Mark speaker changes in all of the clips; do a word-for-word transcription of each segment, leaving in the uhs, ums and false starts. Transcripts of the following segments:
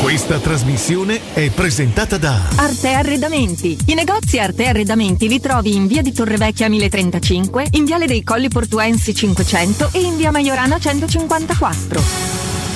Speaker 1: Questa trasmissione è presentata da
Speaker 2: Arte Arredamenti. I negozi Arte Arredamenti li trovi in via di Torrevecchia mille trentacinque, in viale dei Colli Portuensi cinquecento e in via Maiorana centocinquantaquattro.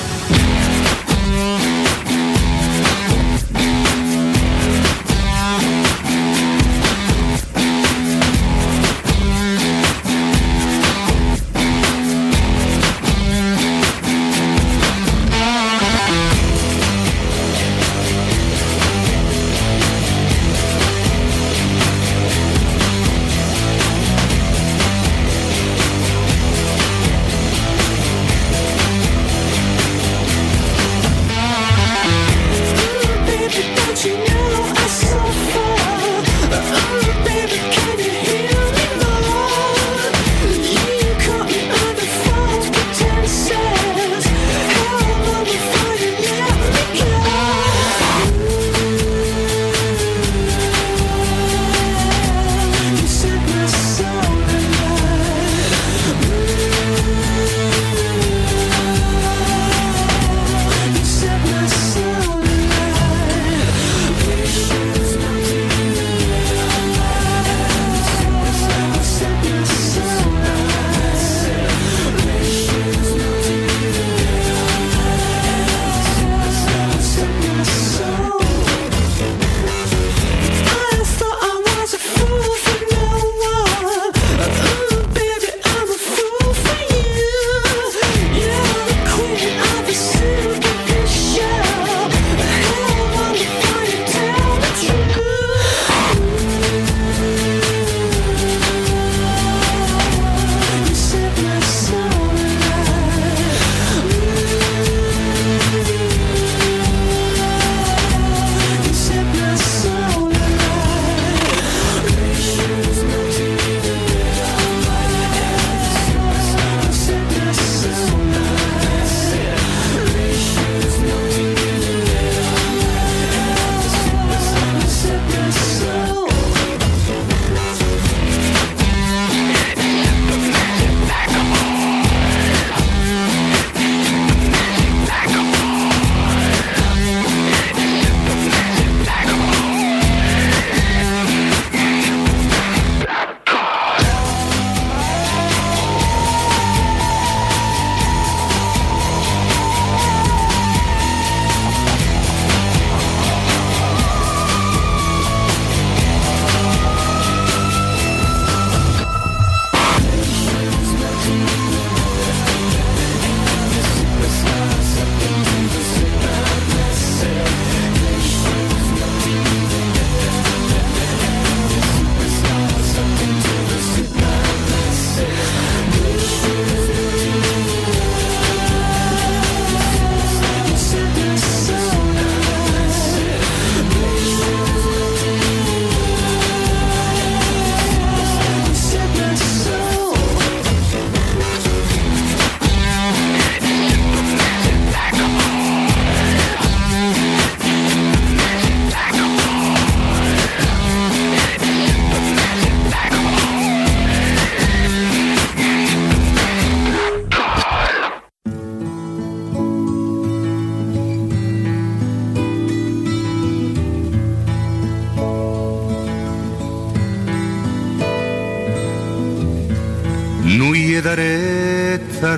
Speaker 3: Noi da retta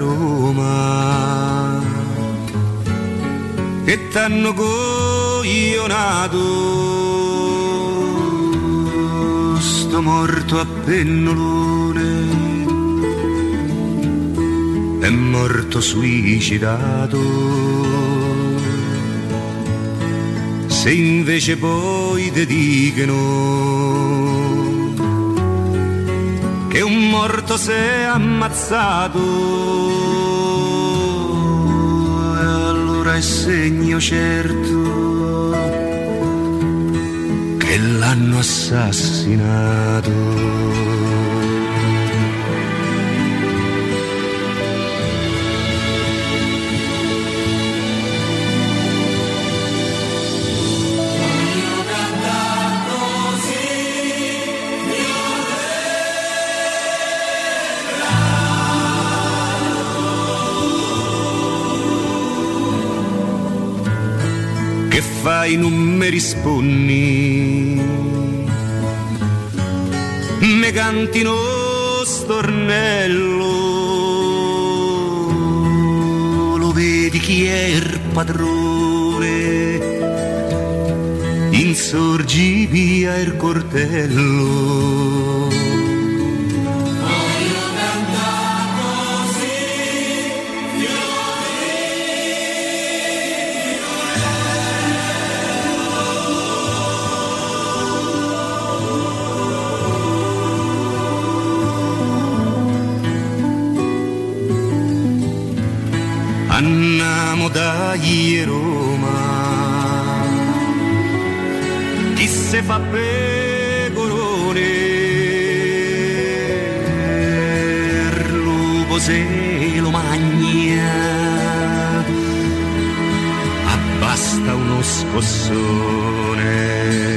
Speaker 3: Roma che t'hanno coglionato sto morto a pennolone è morto suicidato. Se invece poi ti dicono che un morto si è ammazzato, e allora è segno certo che l'hanno assassinato. che fai non mi rispondi, me canti uno stornello, lo vedi chi è il padrone, insorgi via il cortello. Andiamo da Roma, chi se fa pecorone, il lupo se lo magna, abbasta uno scossone.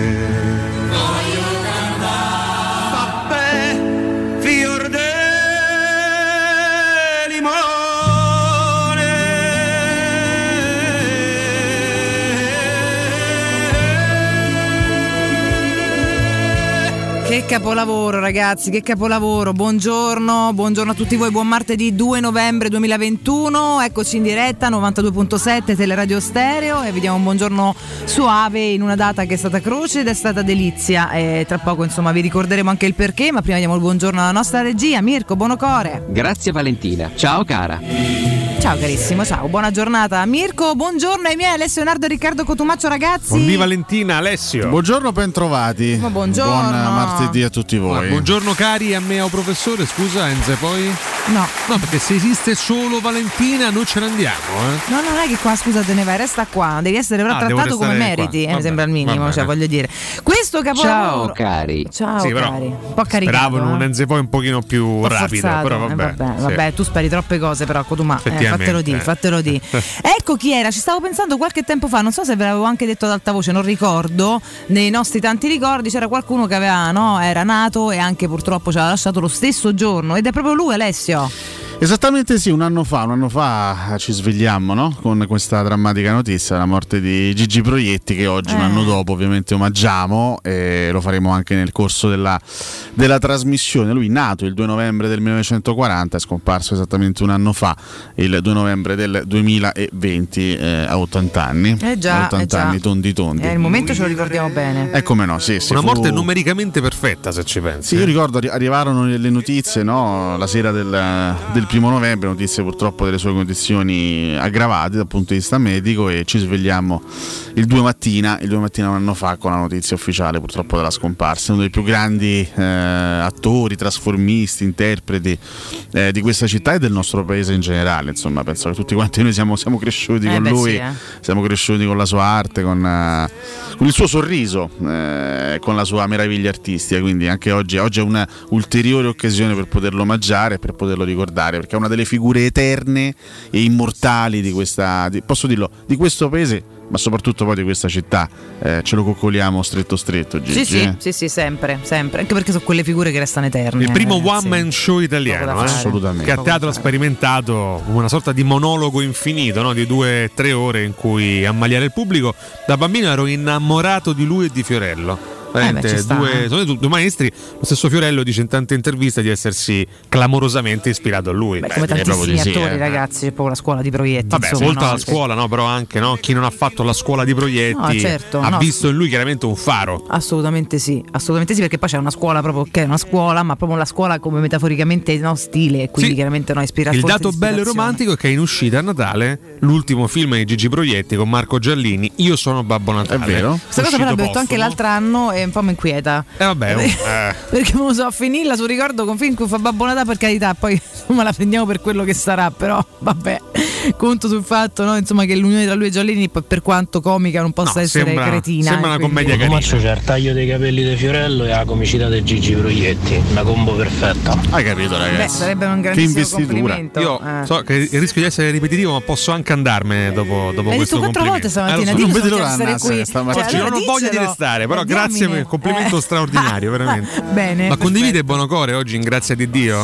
Speaker 4: Che capolavoro ragazzi, che capolavoro, buongiorno, buongiorno a tutti voi, buon martedì due novembre duemilaventuno, eccoci in diretta novantadue virgola sette Teleradio Stereo e vi diamo un buongiorno suave in una data che è stata croce ed è stata delizia e tra poco insomma vi ricorderemo anche il perché, ma prima diamo il buongiorno alla nostra regia, Mirko Bonocore.
Speaker 5: Grazie Valentina, ciao cara.
Speaker 4: Ciao carissimo, ciao, buona giornata Mirko, buongiorno ai miei Alessio Leonardo e Riccardo Cotumaccio ragazzi.
Speaker 6: Buondì Valentina, Alessio.
Speaker 7: Buongiorno, bentrovati.
Speaker 4: Ma buongiorno.
Speaker 7: Buon martedì a tutti voi.
Speaker 6: Ma buongiorno cari, a me o professore, scusa Enze poi?
Speaker 4: No.
Speaker 6: No, perché se esiste solo Valentina noi ce ne andiamo, eh.
Speaker 4: No, non è che qua scusa te ne vai, resta qua, devi essere però
Speaker 6: ah,
Speaker 4: trattato come meriti, eh, mi sembra il minimo, cioè voglio dire. Questo capolavoro.
Speaker 5: Ciao cari.
Speaker 4: Ciao
Speaker 6: sì,
Speaker 4: cari. Un po' caricato.
Speaker 6: Speravo in un
Speaker 4: eh.
Speaker 6: Enze poi un pochino più
Speaker 4: un po'
Speaker 6: rapido,
Speaker 4: forzato,
Speaker 6: però vabbè.
Speaker 4: Eh, vabbè,
Speaker 6: sì.
Speaker 4: vabbè, tu speri troppe cose però Cotuma, eh, fatelo di, fatelo di. Ecco chi era, ci stavo pensando qualche tempo fa, non so se ve l'avevo anche detto ad alta voce, non ricordo, nei nostri tanti ricordi c'era qualcuno che aveva, no, era nato e anche purtroppo ci aveva lasciato lo stesso giorno ed è proprio lui Alessio.
Speaker 7: Esattamente sì, un anno fa, un anno fa ci svegliammo, no? Con questa drammatica notizia, la morte di Gigi Proietti, che oggi, eh. un anno dopo, ovviamente omaggiamo e lo faremo anche nel corso della, della trasmissione. Lui nato il due novembre del millenovecentoquaranta, è scomparso esattamente un anno fa, il due novembre del duemilaventi, eh, a ottanta anni.
Speaker 4: Eh già,
Speaker 7: ottanta
Speaker 4: eh già.
Speaker 7: anni tondi tondi.
Speaker 4: Eh, il momento ce lo ricordiamo bene.
Speaker 7: Eh come no, sì, sì.
Speaker 6: Una
Speaker 7: fu...
Speaker 6: morte numericamente perfetta, se ci pensi.
Speaker 7: Sì, io ricordo arrivarono le notizie, no? La sera del, del primo novembre, notizie purtroppo delle sue condizioni aggravate dal punto di vista medico, e ci svegliamo il due mattina, il due mattina un anno fa con la notizia ufficiale purtroppo della scomparsa, uno dei più grandi eh, attori, trasformisti, interpreti eh, di questa città e del nostro paese in generale. Insomma, penso che tutti quanti noi siamo, siamo cresciuti
Speaker 4: eh
Speaker 7: con
Speaker 4: beh,
Speaker 7: lui,
Speaker 4: sì, eh.
Speaker 7: siamo cresciuti con la sua arte, con, uh, con il suo sorriso, eh, con la sua meraviglia artistica, quindi anche oggi, oggi è una ulteriore occasione per poterlo omaggiare e per poterlo ricordare, perché è una delle figure eterne e immortali di questa, di, posso dirlo, di questo paese, ma soprattutto poi di questa città. Eh, ce lo coccoliamo stretto stretto, Gigi.
Speaker 4: Sì, sì,
Speaker 7: eh?
Speaker 4: sì, sì, sempre, sempre, anche perché sono quelle figure che restano eterne.
Speaker 6: Il primo
Speaker 4: eh,
Speaker 6: one
Speaker 4: sì.
Speaker 6: man show italiano, eh?
Speaker 7: Assolutamente.
Speaker 6: Che a teatro ha sperimentato una sorta di monologo infinito, no? Di due o tre ore in cui ammaliare il pubblico. Da bambino ero innamorato di lui e di Fiorello.
Speaker 4: Eh beh, sta,
Speaker 6: due,
Speaker 4: eh.
Speaker 6: sono due maestri. Lo stesso Fiorello dice in tante interviste di essersi clamorosamente ispirato a lui.
Speaker 4: Beh,
Speaker 6: Beh,
Speaker 4: come tantissimi
Speaker 7: sì,
Speaker 4: attori,
Speaker 7: eh.
Speaker 4: ragazzi, c'è proprio la scuola di Proietti.
Speaker 6: Vabbè,
Speaker 4: insomma,
Speaker 6: oltre
Speaker 4: no?
Speaker 6: alla scuola, no? Però anche, no? Chi non ha fatto la scuola di Proietti
Speaker 4: No, certo,
Speaker 6: ha
Speaker 4: no.
Speaker 6: visto in lui chiaramente un faro.
Speaker 4: Assolutamente sì, assolutamente sì, perché poi c'è una scuola proprio che è una scuola, ma proprio la scuola come metaforicamente no, stile, quindi
Speaker 6: Sì.
Speaker 4: chiaramente no, ispirato.
Speaker 6: Il dato bello e romantico è che è in uscita a Natale l'ultimo film di Gigi Proietti con Marco Giallini, Io sono Babbo Natale.
Speaker 7: È vero.
Speaker 4: Questa cosa però l'ho detto anche l'altro anno e un po' mi inquieta.
Speaker 6: Eh vabbè, oh, eh.
Speaker 4: Perché non lo so, finirla sul ricordo con film in cui fa Babbo Natale, per carità, poi insomma la prendiamo per quello che sarà, però vabbè, conto sul fatto, no, insomma, che l'unione tra lui e Giallini, per quanto comica, non possa
Speaker 6: No,
Speaker 4: essere
Speaker 6: sembra,
Speaker 4: cretina.
Speaker 6: Sembra una
Speaker 4: quindi...
Speaker 6: commedia carina.
Speaker 8: Comaccio c'è il taglio dei capelli di Fiorello e la comicità di Gigi Proietti, una combo perfetta.
Speaker 7: Hai capito,
Speaker 4: Beh,
Speaker 7: ragazzi?
Speaker 4: sarebbe un
Speaker 7: Che
Speaker 4: grandissimo
Speaker 7: investitura.
Speaker 4: complimento.
Speaker 6: Io
Speaker 4: eh.
Speaker 6: so che rischio di essere ripetitivo, ma posso anche andarmene dopo, dopo
Speaker 4: L'hai
Speaker 6: questo
Speaker 4: detto quattro volte
Speaker 6: complimento.
Speaker 4: stamattina,
Speaker 6: Eh, lo so.
Speaker 4: dillo,
Speaker 7: non vedi
Speaker 4: se
Speaker 7: l'ora
Speaker 4: vuoi stare
Speaker 7: andarsene
Speaker 4: qui.
Speaker 7: stamattina.
Speaker 6: Oggi non ho voglia di
Speaker 4: diccelo.
Speaker 6: restare, però
Speaker 4: Eh,
Speaker 6: grazie per
Speaker 4: diamine.
Speaker 6: il complimento
Speaker 4: Eh.
Speaker 6: straordinario, veramente.
Speaker 4: Bene.
Speaker 6: Ma condivide Bonocore oggi in Grazia di Dio?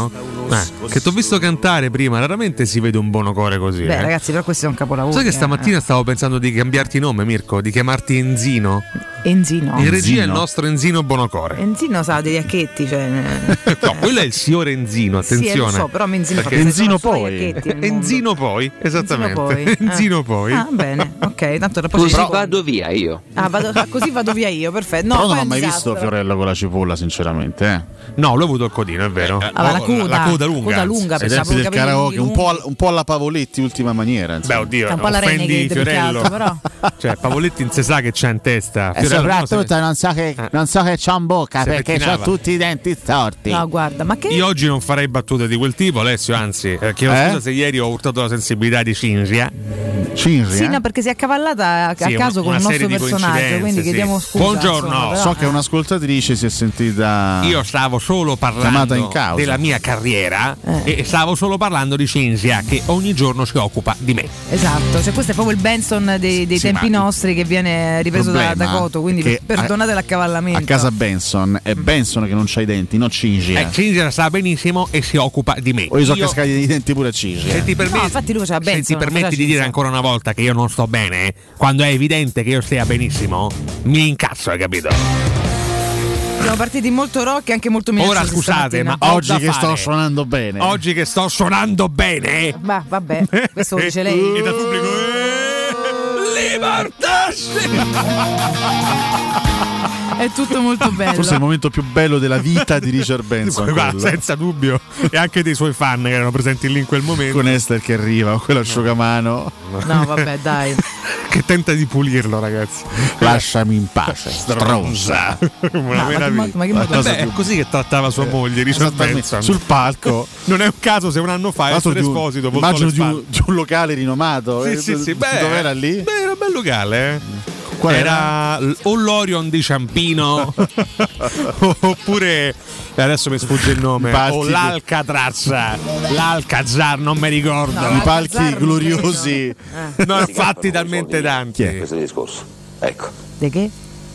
Speaker 6: Eh, che ti ho visto cantare prima, raramente si vede un Bonocore così.
Speaker 4: Beh,
Speaker 6: eh.
Speaker 4: ragazzi, però questo è un capolavoro.
Speaker 6: Sai che stamattina
Speaker 4: eh.
Speaker 6: stavo pensando di cambiarti nome, Mirko, di chiamarti Enzino?
Speaker 4: Enzino.
Speaker 6: In regia è il
Speaker 7: Enzino.
Speaker 6: nostro Enzino Bonocore.
Speaker 4: Enzino sa degli acchetti, cioè.
Speaker 6: No, quello è il signor Enzino, attenzione.
Speaker 4: Sì, lo so, però Enzino,
Speaker 6: Perché
Speaker 7: Enzino poi.
Speaker 6: Enzino poi, esattamente.
Speaker 4: Enzino poi.
Speaker 6: Enzino poi.
Speaker 4: Ah, bene, ok, tanto dopo
Speaker 5: Così
Speaker 4: ci
Speaker 5: vado via io.
Speaker 4: Ah, vado, ah, così vado via io, perfetto. No,
Speaker 7: Però non
Speaker 4: poi
Speaker 7: ho
Speaker 4: è un
Speaker 7: mai
Speaker 4: disastro.
Speaker 7: visto Fiorello con la cipolla, sinceramente. Eh.
Speaker 6: No, lui ha avuto il codino, è vero.
Speaker 4: Aveva la coda,
Speaker 6: la coda lunga.
Speaker 4: coda lunga,
Speaker 6: anzi.
Speaker 7: Ai
Speaker 4: pensavo
Speaker 7: tempi del
Speaker 4: capelli
Speaker 7: karaoke, un po',
Speaker 4: lunghi.
Speaker 7: al- un po' alla Pavoletti, ultima maniera.
Speaker 6: Beh,
Speaker 7: insomma.
Speaker 6: oddio,
Speaker 4: È un po' la
Speaker 6: offendi
Speaker 4: Renegade, più che
Speaker 6: Fiorello.
Speaker 4: altro, però.
Speaker 6: Cioè, Pavoletti non si sa che c'ha in testa.
Speaker 9: E
Speaker 6: Fiorello, no,
Speaker 9: soprattutto
Speaker 6: se-
Speaker 9: non so che
Speaker 6: Eh.
Speaker 9: non so che c'ho in bocca
Speaker 6: Se
Speaker 9: perché
Speaker 6: pettinava.
Speaker 9: ho tutti i denti storti.
Speaker 4: No, guarda, ma che
Speaker 6: Io oggi non farei battute di quel tipo, Alessio, anzi, eh, chiedo
Speaker 7: Eh?
Speaker 6: scusa se ieri ho urtato la sensibilità di Cinzia.
Speaker 7: Cinzia,
Speaker 4: Sì,
Speaker 7: eh?
Speaker 4: no, perché si è accavallata a,
Speaker 6: Sì,
Speaker 4: a caso
Speaker 6: una-
Speaker 4: con il
Speaker 6: una
Speaker 4: nostro
Speaker 6: serie di
Speaker 4: personaggio,
Speaker 6: coincidenze,
Speaker 4: quindi
Speaker 6: sì.
Speaker 4: chiediamo scusa.
Speaker 6: Buongiorno.
Speaker 4: insomma, però-
Speaker 7: So che un'ascoltatrice si è sentita
Speaker 6: Io stavo solo
Speaker 7: chiamata
Speaker 6: parlando
Speaker 7: in causa.
Speaker 6: della mia carriera
Speaker 4: Eh.
Speaker 6: e stavo solo parlando di Cinzia che ogni giorno si occupa di me.
Speaker 4: Esatto, cioè questo è proprio il Benson dei, dei
Speaker 7: Sì,
Speaker 4: tempi
Speaker 7: ma
Speaker 4: nostri che viene ripreso da,
Speaker 7: problema
Speaker 4: da Coto, quindi
Speaker 7: è che
Speaker 4: perdonate
Speaker 7: a-
Speaker 4: l'accavallamento.
Speaker 7: a casa Benson è Benson che non c'ha i denti, non Cinzia.
Speaker 6: Eh, Cinzia sa benissimo e si occupa di me.
Speaker 7: O gli sono
Speaker 6: Io-
Speaker 7: cascati i denti pure a Cinzia.
Speaker 6: Se ti, permetti,
Speaker 4: No, infatti lui faceva
Speaker 6: se
Speaker 4: Benson,
Speaker 6: ti permetti
Speaker 4: faceva
Speaker 6: di dire
Speaker 4: Cinzia.
Speaker 6: ancora una volta che io non sto bene, quando è evidente che io stia benissimo, mi incazzo, hai capito?
Speaker 4: Siamo partiti molto rock e anche molto minacciosi
Speaker 6: Ora scusate,
Speaker 4: stamattina.
Speaker 6: ma ho
Speaker 7: Oggi
Speaker 6: da
Speaker 7: che sto
Speaker 6: fare.
Speaker 7: suonando bene.
Speaker 6: Oggi che sto suonando bene.
Speaker 4: Ma vabbè, questo lo dice lei.
Speaker 6: E dal pubblico eh, Libertà!
Speaker 4: È tutto molto bello.
Speaker 7: Forse è il momento più bello della vita di Richard Benson.
Speaker 6: Guarda,
Speaker 7: quello.
Speaker 6: senza dubbio, e anche dei suoi fan che erano presenti lì in quel momento,
Speaker 7: Con Esther che arriva, con quell'asciugamano.
Speaker 4: No, vabbè, dai.
Speaker 6: che tenta di pulirlo, ragazzi.
Speaker 7: Lasciami in pace, stronza.
Speaker 6: Una
Speaker 4: Ma- ma-
Speaker 6: meraviglia.
Speaker 4: ma che
Speaker 7: Ma
Speaker 4: modo-
Speaker 7: cosa
Speaker 6: Vabbè,
Speaker 7: più-
Speaker 6: è così che trattava sua moglie, Richard
Speaker 7: Esattamente,
Speaker 6: Benson.
Speaker 7: sul palco.
Speaker 6: Non è un caso se un anno fa
Speaker 7: Tra l'altro
Speaker 6: essere
Speaker 7: di un-
Speaker 6: Esposito voltò
Speaker 7: immagino
Speaker 6: le
Speaker 7: di un,
Speaker 6: spalle.
Speaker 7: di un locale rinomato.
Speaker 6: Sì,
Speaker 7: Eh,
Speaker 6: sì, sì. Beh,
Speaker 7: dov'era lì?
Speaker 6: Beh, era un bel locale, eh.
Speaker 7: Qual
Speaker 6: era l- o l'Orion di Ciampino oppure adesso mi sfugge il nome,
Speaker 7: Palchi-
Speaker 6: o l'Alcatraz, l'Alcazar, non mi ricordo.
Speaker 4: No,
Speaker 7: I palchi
Speaker 4: Alcazar non
Speaker 7: gloriosi.
Speaker 6: Ne ho fatti talmente tanti.
Speaker 7: Chi è?
Speaker 3: Questo discorso. Ecco.
Speaker 4: De che?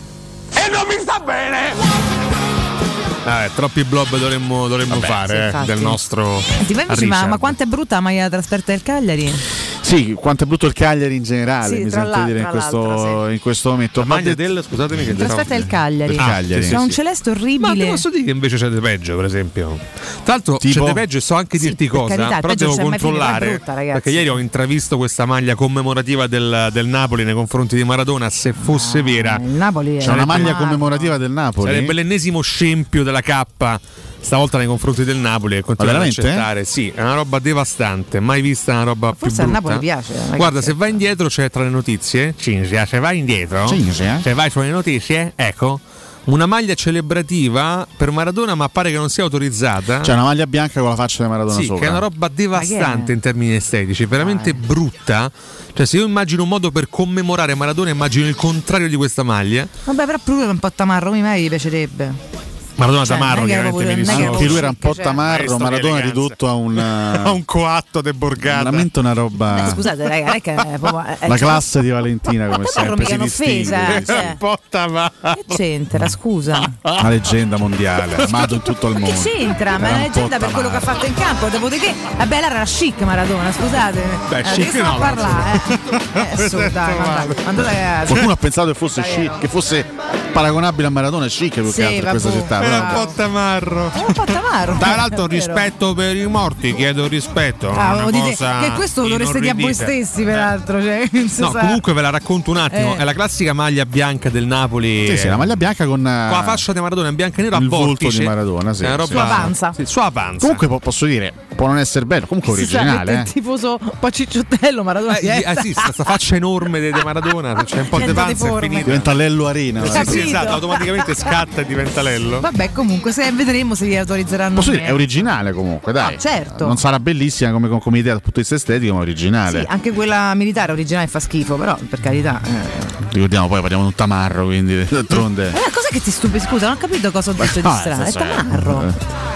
Speaker 3: E non mi sta bene!
Speaker 6: Vabbè, troppi blob dovremmo, dovremmo
Speaker 7: Vabbè,
Speaker 6: fare
Speaker 4: sì,
Speaker 6: eh,
Speaker 4: infatti.
Speaker 6: del nostro
Speaker 4: Senti, ma invece, ma,
Speaker 6: Richard.
Speaker 4: ma quanto è brutta la maglia da trasferta del Cagliari?
Speaker 7: Sì, quanto è brutto il Cagliari in generale,
Speaker 4: Sì,
Speaker 7: mi
Speaker 4: tra
Speaker 7: sento
Speaker 4: l'al-
Speaker 7: dire in
Speaker 4: tra
Speaker 7: questo,
Speaker 4: l'altro,
Speaker 7: in questo momento.
Speaker 6: La
Speaker 7: Ma
Speaker 6: maglia
Speaker 7: de-
Speaker 6: del, scusatemi che
Speaker 4: Trasferta del Cagliari.
Speaker 7: del
Speaker 6: Ah,
Speaker 7: Cagliari.
Speaker 6: sì,
Speaker 4: C'è
Speaker 6: sì,
Speaker 4: un
Speaker 6: sì.
Speaker 4: celeste
Speaker 6: Ma ti
Speaker 4: orribile.
Speaker 6: posso dire che invece siete peggio, per esempio. Tra l'altro
Speaker 7: Tipo?
Speaker 6: siete peggio e so anche
Speaker 4: Sì,
Speaker 6: dirti
Speaker 4: per
Speaker 6: cosa,
Speaker 4: carità, il
Speaker 6: però
Speaker 4: peggio
Speaker 6: devo
Speaker 4: non c'è mai fine, ma è
Speaker 6: controllare.
Speaker 4: brutta, ragazzi.
Speaker 6: Perché ieri ho intravisto questa maglia commemorativa del, del Napoli nei confronti di Maradona. Se fosse vera,
Speaker 4: Il Napoli è
Speaker 7: C'è una maglia
Speaker 4: Ah,
Speaker 7: commemorativa del Napoli.
Speaker 6: sarebbe l'ennesimo scempio della K. Stavolta nei confronti del Napoli e continuano ad
Speaker 7: veramente?
Speaker 6: accettare. Sì, è una roba devastante, mai vista una roba
Speaker 4: Forse
Speaker 6: più
Speaker 4: al
Speaker 6: brutta.
Speaker 4: Napoli piace, ragazzi.
Speaker 6: Guarda, se vai indietro c'è tra le notizie, Cinzia, se vai indietro,
Speaker 7: Cinzia?
Speaker 6: se vai sulle notizie, ecco, una maglia celebrativa per Maradona, ma pare che non sia autorizzata.
Speaker 7: C'è una maglia bianca con la faccia di Maradona
Speaker 6: Sì,
Speaker 7: sopra.
Speaker 6: che è una roba devastante in termini estetici, veramente brutta. Cioè, se io immagino un modo per commemorare Maradona, immagino il contrario di questa maglia.
Speaker 4: Vabbè, però pure lui è un po' tamarro, mi gli piacerebbe.
Speaker 6: Maradona
Speaker 4: Cioè,
Speaker 6: tamarro,
Speaker 4: non è che
Speaker 6: chiaramente
Speaker 4: proprio-
Speaker 6: mi
Speaker 4: non è che
Speaker 6: dissocio.
Speaker 7: Anche lui era un po'
Speaker 4: Cioè,
Speaker 7: tamarro,
Speaker 6: Maestro di
Speaker 7: Maradona
Speaker 6: eleganza.
Speaker 7: ridotto a un,
Speaker 6: A un coatto de borgata.
Speaker 7: veramente una roba.
Speaker 4: Eh, scusate, raga, non è che è proprio, è-
Speaker 7: La
Speaker 4: è-
Speaker 7: classe di Valentina, come
Speaker 4: Tamarro
Speaker 7: sempre,
Speaker 4: mica
Speaker 7: si
Speaker 4: è un'offesa,
Speaker 7: distingue.
Speaker 4: cioè.
Speaker 6: un po' tamarro.
Speaker 4: Che c'entra, scusa?
Speaker 7: Una leggenda mondiale, amato in tutto il
Speaker 4: Ma che
Speaker 7: mondo.
Speaker 4: c'entra? Ma è
Speaker 7: Era
Speaker 4: una
Speaker 7: un
Speaker 4: leggenda
Speaker 7: po'
Speaker 4: per quello che ha
Speaker 7: tamarro.
Speaker 4: fatto in campo. Dopodiché, vabbè, allora era chic Maradona, scusate.
Speaker 6: Beh,
Speaker 4: Eh,
Speaker 6: chic
Speaker 4: di che stiamo
Speaker 6: no,
Speaker 4: a parlare? Eh, Eh, su, dai, mandate, mandate a casa.
Speaker 7: Qualcuno ha pensato che fosse
Speaker 4: Dai,
Speaker 7: chic,
Speaker 4: no.
Speaker 7: che fosse paragonabile a Maradona e chic più
Speaker 4: Sì,
Speaker 7: che altro in questa
Speaker 4: vabbè.
Speaker 7: città.
Speaker 6: Era
Speaker 7: però-
Speaker 6: un po' tamarro.
Speaker 4: È un po' tamarro.
Speaker 6: Tra l'altro
Speaker 4: è vero.
Speaker 6: rispetto per i morti, chiedo rispetto.
Speaker 4: Ah,
Speaker 6: una
Speaker 4: dite
Speaker 6: cosa
Speaker 4: che questo lo dovreste dire a voi
Speaker 6: inorridita.
Speaker 4: stessi, peraltro. Cioè, non si
Speaker 6: No,
Speaker 4: sa.
Speaker 6: comunque ve la racconto un attimo.
Speaker 4: Eh.
Speaker 6: È la classica maglia bianca del Napoli.
Speaker 7: Sì, sì, la maglia bianca con,
Speaker 6: Con la fascia di Maradona in bianco e nero a
Speaker 7: il volto
Speaker 6: vortice.
Speaker 7: di Maradona, sì,
Speaker 6: È una roba-
Speaker 7: sì.
Speaker 4: Sulla panza.
Speaker 6: Sì, sulla panza.
Speaker 7: Comunque po- posso dire, può non essere bello, comunque
Speaker 4: Si sa,
Speaker 7: originale.
Speaker 4: mette
Speaker 7: Eh.
Speaker 4: il tifoso un po' cicciottello, Maradona.
Speaker 6: Eh, eh, sì, sta, sta faccia enorme di di Maradona, c'è un po' di
Speaker 4: Diventa
Speaker 6: panza è
Speaker 4: deforme.
Speaker 6: finita.
Speaker 7: Diventa Lello Arena.
Speaker 6: Sì,
Speaker 7: guarda.
Speaker 6: sì,
Speaker 4: Capito.
Speaker 6: esatto, automaticamente scatta e diventa Lello.
Speaker 4: Vabbè, comunque, se vedremo se gli autorizzeranno.
Speaker 7: Posso
Speaker 4: o
Speaker 7: dire, è
Speaker 4: meno.
Speaker 7: originale comunque, dai.
Speaker 4: Ah, certo.
Speaker 7: Non sarà bellissima come, come idea dal punto di vista estetico, ma originale.
Speaker 4: Sì, anche quella militare originale fa schifo, però per carità. Eh.
Speaker 7: Ricordiamo poi parliamo di un tamarro, quindi d'altronde.
Speaker 4: Eh, cos'è che ti stupisce? Scusa, non ho capito cosa ho detto di
Speaker 7: No, nel
Speaker 4: strano. È
Speaker 7: senso, eh,
Speaker 4: tamarro.
Speaker 7: eh,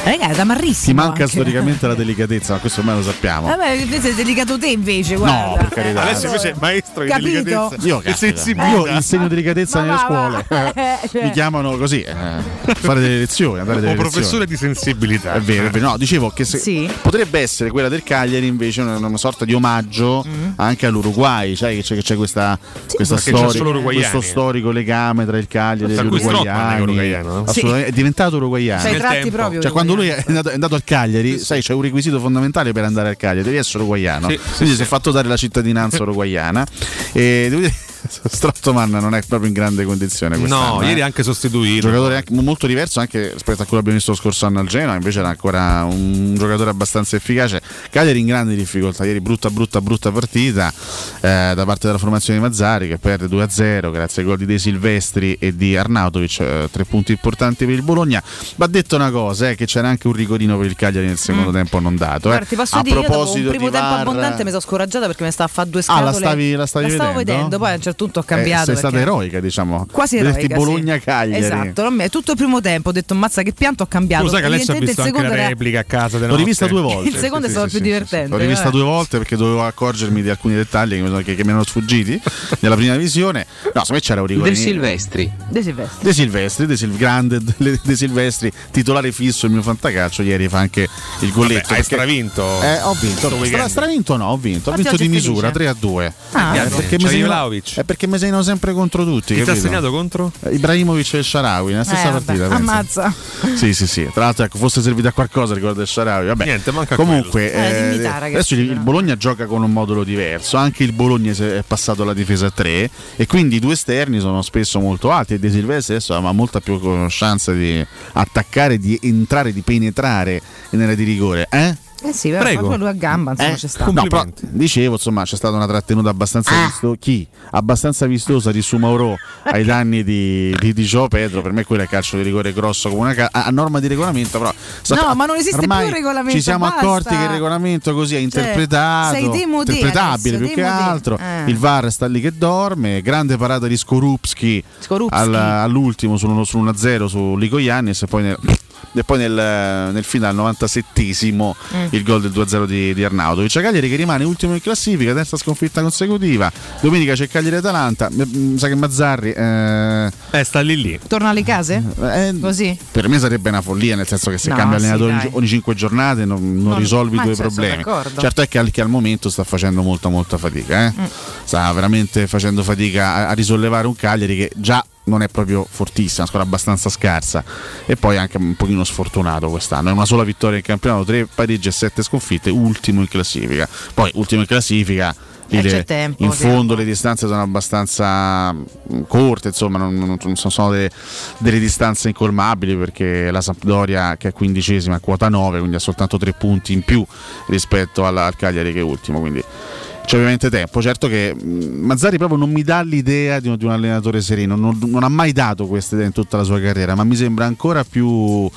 Speaker 4: Ragazzi, è tamarrissimo.
Speaker 7: Ti manca
Speaker 4: anche.
Speaker 7: storicamente la delicatezza, ma questo ormai lo sappiamo.
Speaker 4: Vabbè, sei delicato te invece, guarda.
Speaker 7: No, per carità.
Speaker 6: Adesso invece è maestro di
Speaker 4: Capito?
Speaker 6: delicatezza.
Speaker 7: Io,
Speaker 6: e sensibilità.
Speaker 7: io insegno delicatezza
Speaker 4: Ma
Speaker 7: nelle
Speaker 4: va,
Speaker 7: scuole.
Speaker 4: va.
Speaker 7: Eh,
Speaker 4: Cioè.
Speaker 7: Mi chiamano così, eh, fare delle lezioni, andare delle
Speaker 6: O professore
Speaker 7: lezioni.
Speaker 6: di sensibilità.
Speaker 7: È vero, è vero. No, dicevo che se
Speaker 4: Sì.
Speaker 7: potrebbe essere quella del Cagliari invece una, una sorta di omaggio
Speaker 4: Mm.
Speaker 7: anche all'Uruguay, sai che c'è, che c'è questa, questa
Speaker 6: perché c'è
Speaker 7: storia,
Speaker 6: solo uruguaiani.
Speaker 7: questo storico legame tra il Cagliari e
Speaker 6: Tra
Speaker 7: gli
Speaker 6: cui Strootman è
Speaker 7: uruguaiani.
Speaker 6: uruguaiano, no?
Speaker 7: Assolutamente, è diventato uruguaiano.
Speaker 4: Sei
Speaker 6: nel
Speaker 4: tratti
Speaker 6: tempo.
Speaker 4: proprio.
Speaker 7: Cioè, quando lui è
Speaker 4: uruguaiano.
Speaker 7: andato, è andato al Cagliari, sai, c'è un requisito fondamentale per andare al Cagliari, devi essere uruguaiano.
Speaker 6: Sì,
Speaker 7: Quindi
Speaker 6: sì,
Speaker 7: si è
Speaker 6: sì.
Speaker 7: fatto dare la cittadinanza uruguaiana. E devo dire, Strootman non è proprio in grande condizione quest'anno.
Speaker 6: No,
Speaker 7: eh.
Speaker 6: ieri anche sostituito.
Speaker 7: Giocatore anche molto diverso anche rispetto a quello che abbiamo visto lo scorso anno al Genoa, invece era ancora un giocatore abbastanza efficace. Cagliari in grande difficoltà, ieri brutta brutta brutta partita eh, da parte della formazione di Mazzari, che perde due a zero grazie ai gol di De Silvestri e di Arnautovic, eh, tre punti importanti per il Bologna. Va detto una cosa, eh, che c'era anche un rigorino per il Cagliari nel secondo
Speaker 4: Mm.
Speaker 7: tempo non dato.
Speaker 4: Guarda,
Speaker 7: eh.
Speaker 4: ti posso
Speaker 7: a
Speaker 4: dire, io dopo un
Speaker 7: proposito
Speaker 4: primo
Speaker 7: di
Speaker 4: tempo
Speaker 7: V A R,
Speaker 4: abbondante mi sono scoraggiata perché mi stava a fare due
Speaker 7: Ah,
Speaker 4: scatole.
Speaker 7: la stavi, la stavi
Speaker 4: La stavo
Speaker 7: vedendo?
Speaker 4: vedendo, poi a un certo punto ho cambiato.
Speaker 7: Eh, sei stata
Speaker 4: perché-
Speaker 7: eroica, diciamo.
Speaker 4: Quasi
Speaker 7: Vederti
Speaker 4: eroica, sì.
Speaker 7: Bologna-Cagliari.
Speaker 4: Esatto, non mi- è tutto il primo tempo ho detto mazza che pianto, ho cambiato.
Speaker 6: Tu sai che adesso ho
Speaker 4: Evidentemente
Speaker 6: visto
Speaker 4: il
Speaker 6: anche la
Speaker 4: secondo era-
Speaker 6: replica a casa della
Speaker 7: L'ho rivista
Speaker 6: notte.
Speaker 7: due volte.
Speaker 4: Il secondo è stato più divertente,
Speaker 7: L'ho rivista
Speaker 4: vabbè.
Speaker 7: due volte perché dovevo accorgermi di alcuni dettagli che, che, che mi erano sfuggiti nella prima visione. No, secondo me c'era un rigore.
Speaker 5: Del Silvestri.
Speaker 4: De Silvestri.
Speaker 7: De Silvestri, De Sil- grande De, De Silvestri, titolare fisso il mio fantacalcio. Ieri fa anche il golletto.
Speaker 6: Vabbè, hai
Speaker 7: perché-
Speaker 6: stravinto?
Speaker 7: Eh, ho vinto.
Speaker 6: Questo weekend.
Speaker 7: Stra, stravinto no, ho vinto. Ho
Speaker 4: Infatti
Speaker 7: vinto
Speaker 4: oggi
Speaker 7: di
Speaker 4: è
Speaker 7: misura,
Speaker 4: felice.
Speaker 7: tre a due.
Speaker 4: Ah,
Speaker 6: Mi
Speaker 7: Eh,
Speaker 6: piace.
Speaker 7: perché mi
Speaker 6: C'è
Speaker 7: segnano,
Speaker 6: Vlahovic.
Speaker 7: è perché mi segnano sempre contro tutti.
Speaker 6: Chi ti ha
Speaker 7: capito?
Speaker 6: segnato contro?
Speaker 7: Eh, Ibrahimovic e il Sharawi nella stessa
Speaker 4: Eh, vabbè,
Speaker 7: partita. pensa.
Speaker 4: ammazza.
Speaker 7: Sì, sì, sì. Tra l'altro, ecco, fosse servito a qualcosa ricordo il Sharawi. Vabbè.
Speaker 6: Niente, manca
Speaker 7: Comunque,
Speaker 4: quello. Eh,
Speaker 7: eh,
Speaker 4: dignità, ragazzi,
Speaker 7: adesso il, il
Speaker 4: però.
Speaker 7: Bologna gioca con un modulo diverso. Anche il Bologna si è passato alla difesa a tre e quindi i due esterni sono spesso molto alti. E De Silvestri adesso ha molta più chance di attaccare, di entrare, di penetrare nell'area di rigore. Eh?
Speaker 4: Eh sì, però
Speaker 6: Prego.
Speaker 4: poi lui a gamba, insomma,
Speaker 7: Eh?
Speaker 4: c'è stato.
Speaker 6: Com-
Speaker 7: No, però,
Speaker 6: Complimenti.
Speaker 7: dicevo, insomma, c'è stata una trattenuta abbastanza
Speaker 4: Ah.
Speaker 7: visto- chi? Abbastanza vistosa di Sumauro ai danni di, di, di Gio Pedro. Per me quello è calcio di rigore grosso come una ca- a, a norma di regolamento, però
Speaker 4: No, ma non esiste
Speaker 7: ormai
Speaker 4: più il regolamento,
Speaker 7: Ci siamo
Speaker 4: basta.
Speaker 7: accorti che il regolamento così è interpretato,
Speaker 4: sei demodé
Speaker 7: interpretabile
Speaker 4: adesso,
Speaker 7: più che
Speaker 4: demodé.
Speaker 7: altro.
Speaker 4: Eh.
Speaker 7: Il V A R sta lì che dorme. Grande parata di Skorupski,
Speaker 4: Skorupski.
Speaker 7: al- all'ultimo sull'uno sull'uno a zero su Lico Iannis e poi nel e poi nel, nel finale al novantasettesimo
Speaker 4: Mm.
Speaker 7: il gol del due a zero di, di Arnautovic. Cagliari che rimane ultimo in classifica, terza sconfitta consecutiva. Domenica c'è Cagliari-Atalanta. Mi sa che Mazzarri eh,
Speaker 6: Eh, sta lì lì.
Speaker 4: Torna alle case?
Speaker 7: eh,
Speaker 4: Così?
Speaker 7: per me sarebbe una follia, nel senso che se
Speaker 4: No,
Speaker 7: cambia
Speaker 4: sì,
Speaker 7: allenatore
Speaker 4: dai.
Speaker 7: ogni, ogni cinque giornate non, non
Speaker 4: Non-
Speaker 7: risolvi
Speaker 4: ma
Speaker 7: i tuoi
Speaker 4: certo, sono
Speaker 7: problemi.
Speaker 4: d'accordo.
Speaker 7: Certo è che al, che al momento sta facendo molta molta fatica, eh?
Speaker 4: Mm.
Speaker 7: Sta veramente facendo fatica a, a risollevare un Cagliari che già non è proprio fortissima, è una squadra abbastanza scarsa e poi anche un pochino sfortunato quest'anno. È una sola vittoria in campionato, tre pareggi e sette sconfitte, ultimo in classifica. Poi ultimo in classifica, lì
Speaker 4: Eh,
Speaker 7: le-
Speaker 4: c'è tempo,
Speaker 7: in
Speaker 4: sì.
Speaker 7: fondo le distanze sono abbastanza mh, corte, insomma non, non- non sono delle, delle distanze incolmabili, perché la Sampdoria, che è quindicesima, a quota nove, quindi ha soltanto tre punti in più rispetto alla- al Cagliari che è ultimo, quindi c'è ovviamente tempo. Certo che mh, Mazzarri proprio non mi dà l'idea di un, di un allenatore sereno, non, non ha mai dato questa idea in tutta la sua carriera, ma mi sembra ancora più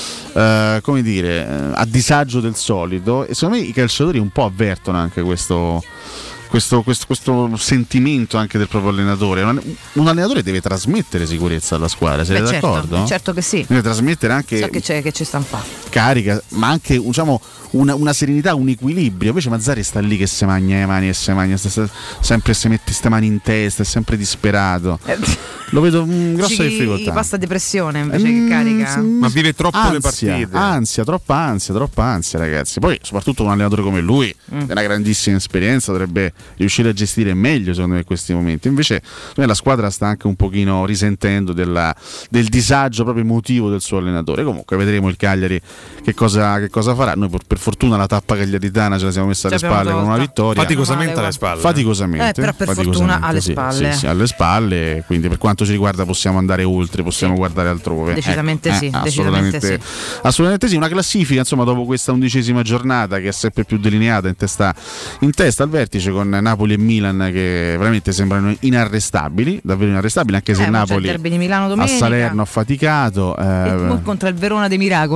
Speaker 7: eh, come dire, eh, a disagio del solito, e secondo me i calciatori un po' avvertono anche questo Questo, questo, questo sentimento anche del proprio allenatore. Un, un allenatore deve trasmettere sicurezza alla squadra, siete
Speaker 4: Beh, certo,
Speaker 7: d'accordo?
Speaker 4: certo che sì.
Speaker 7: Deve trasmettere anche
Speaker 4: So che c'è, che c'è stampato.
Speaker 7: carica, ma anche diciamo, una, una serenità, un equilibrio. Invece Mazzarri sta lì che si magna le mani e si magna, sta, sta, sempre si mette queste mani in testa, è sempre disperato. Lo vedo in grossa
Speaker 4: Ci-
Speaker 7: difficoltà.
Speaker 4: Passa depressione invece
Speaker 7: Mm,
Speaker 4: che carica.
Speaker 6: Ma vive troppo
Speaker 7: ansia,
Speaker 6: le partite.
Speaker 7: Ansia, troppa ansia, troppa ansia, ragazzi. Poi, soprattutto un allenatore come lui,
Speaker 4: Mm.
Speaker 7: è una grandissima esperienza, dovrebbe riuscire a gestire meglio, secondo me, in questi momenti. Invece, secondo me la squadra sta anche un pochino risentendo della, del disagio proprio emotivo del suo allenatore. Comunque, vedremo il Cagliari che cosa, che cosa farà. Noi, per, per fortuna, la tappa cagliaritana ce la siamo messa alle
Speaker 4: Ce l'abbiamo
Speaker 7: spalle con una
Speaker 4: tolta.
Speaker 7: vittoria.
Speaker 6: Faticosamente
Speaker 4: Male,
Speaker 6: alle spalle.
Speaker 7: Faticosamente,
Speaker 4: Eh, però per
Speaker 7: faticosamente,
Speaker 4: fortuna alle
Speaker 7: sì,
Speaker 4: spalle.
Speaker 7: sì, sì, alle spalle, quindi per quanto ci riguarda possiamo andare oltre, possiamo
Speaker 4: Sì.
Speaker 7: guardare altrove.
Speaker 4: Decisamente
Speaker 7: Eh,
Speaker 4: sì,
Speaker 7: eh,
Speaker 4: decisamente
Speaker 7: assolutamente, assolutamente sì. Una classifica, insomma, dopo questa undicesima giornata che è sempre più delineata in testa, in testa al vertice, con Napoli e Milan che veramente sembrano inarrestabili, davvero inarrestabili, anche se
Speaker 4: Eh,
Speaker 7: il
Speaker 4: ma c'è il
Speaker 7: Napoli
Speaker 4: derby di Milano
Speaker 7: a
Speaker 4: domenica.
Speaker 7: Salerno ha faticato.
Speaker 4: E
Speaker 7: eh,
Speaker 4: mo contro il Verona dei Miracoli.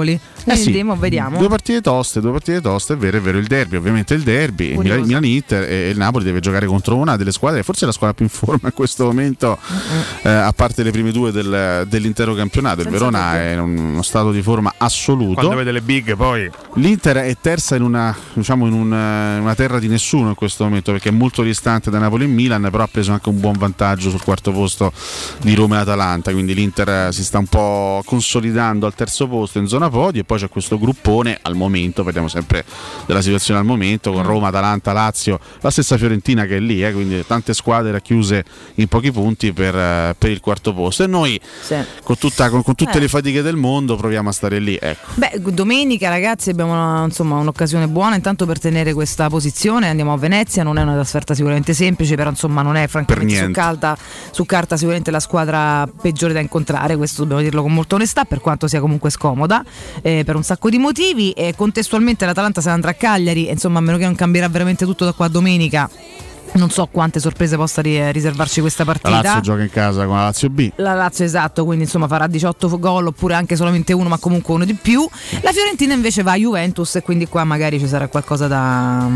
Speaker 4: Quindi
Speaker 7: sì,
Speaker 4: andiamo, vediamo.
Speaker 7: Due partite toste, due partite toste, è vero, è vero, il derby, ovviamente il derby, il Milan, Milan Inter e il Napoli deve giocare contro una delle squadre, forse la squadra più in forma in questo momento, eh, a parte le prime due del, dell'intero campionato. Il Verona è in uno stato di forma assoluto.
Speaker 6: Quando vede le big poi.
Speaker 7: L'Inter è terza in una, diciamo, in una, una terra di nessuno in questo momento, perché è molto distante da Napoli e Milan, però ha preso anche un buon vantaggio sul quarto posto di Roma e Atalanta, quindi l'Inter si sta un po' consolidando al terzo posto in zona podio, e poi c'è questo gruppone al momento, parliamo sempre della situazione al momento, con Roma, Atalanta, Lazio, la stessa Fiorentina che è lì, eh, quindi tante squadre racchiuse in pochi punti per, per il quarto posto, e noi
Speaker 4: sì.
Speaker 7: con, tutta, con, con tutte
Speaker 4: eh.
Speaker 7: le fatiche del mondo proviamo a stare lì, ecco.
Speaker 4: Beh, domenica ragazzi abbiamo una, insomma, un'occasione buona intanto per tenere questa posizione. Andiamo a Venezia, non è una trasferta sicuramente semplice, però insomma non è francamente su carta, su carta sicuramente la squadra peggiore da incontrare, questo dobbiamo dirlo con molta onestà, per quanto sia comunque scomoda eh, per un sacco di motivi, e contestualmente l'Atalanta se ne andrà a Cagliari, insomma a meno che non cambierà veramente tutto da qua a domenica. Non so quante sorprese possa riservarci questa partita.
Speaker 7: La Lazio gioca in casa con la Lazio B.
Speaker 4: La Lazio, esatto, quindi insomma farà diciotto gol oppure anche solamente uno, ma comunque uno di più. La Fiorentina invece va a Juventus, e quindi qua magari ci sarà qualcosa da...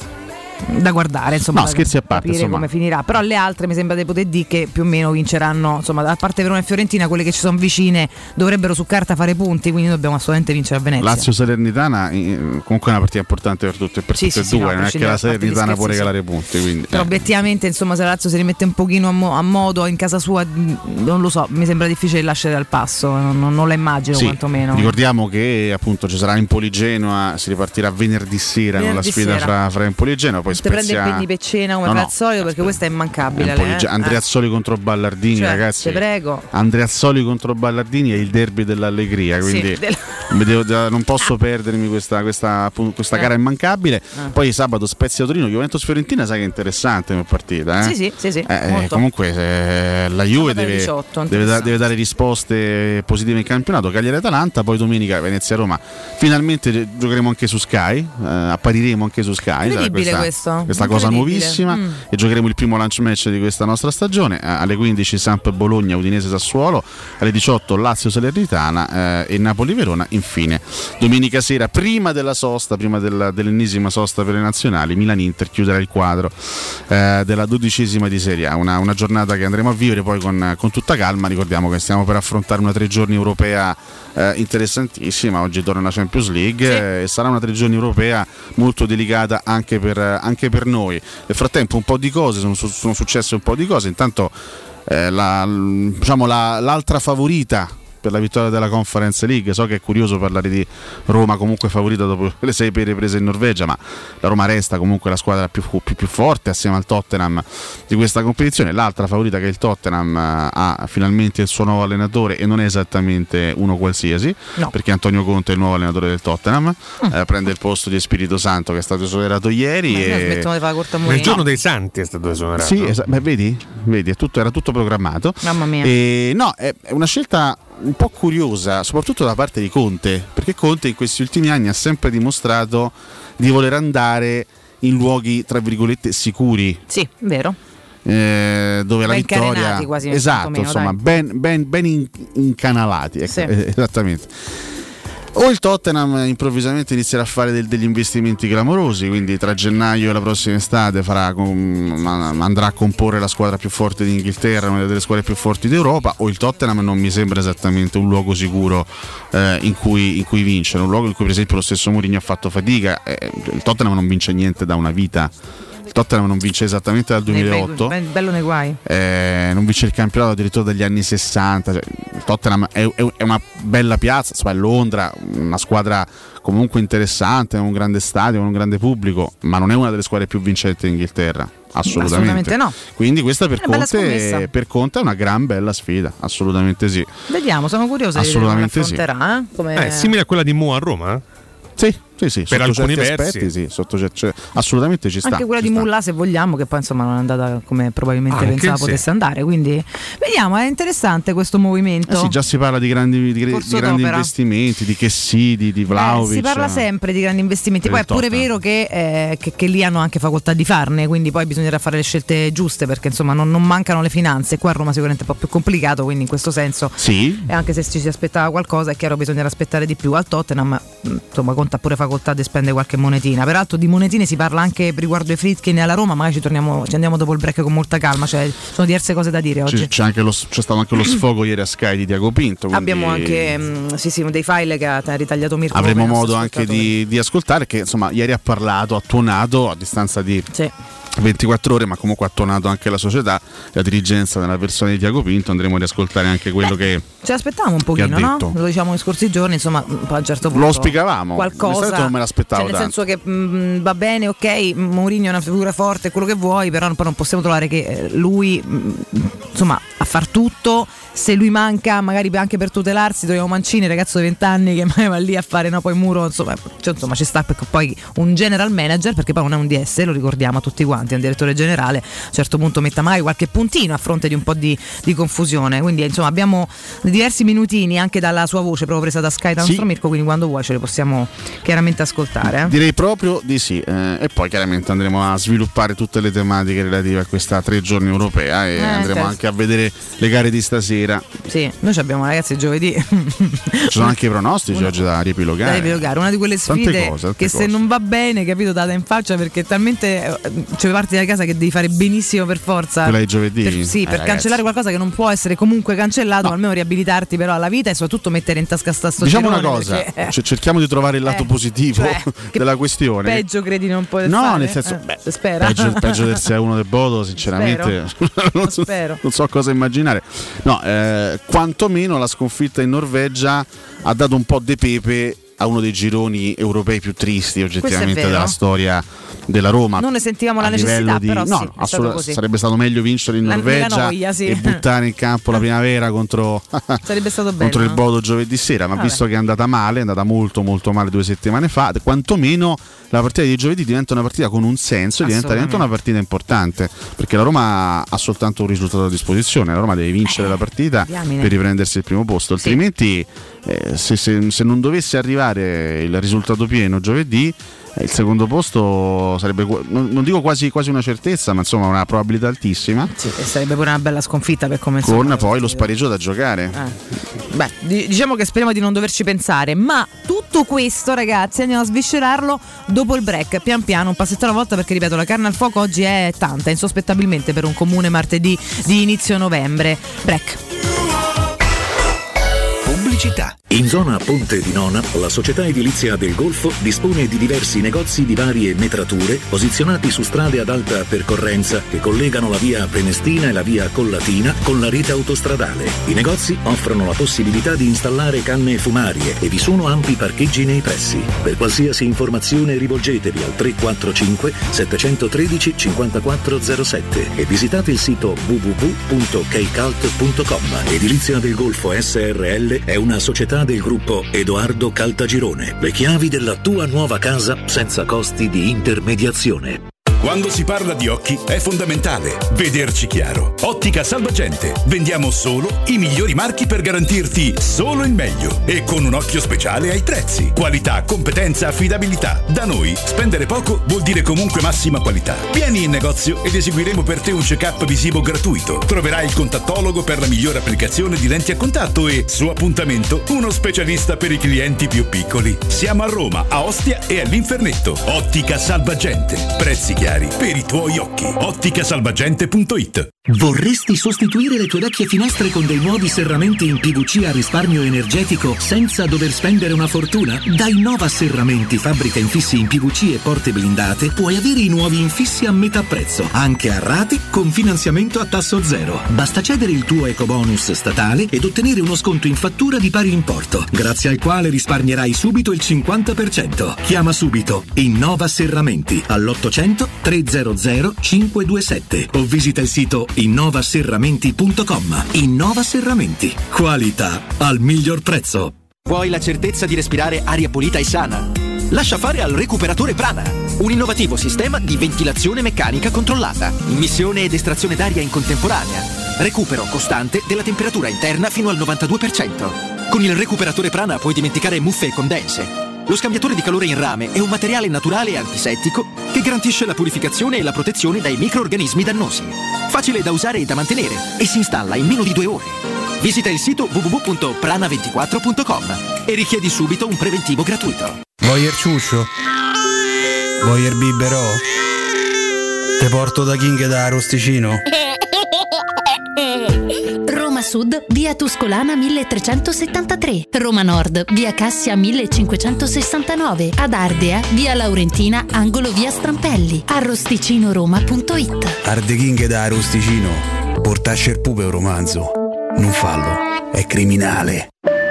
Speaker 4: da guardare, insomma,
Speaker 7: no, scherzi a parte,
Speaker 4: capire
Speaker 7: insomma.
Speaker 4: come finirà. Però le altre mi sembra di poter dire che più o meno vinceranno, insomma, a parte Verona e Fiorentina, quelle che ci sono vicine dovrebbero su carta fare punti, quindi dobbiamo assolutamente vincere a Venezia.
Speaker 7: Lazio Salernitana comunque è una partita importante per tutte, per
Speaker 4: sì,
Speaker 7: tutte
Speaker 4: sì,
Speaker 7: e due,
Speaker 4: sì, no,
Speaker 7: non è che la Salernitana può regalare sì. punti, quindi,
Speaker 4: però
Speaker 7: eh.
Speaker 4: obiettivamente insomma se la Lazio si rimette un pochino a, mo- a modo in casa sua, non lo so, mi sembra difficile lasciare al passo, non, non, non la immagino,
Speaker 7: sì,
Speaker 4: quantomeno.
Speaker 7: Ricordiamo che appunto ci sarà Empoli Genoa, si ripartirà venerdì sera con la sfida fra, fra Empoli e Genoa, poi Spezia
Speaker 4: per cena come
Speaker 7: no, no,
Speaker 4: Palazzoli, perché questa è immancabile.
Speaker 7: Empoli,
Speaker 4: eh?
Speaker 7: Andreazzoli eh. contro Ballardini,
Speaker 4: cioè,
Speaker 7: ragazzi.
Speaker 4: Te prego.
Speaker 7: Andreazzoli contro Ballardini è il derby dell'allegria, quindi
Speaker 4: sì, del...
Speaker 7: devo, non posso perdermi questa, questa, questa
Speaker 4: eh.
Speaker 7: gara immancabile.
Speaker 4: Eh.
Speaker 7: Poi sabato Spezia Torino, Juventus Fiorentina, sai che è interessante come partita. Eh?
Speaker 4: Sì, sì, sì, sì,
Speaker 7: eh, comunque eh, la Juve deve,
Speaker 4: diciotto,
Speaker 7: deve, da, deve dare risposte positive in campionato. Cagliari Atalanta, poi domenica Venezia Roma. Finalmente giocheremo anche su Sky, eh, appariremo anche su Sky.
Speaker 4: Incredibile
Speaker 7: questa,
Speaker 4: questo.
Speaker 7: questa cosa nuovissima. Mm. E giocheremo il primo lunch match di questa nostra stagione. Eh, alle quindici Samp Bologna, Udinese Sassuolo, alle diciotto Lazio Salernitana eh, e Napoli Verona. Infine domenica sera, prima della sosta, prima della, dell'ennesima sosta per le nazionali, Milan Inter chiuderà il quadro eh, della dodicesima di Serie A, una, una giornata che andremo a vivere poi con, con tutta calma. Ricordiamo che stiamo per affrontare una tre giorni europea eh, interessantissima. Oggi torna la Champions League, sì. eh, e sarà una tre giorni europea molto delicata anche per, anche per noi. Nel frattempo un po' di cose sono, sono successe, un po' di cose. Intanto eh, la, diciamo la, l'altra favorita per la vittoria della Conference League, so che è curioso parlare di Roma comunque favorita dopo le sei pere prese in Norvegia, ma la Roma resta comunque la squadra più, più, più forte assieme al Tottenham di questa competizione. L'altra favorita, che è il Tottenham, ha finalmente il suo nuovo allenatore, e non è esattamente uno qualsiasi, no. perché Antonio Conte è il nuovo allenatore del Tottenham, mm. eh, prende il posto di Spirito Santo, che è stato esonerato ieri.
Speaker 4: Ma
Speaker 7: e...
Speaker 4: di fare la corta
Speaker 6: nel giorno dei Santi è stato esonerato.
Speaker 7: Sì, es- beh, vedi, vedi è tutto, era tutto programmato.
Speaker 4: Mamma mia.
Speaker 7: E, no, è, è una scelta un po' curiosa, soprattutto da parte di Conte, perché Conte in questi ultimi anni ha sempre dimostrato di voler andare in luoghi tra virgolette sicuri.
Speaker 4: Sì, vero.
Speaker 7: Eh, dove ben la vittoria
Speaker 4: quasi,
Speaker 7: esatto,
Speaker 4: meno,
Speaker 7: insomma, ben, ben, ben in, incanalati, ecco,
Speaker 4: sì.
Speaker 7: eh, esattamente. O il Tottenham improvvisamente inizierà a fare del, degli investimenti clamorosi, quindi tra gennaio e la prossima estate farà, andrà a comporre la squadra più forte d'Inghilterra, una delle squadre più forti d'Europa. O il Tottenham non mi sembra esattamente un luogo sicuro eh, in, cui, in cui vincere, un luogo in cui per esempio lo stesso Mourinho ha fatto fatica. Eh, il Tottenham non vince niente da una vita. Il Tottenham non vince esattamente dal duemilaotto,
Speaker 4: be- bello nei guai.
Speaker 7: Eh, non vince il campionato addirittura dagli anni sessanta. Cioè, il Tottenham è, è, è una bella piazza, insomma, è Londra, una squadra comunque interessante, un grande stadio, un grande pubblico, ma non è una delle squadre più vincenti d'Inghilterra. Assolutamente,
Speaker 4: assolutamente no.
Speaker 7: Quindi questa per Conte, per Conte è una gran bella sfida, assolutamente sì.
Speaker 4: Vediamo, sono curiosa
Speaker 7: assolutamente
Speaker 4: di vedere come affronterà.
Speaker 6: Sì. Eh, simile a quella di Mo a Roma?
Speaker 7: Sì. Sì, sì,
Speaker 6: per alcuni
Speaker 7: certi
Speaker 6: versi.
Speaker 7: aspetti, sì, sotto, cioè, assolutamente ci sta.
Speaker 4: Anche quella
Speaker 7: ci
Speaker 4: di
Speaker 7: sta.
Speaker 4: Mulla, se vogliamo, che poi insomma non è andata come probabilmente
Speaker 6: Anche
Speaker 4: pensava
Speaker 6: sì.
Speaker 4: potesse andare. Quindi vediamo, è interessante questo movimento.
Speaker 7: Eh sì, già si parla di grandi, di, di
Speaker 4: Corso
Speaker 7: grandi
Speaker 4: d'opera.
Speaker 7: investimenti, di Chessy, di Vlahovic.
Speaker 4: Eh, si parla sempre di grandi investimenti,
Speaker 7: per
Speaker 4: poi è
Speaker 7: il
Speaker 4: pure
Speaker 7: Tottenham.
Speaker 4: vero che, eh, che, che lì hanno anche facoltà di farne, quindi poi bisognerà fare le scelte giuste, perché insomma non, non mancano le finanze. Qua a Roma sicuramente è un po' più complicato, quindi in questo senso
Speaker 7: Sì.
Speaker 4: e anche se ci si aspettava qualcosa, è chiaro che bisognerà aspettare di più. Al Tottenham mh, insomma conta pure facoltà di spendere qualche monetina. Peraltro di monetine si parla anche riguardo ai Friedkin e alla Roma, magari ci torniamo, ci andiamo dopo il break con molta calma, cioè sono diverse cose da dire oggi.
Speaker 7: C'è, c'è, anche lo, c'è stato anche lo sfogo ieri a Sky di Tiago Pinto. quindi
Speaker 4: Abbiamo anche mh, sì, sì, dei file che ha ritagliato Mirko.
Speaker 7: avremo
Speaker 4: come
Speaker 7: modo
Speaker 4: nostro
Speaker 7: anche
Speaker 4: ascoltatore.
Speaker 7: di, di ascoltare, che insomma ieri ha parlato, ha tuonato a distanza di
Speaker 4: Sì.
Speaker 7: ventiquattro ore, ma comunque ha tonato anche la società, la dirigenza nella persona di Tiago Pinto. Andremo a riascoltare anche quello
Speaker 4: Eh,
Speaker 7: che
Speaker 4: ci aspettavamo un pochino,
Speaker 7: ha
Speaker 4: no?
Speaker 7: detto.
Speaker 4: Lo diciamo nei scorsi giorni, insomma, poi a un certo punto
Speaker 7: lo spiegavamo.
Speaker 4: qualcosa,
Speaker 7: Onestamente non me l'aspettavo
Speaker 4: cioè, nel
Speaker 7: tanto.
Speaker 4: senso che mh, va bene, ok, Mourinho è una figura forte, quello che vuoi, però poi non possiamo trovare che eh, lui mh, insomma a far tutto. Se lui manca, magari anche per tutelarsi, troviamo Mancini, ragazzo di venti anni che mai va lì a fare no, poi muro, insomma, cioè, insomma ci sta perché poi un general manager, perché poi non è un D S, lo ricordiamo a tutti quanti, è un direttore generale, a un certo punto metta magari qualche puntino a fronte di un po' di, di confusione. Quindi insomma abbiamo diversi minutini anche dalla sua voce proprio presa da Sky da
Speaker 7: Sì.
Speaker 4: nostro Mirko, quindi quando vuoi ce le possiamo chiaramente ascoltare. eh.
Speaker 7: Direi proprio di sì, eh, e poi chiaramente andremo a sviluppare tutte le tematiche relative a questa tre giorni europea e
Speaker 4: Eh,
Speaker 7: andremo
Speaker 4: certo.
Speaker 7: anche a vedere le gare di stasera.
Speaker 4: Sì, noi ci abbiamo ragazzi giovedì.
Speaker 7: Ci sono anche i pronostici oggi da riepilogare.
Speaker 4: Da riepilogare, una di quelle
Speaker 7: Tante
Speaker 4: sfide
Speaker 7: cose, tante
Speaker 4: che se
Speaker 7: cose.
Speaker 4: non va bene, capito, data in faccia, perché talmente eh, c'è parti da casa che devi fare benissimo per forza.
Speaker 7: Quella di giovedì?
Speaker 4: Per, sì,
Speaker 7: Eh,
Speaker 4: per
Speaker 7: ragazzi.
Speaker 4: cancellare qualcosa che non può essere comunque cancellato,
Speaker 7: No.
Speaker 4: ma almeno riabilitarti però alla vita e soprattutto mettere in tasca sta sto
Speaker 7: Diciamo una
Speaker 4: girone,
Speaker 7: cosa,
Speaker 4: perché,
Speaker 7: c- cerchiamo di trovare il lato
Speaker 4: eh,
Speaker 7: positivo
Speaker 4: cioè, che
Speaker 7: della questione.
Speaker 4: Peggio credi non può
Speaker 7: No,
Speaker 4: fare?
Speaker 7: nel senso,
Speaker 4: Eh,
Speaker 7: beh,
Speaker 4: si spera.
Speaker 7: peggio, peggio del sei a uno del Bodo, sinceramente, non, so,
Speaker 4: Spero.
Speaker 7: non so cosa immaginare. No, eh, quantomeno la sconfitta in Norvegia ha dato un po' de pepe a uno dei gironi europei più tristi oggettivamente
Speaker 4: vero.
Speaker 7: della storia della Roma.
Speaker 4: Non ne sentivamo la
Speaker 7: A livello
Speaker 4: necessità,
Speaker 7: di-
Speaker 4: però
Speaker 7: no,
Speaker 4: sì, è
Speaker 7: assolut-
Speaker 4: stato così.
Speaker 7: sarebbe stato meglio vincere in
Speaker 4: La-
Speaker 7: Norvegia
Speaker 4: nella noia, sì.
Speaker 7: e buttare in campo la primavera contro,
Speaker 4: Sarebbe stato bello.
Speaker 7: contro il
Speaker 4: no?
Speaker 7: Bodo giovedì sera, ma
Speaker 4: Vabbè.
Speaker 7: visto che è andata male, è andata molto molto male due settimane fa, quantomeno la partita di giovedì diventa una partita con un senso, diventa, diventa una partita importante, perché la Roma ha soltanto un risultato a disposizione, la Roma deve vincere
Speaker 4: Eh,
Speaker 7: la partita
Speaker 4: diamine.
Speaker 7: per riprendersi il primo posto,
Speaker 4: Sì.
Speaker 7: altrimenti eh, se, se- se non dovesse arrivare il risultato pieno giovedì, eh, il secondo posto sarebbe, qu- non, non dico quasi, quasi una certezza, ma insomma una probabilità altissima,
Speaker 4: Sì, e sarebbe pure una bella sconfitta per come
Speaker 7: con
Speaker 4: insomma,
Speaker 7: poi lo spareggio da giocare.
Speaker 4: Eh. Beh, di- diciamo che speriamo di non doverci pensare, ma tutto questo, ragazzi, andiamo a sviscerarlo dopo il break, pian piano, un passetto alla volta, perché ripeto, la carne al fuoco oggi è tanta, insospettabilmente per un comune martedì di inizio novembre. Break.
Speaker 10: Pubblicità. In zona Ponte di Nona, la società edilizia del Golfo dispone di diversi negozi di varie metrature posizionati su strade ad alta percorrenza che collegano la via Prenestina e la via Collatina con la rete autostradale. I negozi offrono la possibilità di installare canne fumarie e vi sono ampi parcheggi nei pressi. Per qualsiasi informazione rivolgetevi al tre quattro cinque sette uno tre cinque quattro zero sette e visitate il sito w w w punto keicalt punto com. Edilizia del Golfo S R L è una società del gruppo Edoardo Caltagirone. Le chiavi della tua nuova casa senza costi di intermediazione.
Speaker 11: Quando si parla di occhi è fondamentale vederci chiaro. Ottica Salvagente. Vendiamo solo i migliori marchi per garantirti solo il meglio e con un occhio speciale ai prezzi. Qualità, competenza, affidabilità. Da noi spendere poco vuol dire comunque massima qualità. Vieni in negozio ed eseguiremo per te un check-up visivo gratuito. Troverai il contattologo per la migliore applicazione di lenti a contatto e, su appuntamento, uno specialista per i clienti più piccoli. Siamo a Roma, a Ostia e all'Infernetto. Ottica Salvagente. Prezzi chiari per i tuoi occhi. ottica salvagente punto it.
Speaker 10: Vorresti sostituire le tue vecchie finestre con dei nuovi serramenti in P V C a risparmio energetico senza dover spendere una fortuna? Da Innova Serramenti, fabbrica infissi in P V C e porte blindate, puoi avere i nuovi infissi a metà prezzo, anche a rate con finanziamento a tasso zero. Basta cedere il tuo ecobonus statale ed ottenere uno sconto in fattura di pari importo, grazie al quale risparmierai subito il cinquanta per cento. Chiama subito Innova Serramenti all'ottocento trecento cinque due sette o visita il sito innova serramenti punto com. Innova Serramenti. Qualità al miglior prezzo.
Speaker 12: Vuoi la certezza di respirare aria pulita e sana? Lascia fare al recuperatore Prana, un innovativo sistema di ventilazione meccanica controllata, immissione ed estrazione d'aria in contemporanea, recupero costante della temperatura interna fino al novantadue per cento. Con il recuperatore Prana puoi dimenticare muffe e condense. Lo scambiatore di calore in rame è un materiale naturale e antisettico che garantisce la purificazione e la protezione dai microrganismi dannosi. Facile da usare e da mantenere e si installa in meno di due ore. Visita il sito w w w punto prana ventiquattro punto com e richiedi subito un preventivo gratuito.
Speaker 13: Voyer ciuscio? Voyer biberò? Te porto da King da Arosticino?
Speaker 14: Roma Sud, via Tuscolana milletrecentosettantatré. Roma Nord, via Cassia millecinquecentosessantanove. Ad Ardea, via Laurentina, angolo via Strampelli. arrosticinoroma punto it.
Speaker 13: Arde King da Arosticino. Portasce il pupe un romanzo. Non fallo, è criminale.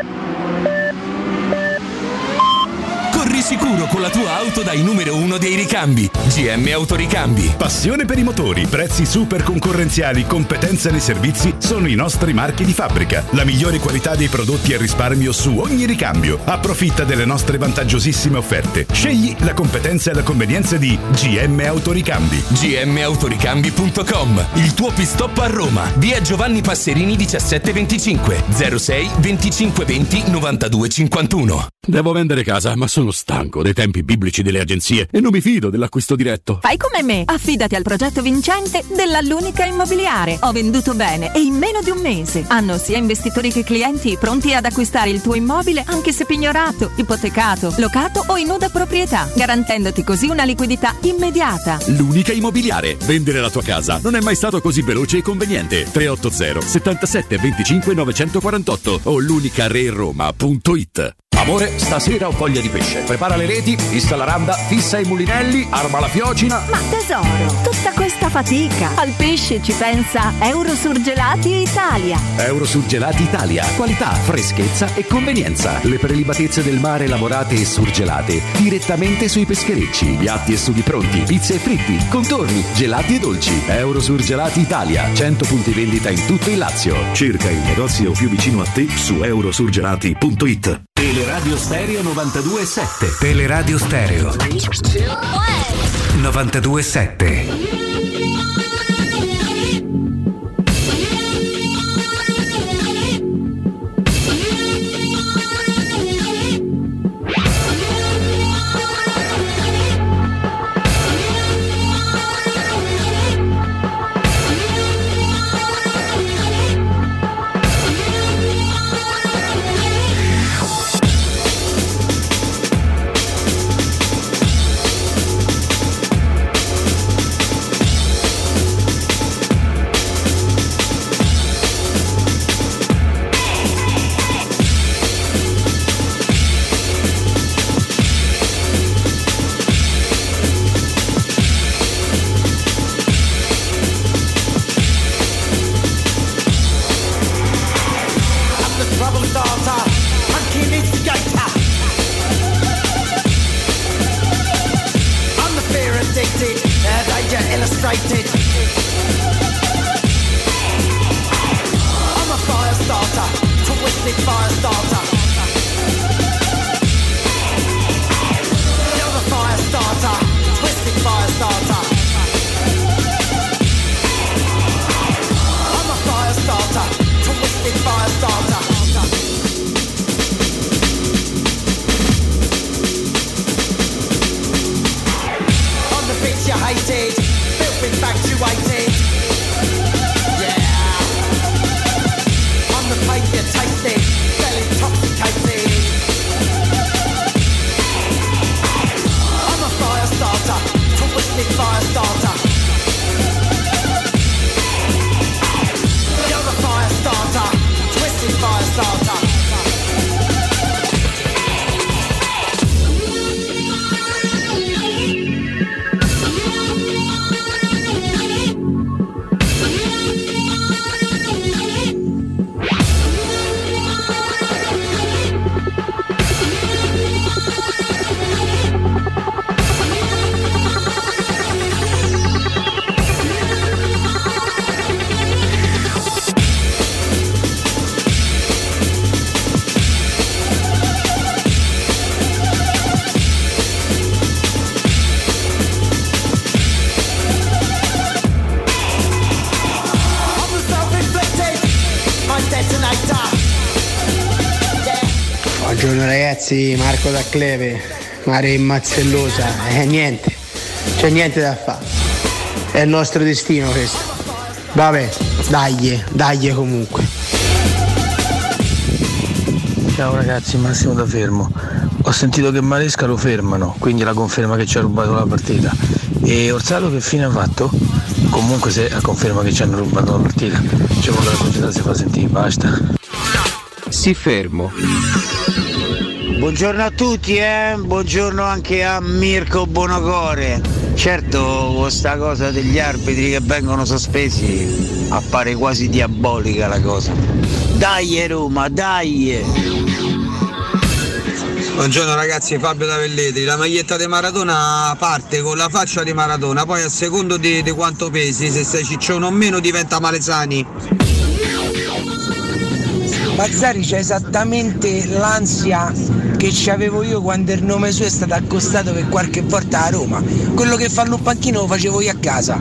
Speaker 15: Corri sicuro con la tua auto dai numero uno dei ricambi. G M Autoricambi.
Speaker 11: Passione per i motori, prezzi super concorrenziali, competenza nei servizi sono i nostri marchi di fabbrica. La migliore qualità dei prodotti e risparmio su ogni ricambio. Approfitta delle nostre vantaggiosissime offerte. Scegli la competenza e la convenienza di G M Autoricambi.
Speaker 15: G M Autoricambi punto com. Il tuo pit-stop a Roma. Via Giovanni Passerini diciassette venticinque zero sei venticinque venti novantadue cinquantuno.
Speaker 16: Devo vendere casa, ma sono stanco dei tempi biblici delle agenzie e non mi fido dell'acquisto diretto.
Speaker 2: Fai come me, affidati al progetto vincente della L'Unica Immobiliare. Ho venduto bene e in meno di un mese. Hanno sia investitori che clienti pronti ad acquistare il tuo immobile anche se pignorato, ipotecato, locato o in nuda proprietà, garantendoti così una liquidità immediata.
Speaker 16: L'Unica Immobiliare. Vendere la tua casa non è mai stato così veloce e conveniente. tre otto zero settantasette venticinque novecentoquarantotto o l'unicareroma punto it.
Speaker 17: Amore, stasera ho voglia di pesce. Prepara le reti, fissa la randa, fissa i mulinelli, arma la fiocina.
Speaker 2: Ma tesoro, tutta questa fatica. Al pesce ci pensa Eurosurgelati Italia.
Speaker 17: Eurosurgelati Italia. Qualità, freschezza e convenienza. Le prelibatezze del mare lavorate e surgelate direttamente sui pescherecci. Piatti e sughi pronti, pizze e fritti, contorni, gelati e dolci. Eurosurgelati Italia. cento punti vendita in tutto il Lazio.
Speaker 10: Cerca il negozio più vicino a te su eurosurgelati punto it.
Speaker 18: Teleradio Stereo novantadue virgola sette. Teleradio Stereo novantadue virgola sette.
Speaker 19: Buongiorno ragazzi, Marco da Cleve, mare in Mazzellosa, eh niente, c'è niente da fare, è il nostro destino questo, vabbè, dai, dai comunque.
Speaker 8: Ciao ragazzi, Massimo da Fermo. Ho sentito che Maresca lo fermano, quindi la conferma che ci ha rubato la partita. E Orsato che fine ha fatto? Comunque se conferma che ci hanno rubato la partita, c'è quello la società si fa sentire, basta.
Speaker 5: Si fermo.
Speaker 19: Buongiorno a tutti, eh? Buongiorno anche a Mirko Bonocore. Certo, questa cosa degli arbitri che vengono sospesi appare quasi diabolica la cosa. Dai Roma, dai!
Speaker 20: Buongiorno ragazzi, Fabio da Velletri. La maglietta di Maradona parte con la faccia di Maradona, poi a secondo di, di quanto pesi, se sei ciccione o meno diventa Malesani.
Speaker 19: Mazzari c'ha esattamente l'ansia che c'avevo io quando il nome suo è stato accostato per qualche volta a Roma. Quello che fanno un panchino lo facevo io a casa.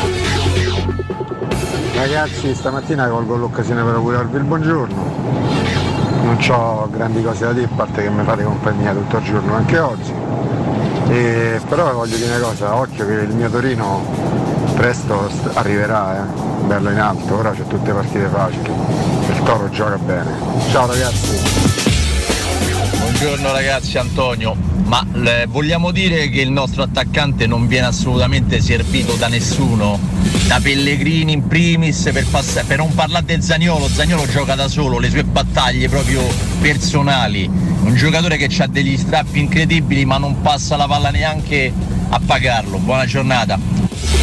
Speaker 21: Ragazzi, stamattina colgo l'occasione per augurarvi il buongiorno. Non ho grandi cose da dire, a parte che mi fate compagnia tutto il giorno, anche oggi. E, però voglio dire una cosa, occhio che il mio Torino presto st- arriverà, eh. Bello in alto, ora c'è tutte partite facili. Il Toro gioca bene. Ciao ragazzi.
Speaker 22: Buongiorno ragazzi, Antonio. Ma le, vogliamo dire che il nostro attaccante non viene assolutamente servito da nessuno? Da Pellegrini in primis, per, pass- per non parlare del Zaniolo. Zaniolo gioca da solo, le sue battaglie proprio personali. Un giocatore che ha degli strappi incredibili ma non passa la palla neanche a pagarlo. Buona giornata.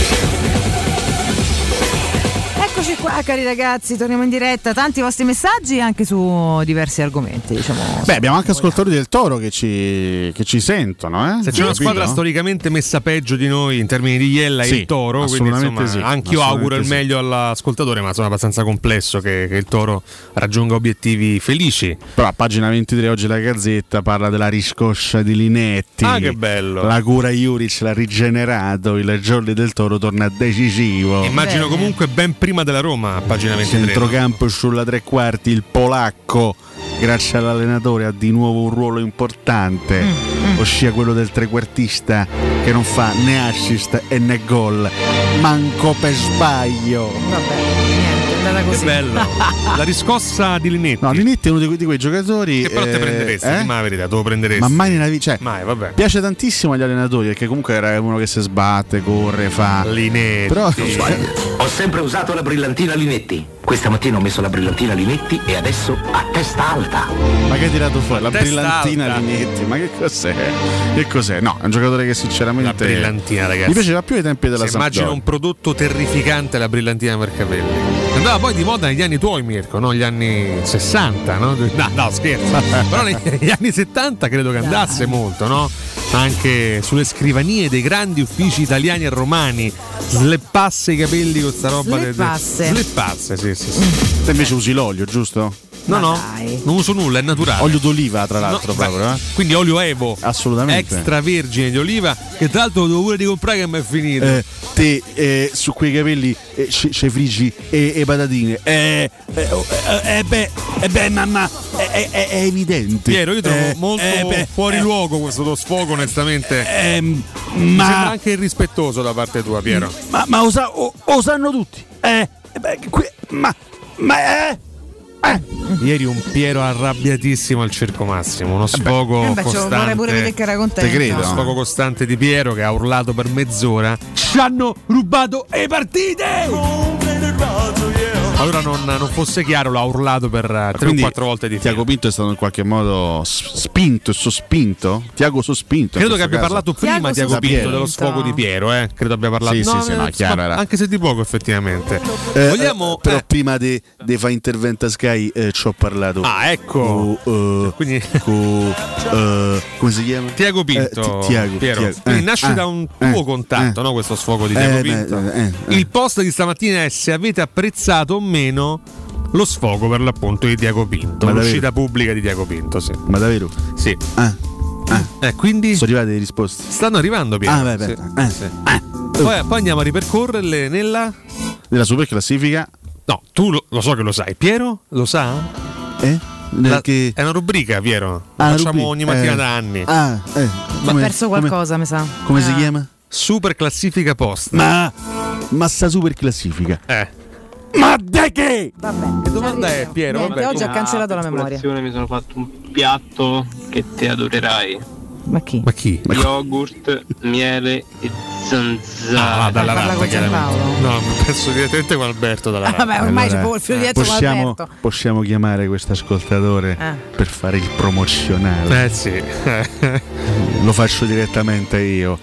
Speaker 4: Eccoci qua cari ragazzi, torniamo in diretta, tanti vostri messaggi anche su diversi argomenti, diciamo.
Speaker 7: Beh, abbiamo anche ascoltatori del Toro che ci, che ci sentono, eh?
Speaker 6: Se c'è una squadra storicamente messa peggio di noi in termini di Iella e
Speaker 7: sì,
Speaker 6: il Toro, quindi insomma
Speaker 7: sì,
Speaker 6: anch'io auguro il meglio all'ascoltatore, ma sono abbastanza complesso che, che il Toro raggiunga obiettivi felici.
Speaker 7: Però a pagina ventitré oggi la Gazzetta parla della riscossa di Linetti.
Speaker 6: Ah, che bello.
Speaker 7: La cura Juric l'ha rigenerato, il Jolly del Toro torna decisivo.
Speaker 6: Immagino Bene. Comunque ben prima della Roma, a pagina ventitré.
Speaker 7: Centrocampo sulla tre quarti, il polacco, grazie all'allenatore, ha di nuovo un ruolo importante, mm, mm. ossia quello del trequartista che non fa né assist e né gol, manco per sbaglio.
Speaker 4: Vabbè, niente, è andata così.
Speaker 6: Che bello. La riscossa di Linetti.
Speaker 7: No, Linetti è uno di quei, di quei giocatori
Speaker 6: che però
Speaker 7: eh,
Speaker 6: te prenderesti,
Speaker 7: eh?
Speaker 6: ma la verità, te lo prenderesti.
Speaker 7: Ma mai nella vita, cioè,
Speaker 6: mai, vabbè.
Speaker 7: Piace tantissimo agli allenatori perché comunque era uno che si sbatte, corre, fa
Speaker 6: Linetti.
Speaker 7: Però
Speaker 23: ho sempre usato la brillantina Linetti. Questa mattina ho messo la brillantina Linetti e adesso a testa alta.
Speaker 7: Ma che hai tirato fuori? La
Speaker 6: testa
Speaker 7: brillantina
Speaker 6: alta.
Speaker 7: Linetti, ma che cos'è? Che cos'è? No, è un giocatore che sinceramente.
Speaker 6: La brillantina, ragazzi.
Speaker 7: Mi piaceva più ai tempi della
Speaker 6: Sampdoria. Immagino un prodotto terrificante, la brillantina per capelli. Andava poi di moda negli anni tuoi, Mirko, no? Gli anni sessanta, no? No, no, scherzo. Però negli anni settanta credo che andasse molto, no? Anche sulle scrivanie dei grandi uffici italiani e romani. Sleppasse i capelli con sta roba.
Speaker 4: Sleppasse.
Speaker 6: Sleppasse, sì, sì, sì.
Speaker 7: Te invece usi l'olio, giusto?
Speaker 6: No,
Speaker 4: Ma
Speaker 6: no,
Speaker 4: dai.
Speaker 6: non uso nulla, è naturale.
Speaker 7: Olio d'oliva, tra l'altro,
Speaker 6: No,
Speaker 7: proprio.
Speaker 6: beh,
Speaker 7: Eh?
Speaker 6: Quindi olio Evo.
Speaker 7: Assolutamente.
Speaker 6: Extravergine di oliva, che tra l'altro lo devo pure di comprare che mi è finito.
Speaker 7: Eh, te eh, su quei capelli eh, c'è frigi e, e patatine. Eh, eh, oh, eh, eh, beh, eh, beh, mamma, è, è, è evidente.
Speaker 6: Piero, io trovo
Speaker 7: eh,
Speaker 6: molto
Speaker 7: eh, beh,
Speaker 6: fuori
Speaker 7: eh,
Speaker 6: luogo questo tuo sfogo, onestamente.
Speaker 7: Eh,
Speaker 6: Mi
Speaker 7: ma,
Speaker 6: sembra anche irrispettoso da parte tua, Piero.
Speaker 7: ma, ma lo, sa, o, lo sanno tutti. Eh, eh, beh, qui, ma, ma eh. Eh.
Speaker 6: Ieri un Piero arrabbiatissimo al Circo Massimo, uno sfogo
Speaker 4: Eh beh, cioè,
Speaker 6: costante.
Speaker 4: vorrei pure vedere che era contento.
Speaker 7: Te credo.
Speaker 6: Uno sfogo costante di Piero che ha urlato per mezz'ora. Ci hanno rubato le partite! Allora non, non fosse chiaro, l'ha urlato per tre o quattro volte di
Speaker 7: Tiago Pinto è stato in qualche modo spinto e sospinto. Tiago sospinto.
Speaker 6: Credo che abbia
Speaker 7: caso.
Speaker 6: parlato prima
Speaker 4: Tiago
Speaker 6: Tiago Pinto
Speaker 4: Pinto.
Speaker 6: dello sfogo di Piero, eh. Credo abbia parlato.
Speaker 7: Sì, sì, sì, no,
Speaker 6: eh,
Speaker 7: chiaro era.
Speaker 6: Anche se di poco effettivamente.
Speaker 7: Eh,
Speaker 6: Vogliamo
Speaker 7: eh, però
Speaker 6: eh,
Speaker 7: prima di fare intervento a Sky eh, ci ho parlato.
Speaker 6: Ah, ecco.
Speaker 7: Con, eh,
Speaker 6: Quindi
Speaker 7: con, eh, come si chiama?
Speaker 6: Tiago Pinto,
Speaker 7: Eh, ti- Tiago,
Speaker 6: Piero.
Speaker 7: Tiago.
Speaker 6: Quindi
Speaker 7: Eh,
Speaker 6: nasce
Speaker 7: eh,
Speaker 6: da un tuo
Speaker 7: eh,
Speaker 6: contatto,
Speaker 7: eh.
Speaker 6: no? Questo sfogo di Tiago
Speaker 7: Eh,
Speaker 6: Pinto.
Speaker 7: beh, eh, eh.
Speaker 6: Il post di stamattina è se avete apprezzato o meno lo sfogo per l'appunto di Tiago Pinto,
Speaker 7: Ma
Speaker 6: l'uscita
Speaker 7: davvero?
Speaker 6: pubblica di Tiago Pinto, sì.
Speaker 7: Ma davvero?
Speaker 6: Sì.
Speaker 7: Ah, ah.
Speaker 6: Eh, quindi
Speaker 7: Sono arrivate le risposte.
Speaker 6: stanno arrivando, Piero.
Speaker 7: Ah, beh, beh.
Speaker 6: Sì,
Speaker 7: Eh,
Speaker 6: sì.
Speaker 7: eh.
Speaker 6: Poi, poi andiamo a ripercorrerle nella.
Speaker 7: Nella super classifica.
Speaker 6: No, tu lo, lo so che lo sai. Piero lo sa?
Speaker 7: Eh?
Speaker 6: La, che... È una rubrica, Piero. La ah, facciamo rubrica. ogni mattina
Speaker 7: eh.
Speaker 6: da anni.
Speaker 7: Ah, eh.
Speaker 4: Ho perso qualcosa,
Speaker 7: come,
Speaker 4: mi sa.
Speaker 7: Come
Speaker 4: ah.
Speaker 7: si chiama?
Speaker 6: Super classifica post.
Speaker 7: Ma ma sta super classifica.
Speaker 6: Eh.
Speaker 7: Ma da che?
Speaker 4: Vabbè.
Speaker 6: Che domanda è, Piero?
Speaker 4: Niente,
Speaker 6: Vabbè,
Speaker 4: oggi ha cancellato la memoria.
Speaker 1: Mi sono fatto un piatto che te adorerai.
Speaker 4: Ma chi?
Speaker 6: Ma chi?
Speaker 1: Yogurt, miele e zanzara.
Speaker 6: Ah, dalla
Speaker 4: Parla con Giampaolo.
Speaker 6: No, penso direttamente con Alberto dalla
Speaker 4: ah, vabbè, ormai allora, c'è il filo diretto
Speaker 7: possiamo,
Speaker 4: con Alberto.
Speaker 7: Possiamo chiamare questo ascoltatore
Speaker 4: eh.
Speaker 7: per fare il promozionale.
Speaker 6: Eh sì.
Speaker 7: Lo faccio direttamente io.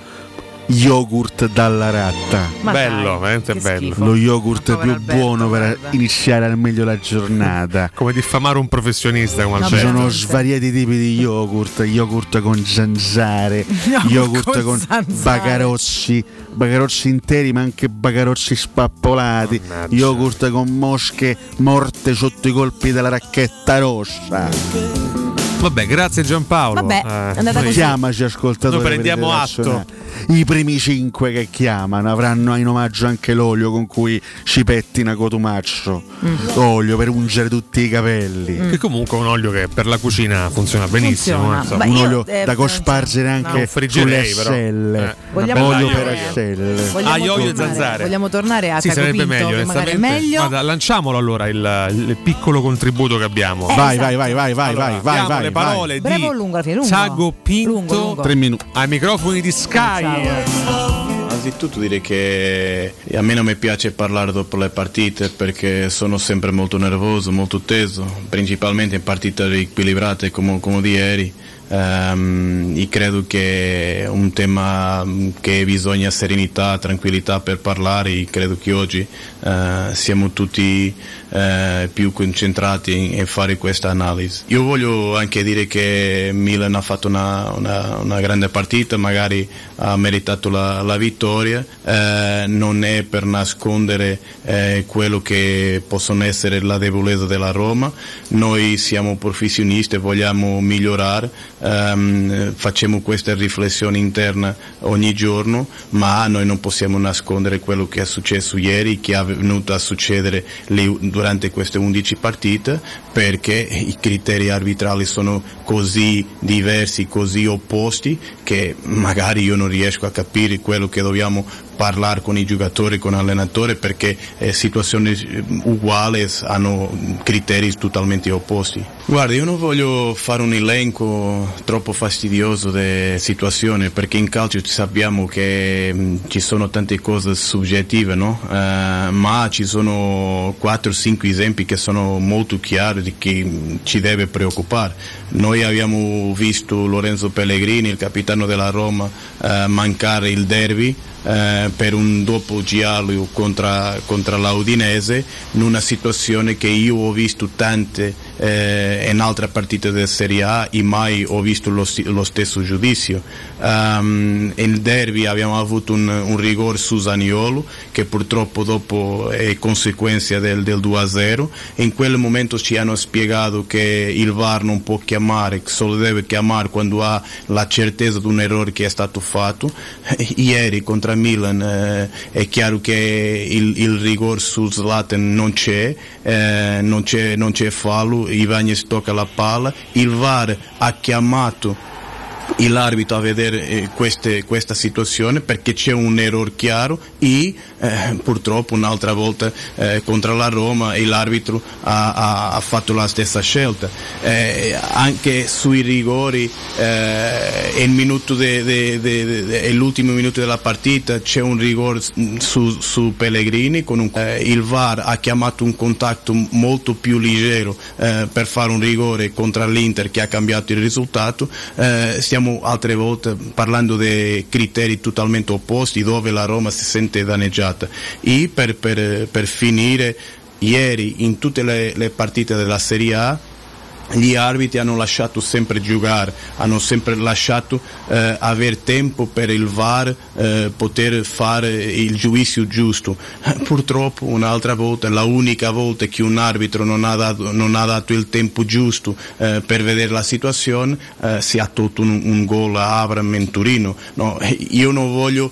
Speaker 7: Yogurt dalla ratta.
Speaker 6: Ma bello, veramente bello.
Speaker 7: Schifo. Lo yogurt più
Speaker 4: Alberto,
Speaker 7: buono per
Speaker 4: guarda.
Speaker 7: iniziare al meglio la giornata.
Speaker 6: Come diffamare un professionista come
Speaker 7: no,
Speaker 6: Alberto.
Speaker 7: Ci sono svariati tipi di yogurt, yogurt con zanzare, no, yogurt con, con bagarozzi, bagarozzi interi ma anche bagarozzi spappolati, Mannaggia. Yogurt con mosche morte sotto i colpi della racchetta rossa.
Speaker 6: Vabbè, grazie Giampaolo.
Speaker 4: Vabbè,
Speaker 6: eh,
Speaker 4: andata così.
Speaker 7: Chiamaci ascoltatori.
Speaker 6: Noi prendiamo atto.
Speaker 7: I primi cinque che chiamano avranno in omaggio anche l'olio con cui ci pettina Cotumaccio. Mm. Olio per ungere tutti i capelli.
Speaker 6: Mm. Che comunque è un olio che per la cucina funziona benissimo.
Speaker 4: Funziona.
Speaker 7: Eh, un
Speaker 4: io,
Speaker 7: olio
Speaker 4: eh,
Speaker 7: da cospargere anche
Speaker 6: no,
Speaker 7: sulle ascelle.
Speaker 6: Eh.
Speaker 4: Vogliamo
Speaker 7: olio
Speaker 4: tornare,
Speaker 7: per ascelle.
Speaker 4: Vogliamo
Speaker 6: ah, olio
Speaker 4: tornare,
Speaker 6: e zanzare.
Speaker 4: Vogliamo tornare a
Speaker 6: sì,
Speaker 4: Caco
Speaker 6: sarebbe
Speaker 4: Pinto,
Speaker 6: meglio,
Speaker 4: che magari è meglio.
Speaker 6: Guarda, lanciamolo allora il, il piccolo contributo che abbiamo.
Speaker 7: Eh, vai, esatto. vai, vai, vai, vai,
Speaker 6: allora,
Speaker 7: vai, vai, vai.
Speaker 6: Le parole
Speaker 7: vai.
Speaker 6: di
Speaker 4: Bravo lungo, lungo.
Speaker 6: Sago Pinto.
Speaker 4: Lungo, lungo.
Speaker 7: Tre minuti.
Speaker 6: Ai microfoni di Sky.
Speaker 3: Innanzitutto dire che a me non mi piace parlare dopo le partite perché sono sempre molto nervoso, molto teso, principalmente in partite equilibrate come, come di ieri. Um, e credo che è un tema che bisogna serenità, tranquillità per parlare e credo che oggi uh, siamo tutti uh, più concentrati in fare questa analisi. Io voglio anche dire che Milan ha fatto una, una, una grande partita, magari ha meritato la, la vittoria, uh, non è per nascondere uh, quello che possono essere la debolezza della Roma, noi siamo professionisti e vogliamo migliorare. Um, facciamo questa riflessione interna ogni giorno, ma noi non possiamo nascondere quello che è successo ieri, che è venuto a succedere le, durante queste undici partite, perché i criteri arbitrali sono così diversi, così opposti, che magari io non riesco a capire quello che dobbiamo parlare con i giocatori, con l'allenatore, perché eh, situazioni uguali hanno criteri totalmente opposti. Guarda, io non voglio fare un elenco troppo fastidioso di situazioni, perché in calcio sappiamo che mh, ci sono tante cose soggettive, no? Uh, ma ci sono quattro cinque esempi che sono molto chiari di che ci deve preoccupare. Noi abbiamo visto Lorenzo Pellegrini, il capitano della Roma, uh, mancare il derby Eh, per un doppio giallo contro, contro l'Udinese, in una situazione che io ho visto tante eh, in altre partite della Serie A e mai ho visto lo, lo stesso giudizio. Um, nel derby abbiamo avuto un, un rigore su Zaniolo che purtroppo dopo è conseguenza del, del due a zero. In quel momento ci hanno spiegato che il V A R non può chiamare, solo deve chiamare quando ha la certezza di un errore che è stato fatto. Ieri contro Milan eh, è chiaro che il, il rigore su Zlatan non c'è, eh, non c'è, non c'è fallo, Ivagnez tocca la palla, il V A R ha chiamato l'arbitro a vedere eh, queste, questa situazione perché c'è un errore chiaro e eh, purtroppo un'altra volta eh, contro la Roma e l'arbitro ha, ha, ha fatto la stessa scelta. Eh, anche sui rigori eh, è, il minuto de, de, de, de, de, è l'ultimo minuto della partita, c'è un rigore su, su Pellegrini con un, eh, il V A R ha chiamato un contatto molto più leggero eh, per fare un rigore contro l'Inter che ha cambiato il risultato. Eh, stiamo altre volte parlando di criteri totalmente opposti dove la Roma si sente danneggiata. E per, per, per finire, ieri in tutte le, le partite della Serie A gli arbitri hanno lasciato sempre giocare, hanno sempre lasciato eh, avere tempo per il V A R eh, poter fare il giudizio giusto. Purtroppo un'altra volta, la unica volta che un arbitro non ha dato, non ha dato il tempo giusto eh, per vedere la situazione, eh, si è tolto un, un gol a Abraham in Torino. No, io non voglio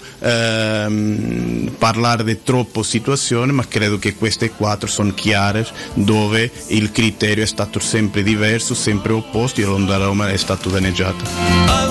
Speaker 3: ehm, parlare di troppo situazione, ma credo che queste quattro sono chiare dove il criterio è stato sempre diverso verso sempre opposti, la Roma è stata danneggiata.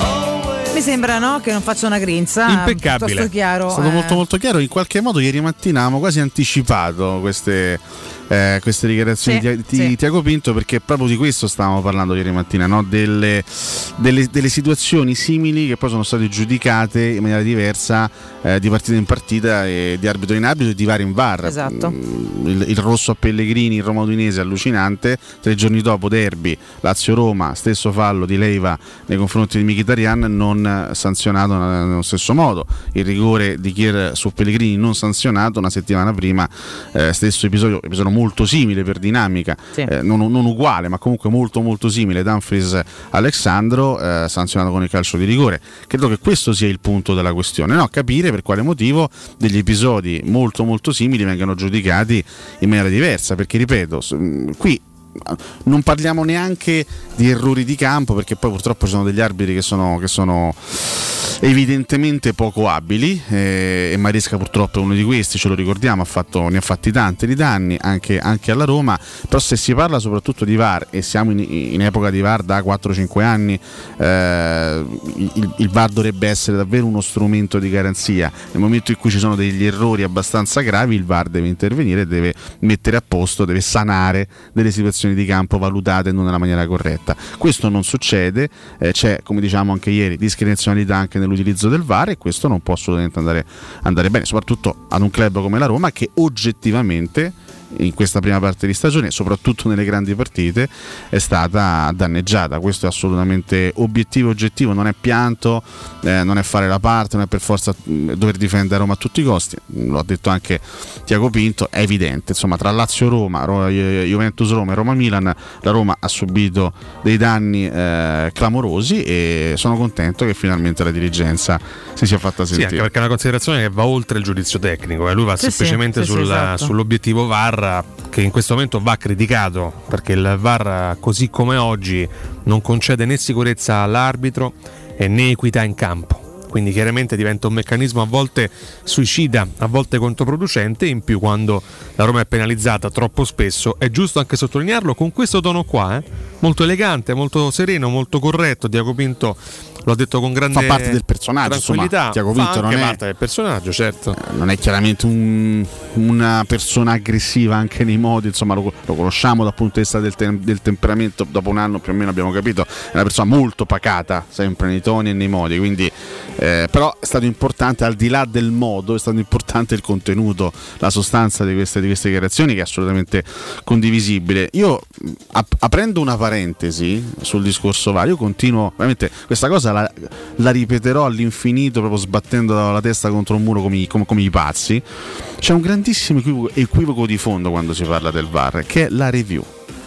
Speaker 4: Mi sembra, no, che non faccia una grinza.
Speaker 6: Impeccabile.
Speaker 4: Piuttosto chiaro.
Speaker 7: È stato
Speaker 4: eh.
Speaker 7: molto molto chiaro. In qualche modo ieri mattina avevamo quasi anticipato queste, eh, queste dichiarazioni
Speaker 4: Sì,
Speaker 7: di, di
Speaker 4: sì.
Speaker 7: Tiago Pinto, perché proprio di questo stavamo parlando ieri mattina, no? delle, delle, delle situazioni simili che poi sono state giudicate in maniera diversa eh, di partita in partita e di arbitro in arbitro e di V A R in V A R.
Speaker 4: Esatto.
Speaker 7: Mm, Il, il rosso a Pellegrini, il Roma Udinese allucinante. Tre giorni dopo derby Lazio-Roma, stesso fallo di Leiva nei confronti di Mkhitaryan, non sanzionato nello stesso modo. Il rigore di Kier su Pellegrini non sanzionato. Una settimana prima eh, stesso episodio, episodio molto simile per dinamica,
Speaker 4: Sì.
Speaker 7: eh, non, non uguale ma comunque molto molto simile, Dumfries Alexandro, eh, sanzionato con il calcio di rigore. Credo che questo sia il punto della questione, no? Capire per quale motivo degli episodi molto molto simili vengano giudicati in maniera diversa, perché ripeto, qui non parliamo neanche di errori di campo, perché poi purtroppo ci sono degli arbitri che sono, che sono evidentemente poco abili, eh, e Maresca purtroppo è uno di questi, ce lo ricordiamo, ha fatto, ne ha fatti tanti di danni anche, anche alla Roma. Però se si parla soprattutto di V A R, e siamo in, in epoca di V A R da quattro cinque anni, eh, il, il V A R dovrebbe essere davvero uno strumento di garanzia. Nel momento in cui ci sono degli errori abbastanza gravi, il V A R deve intervenire, deve mettere a posto, deve sanare delle situazioni di campo valutate non nella maniera corretta. Questo non succede, eh, c'è, come diciamo anche ieri, discrezionalità anche nell'utilizzo del V A R, e questo non può assolutamente andare, andare bene, soprattutto ad un club come la Roma, che oggettivamente in questa prima parte di stagione, soprattutto nelle grandi partite, è stata danneggiata. Questo è assolutamente obiettivo oggettivo, non è pianto, eh, non è fare la parte, non è per forza dover difendere Roma a tutti i costi. Lo ha detto anche Tiago Pinto, è evidente, insomma, tra Lazio-Roma, Ro- Juventus-Roma e Roma-Milan la Roma ha subito dei danni eh, clamorosi, e sono contento che finalmente la dirigenza si sia fatta sentire.
Speaker 6: Sì, anche perché è una considerazione che va oltre il giudizio tecnico, eh. Lui va
Speaker 4: Sì,
Speaker 6: semplicemente
Speaker 4: sì, sì,
Speaker 6: sul,
Speaker 4: sì, esatto.
Speaker 6: sull'obiettivo V A R, che in questo momento va criticato, perché il V A R così come oggi non concede né sicurezza all'arbitro e né equità in campo. Quindi chiaramente diventa un meccanismo a volte suicida, a volte controproducente. In più, quando la Roma è penalizzata troppo spesso, è giusto anche sottolinearlo con questo tono qua, eh? molto elegante, molto sereno, molto corretto. Tiago Pinto lo ha detto con grande
Speaker 7: fa parte del personaggio,
Speaker 6: tranquillità.
Speaker 7: insomma, Tiago
Speaker 6: Fa
Speaker 7: Pinto
Speaker 6: anche
Speaker 7: non è
Speaker 6: parte del personaggio, certo.
Speaker 7: non è chiaramente un, una persona aggressiva anche nei modi, insomma lo, lo conosciamo dal punto di vista del, tem- del temperamento, dopo un anno più o meno abbiamo capito, è una persona molto pacata sempre nei toni e nei modi, quindi eh, però è stato importante, al di là del modo, è stato importante il contenuto, la sostanza di queste, di queste dichiarazioni, che è assolutamente condivisibile. Io ap- aprendo una parentesi sul discorso V A R, io continuo, veramente questa cosa la, la ripeterò all'infinito, proprio sbattendo la testa contro un muro come i, come, come i pazzi. C'è un grandissimo equivoco, equivoco di fondo quando si parla del V A R, che è la review.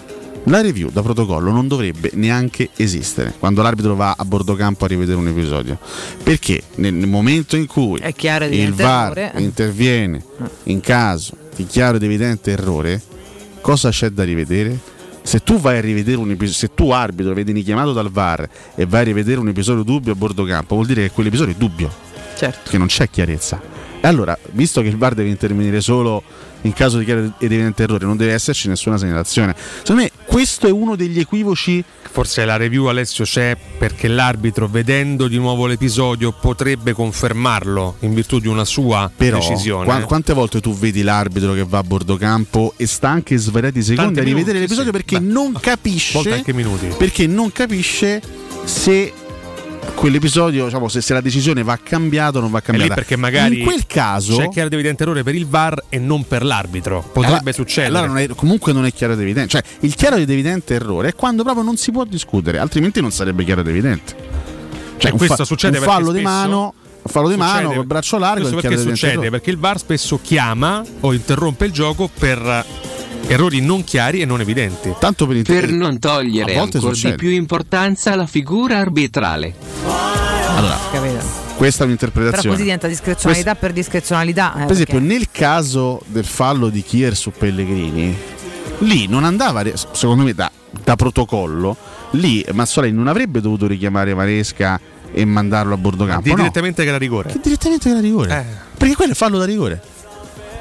Speaker 7: La review da protocollo non dovrebbe neanche esistere quando l'arbitro va a bordo campo a rivedere un episodio, perché nel momento in cui
Speaker 4: è chiaro,
Speaker 7: il V A R interviene in caso di chiaro ed evidente errore, cosa c'è da rivedere? Se tu vai a rivedere un episodio, se tu arbitro vieni chiamato dal V A R e vai a rivedere un episodio dubbio a bordo campo, vuol dire che quell'episodio è dubbio,
Speaker 4: certo,
Speaker 7: che non c'è chiarezza. E allora, visto che il V A R deve intervenire solo in caso di chiaro ed evidente errore, non deve esserci nessuna segnalazione. Secondo me questo è uno degli equivoci.
Speaker 6: Forse la review, Alessio, c'è perché l'arbitro, vedendo di nuovo l'episodio, potrebbe confermarlo in virtù di una sua
Speaker 7: Però,
Speaker 6: decisione.
Speaker 7: Qua, quante volte tu vedi l'arbitro che va a bordo campo e sta anche svariati secondi
Speaker 6: Tanti
Speaker 7: a rivedere
Speaker 6: minuti,
Speaker 7: l'episodio,
Speaker 6: sì,
Speaker 7: perché
Speaker 6: beh,
Speaker 7: non capisce,
Speaker 6: volte anche minuti.
Speaker 7: perché non capisce se quell'episodio, diciamo, se, se la decisione va cambiata o non va cambiata.
Speaker 6: È lì perché magari
Speaker 7: in quel caso
Speaker 6: c'è chiaro ed evidente errore per il V A R e non per l'arbitro. Potrebbe
Speaker 7: allora,
Speaker 6: succedere.
Speaker 7: Allora non è, comunque non è chiaro ed evidente. Cioè, il chiaro ed evidente errore è quando proprio non si può discutere, altrimenti non sarebbe chiaro ed evidente. Cioè,
Speaker 6: e
Speaker 7: un,
Speaker 6: questo
Speaker 7: fa-
Speaker 6: succede
Speaker 7: un fallo di
Speaker 6: spesso,
Speaker 7: mano, un fallo di mano col braccio largo.
Speaker 6: Questo
Speaker 7: è
Speaker 6: perché
Speaker 7: chiaro ed
Speaker 6: succede?
Speaker 7: evidente
Speaker 6: Perché il V A R spesso chiama o interrompe il gioco per errori non chiari e non evidenti.
Speaker 7: Tanto per,
Speaker 5: per non togliere ancora
Speaker 7: succede.
Speaker 5: di più importanza alla figura arbitrale.
Speaker 7: Allora, questa è un'interpretazione.
Speaker 4: Però così diventa discrezionalità
Speaker 7: Questo,
Speaker 4: per discrezionalità. Eh,
Speaker 7: per esempio,
Speaker 4: perché...
Speaker 7: nel caso del fallo di Kier su Pellegrini, lì non andava, secondo me, da, da protocollo, lì Mazzolai non avrebbe dovuto richiamare Maresca e mandarlo a bordo campo.
Speaker 6: Di
Speaker 7: no.
Speaker 6: direttamente che era rigore.
Speaker 7: Che direttamente che era rigore.
Speaker 6: Eh.
Speaker 7: Perché quello è fallo da rigore.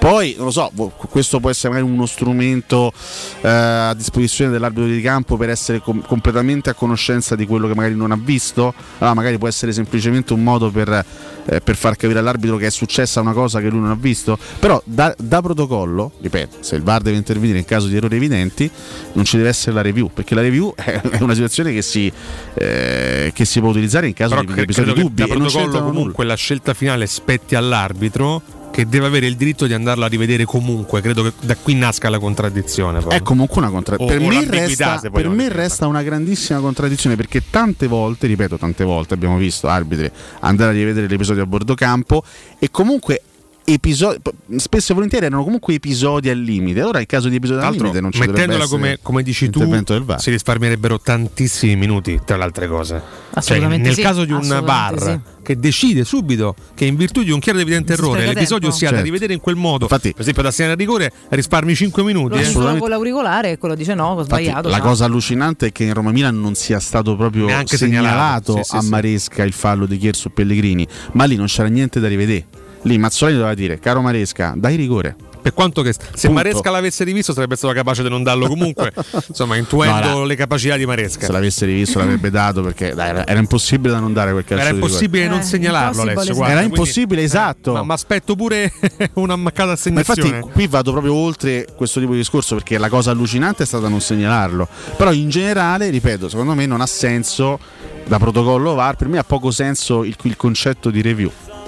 Speaker 7: Poi non lo so, questo può essere magari uno strumento eh, a disposizione dell'arbitro di campo per essere com- completamente a conoscenza di quello che magari non ha visto. Allora magari può essere semplicemente un modo per, eh, per far capire all'arbitro che è successa una cosa che lui non ha visto. Però da, da protocollo, ripeto, se il V A R deve intervenire in caso di errori evidenti, non ci deve essere la review, perché la review è una situazione che si, eh, che si può utilizzare in caso
Speaker 6: Però
Speaker 7: di episodi dubbi.
Speaker 6: Da protocollo comunque la scelta finale spetti all'arbitro, che deve avere il diritto di andarla a rivedere comunque. Credo che da qui nasca la contraddizione. Proprio.
Speaker 7: È comunque una contraddizione. Per, me resta, per me resta una grandissima contraddizione, perché tante volte, ripeto, tante volte abbiamo visto arbitri andare a rivedere l'episodio a bordo campo e comunque episodi, spesso e volentieri erano comunque episodi al limite. Allora in caso di episodi al limite non ci
Speaker 6: mettendola come, come dici tu, si risparmierebbero tantissimi minuti, tra le altre cose. Cioè, nel
Speaker 4: sì,
Speaker 6: caso di un V A R sì. che decide subito che in virtù di un chiaro ed evidente errore l'episodio sia certo. da rivedere in quel modo, infatti, per esempio da segnare a rigore, risparmi cinque minuti.
Speaker 4: Lo eh. solo con l'auricolare e quello dice no, ho sbagliato.
Speaker 7: La
Speaker 4: no.
Speaker 7: cosa allucinante è che in Roma Milan non sia stato proprio neanche segnalato, segnalato sì, a sì, Maresca sì. il fallo di Chier su Pellegrini, ma lì non c'era niente da rivedere. Lì Mazzolini doveva dire: caro Maresca, dai rigore.
Speaker 6: Per quanto che se Punto. Maresca l'avesse rivisto sarebbe stato capace di non darlo comunque, insomma, intuendo no, le capacità di Maresca.
Speaker 7: Se l'avesse rivisto l'avrebbe dato, perché dai, era, era impossibile da non dare quel calcio.
Speaker 6: Era impossibile
Speaker 7: di
Speaker 6: non eh, segnalarlo, Alessio.
Speaker 7: Guarda, era impossibile, quindi, esatto.
Speaker 6: Eh, ma aspetto pure una mancata assegnazione.
Speaker 7: Ma infatti qui vado proprio oltre questo tipo di discorso, perché la cosa allucinante è stata non segnalarlo. Però in generale, ripeto, secondo me non ha senso da protocollo V A R, per me ha poco senso il, il concetto di review.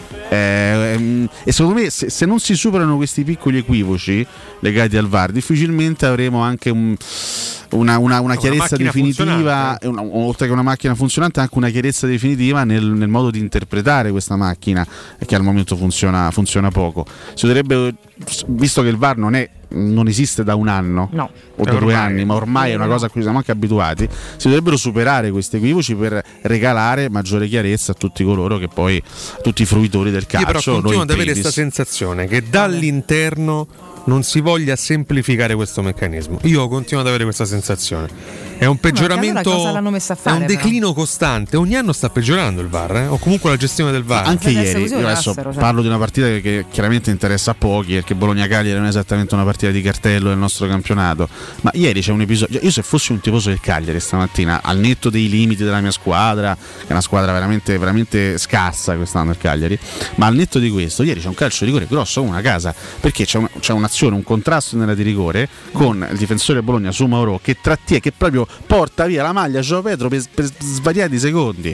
Speaker 7: Eh, e secondo me se, se non si superano questi piccoli equivoci legati al V A R, difficilmente avremo anche un, una, una, una chiarezza una definitiva, una, oltre che una macchina funzionante, anche una chiarezza definitiva nel, nel modo di interpretare questa macchina, che al momento funziona, funziona poco. Si dovrebbe, visto che il V A R non è non esiste da un anno
Speaker 4: no.
Speaker 7: o da due anni, ma ormai è una cosa a cui siamo anche abituati, si dovrebbero superare questi equivoci per regalare maggiore chiarezza a tutti coloro che poi, tutti i fruitori del calcio.
Speaker 6: Io però continuo ad avere questa sensazione che dall'interno non si voglia semplificare questo meccanismo. Io continuo ad avere questa sensazione. È un peggioramento,
Speaker 4: allora l'hanno messa a fare,
Speaker 6: è un declino però. costante. Ogni anno sta peggiorando il V A R, eh? o comunque la gestione del V A R.
Speaker 7: Anche ieri, io adesso cioè. parlo di una partita che, che chiaramente interessa a pochi, perché Bologna-Cagliari non è esattamente una partita di cartello del nostro campionato. Ma ieri c'è un episodio. Io, se fossi un tifoso del Cagliari stamattina, al netto dei limiti della mia squadra, che è una squadra veramente, veramente scarsa quest'anno il Cagliari, ma al netto di questo, ieri c'è un calcio di rigore grosso come una casa, perché c'è, un, c'è un'azione, un contrasto nella di rigore con il difensore Bologna su Mauro che trattiene, che proprio porta via la maglia a João Pedro per, per svariati secondi.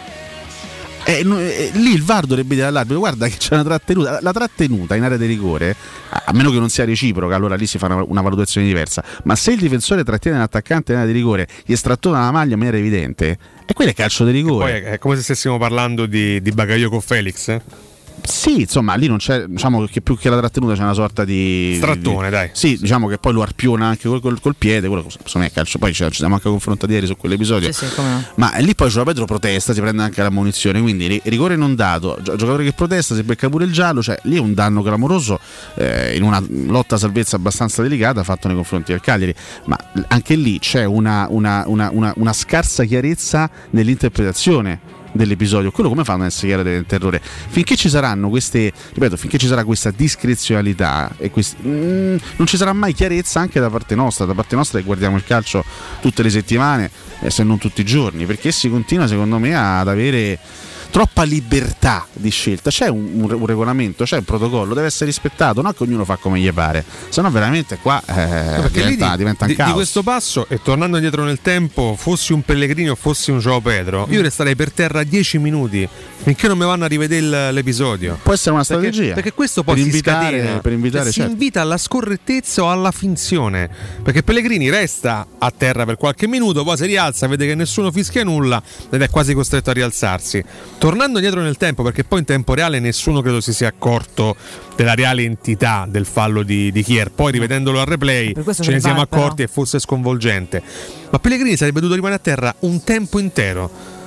Speaker 7: E, e, lì il V A R dovrebbe dire all'arbitro: guarda che c'è una trattenuta, la trattenuta in area di rigore, a, a meno che non sia reciproca, allora lì si fa una, una valutazione diversa. Ma se il difensore trattiene l'attaccante in area di rigore, gli estrattona la maglia in maniera evidente, e quello è calcio di rigore.
Speaker 6: E poi è, è come se stessimo parlando di, di Bakayoko Felix, eh?
Speaker 7: Sì, insomma, lì non c'è, diciamo che più che la trattenuta c'è una sorta di
Speaker 6: strattone,
Speaker 7: di,
Speaker 6: dai.
Speaker 7: Sì, diciamo che poi lo arpiona anche col, col, col piede, quello secondo me è calcio. Poi ci siamo anche confrontati ieri su quell'episodio.
Speaker 4: Sì, sì, come no.
Speaker 7: Ma lì poi João Pedro protesta, si prende anche la munizione, quindi rigore non dato, giocatore che protesta, si becca pure il giallo, cioè lì è un danno clamoroso eh, in una lotta a salvezza abbastanza delicata fatto nei confronti del Cagliari. Ma anche lì c'è una, una, una, una, una scarsa chiarezza nell'interpretazione dell'episodio. Quello come fanno ad essere chiaro dell'errore? Finché ci saranno queste, ripeto, finché ci sarà questa discrezionalità e questi, mm, non ci sarà mai chiarezza anche da parte nostra, da parte nostra che guardiamo il calcio tutte le settimane, eh, se non tutti i giorni, perché si continua secondo me ad avere troppa libertà di scelta. C'è un, un, un regolamento, c'è un protocollo, deve essere rispettato, non che ognuno fa come gli pare, se no veramente qua eh, diventa,
Speaker 6: di,
Speaker 7: diventa un
Speaker 6: di,
Speaker 7: caos.
Speaker 6: Di questo passo, e tornando indietro nel tempo, fossi un Pellegrini o fossi un João Pedro, io resterei per terra dieci minuti finché non mi vanno a rivedere l'episodio.
Speaker 7: Può essere una strategia,
Speaker 6: perché, perché questo poi
Speaker 7: per
Speaker 6: si
Speaker 7: invitare,
Speaker 6: scatena,
Speaker 7: per invitare,
Speaker 6: si
Speaker 7: certo.
Speaker 6: invita alla scorrettezza o alla finzione, perché Pellegrini resta a terra per qualche minuto, poi si rialza, vede che nessuno fischia nulla ed è quasi costretto a rialzarsi. Tornando indietro nel tempo, perché poi in tempo reale nessuno credo si sia accorto della reale entità del fallo di, di Chier, poi rivedendolo al replay ce ne siamo accorti e fosse sconvolgente, ma Pellegrini sarebbe dovuto rimanere a terra un tempo intero,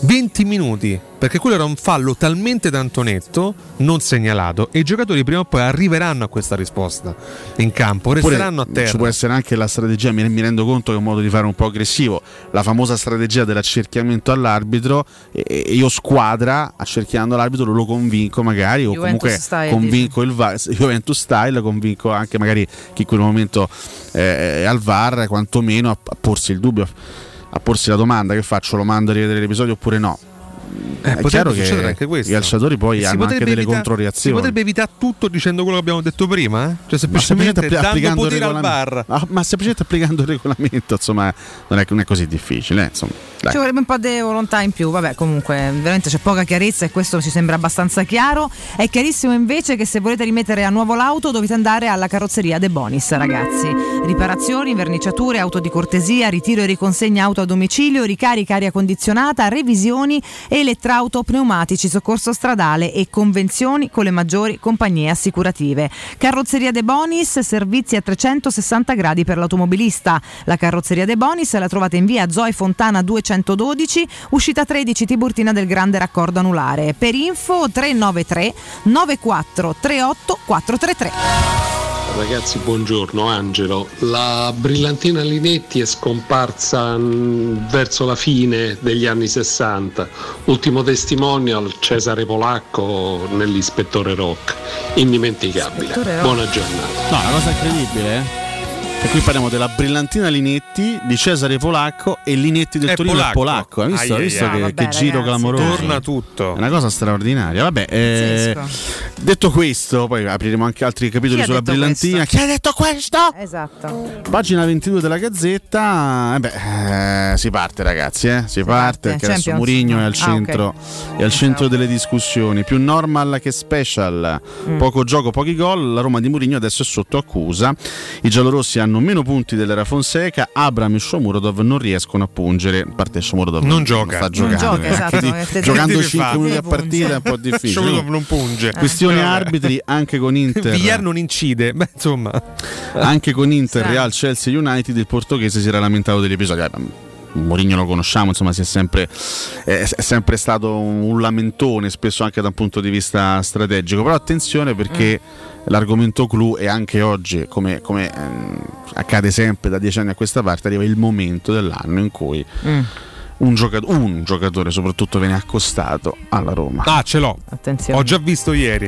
Speaker 6: venti minuti, perché quello era un fallo talmente tanto netto, non segnalato, e i giocatori prima o poi arriveranno a questa risposta in campo, resteranno a terra.
Speaker 7: Ci può essere anche la strategia, mi, mi rendo conto che è un modo di fare un po' aggressivo, la famosa strategia dell'accerchiamento all'arbitro, e, e io squadra accerchiando l'arbitro lo convinco magari, o
Speaker 4: Juventus
Speaker 7: comunque
Speaker 4: style,
Speaker 7: convinco il V A R, Juventus style, convinco anche magari chi in quel momento eh, è al V A R, quantomeno a, a porsi il dubbio, a porsi la domanda: che faccio, lo mando a rivedere l'episodio oppure no?
Speaker 6: Eh,
Speaker 7: È chiaro che
Speaker 6: anche questo.
Speaker 7: i calciatori poi
Speaker 6: si
Speaker 7: hanno anche delle
Speaker 6: evita-
Speaker 7: controreazioni.
Speaker 6: Si potrebbe evitare tutto dicendo quello che abbiamo detto prima, eh? Cioè semplicemente
Speaker 7: appli-
Speaker 6: dando
Speaker 7: applicando il
Speaker 6: potere al
Speaker 7: regolamento.
Speaker 6: V A R.
Speaker 7: Ah, ma semplicemente applicando il regolamento, insomma, non è, non è così difficile, eh, insomma. Dai.
Speaker 4: Ci vorrebbe un po' di volontà in più, vabbè, comunque veramente c'è poca chiarezza e questo ci sembra abbastanza chiaro. È chiarissimo invece che se volete rimettere a nuovo l'auto dovete andare alla carrozzeria De Bonis, ragazzi. Riparazioni, verniciature, auto di cortesia, ritiro e riconsegna auto a domicilio, ricarica aria condizionata, revisioni, elettrauto, pneumatici, soccorso stradale e convenzioni con le maggiori compagnie assicurative. Carrozzeria De Bonis, servizi a trecentosessanta gradi per l'automobilista. La carrozzeria De Bonis la trovate in via Zoe Fontana duecentododici, uscita tredici, Tiburtina del Grande Raccordo Anulare. Per info tre nove tre nove quattro tre otto quattro tre tre.
Speaker 9: Ragazzi, buongiorno, Angelo. La brillantina Linetti è scomparsa mh, verso la fine degli anni sessanta. Ultimo testimonial Cesare Polacco nell'Ispettore Rock. Indimenticabile.
Speaker 7: Ispettore Rock.
Speaker 9: Buona giornata.
Speaker 7: No, una cosa incredibile, eh? E qui parliamo della brillantina Linetti, di Cesare Polacco, e Linetti del
Speaker 6: È
Speaker 7: Torino
Speaker 6: polacco.
Speaker 7: è polacco. Hai visto,
Speaker 6: Ai,
Speaker 7: hai visto
Speaker 6: ai,
Speaker 7: che,
Speaker 6: ai.
Speaker 7: che
Speaker 6: Vabbè,
Speaker 7: giro
Speaker 6: ragazzi,
Speaker 7: clamoroso?
Speaker 6: torna tutto.
Speaker 7: È una cosa straordinaria. Vabbè, eh, detto questo, poi apriremo anche altri capitoli
Speaker 4: Chi ha
Speaker 7: sulla
Speaker 4: detto
Speaker 7: brillantina.
Speaker 4: questo?
Speaker 7: Chi ha detto questo?
Speaker 4: Esatto.
Speaker 7: Pagina ventidue della Gazzetta. Eh beh, eh, si parte, ragazzi, eh? si, parte,
Speaker 4: parte.
Speaker 7: perché adesso
Speaker 4: Champions.
Speaker 7: Mourinho è al
Speaker 4: Ah,
Speaker 7: centro,
Speaker 4: ok.
Speaker 7: è al centro delle discussioni. Più normal che special,
Speaker 4: Mm.
Speaker 7: poco gioco, pochi gol. La Roma di Mourinho adesso è sotto accusa. I giallorossi hanno meno punti dell'era Fonseca. Abram e Shomurodov non riescono a pungere. A parte Shomurodov
Speaker 6: Non gioca.
Speaker 7: sta
Speaker 6: Non
Speaker 7: giocando,
Speaker 6: gioca,
Speaker 7: eh.
Speaker 6: esatto,
Speaker 7: Quindi,
Speaker 6: che te-
Speaker 7: giocando
Speaker 6: deve
Speaker 7: cinque
Speaker 6: fare?
Speaker 7: minuti a
Speaker 6: Deve
Speaker 7: partita è un po' difficile.
Speaker 6: Shomurodov non punge.
Speaker 7: Questioni
Speaker 6: Eh, vabbè.
Speaker 7: arbitri anche con Inter.
Speaker 6: Villar non incide, beh, insomma.
Speaker 7: Anche con Inter, Real, Chelsea, United, il portoghese si era lamentato degli episodi. Eh, Mourinho lo conosciamo, insomma, si è sempre, è, è sempre stato un, un lamentone, spesso anche da un punto di vista strategico. Però attenzione, perché mm. l'argomento clou è anche oggi, come, come ehm, accade sempre da dieci anni a questa parte, arriva il momento dell'anno in cui
Speaker 4: Mm.
Speaker 7: un, giocato- un giocatore soprattutto viene accostato alla Roma.
Speaker 6: Ah, ce l'ho.
Speaker 4: Attenzione.
Speaker 6: Ho già visto ieri.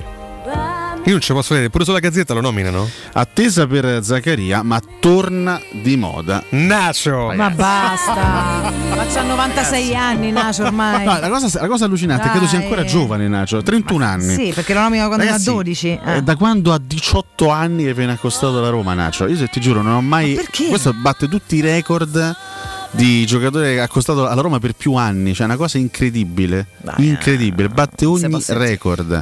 Speaker 6: Io non ce lo posso vedere, pure sulla Gazzetta lo nominano.
Speaker 7: Attesa per Zaccaria, ma torna di moda
Speaker 6: Nacio.
Speaker 4: Ma basta. Ma c'ha novantasei anni Nacio ormai.
Speaker 7: No, la, cosa, la cosa allucinante è che tu sia ancora
Speaker 4: Dai.
Speaker 7: giovane, Nacio, trentuno anni.
Speaker 4: Sì, perché lo nominano quando
Speaker 7: Ragazzi,
Speaker 4: ne ha dodici. Eh.
Speaker 7: È da quando ha diciotto anni che viene accostato alla Roma, Nacio. Io se ti giuro non ho mai. Questo batte tutti i record di giocatori accostato alla Roma per più anni. Cioè, una cosa incredibile.
Speaker 4: Dai,
Speaker 7: incredibile. Batte ogni record.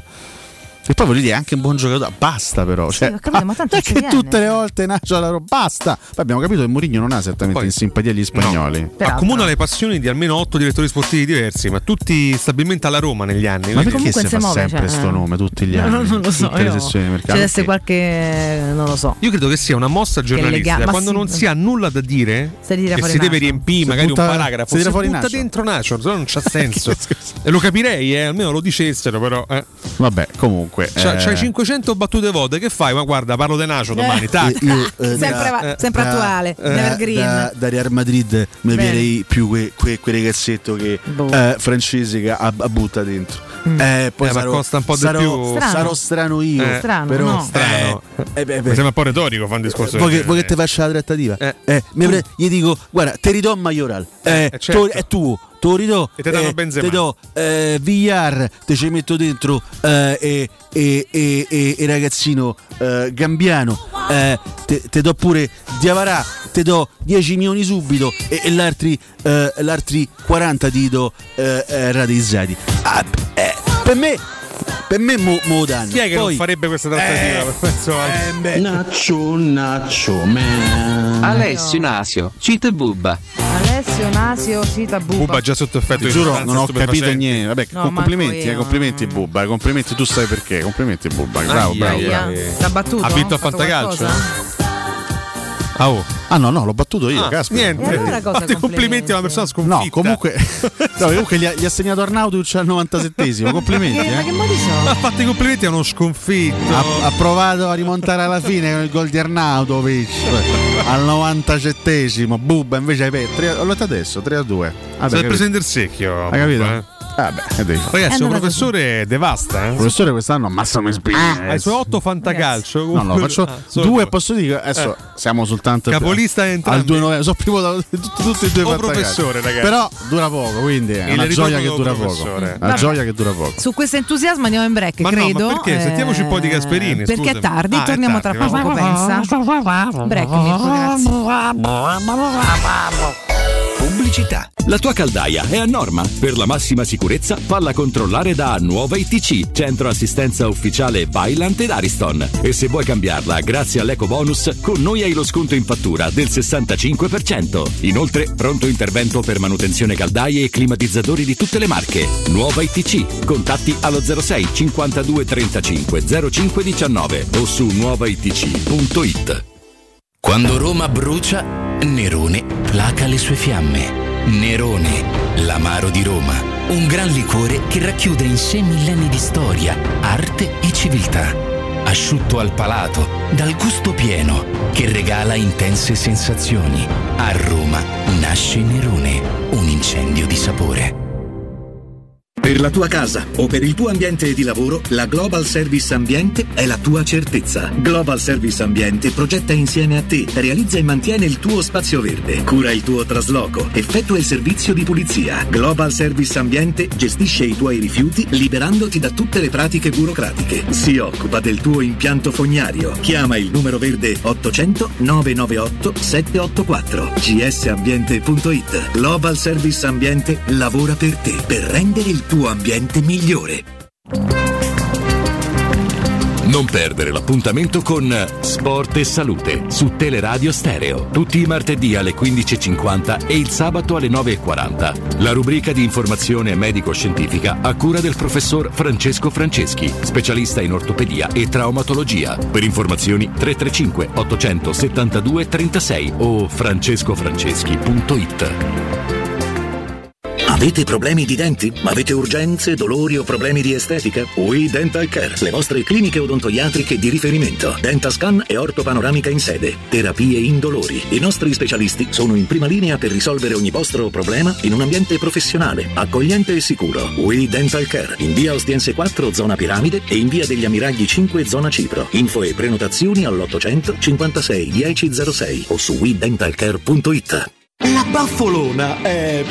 Speaker 7: E poi voglio dire, è anche un buon giocatore. Basta, però.
Speaker 4: Sì,
Speaker 7: Cioè,
Speaker 4: ho capito, ma tanto
Speaker 7: non è
Speaker 4: ci
Speaker 7: che
Speaker 4: viene.
Speaker 7: tutte le volte Nacio alla Roma. Basta. Poi abbiamo capito che Mourinho non ha esattamente in simpatia gli spagnoli.
Speaker 6: Accomuna le passioni di almeno otto direttori sportivi diversi, ma tutti stabilmente alla Roma negli anni.
Speaker 7: Ma
Speaker 6: Quindi-
Speaker 7: perché si
Speaker 4: se
Speaker 7: fa
Speaker 4: muove,
Speaker 7: sempre
Speaker 4: cioè,
Speaker 7: sto
Speaker 4: eh.
Speaker 7: nome tutti gli
Speaker 4: No,
Speaker 7: anni?
Speaker 4: no, non lo so,
Speaker 7: Tutte le
Speaker 4: io-
Speaker 7: sessioni di mercato.
Speaker 4: C'è deve essere qualche. non lo so.
Speaker 6: Io credo che sia una mossa giornalistica.
Speaker 4: lega- ma
Speaker 6: Quando
Speaker 4: sì.
Speaker 6: non si ha nulla da dire,
Speaker 4: Si tira
Speaker 6: che
Speaker 4: fuori
Speaker 6: si deve
Speaker 4: Nacio.
Speaker 6: riempire
Speaker 7: Si
Speaker 6: magari
Speaker 7: butta-
Speaker 6: un paragrafo,
Speaker 7: si tira fuori
Speaker 6: butta
Speaker 7: Nacio.
Speaker 6: dentro Nacio, se no non c'ha senso. E lo capirei, eh, almeno lo dicessero, però. Eh.
Speaker 7: Vabbè, comunque.
Speaker 6: C'ha,
Speaker 7: eh,
Speaker 6: c'hai cinquecento battute vuote, che fai? Ma guarda, parlo di Nacio domani, tac.
Speaker 7: io, eh,
Speaker 4: Sempre,
Speaker 7: da-
Speaker 4: va- sempre
Speaker 7: da-
Speaker 4: attuale.
Speaker 7: da,
Speaker 4: Nevergreen.
Speaker 7: da, da Real Madrid mi
Speaker 4: Bene.
Speaker 7: direi più quel que, quel ragazzetto che
Speaker 4: Boh.
Speaker 7: eh, francese che ha, ha butta dentro.
Speaker 4: Mm.
Speaker 7: Eh, poi
Speaker 6: Eh, ma
Speaker 7: sarò,
Speaker 6: costa un po' di
Speaker 7: sarò,
Speaker 6: più.
Speaker 4: Strano.
Speaker 7: sarò strano io.
Speaker 6: Eh,
Speaker 4: Strano,
Speaker 7: però,
Speaker 4: no.
Speaker 6: Strano.
Speaker 7: Eh, eh, beh, beh.
Speaker 6: Mi sembra un po' retorico fare un discorso
Speaker 7: Vuoi
Speaker 6: del
Speaker 7: che, vuoi che
Speaker 6: genere.
Speaker 7: ti faccia la trattativa?
Speaker 6: Eh.
Speaker 7: Eh, mi pre- gli dico, guarda, te ridò Majoral. Eh,
Speaker 6: Eh, certo.
Speaker 7: tu- è tuo. Te lo ridò.
Speaker 6: E te danno
Speaker 7: eh,
Speaker 6: Benzema.
Speaker 7: Te do eh, Villar, te ci metto dentro eh, e, e, e, e, e ragazzino eh, Gambiano. Eh, te, te do pure Diavarà, te do dieci milioni subito e, e l'altri, eh, l'altri quaranta ti do eh, eh, rateizzati. Ah, eh, per me, per me mo, mo danno.
Speaker 6: Chi è che
Speaker 7: Poi,
Speaker 6: non farebbe questa trattativa?
Speaker 7: Eh,
Speaker 6: Penso a-
Speaker 7: eh, beh.
Speaker 21: Nacho, Nacho, man.
Speaker 5: Alessio Nasio, cita Bubba.
Speaker 4: Alessio Nasio cita Bubba.
Speaker 6: Bubba già sotto effetto
Speaker 7: Ti
Speaker 6: di
Speaker 7: giuro,
Speaker 6: sostanze
Speaker 7: non ho capito
Speaker 6: stupefacenti.
Speaker 7: niente. Vabbè,
Speaker 4: No,
Speaker 7: con- complimenti,
Speaker 4: manco io.
Speaker 7: eh, complimenti Bubba, complimenti, tu sai perché. Complimenti Bubba, bravo,
Speaker 6: Ai,
Speaker 7: bravo,
Speaker 6: ai,
Speaker 7: bravo.
Speaker 6: ai.
Speaker 4: L'ha battuto?
Speaker 6: Ha vinto a
Speaker 4: fatto
Speaker 6: Fantacalcio?
Speaker 4: qualcosa?
Speaker 6: Ah, oh.
Speaker 7: ah no, no, l'ho battuto io,
Speaker 6: Ah,
Speaker 7: caspita.
Speaker 6: niente.
Speaker 4: E allora cosa
Speaker 6: Fate complimenti a una persona sconfitta.
Speaker 7: No, comunque, no, comunque gli, ha, gli ha segnato Arnautovic al novantasettesimo. Complimenti.
Speaker 4: Che-
Speaker 7: eh.
Speaker 4: ma che modi sono?
Speaker 6: Ha fatto i complimenti a uno sconfitto.
Speaker 7: Ha, ha provato a rimontare alla fine con il gol di Arnautovic al novantasettesimo. Bubba invece hai perso. Ho letto adesso tre a due. Vabbè,
Speaker 6: Si è
Speaker 7: capito.
Speaker 6: preso in del secchio.
Speaker 7: Hai capito?
Speaker 6: Eh.
Speaker 7: Vabbè, che devi fare?
Speaker 6: Ragazzi,
Speaker 4: Eh,
Speaker 6: un
Speaker 4: non
Speaker 6: professore devasta. Eh?
Speaker 7: Il professore quest'anno ammazza me spine.
Speaker 6: Ha i suoi otto fantacalcio.
Speaker 7: No, no, faccio
Speaker 6: Ah, solo
Speaker 7: due,
Speaker 6: due.
Speaker 7: posso dire, adesso
Speaker 6: Eh.
Speaker 7: siamo soltanto
Speaker 6: Capolista entrambi.
Speaker 7: al due novembre, sono primo da tutti, tutti e due
Speaker 6: Oh,
Speaker 7: fantacalci.
Speaker 6: professore, ragazzi.
Speaker 7: Però dura poco, quindi è
Speaker 6: Il
Speaker 7: una
Speaker 6: ritorno
Speaker 7: gioia che
Speaker 6: del
Speaker 7: dura poco.
Speaker 6: professore.
Speaker 7: Una
Speaker 4: Vabbè.
Speaker 7: gioia che dura poco.
Speaker 4: Su questo entusiasmo andiamo in break,
Speaker 6: Ma no, ma
Speaker 4: credo.
Speaker 6: perché? Sentiamoci un po' di Gasperini,
Speaker 4: Perché
Speaker 6: scusami.
Speaker 4: è tardi,
Speaker 6: Ah, è
Speaker 4: torniamo
Speaker 6: tardi,
Speaker 4: tra poco, pensa. Break, Mirko, grazie.
Speaker 16: Pubblicità. La tua caldaia è a norma. Per la massima sicurezza, falla controllare da Nuova I T C, centro assistenza ufficiale Vaillant ed Ariston. E se vuoi cambiarla grazie all'eco bonus, con noi hai lo sconto in fattura del sessantacinque per cento. Inoltre, pronto intervento per manutenzione caldaie e climatizzatori di tutte le marche. Nuova I T C. Contatti allo zero sei cinquantadue trentacinque zero cinque diciannove o su nuova i t c punto it.
Speaker 15: Quando Roma brucia, Nerone placa le sue fiamme. Nerone, l'amaro di Roma. Un gran liquore che racchiude in sé millenni di storia, arte e civiltà. Asciutto al palato, dal gusto pieno, che regala intense sensazioni. A Roma nasce Nerone, un incendio di sapore.
Speaker 10: Per la tua casa o per il tuo ambiente di lavoro, la Global Service Ambiente è la tua certezza. Global Service Ambiente progetta insieme a te, realizza e mantiene il tuo spazio verde, cura il tuo trasloco, effettua il servizio di pulizia. Global Service Ambiente gestisce i tuoi rifiuti liberandoti da tutte le pratiche burocratiche. Si occupa del tuo impianto fognario. Chiama il numero verde ottocento nove nove otto sette otto quattro g s ambiente punto it. Global Service Ambiente lavora per te, per rendere il tuo ambiente migliore.
Speaker 16: Non perdere l'appuntamento con Sport e Salute su Teleradio Stereo, tutti i martedì alle quindici e cinquanta e il sabato alle nove e quaranta. La rubrica di informazione medico-scientifica a cura del professor Francesco Franceschi, specialista in ortopedia e traumatologia. Per informazioni tre tre cinque ottocentosettantadue trentasei o francescofranceschi punto it.
Speaker 10: Avete problemi di denti? Avete urgenze, dolori o problemi di estetica? We Dental Care, le vostre cliniche odontoiatriche di riferimento. Dentascan e ortopanoramica in sede. Terapie indolori. I nostri specialisti sono in prima linea per risolvere ogni vostro problema in un ambiente professionale, accogliente e sicuro. We Dental Care, in via Ostiense quattro, zona Piramide, e in via degli Ammiragli cinque, zona Cipro. Info e prenotazioni all'ottocento cinquantasei dieci zero sei o su we dental care punto it.
Speaker 12: La baffolona è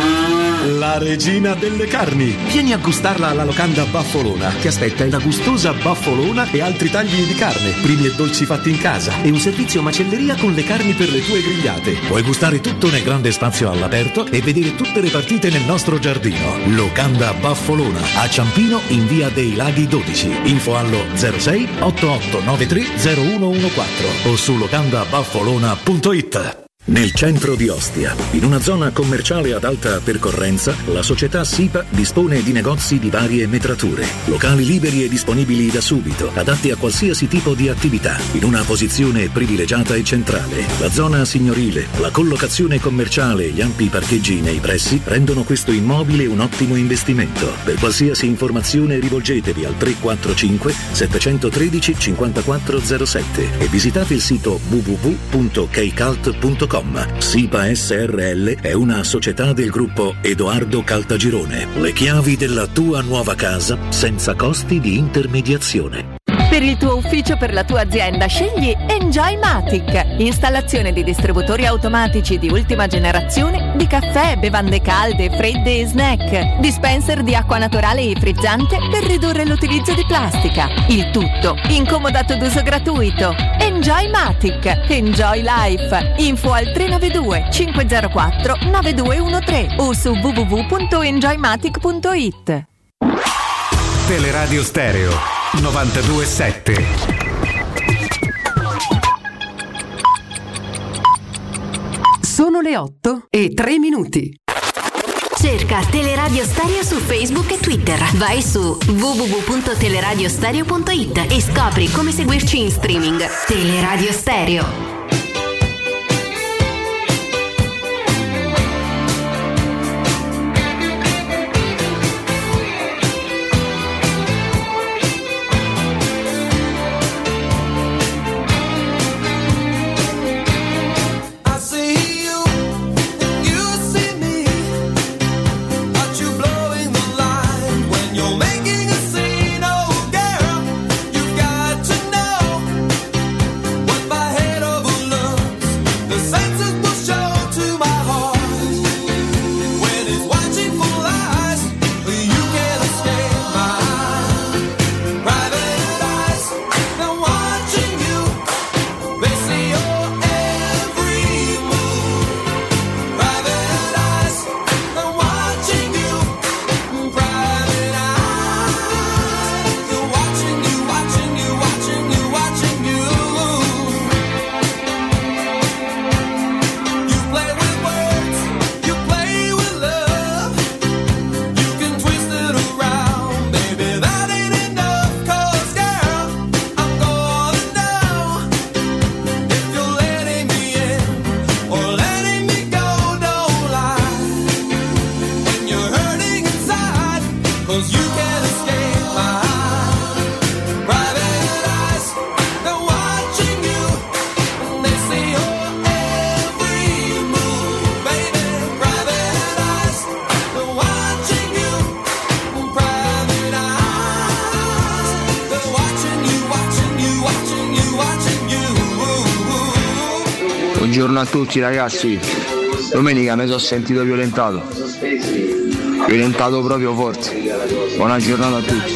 Speaker 12: la regina delle carni. Vieni a gustarla alla locanda Baffolona. Ti aspetta una gustosa baffolona e altri tagli di carne, primi e dolci fatti in casa e un servizio macelleria con le carni per le tue grigliate.
Speaker 10: Puoi gustare tutto nel grande spazio all'aperto e vedere tutte le partite nel nostro giardino. Locanda Baffolona a Ciampino in via dei Laghi dodici. Info allo zero sei ottantotto novantatré zero uno quattordici o su locanda baffolona punto it. Nel centro di Ostia, in una zona commerciale ad alta percorrenza, la società SIPA dispone di negozi di varie metrature, locali liberi e disponibili da subito, adatti a qualsiasi tipo di attività, in una posizione privilegiata e centrale. La zona signorile, la collocazione commerciale e gli ampi parcheggi nei pressi rendono questo immobile un ottimo investimento. Per qualsiasi informazione rivolgetevi al tre quattro cinque sette uno tre cinque zero sette e visitate il sito w w w punto keycult punto com. SIPA S R L è una società del gruppo Edoardo Caltagirone. Le chiavi della tua nuova casa senza costi di intermediazione.
Speaker 2: Per il tuo ufficio, per la tua azienda, scegli Enjoymatic. Installazione di distributori automatici di ultima generazione di caffè, bevande calde, fredde e snack. Dispenser di acqua naturale e frizzante per ridurre l'utilizzo di plastica. Il tutto in comodato d'uso gratuito. Enjoymatic. Enjoy Life. Info al tre nove due cinque zero quattro nove due uno tre o su w w w punto enjoymatic punto it.
Speaker 18: Teleradio Stereo novantadue sette.
Speaker 13: Sono le otto e tre minuti.
Speaker 14: Cerca Teleradio Stereo su Facebook e Twitter. Vai su w w w punto teleradiostereo punto it e scopri come seguirci in streaming. Teleradio Stereo.
Speaker 8: Buongiorno a tutti ragazzi, domenica mi sono sentito violentato, violentato proprio forte, buona giornata a tutti.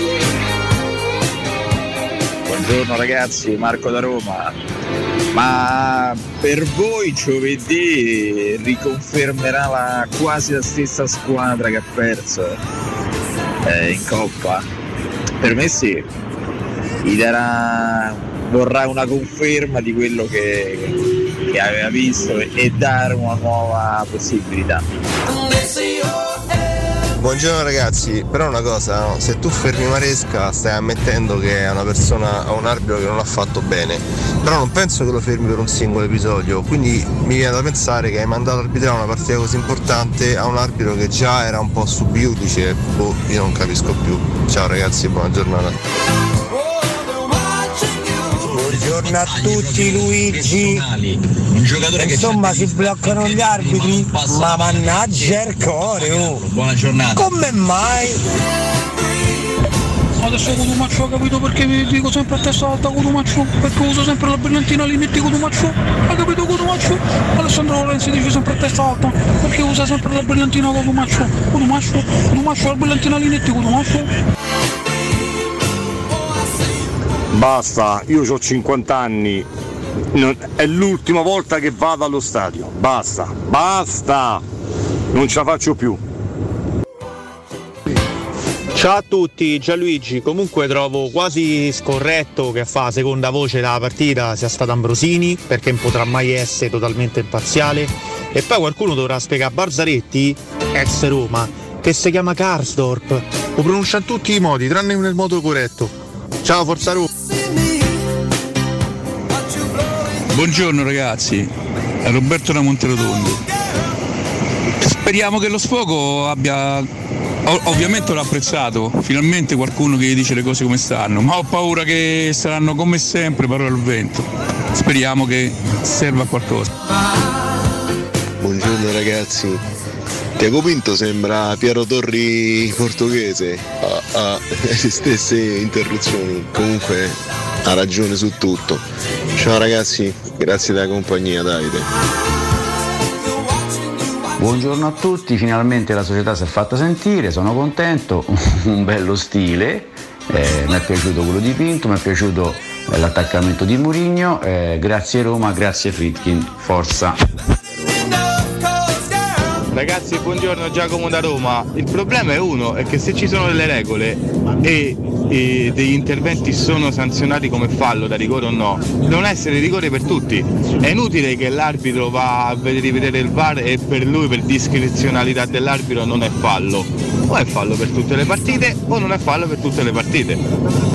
Speaker 22: Buongiorno ragazzi, Marco da Roma, ma per voi giovedì riconfermerà la, quasi la stessa squadra che ha perso eh, in Coppa? Per me sì, gli darà, vorrà una conferma di quello che che aveva visto e dare una nuova possibilità.
Speaker 11: Buongiorno ragazzi, però una cosa, no? Se tu fermi Maresca stai ammettendo che è una persona, un arbitro che non l'ha fatto bene, però non penso che lo fermi per un singolo episodio, quindi mi viene da pensare che hai mandato a arbitrare una partita così importante a un arbitro che già era un po' subiudice, boh, io non capisco più. Ciao ragazzi, buona giornata.
Speaker 19: Buongiorno a tutti Luigi.
Speaker 22: Un giocatore che
Speaker 19: insomma si bloccano gli arbitri, ma mannaggia il core, oh.
Speaker 22: Buona giornata.
Speaker 19: Come mai?
Speaker 17: Adesso Cotumaccio ho capito perché vi dico sempre a testa alta Cotumaccio, perché uso sempre la brillantina Linetti Cotumaccio, ha capito Cotumaccio? Alessandro Lorenzi dice sempre a testa alta perché usa sempre la brillantina Cotumaccio, Cotumaccio, Cotumaccio la brillantina Linetti Cotumaccio.
Speaker 24: Basta, io ho cinquanta anni, non, è l'ultima volta che vado allo stadio, basta, basta, non ce la faccio più.
Speaker 22: Ciao a tutti, Gianluigi, comunque trovo quasi scorretto che fa seconda voce della partita sia stato Ambrosini, perché non potrà mai essere totalmente imparziale, e poi qualcuno dovrà spiegare a Barzaretti, ex Roma, che si chiama Karsdorp, lo pronunciano tutti i modi, tranne nel modo corretto. Ciao, Forza Roma!
Speaker 25: Buongiorno ragazzi, è Roberto da Monterotondo. Speriamo che lo sfogo abbia, ov- ovviamente l'ho apprezzato, finalmente qualcuno che gli dice le cose come stanno, ma ho paura che saranno come sempre parole al vento. Speriamo che serva a qualcosa.
Speaker 26: Buongiorno ragazzi, Tiago Pinto sembra Piero Torri portoghese, ha, ha le stesse interruzioni, comunque ha ragione su tutto. Ciao ragazzi, grazie della compagnia, Davide.
Speaker 27: Buongiorno a tutti, finalmente la società si è fatta sentire, sono contento, un bello stile, eh, mi è piaciuto quello di Pinto, mi è piaciuto eh, l'attaccamento di Mourinho, eh, grazie Roma, grazie Friedkin, forza.
Speaker 3: Ragazzi, buongiorno, Giacomo da Roma. Il problema è uno, è che se ci sono delle regole e, e degli interventi sono sanzionati come fallo da rigore o no, devono essere rigore per tutti. È inutile che l'arbitro va a rivedere il V A R e per lui, per discrezionalità dell'arbitro, non è fallo. O è fallo per tutte le partite o non è fallo per tutte le partite.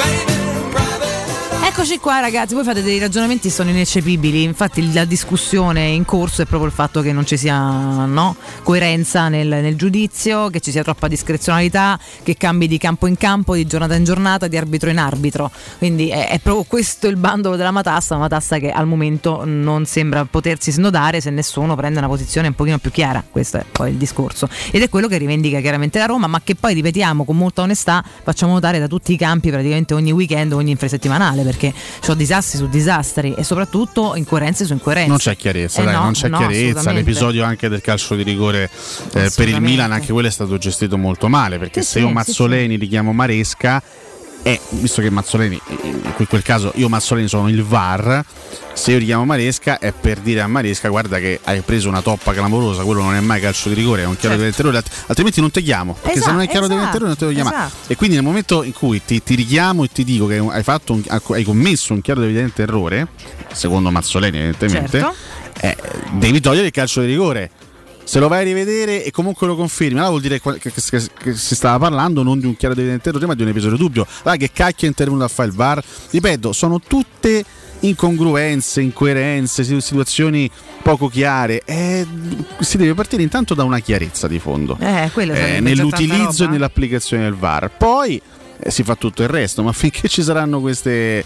Speaker 4: Eccoci qua ragazzi, voi fate dei ragionamenti che sono ineccepibili, infatti la discussione in corso è proprio il fatto che non ci sia, no, coerenza nel, nel giudizio, che ci sia troppa discrezionalità, che cambi di campo in campo, di giornata in giornata, di arbitro in arbitro, quindi è, è proprio questo il bandolo della matassa, una matassa che al momento non sembra potersi snodare se nessuno prende una posizione un pochino più chiara, questo è poi il discorso, ed è quello che rivendica chiaramente la Roma, ma che poi ripetiamo con molta onestà, facciamo notare da tutti i campi praticamente ogni weekend, ogni infrasettimanale, perché sono disastri su disastri e soprattutto incoerenze su incoerenze.
Speaker 7: Non c'è chiarezza, eh dai, no, non c'è no, chiarezza. L'episodio anche del calcio di rigore eh, per il Milan, anche quello è stato gestito molto male, perché sì, se io Mazzoleni sì, sì. richiamo Maresca, eh, visto che Mazzoleni, in quel caso io Mazzoleni sono il V A R, se io richiamo Maresca è per dire a Maresca guarda che hai preso una toppa clamorosa, quello non è mai calcio di rigore, è un chiaro certo. di errore, altrimenti non ti chiamo, perché esatto, se non è chiaro esatto, di errore non te lo chiamo. Esatto. E quindi nel momento in cui ti, ti richiamo e ti dico che hai, fatto un, hai commesso un chiaro ed evidente errore, secondo Mazzoleni evidentemente, certo. eh, devi togliere il calcio di rigore. Se lo vai a rivedere e comunque lo confermi, allora vuol dire che, che, che, che si stava parlando non di un chiaro ed evidente errore, ma di un episodio dubbio. Allora che cacchio è intervenuto a fare il V A R? Ripeto, sono tutte incongruenze, incoerenze, situazioni poco chiare. Eh, si deve partire intanto da una chiarezza di fondo
Speaker 4: eh,
Speaker 7: eh, nell'utilizzo e nell'applicazione del V A R. Poi eh, si fa tutto il resto, ma finché ci saranno queste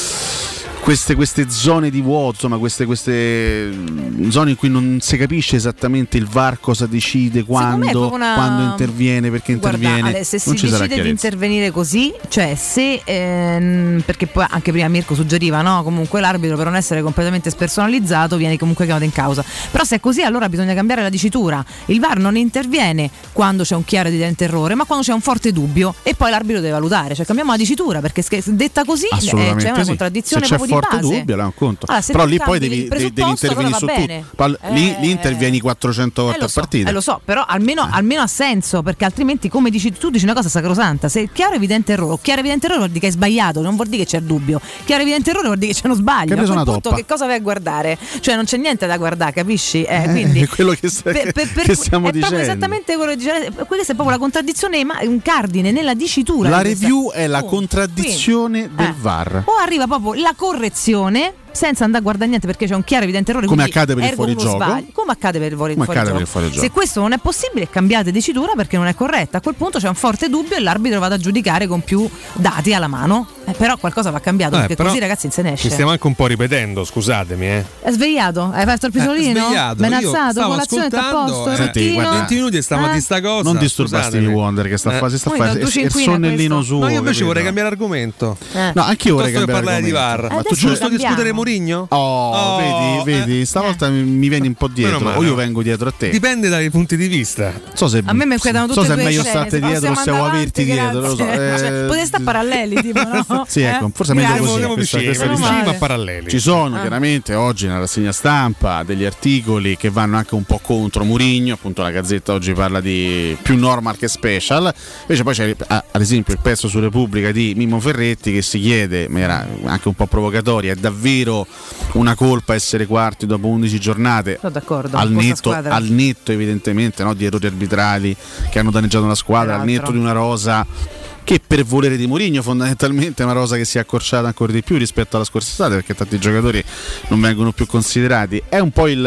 Speaker 7: Queste, queste zone di vuoto, insomma, queste, queste zone in cui non si capisce esattamente il V A R cosa decide, quando, una... quando interviene, perché interviene.
Speaker 4: Guarda, Ale, se
Speaker 7: non
Speaker 4: si
Speaker 7: ci
Speaker 4: decide di intervenire così, cioè se ehm, perché poi anche prima Mirko suggeriva, no? Comunque l'arbitro, per non essere completamente spersonalizzato, viene comunque chiamato in causa. Però se è così, allora bisogna cambiare la dicitura. Il V A R non interviene quando c'è un chiaro ed evidente errore, ma quando c'è un forte dubbio, e poi l'arbitro deve valutare. Cioè cambiamo la dicitura, perché detta così eh, c'è una
Speaker 7: sì.
Speaker 4: contraddizione
Speaker 7: se c'è
Speaker 4: proprio
Speaker 7: forte
Speaker 4: di base.
Speaker 7: dubbio, là un conto.
Speaker 4: Allora,
Speaker 7: però lì poi devi, devi intervenire
Speaker 4: allora
Speaker 7: su
Speaker 4: bene.
Speaker 7: tutto. Pal-
Speaker 4: eh,
Speaker 7: lì, lì intervieni quattrocento volte
Speaker 4: eh,
Speaker 7: a
Speaker 4: so,
Speaker 7: partita.
Speaker 4: Eh, lo so, però almeno, eh. almeno ha senso, perché altrimenti, come dici tu, dici una cosa sacrosanta. Se chiaro evidente errore, chiaro evidente errore vuol dire che hai sbagliato, non vuol dire che c'è dubbio. Chiaro evidente errore vuol dire che c'è uno sbaglio.
Speaker 7: Che
Speaker 4: a quel
Speaker 7: una
Speaker 4: punto
Speaker 7: toppa.
Speaker 4: Che cosa vai a guardare? Cioè non c'è niente da guardare, capisci? Eh, quindi
Speaker 7: è quello che, sta,
Speaker 4: per, per, per,
Speaker 7: che stiamo
Speaker 4: è
Speaker 7: dicendo.
Speaker 4: È esattamente quello che dice. Questa è proprio la contraddizione, ma un cardine nella dicitura.
Speaker 7: La review è la contraddizione
Speaker 4: quindi,
Speaker 7: del
Speaker 4: eh.
Speaker 7: V A R.
Speaker 4: O arriva proprio la correzione senza andare a guardare niente, perché c'è un chiaro evidente errore,
Speaker 7: come accade per il fuorigioco,
Speaker 4: come accade per il fuori,
Speaker 7: come
Speaker 4: fuorigioco.
Speaker 7: Per il fuorigioco.
Speaker 4: Se questo non è possibile, cambiate dicitura, perché non è corretta. A quel punto c'è un forte dubbio e l'arbitro va a giudicare con più dati alla mano. Eh, però qualcosa va cambiato, eh, perché così ragazzi non se ne esce.
Speaker 1: Ci stiamo anche un po' ripetendo, scusatemi. Eh.
Speaker 4: È svegliato? Hai fatto il pisolino?
Speaker 1: Eh, svegliato.
Speaker 4: Ben
Speaker 1: Io
Speaker 4: alzato? Colazione a posto?
Speaker 1: Eh,
Speaker 4: Senti,
Speaker 1: guarda, venti minuti e stiamo
Speaker 4: eh?
Speaker 1: di sta cosa.
Speaker 7: Non disturba Stevie Wonder che sta
Speaker 1: eh.
Speaker 7: a fare sta fare il sonnellino suo.
Speaker 1: No, io invece vorrei cambiare argomento.
Speaker 4: Eh.
Speaker 7: No, anche io vorrei cambiare
Speaker 1: parlare di V A R.
Speaker 7: Ma
Speaker 1: tu giusto discutere Mourinho?
Speaker 7: Oh, oh, vedi, vedi, stavolta eh. mi vieni un po' dietro, o io vengo dietro a te.
Speaker 1: Dipende dai punti di vista.
Speaker 7: So se
Speaker 4: a me mi inquietano tutte
Speaker 7: so
Speaker 4: e due.
Speaker 7: So se è meglio starti dietro o se vuoi averti dietro, lo so.
Speaker 4: Potete stare paralleli, tipo, no?
Speaker 7: Sì, ecco, forse è meglio così.
Speaker 1: Ma paralleli.
Speaker 7: Ci sono
Speaker 4: ah.
Speaker 7: chiaramente oggi nella rassegna stampa degli articoli che vanno anche un po' contro Mourinho, appunto la Gazzetta oggi parla di più normal che special, invece poi c'è ad esempio il pezzo su Repubblica di Mimmo Ferretti che si chiede, ma era anche un po' provocatoria, è davvero una colpa essere quarti dopo undici giornate?
Speaker 4: Sono d'accordo,
Speaker 7: al netto, al netto evidentemente, no, di errori arbitrali che hanno danneggiato la squadra, al netto di una rosa che per volere di Mourinho fondamentalmente è una rosa che si è accorciata ancora di più rispetto alla scorsa estate, perché tanti giocatori non vengono più considerati. È un po' il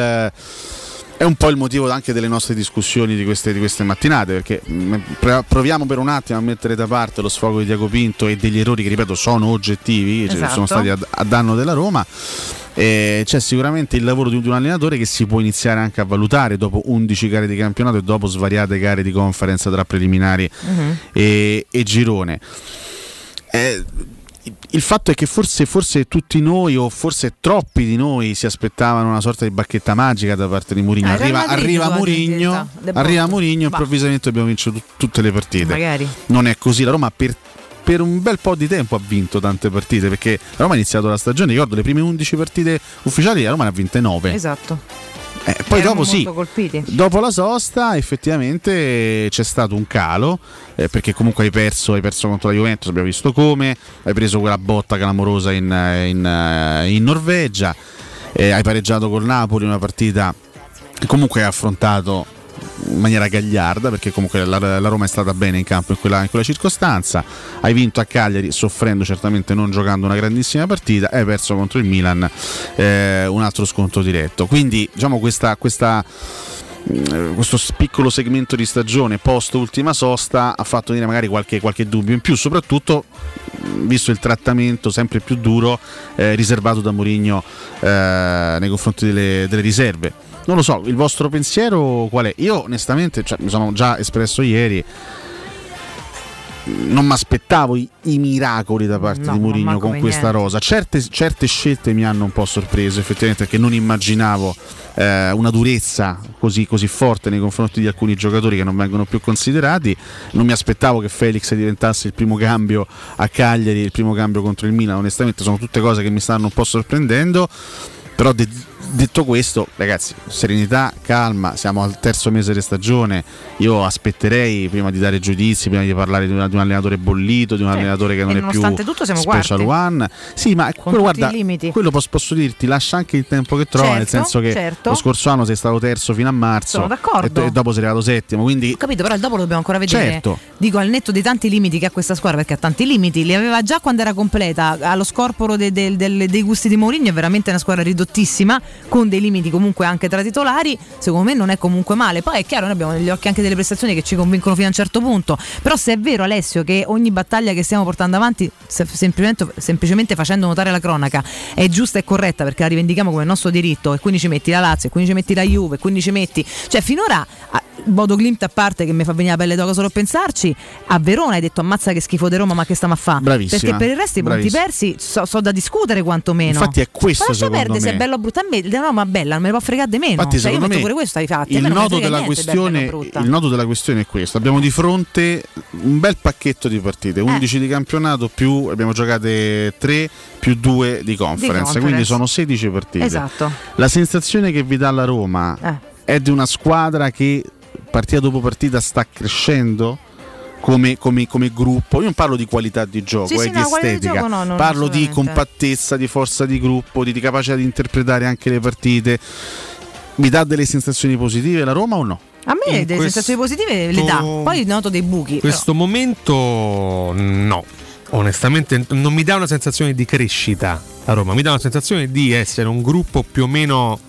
Speaker 7: è un po' il motivo anche delle nostre discussioni di queste, di queste mattinate, perché proviamo per un attimo a mettere da parte lo sfogo di Diaco Pinto e degli errori che, ripeto, sono oggettivi, esatto. Cioè, sono stati a, a danno della Roma. E c'è sicuramente il lavoro di un allenatore che si può iniziare anche a valutare dopo undici gare di campionato e dopo svariate gare di conference tra preliminari uh-huh. e, e girone. Eh, il fatto è che forse, forse tutti noi, o forse troppi di noi, si aspettavano una sorta di bacchetta magica da parte di Mourinho. Arriva, arriva Mourinho, arriva Mourinho, improvvisamente abbiamo vinto t- tutte le partite.
Speaker 4: Magari.
Speaker 7: Non è così, la Roma per per un bel po' di tempo ha vinto tante partite, perché la Roma ha iniziato la stagione, ricordo le prime undici partite ufficiali, la Roma ne ha vinte nove.
Speaker 4: Esatto.
Speaker 7: Eh, poi
Speaker 4: Erano
Speaker 7: dopo sì,
Speaker 4: colpiti.
Speaker 7: Dopo la sosta effettivamente c'è stato un calo, eh, perché comunque hai perso, hai perso contro la Juventus, abbiamo visto come, hai preso quella botta clamorosa in, in, in Norvegia, eh, hai pareggiato col Napoli, una partita che comunque hai affrontato in maniera gagliarda, perché comunque la, la Roma è stata bene in campo in quella, in quella circostanza. Hai vinto a Cagliari soffrendo, certamente non giocando una grandissima partita, e hai perso contro il Milan, eh, un altro scontro diretto. Quindi diciamo questa, questa questo piccolo segmento di stagione post ultima sosta ha fatto venire magari qualche, qualche dubbio in più, soprattutto visto il trattamento sempre più duro eh, riservato da Mourinho eh, nei confronti delle, delle riserve. Non lo so, il vostro pensiero qual è? Io onestamente, cioè, mi sono già espresso ieri, non mi aspettavo i, i miracoli da parte no, di Mourinho con questa niente. rosa. Certe, certe scelte mi hanno un po' sorpreso effettivamente, perché non immaginavo eh, una durezza così, così forte nei confronti di alcuni giocatori che non vengono più considerati. Non mi aspettavo che Felix diventasse il primo cambio a Cagliari, il primo cambio contro il Milan. Onestamente sono tutte cose che mi stanno un po' sorprendendo, però de- detto questo, ragazzi, serenità, calma, siamo al terzo mese di stagione, io aspetterei prima di dare giudizi, prima di parlare di un, di un allenatore bollito, di un
Speaker 4: Sì.
Speaker 7: allenatore che non
Speaker 4: E
Speaker 7: è più
Speaker 4: nonostante tutto siamo
Speaker 7: special
Speaker 4: quarti.
Speaker 7: one. Sì, ma
Speaker 4: Con
Speaker 7: quello,
Speaker 4: tutti
Speaker 7: guarda,
Speaker 4: i limiti.
Speaker 7: quello posso, posso dirti, lascia anche il tempo che trova,
Speaker 4: Certo,
Speaker 7: nel senso che
Speaker 4: certo.
Speaker 7: lo scorso anno sei stato terzo fino a marzo
Speaker 4: Sono d'accordo.
Speaker 7: e, e dopo sei arrivato settimo, quindi
Speaker 4: Ho capito, però il dopo lo dobbiamo ancora vedere.
Speaker 7: Certo.
Speaker 4: Dico, al netto dei tanti limiti che ha questa squadra, perché ha tanti limiti, li aveva già quando era completa, allo scorporo de- de- del- dei gusti di Mourinho, è veramente una squadra ridottissima, con dei limiti comunque anche tra titolari, secondo me non è comunque male. Poi è chiaro, noi abbiamo negli occhi anche delle prestazioni che ci convincono fino a un certo punto, però se è vero, Alessio, che ogni battaglia che stiamo portando avanti, se- semplicemente, semplicemente facendo notare la cronaca, è giusta e corretta perché la rivendichiamo come nostro diritto, e quindi ci metti la Lazio, e quindi ci metti la Juve, e quindi ci metti, cioè finora a- Bodo Glimt a parte, che mi fa venire la pelle d'oca solo a pensarci, a Verona hai detto ammazza che schifo di Roma, ma che stiamo a fa?
Speaker 7: Bravissima,
Speaker 4: Perché per il resto i punti
Speaker 7: bravissima.
Speaker 4: persi so, so da discutere quantomeno.
Speaker 7: Infatti è questo,
Speaker 4: ma lascia
Speaker 7: secondo
Speaker 4: perdere se
Speaker 7: me.
Speaker 4: è bello o brutto, a me la Roma è bella, non me ne può fregare di meno.
Speaker 7: Infatti,
Speaker 4: Cioè, io
Speaker 7: secondo
Speaker 4: metto
Speaker 7: me,
Speaker 4: pure questo ai fatti, a
Speaker 7: il
Speaker 4: me non me
Speaker 7: nodo,
Speaker 4: frega
Speaker 7: della
Speaker 4: niente, bella o
Speaker 7: questione,
Speaker 4: brutta.
Speaker 7: il nodo della questione è questo: abbiamo di fronte un bel pacchetto di partite, undici di campionato, più abbiamo giocate tre più due di conference,
Speaker 4: conference.
Speaker 7: quindi sono sedici partite.
Speaker 4: Esatto.
Speaker 7: La sensazione che vi dà la Roma
Speaker 4: Eh.
Speaker 7: è di una squadra che partita dopo partita sta crescendo come, come- come gruppo. Io non parlo di qualità di gioco,
Speaker 4: Sì,
Speaker 7: eh,
Speaker 4: sì,
Speaker 7: di
Speaker 4: no, qualità di
Speaker 7: estetica,
Speaker 4: gioco no, non
Speaker 7: parlo di
Speaker 4: assolutamente.
Speaker 7: compattezza, di forza di gruppo, di, di capacità di interpretare anche le partite. Mi dà delle sensazioni positive la Roma o no?
Speaker 4: A me
Speaker 1: In
Speaker 4: delle
Speaker 1: questo-
Speaker 4: sensazioni positive le dà, poi noto dei buchi.
Speaker 1: In questo momento no, onestamente non mi dà una sensazione di crescita la Roma, mi dà una sensazione di essere un gruppo più o meno.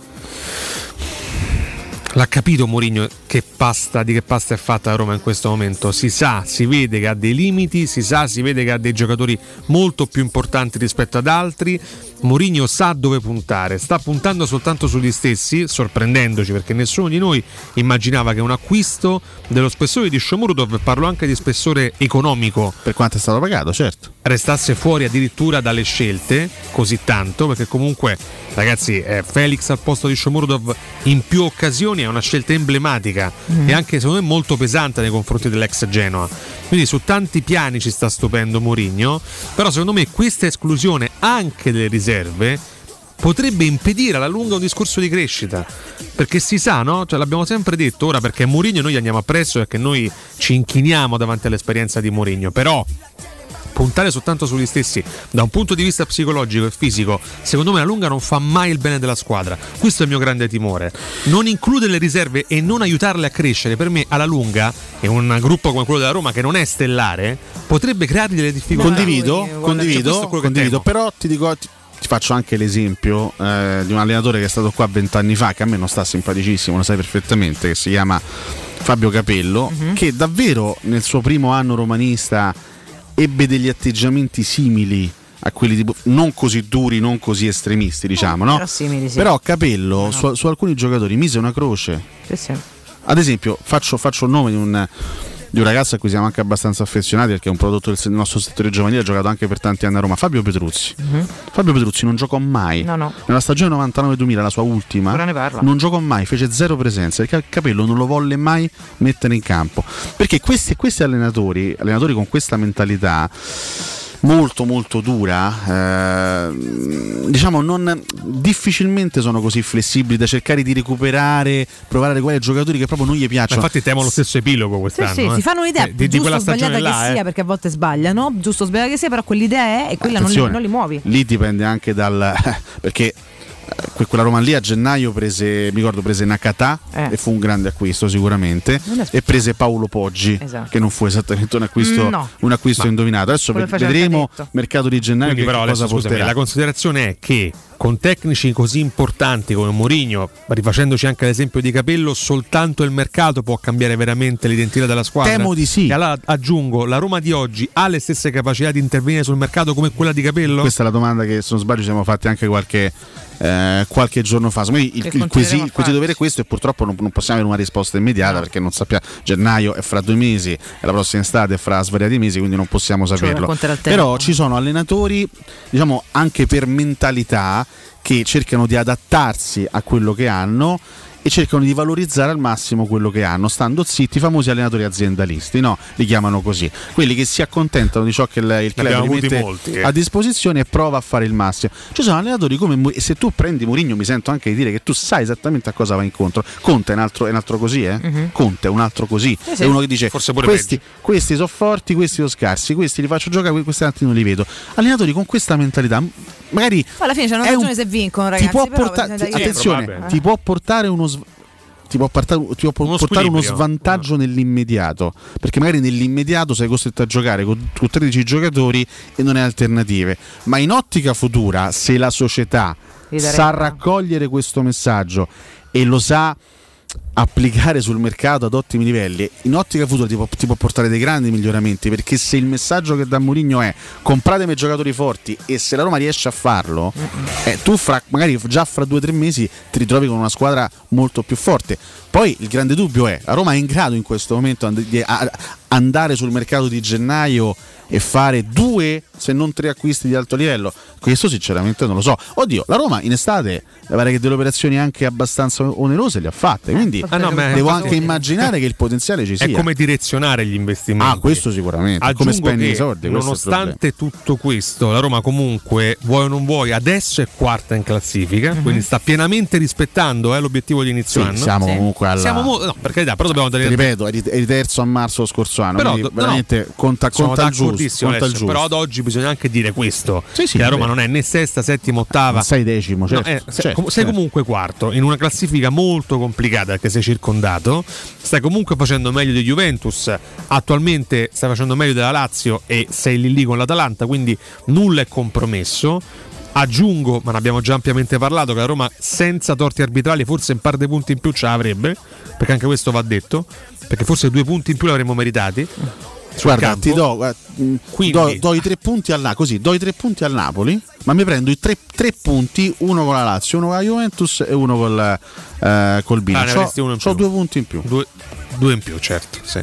Speaker 1: L'ha capito Mourinho che pasta, di che pasta è fatta la Roma in questo momento. Si sa, si vede che ha dei limiti, si sa, si vede che ha dei giocatori molto più importanti rispetto ad altri. Mourinho sa dove puntare, sta puntando soltanto sugli stessi, sorprendendoci perché nessuno di noi immaginava che un acquisto dello spessore di Shomurodov, parlo anche di spessore economico,
Speaker 7: per quanto è stato pagato, certo,
Speaker 1: restasse fuori addirittura dalle scelte così tanto, perché comunque ragazzi eh, Felix al posto di Shomurodov in più occasioni è una scelta emblematica
Speaker 4: Mm.
Speaker 1: e anche secondo me molto pesante nei confronti dell'ex Genoa, quindi su tanti piani ci sta stupendo Mourinho, però secondo me questa esclusione anche delle riserve potrebbe impedire alla lunga un discorso di crescita, perché si sa, no? Cioè, l'abbiamo sempre detto, ora perché Mourinho noi gli andiamo appresso perché noi ci inchiniamo davanti all'esperienza di Mourinho, però puntare soltanto sugli stessi da un punto di vista psicologico e fisico secondo me alla lunga non fa mai il bene della squadra. Questo è il mio grande timore, non includere le riserve e non aiutarle a crescere per me alla lunga, e un gruppo come quello della Roma che non è stellare potrebbe creargli delle difficoltà.
Speaker 7: Condivido,
Speaker 1: Cioè,
Speaker 7: condivido,
Speaker 1: questo è quello che
Speaker 7: condivido,
Speaker 1: temo.
Speaker 7: però ti dico, ti, ti faccio anche l'esempio eh, di un allenatore che è stato qua vent'anni fa, che a me non sta simpaticissimo, lo sai perfettamente, che si chiama Fabio Capello,
Speaker 4: Mhm.
Speaker 7: che davvero nel suo primo anno romanista ebbe degli atteggiamenti simili a quelli tipo, non così duri, non così estremisti, diciamo, no?
Speaker 4: Però simili, sì.
Speaker 7: Però Capello su, su alcuni giocatori mise una croce.
Speaker 4: Sì, sì.
Speaker 7: Ad esempio, faccio, faccio il nome di un, di un ragazzo a cui siamo anche abbastanza affezionati, perché è un prodotto del se- nostro settore giovanile, ha giocato anche per tanti anni a Roma, Fabio Petruzzi.
Speaker 4: Mhm.
Speaker 7: Fabio Petruzzi non giocò mai.
Speaker 4: No, no.
Speaker 7: Nella stagione novantanove duemila, la sua ultima,
Speaker 4: Ora ne parla.
Speaker 7: non giocò mai, fece zero presenza, perché Capello non lo volle mai mettere in campo. Perché questi, questi allenatori, allenatori con questa mentalità molto molto dura, eh, diciamo non difficilmente sono così flessibili da cercare di recuperare, provare a recuperare giocatori che proprio non gli
Speaker 1: Ma
Speaker 7: piacciono.
Speaker 1: infatti temo lo stesso epilogo
Speaker 4: Sì,
Speaker 1: quest'anno.
Speaker 4: sì,
Speaker 1: eh.
Speaker 4: si fanno un'idea
Speaker 1: Eh, di, di
Speaker 4: giusto
Speaker 1: quella
Speaker 4: o sbagliata
Speaker 1: stagione
Speaker 4: che
Speaker 1: là,
Speaker 4: sia,
Speaker 1: eh.
Speaker 4: perché a volte sbagliano, giusto o sbagliata che sia, però quell'idea è e quella non li,
Speaker 7: Attenzione,
Speaker 4: non li muovi.
Speaker 7: lì dipende anche dal perché que- quella Roma lì a gennaio prese, mi ricordo, prese Nakata
Speaker 4: Eh.
Speaker 7: e fu un grande acquisto sicuramente,
Speaker 4: Non è
Speaker 7: e prese Paolo Poggi,
Speaker 4: Esatto.
Speaker 7: che non fu esattamente un acquisto,
Speaker 4: Mm, no.
Speaker 7: un acquisto
Speaker 1: Ma-
Speaker 7: indovinato. Adesso
Speaker 4: Quello
Speaker 7: ved-
Speaker 4: faceva
Speaker 7: vedremo
Speaker 4: detto.
Speaker 7: mercato di gennaio
Speaker 1: Quindi
Speaker 7: che
Speaker 1: però
Speaker 7: cosa
Speaker 1: adesso, scusami,
Speaker 7: porterà.
Speaker 1: la considerazione è che con tecnici così importanti come Mourinho, rifacendoci anche l'esempio di Capello, soltanto il mercato può cambiare veramente l'identità della squadra.
Speaker 7: Temo di sì.
Speaker 1: E allora aggiungo, la Roma di oggi ha le stesse capacità di intervenire sul mercato come quella di Capello?
Speaker 7: Questa è la domanda che, se non sbaglio, ci siamo fatti anche qualche, eh, qualche giorno fa. Secondo me il,
Speaker 4: E
Speaker 7: il,
Speaker 4: continueremo
Speaker 7: quesi-
Speaker 4: a
Speaker 7: il quesito
Speaker 4: farci.
Speaker 7: dovere è questo, e purtroppo non, non possiamo avere una risposta immediata, perché non sappiamo. Gennaio è fra due mesi e la prossima estate è fra svariati mesi, quindi non possiamo
Speaker 4: lo
Speaker 7: saperlo.
Speaker 4: racconterà il tempo.
Speaker 7: Però ci sono allenatori, diciamo, anche per mentalità, che cercano di adattarsi a quello che hanno e cercano di valorizzare al massimo quello che hanno, stando zitti, i famosi allenatori aziendalisti, no? Li chiamano così, quelli che si accontentano di ciò che il, il club gli mette molti, eh. a disposizione e prova a fare il massimo. Ci sono allenatori come, se tu prendi Mourinho, mi sento anche di dire che tu sai esattamente a cosa va incontro. Conte è un altro, è un altro così, eh? Uh-huh. Conte è un altro così, sì, sì. È uno che dice questi, questi sono forti, questi sono scarsi, questi li faccio giocare, questi altri non li vedo. Allenatori con questa mentalità magari
Speaker 4: alla fine c'è una ragione un, se vincono, ragazzi,
Speaker 7: ti può portare, ti, attenzione, eh. ti può portare uno ti può portare, ti può uno, portare uno svantaggio no. nell'immediato, perché magari nell'immediato sei costretto a giocare con, con tredici giocatori e non hai alternative, ma in ottica futura, se la società sa raccogliere questo messaggio e lo sa applicare sul mercato ad ottimi livelli, in ottica futura ti può, ti può portare dei grandi miglioramenti, perché se il messaggio che dà Mourinho è compratemi giocatori forti, e se la Roma riesce a farlo, eh, tu fra, magari già fra due o tre mesi ti ritrovi con una squadra molto più forte. Poi il grande dubbio è, la Roma è in grado in questo momento di andare sul mercato di gennaio e fare due se non tre acquisti di alto livello? Questo sinceramente non lo so. Oddio, la Roma in estate mi pare che delle operazioni anche abbastanza onerose le ha fatte, quindi
Speaker 1: ah, no,
Speaker 7: devo anche immaginare che il potenziale ci sia.
Speaker 1: È come direzionare gli investimenti.
Speaker 7: Ah, questo sicuramente.
Speaker 1: Aggiungo
Speaker 7: come spendi
Speaker 1: che,
Speaker 7: i soldi.
Speaker 1: Nonostante tutto questo, la Roma comunque, vuoi o non vuoi, adesso è quarta in classifica, mm-hmm. quindi sta pienamente rispettando eh, l'obiettivo di inizio
Speaker 7: sì,
Speaker 1: anno.
Speaker 7: Siamo sì. comunque alla...
Speaker 1: Siamo mo- no, per carità, però dobbiamo dare...
Speaker 7: Ripeto, eri terzo a marzo lo scorso anno,
Speaker 1: però,
Speaker 7: quindi veramente no, conta, conta il giusto, conta il giusto.
Speaker 1: Però ad oggi bisogna anche dire questo,
Speaker 7: sì, sì,
Speaker 1: che la Roma non è né sesta, settima, ottava,
Speaker 7: sei decimo, certo,
Speaker 1: no, è, sei,
Speaker 7: certo,
Speaker 1: sei
Speaker 7: certo.
Speaker 1: comunque quarto in una classifica molto complicata perché sei circondato, stai comunque facendo meglio di Juventus, attualmente stai facendo meglio della Lazio e sei lì lì con l'Atalanta, quindi nulla è compromesso. Aggiungo, ma ne abbiamo già ampiamente parlato, che la Roma senza torti arbitrali forse un par di punti in più ce l'avrebbe, perché anche questo va detto, perché forse due punti in più l'avremmo meritati.
Speaker 7: Guarda,
Speaker 1: campo.
Speaker 7: ti do, guarda, do, do i tre punti al così, do i tre punti al Napoli, ma mi prendo i tre, tre punti, uno con la Lazio, uno con la Juventus e uno col, eh, col Milan.
Speaker 1: Ah, c'ho,
Speaker 7: c'ho due punti in più.
Speaker 1: Due, due in più, certo, sì.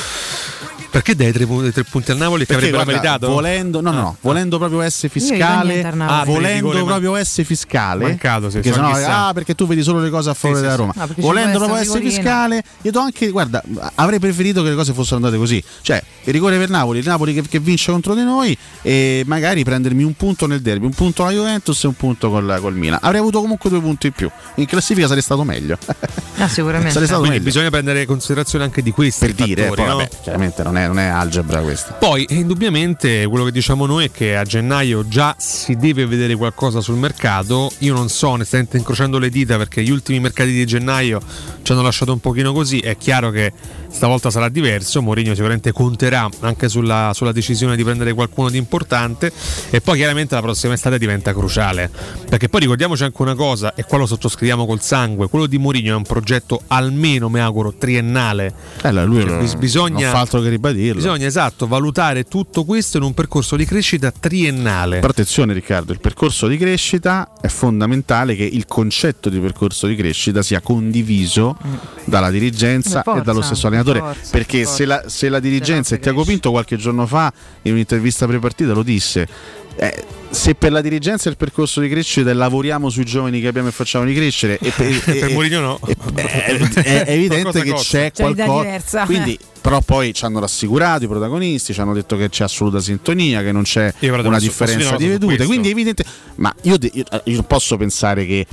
Speaker 1: Perché dai tre, tre punti al Napoli che avrebbero meritato?
Speaker 7: Volendo, no, no, no, volendo proprio essere fiscale, ah, volendo proprio essere fiscale,
Speaker 1: mancato, se
Speaker 7: perché, sennò, ah, perché tu vedi solo le cose a favore sì, della Roma.
Speaker 4: No,
Speaker 7: volendo proprio essere fiscale, io do anche, guarda, avrei preferito che le cose fossero andate così. Cioè, il rigore per Napoli, il Napoli che, che vince contro di noi e magari prendermi un punto nel derby, un punto alla Juventus e un punto col, col Milan. Avrei avuto comunque due punti in più. In classifica sarei stato meglio.
Speaker 4: Ah, sicuramente.
Speaker 7: Sarei stato
Speaker 1: Quindi
Speaker 7: meglio.
Speaker 1: bisogna prendere in considerazione anche di questi
Speaker 7: per dire,
Speaker 1: fattori,
Speaker 7: poi,
Speaker 1: no?
Speaker 7: Vabbè, chiaramente non è Non è algebra questa.
Speaker 1: Poi indubbiamente quello che diciamo noi è che a gennaio già si deve vedere qualcosa sul mercato. Io non so, onestamente, incrociando le dita, perché gli ultimi mercati di gennaio ci hanno lasciato un pochino così. È chiaro che stavolta sarà diverso. Mourinho sicuramente conterà anche sulla, sulla decisione di prendere qualcuno di importante, e poi chiaramente la prossima estate diventa cruciale, perché poi ricordiamoci anche una cosa, e qua lo sottoscriviamo col sangue: quello di Mourinho è un progetto almeno, mi auguro, triennale.
Speaker 7: Eh, lui
Speaker 1: cioè,
Speaker 7: lo,
Speaker 1: bisogna,
Speaker 7: non fa altro che ribadirlo.
Speaker 1: Bisogna, esatto, valutare tutto questo in un percorso di crescita triennale.
Speaker 7: Però attenzione Riccardo, il percorso di crescita è fondamentale che il concetto di percorso di crescita sia condiviso mm. dalla dirigenza forza, e dallo stesso allenatore, forza, perché forza. Se, la, se la dirigenza, e Tiago Pinto qualche giorno fa in un'intervista pre-partita lo disse, eh, se per la dirigenza il percorso di crescita è lavoriamo sui giovani che abbiamo e facciamo di crescere, e per,
Speaker 1: per Mourinho no,
Speaker 7: è, è, è evidente che c'è, c'è qualcosa, quindi però poi ci hanno rassicurato i protagonisti, ci hanno detto che c'è assoluta sintonia, che non c'è una differenza di vedute, quindi è evidente, ma io, io, io non posso pensare che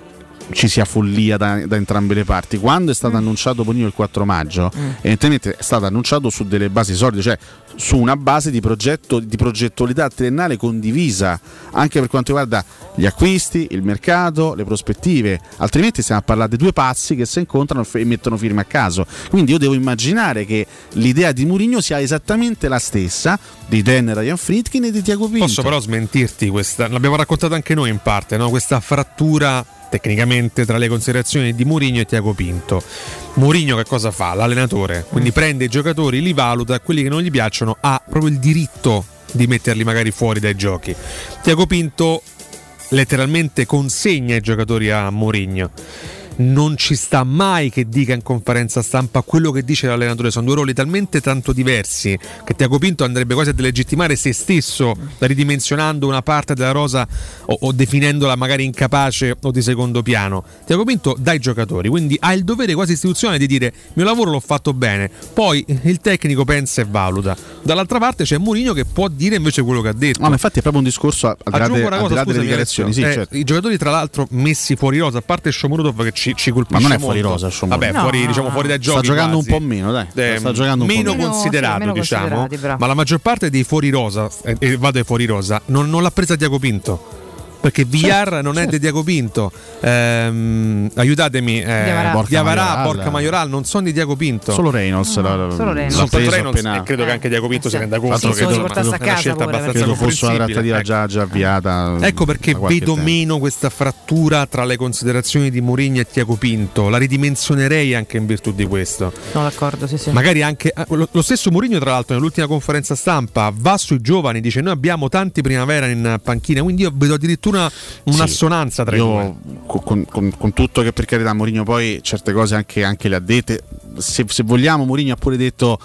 Speaker 7: ci sia follia da, da entrambe le parti. Quando è stato mm. annunciato Bonino il quattro maggio, mm. evidentemente è stato annunciato su delle basi solide, cioè su una base di progetto, di progettualità triennale condivisa, anche per quanto riguarda gli acquisti, il mercato, le prospettive, altrimenti stiamo a parlare di due pazzi che si incontrano e mettono firme a caso. Quindi io devo immaginare che l'idea di Mourinho sia esattamente la stessa di Dan Ryan Friedkin e di Tiago Pinto.
Speaker 1: Posso però smentirti questa, l'abbiamo raccontata anche noi in parte, no? Questa frattura tecnicamente tra le considerazioni di Mourinho e Tiago Pinto. Mourinho che cosa fa? L'allenatore, quindi mm. prende i giocatori, li valuta, quelli che non gli piacciono ha proprio il diritto di metterli magari fuori dai giochi. Tiago Pinto letteralmente consegna i giocatori a Mourinho. non ci sta mai che dica in conferenza stampa quello che dice l'allenatore. Sono due ruoli talmente tanto diversi che Tiago Pinto andrebbe quasi a delegittimare se stesso, ridimensionando una parte della rosa o, o definendola magari incapace o di secondo piano. Tiago Pinto dà i giocatori, quindi ha il dovere quasi istituzionale di dire: il mio lavoro l'ho fatto bene, poi il tecnico pensa e valuta. Dall'altra parte c'è Mourinho che può dire invece quello che ha detto.
Speaker 7: No, ma infatti è proprio un discorso al di là
Speaker 1: Aggiungo una cosa,
Speaker 7: delle dichiarazioni. Sì,
Speaker 1: eh,
Speaker 7: certo.
Speaker 1: I giocatori tra l'altro messi fuori rosa, a parte Shomurodov che ci, ci colpisce
Speaker 7: ma non è
Speaker 1: molto.
Speaker 7: fuori rosa Shomurodov.
Speaker 1: Vabbè,
Speaker 7: no,
Speaker 1: fuori, diciamo, fuori dai giochi
Speaker 7: sta giocando
Speaker 1: quasi.
Speaker 7: un po' meno, dai.
Speaker 1: Eh,
Speaker 7: sta giocando un
Speaker 1: meno
Speaker 7: po' meno
Speaker 1: considerato,
Speaker 4: meno
Speaker 1: diciamo,
Speaker 4: considerati,
Speaker 1: ma la maggior parte dei fuori rosa, e eh, vado ai fuori rosa, non, non l'ha presa Tiago Pinto. Perché Villar certo, non certo. è di Tiago Pinto, ehm, aiutatemi, eh, Diavarà, Borca Majoral non sono di Tiago Pinto.
Speaker 7: Solo Reynolds,
Speaker 4: no,
Speaker 7: la,
Speaker 4: solo Reynolds.
Speaker 1: Soltanto Reynolds e credo eh. che anche Tiago Pinto eh, si renda conto
Speaker 7: sì,
Speaker 1: che
Speaker 7: sì,
Speaker 1: insomma, è una scelta abbastanza
Speaker 7: credo fosse una trattativa
Speaker 1: ecco.
Speaker 7: già, già avviata.
Speaker 1: Ecco perché vedo
Speaker 7: tempo.
Speaker 1: meno questa frattura tra le considerazioni di Mourinho e Tiago Pinto. La ridimensionerei anche in virtù di questo.
Speaker 4: No, d'accordo, sì, sì.
Speaker 1: Magari anche lo, lo stesso Mourinho, tra l'altro, nell'ultima conferenza stampa va sui giovani, dice: noi abbiamo tanti primavera in panchina, quindi io vedo addirittura una
Speaker 7: sì.
Speaker 1: assonanza tra
Speaker 7: io,
Speaker 1: i due.
Speaker 7: Con, con, con tutto che per carità Mourinho poi certe cose anche, anche le ha dette, se, se vogliamo Mourinho ha pure detto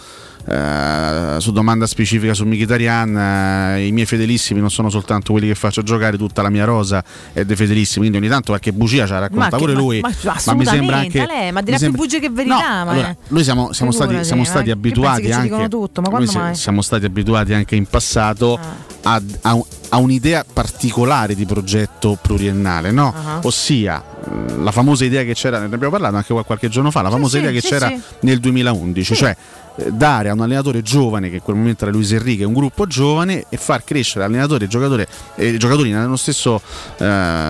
Speaker 7: Uh, su domanda specifica su Mkhitaryan, uh, i miei fedelissimi non sono soltanto quelli che faccio giocare, tutta la mia rosa è dei fedelissimi, quindi ogni tanto qualche bugia ce la racconta ma pure che, lui,
Speaker 4: ma, ma,
Speaker 7: ma mi sembra anche
Speaker 4: lei, ma dirà più bugie che verità.
Speaker 7: No,
Speaker 4: ma
Speaker 7: allora, noi siamo, siamo stati, siamo stati
Speaker 4: eh?
Speaker 7: abituati
Speaker 4: che
Speaker 7: anche
Speaker 4: tutto, ma quando mai?
Speaker 7: siamo stati abituati anche in passato ah. a, a, a un'idea particolare di progetto pluriennale, no? Uh-huh. Ossia la famosa idea che c'era, ne abbiamo parlato anche qualche giorno fa, la famosa sì, idea sì, che sì, c'era sì. nel duemilaundici, sì. cioè dare a un allenatore giovane, che in quel momento era Luis Enrique, un gruppo giovane, e far crescere allenatore e giocatore e giocatori nello stesso, eh,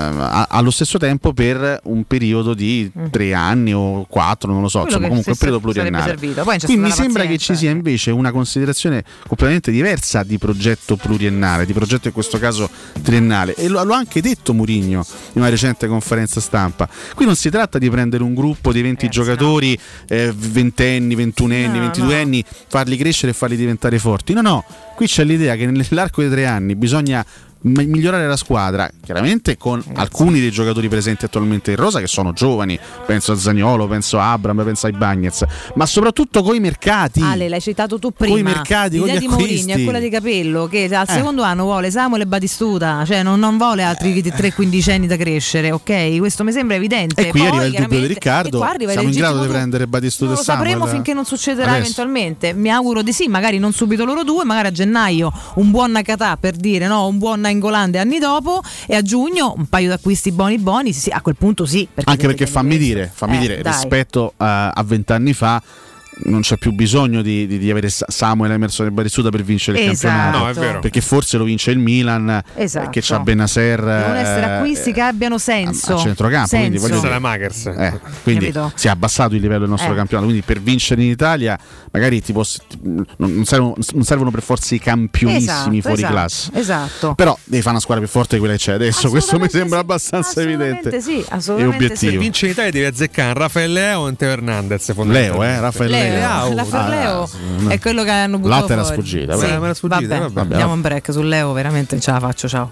Speaker 7: allo stesso tempo per un periodo di mm. tre anni o quattro, non lo so, insomma, comunque un periodo pluriennale. Quindi mi sembra che ci sia invece una considerazione completamente diversa di progetto pluriennale, di progetto in questo caso triennale, e lo, lo ha anche detto Mourinho in una recente conferenza stampa. Qui non si tratta di prendere un gruppo di venti eh, giocatori, no. eh, ventenni, ventunenni, no, ventidue no. anni, farli crescere e farli diventare forti. No, no, qui c'è l'idea che nell'arco dei tre anni bisogna migliorare la squadra, chiaramente con Grazie. alcuni dei giocatori presenti attualmente in rosa che sono giovani, penso a Zaniolo, penso a Abram, penso ai Bagnez, ma soprattutto coi mercati.
Speaker 4: Ale, l'hai citato tu prima,
Speaker 7: coi mercati,
Speaker 4: l'idea
Speaker 7: con gli
Speaker 4: di Mourinho è quella di Capello che al eh. secondo anno vuole Samuel e Batistuta, cioè non, non vuole altri eh. tre quindicenni da crescere, ok? Questo mi sembra evidente.
Speaker 7: E qui
Speaker 4: Poi,
Speaker 7: arriva il dubbio di Riccardo, siamo in grado di prendere Batistuta e
Speaker 4: lo
Speaker 7: Samuel?
Speaker 4: Lo sapremo finché non succederà
Speaker 7: adesso.
Speaker 4: Eventualmente, mi auguro di sì, magari non subito loro due, magari a gennaio un buon Nakata, per dire, no, un buon Nainggolan anni dopo, e a giugno un paio di acquisti buoni buoni, sì, a quel punto sì, perché
Speaker 7: anche perché fammi dire, fammi
Speaker 4: eh,
Speaker 7: dire
Speaker 4: dai.
Speaker 7: rispetto a vent'anni fa non c'è più bisogno di, di, di avere Samuel, Emerson e Batistuta per vincere il
Speaker 4: esatto.
Speaker 7: campionato,
Speaker 1: no, è vero.
Speaker 7: perché forse lo vince il Milan,
Speaker 4: esatto.
Speaker 7: che c'ha Bennacer,
Speaker 4: devono essere acquisti eh, che abbiano senso
Speaker 7: a, a centrocampo,
Speaker 4: senso.
Speaker 7: quindi voglio
Speaker 1: dire, Makers.
Speaker 7: Eh, quindi Capito? si è abbassato il livello del nostro
Speaker 4: eh.
Speaker 7: campionato, quindi per vincere in Italia magari ti posso, non, servono, non servono per forza i campionissimi
Speaker 4: esatto,
Speaker 7: fuori
Speaker 4: esatto,
Speaker 7: classe,
Speaker 4: esatto.
Speaker 7: però devi fare una squadra più forte di quella che c'è adesso, questo mi sembra
Speaker 4: sì,
Speaker 7: abbastanza evidente
Speaker 4: sì,
Speaker 7: e obiettivo.
Speaker 1: Se vince in Italia devi azzeccare Raffaele Leao e Teo Hernandez,
Speaker 7: Leo, eh, Raffaele
Speaker 4: Leo,
Speaker 7: Leao,
Speaker 4: Leo. Leo è quello che hanno buttato
Speaker 7: l'altra era
Speaker 4: fuori.
Speaker 7: sfuggita,
Speaker 4: sì.
Speaker 7: era
Speaker 1: sfuggita
Speaker 4: vabbè,
Speaker 1: vabbè.
Speaker 4: Vabbè. Andiamo in break su Leo, veramente non ce la faccio, ciao.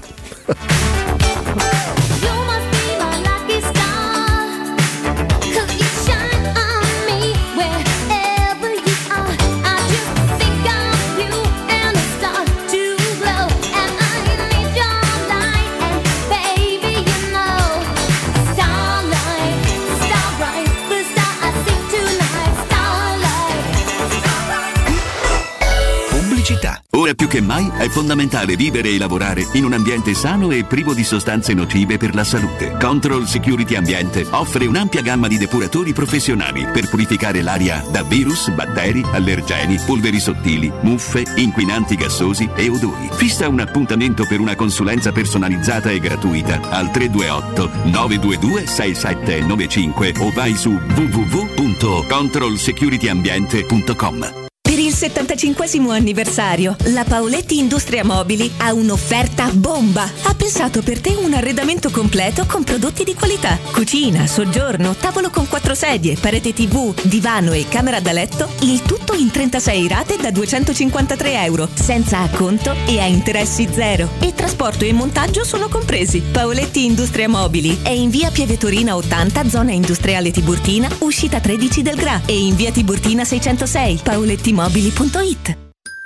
Speaker 16: Ora più che mai è fondamentale vivere e lavorare in un ambiente sano e privo di sostanze nocive per la salute. Control Security Ambiente offre un'ampia gamma di depuratori professionali per purificare l'aria da virus, batteri, allergeni, polveri sottili, muffe, inquinanti gassosi e odori. Fissa un appuntamento per una consulenza personalizzata e gratuita al tre due otto nove due due sei sette nove cinque o vai su w w w punto control security ambiente punto com.
Speaker 14: Per il
Speaker 5: settantacinquesimo anniversario, la Paoletti Industria Mobili ha un'offerta bomba. Ha pensato per te un arredamento completo con prodotti di qualità. Cucina, soggiorno, tavolo con quattro sedie, parete tivù, divano e camera da letto, il tutto in trentasei rate da duecentocinquantatré euro, senza acconto e a interessi zero. E trasporto e montaggio sono compresi. Paoletti Industria Mobili è in via Pievetorina ottanta, zona industriale Tiburtina, uscita tredici del Gra, e in via Tiburtina seicentosei, paolettimobili punto it.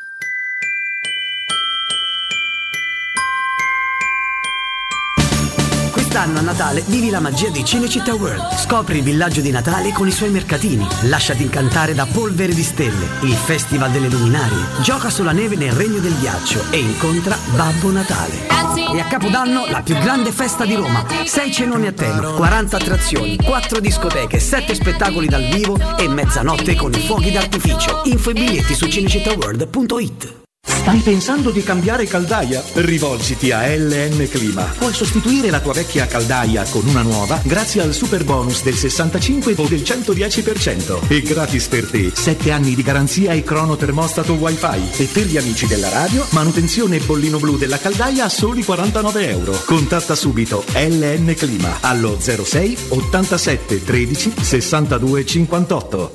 Speaker 6: Quest'anno a Natale vivi la magia di Cinecittà World. Scopri il villaggio di Natale con i suoi mercatini. Lasciati incantare da Polvere di Stelle, il festival delle luminarie. Gioca sulla neve nel regno del ghiaccio e incontra Babbo Natale. E a Capodanno la più grande festa di Roma. Sei cenoni a tema, quaranta attrazioni, quattro discoteche, sette spettacoli dal vivo e mezzanotte con i fuochi d'artificio. Info e biglietti su cinecittàworld punto it.
Speaker 12: Stai pensando di cambiare caldaia? Rivolgiti a L N Clima. Puoi sostituire la tua vecchia caldaia con una nuova grazie al super bonus del sessantacinque o del centodieci per cento. E gratis per te sette anni di garanzia e crono termostato wifi. E per gli amici della radio, manutenzione e bollino blu della caldaia a soli quarantanove euro. Contatta subito L N Clima allo zero sei ottantasette tredici sessantadue cinquantotto.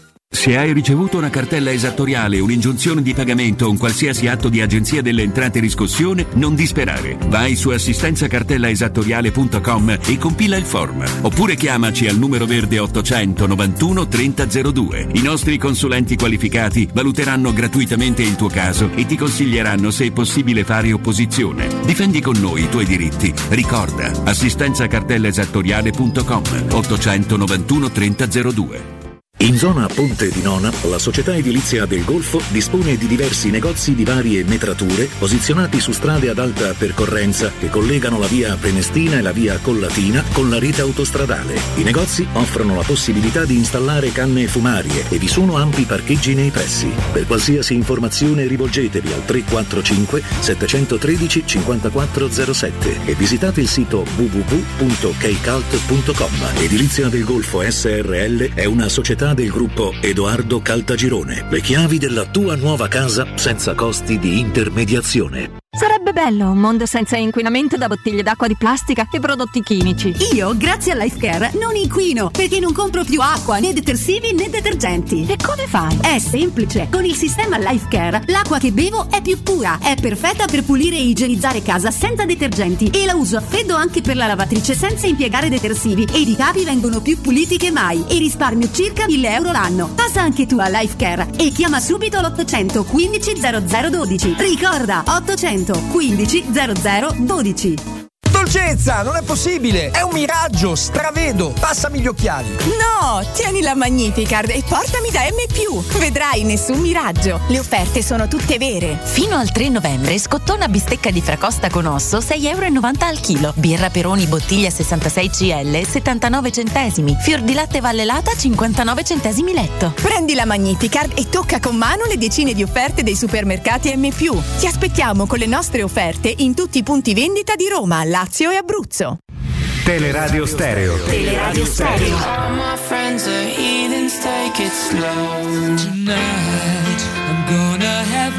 Speaker 16: Se hai ricevuto una cartella esattoriale, un'ingiunzione di pagamento o un qualsiasi atto di Agenzia delle Entrate riscossione, non disperare. Vai su assistenza cartella esattoriale punto com e compila il form. Oppure chiamaci al numero verde ottocento novantuno trenta zero due. I nostri consulenti qualificati valuteranno gratuitamente il tuo caso e ti consiglieranno se è possibile fare opposizione. Difendi con noi i tuoi diritti. Ricorda, assistenza cartella esattoriale punto com, ottocento novantuno trenta zero due.
Speaker 10: In zona Ponte di Nona, la società edilizia del Golfo dispone di diversi negozi di varie metrature posizionati su strade ad alta percorrenza che collegano la via Prenestina e la via Collatina con la rete autostradale. I negozi offrono la possibilità di installare canne fumarie e vi sono ampi parcheggi nei pressi. Per qualsiasi informazione rivolgetevi al tre quattro cinque sette uno tre cinque zero zero sette e visitate il sito w w w punto keycult punto com. Edilizia del Golfo S R L è una società del gruppo Edoardo Caltagirone. Le chiavi della tua nuova casa senza costi di intermediazione.
Speaker 2: Sarebbe bello un mondo senza inquinamento da bottiglie d'acqua di plastica e prodotti chimici.
Speaker 9: Io, grazie a LifeCare, non inquino perché non compro più acqua, né detersivi né detergenti.
Speaker 2: E come fai?
Speaker 9: È semplice. Con il sistema LifeCare l'acqua che bevo è più pura, è perfetta per pulire e igienizzare casa senza detergenti e la uso a freddo anche per la lavatrice senza impiegare detersivi ed i capi vengono più puliti che mai e risparmio circa mille euro l'anno. Passa anche tu a LifeCare e chiama subito l'ottocento quindici zero zero dodici. Ricorda, ottocento quindici zero zero dodici.
Speaker 15: Dolcezza, non è possibile! È un miraggio, stravedo! Passami gli occhiali!
Speaker 20: No! Tieni la Magnificard e portami da M più! Vedrai, nessun miraggio! Le offerte sono tutte vere!
Speaker 5: Fino al tre novembre, scottona bistecca di fracosta con osso sei e novanta euro al chilo. Birra Peroni bottiglia sessantasei centilitri settantanove centesimi. Fior di latte Vallelata cinquantanove centesimi letto.
Speaker 20: Prendi la Magnificard e tocca con mano le decine di offerte dei supermercati M più. Ti aspettiamo con le nostre offerte in tutti i punti vendita di Roma, Lazio e Abruzzo.
Speaker 18: Teleradio Stereo.
Speaker 5: Teleradio Stereo.
Speaker 21: All my friends are heathens, take it slow. Tonight I'm gonna have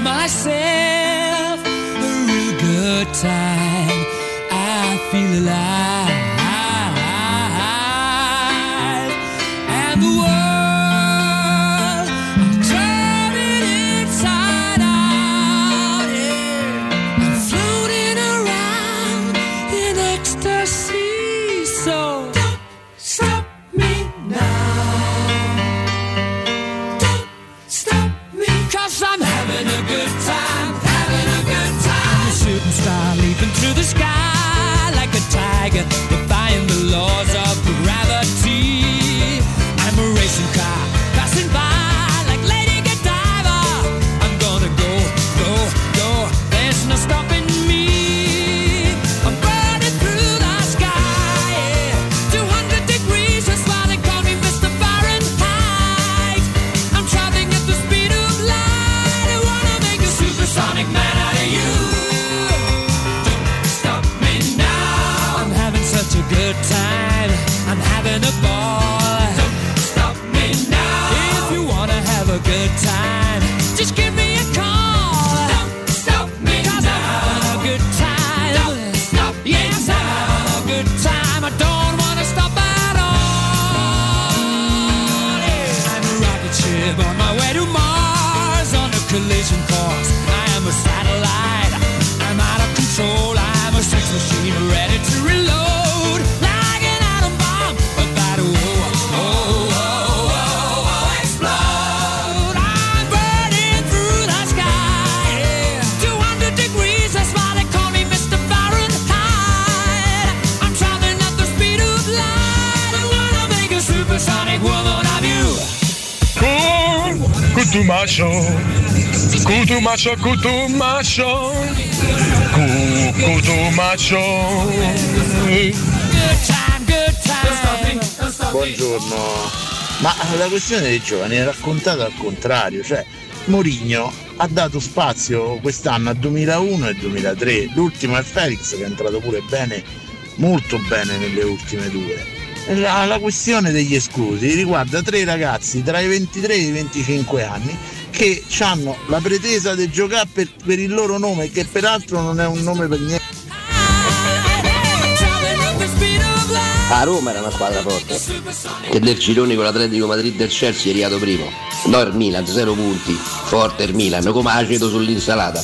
Speaker 21: myself a real good time. I feel alive. And the world through the sky like a tiger, defying the laws of gravity. I'm a racing car passing by like Lady Godiva. I'm gonna go, go, go. There's no stopping me. I'm burning through the sky, yeah. two hundred degrees, that's why they call me Mister Fahrenheit. I'm traveling at the speed of light. I wanna make a supersonic man out of you. Such a good time, I'm having a ball. Don't stop me now. If you wanna have a good time, just live on my way to Mars on a collision course. I am a satellite. I'm out of control. I'm a sex machine ready to reload. Like an atom bomb about to oh, oh, oh, oh, oh, explode. I'm burning through the sky. Yeah. two hundred degrees, that's why they call me Mister Fahrenheit. I'm traveling at the speed of light. I'm gonna make a supersonic woman of you.
Speaker 25: Cutumacho, cutumacho, cutumacho, cutumacho.
Speaker 8: Buongiorno, ma la questione dei giovani è raccontata al contrario, cioè Mourinho ha dato spazio quest'anno a duemilauno e duemilatré, l'ultimo è Felix che è entrato pure bene, molto bene nelle ultime due. La, la questione degli esclusi riguarda tre ragazzi tra i ventitré e i venticinque anni che hanno la pretesa di giocare per, per il loro nome, che peraltro non è un nome per niente.
Speaker 11: A Roma era una squadra forte, che del girone con l'Atletico Madrid del Chelsea è arrivato primo. No, il Milan, zero punti, forte il Milan, come aceto sull'insalata.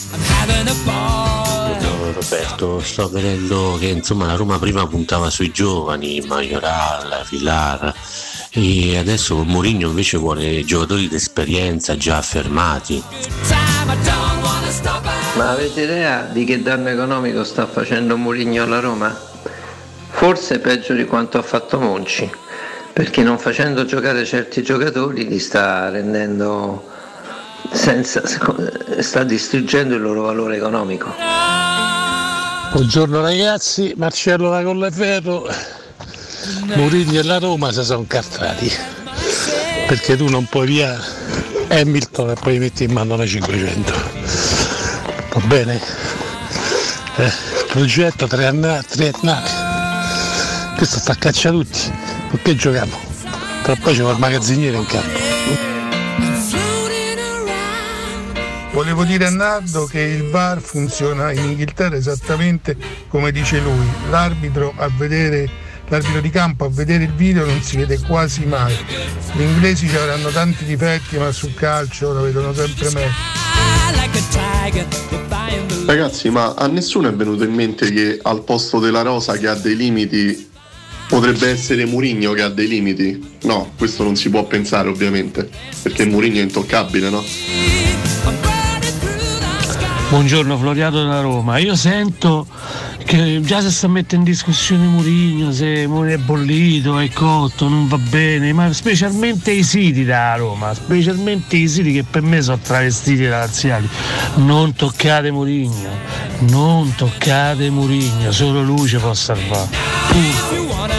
Speaker 13: Roberto, sto vedendo che insomma la Roma prima puntava sui giovani, Majoral, Villar, e adesso con Mourinho invece vuole giocatori di esperienza già affermati.
Speaker 17: Ma avete idea di che danno economico sta facendo Mourinho alla Roma? Forse peggio di quanto ha fatto Monchi, perché non facendo giocare certi giocatori li sta rendendo senza, sta distruggendo il loro valore economico.
Speaker 19: Buongiorno ragazzi, Marcello da Colleferro. Mourinho e la Roma si sono incartati, perché tu non puoi via Hamilton e poi metti in mano la cinquecento, va bene? Eh, il progetto triennale, triennale, questo sta a caccia tutti, perché giochiamo? Tra poi c'è il magazziniere in campo.
Speaker 25: Volevo dire a Nardo che il V A R funziona in Inghilterra esattamente come dice lui, l'arbitro a vedere l'arbitro di campo a vedere il video non si vede quasi mai. Gli inglesi ci avranno tanti difetti ma sul calcio la vedono sempre meglio.
Speaker 23: Ragazzi, ma a nessuno è venuto in mente che al posto della rosa che ha dei limiti potrebbe essere Mourinho che ha dei limiti? No, questo non si può pensare ovviamente, perché Mourinho è intoccabile, no?
Speaker 19: Buongiorno Floriano da Roma, io sento che già si sta mettendo in discussione Mourinho, se è bollito, è cotto, non va bene, ma specialmente i siti da Roma, specialmente i siti che per me sono travestiti da laziali. Non toccate Mourinho, non toccate Mourinho, solo lui ci può salvare.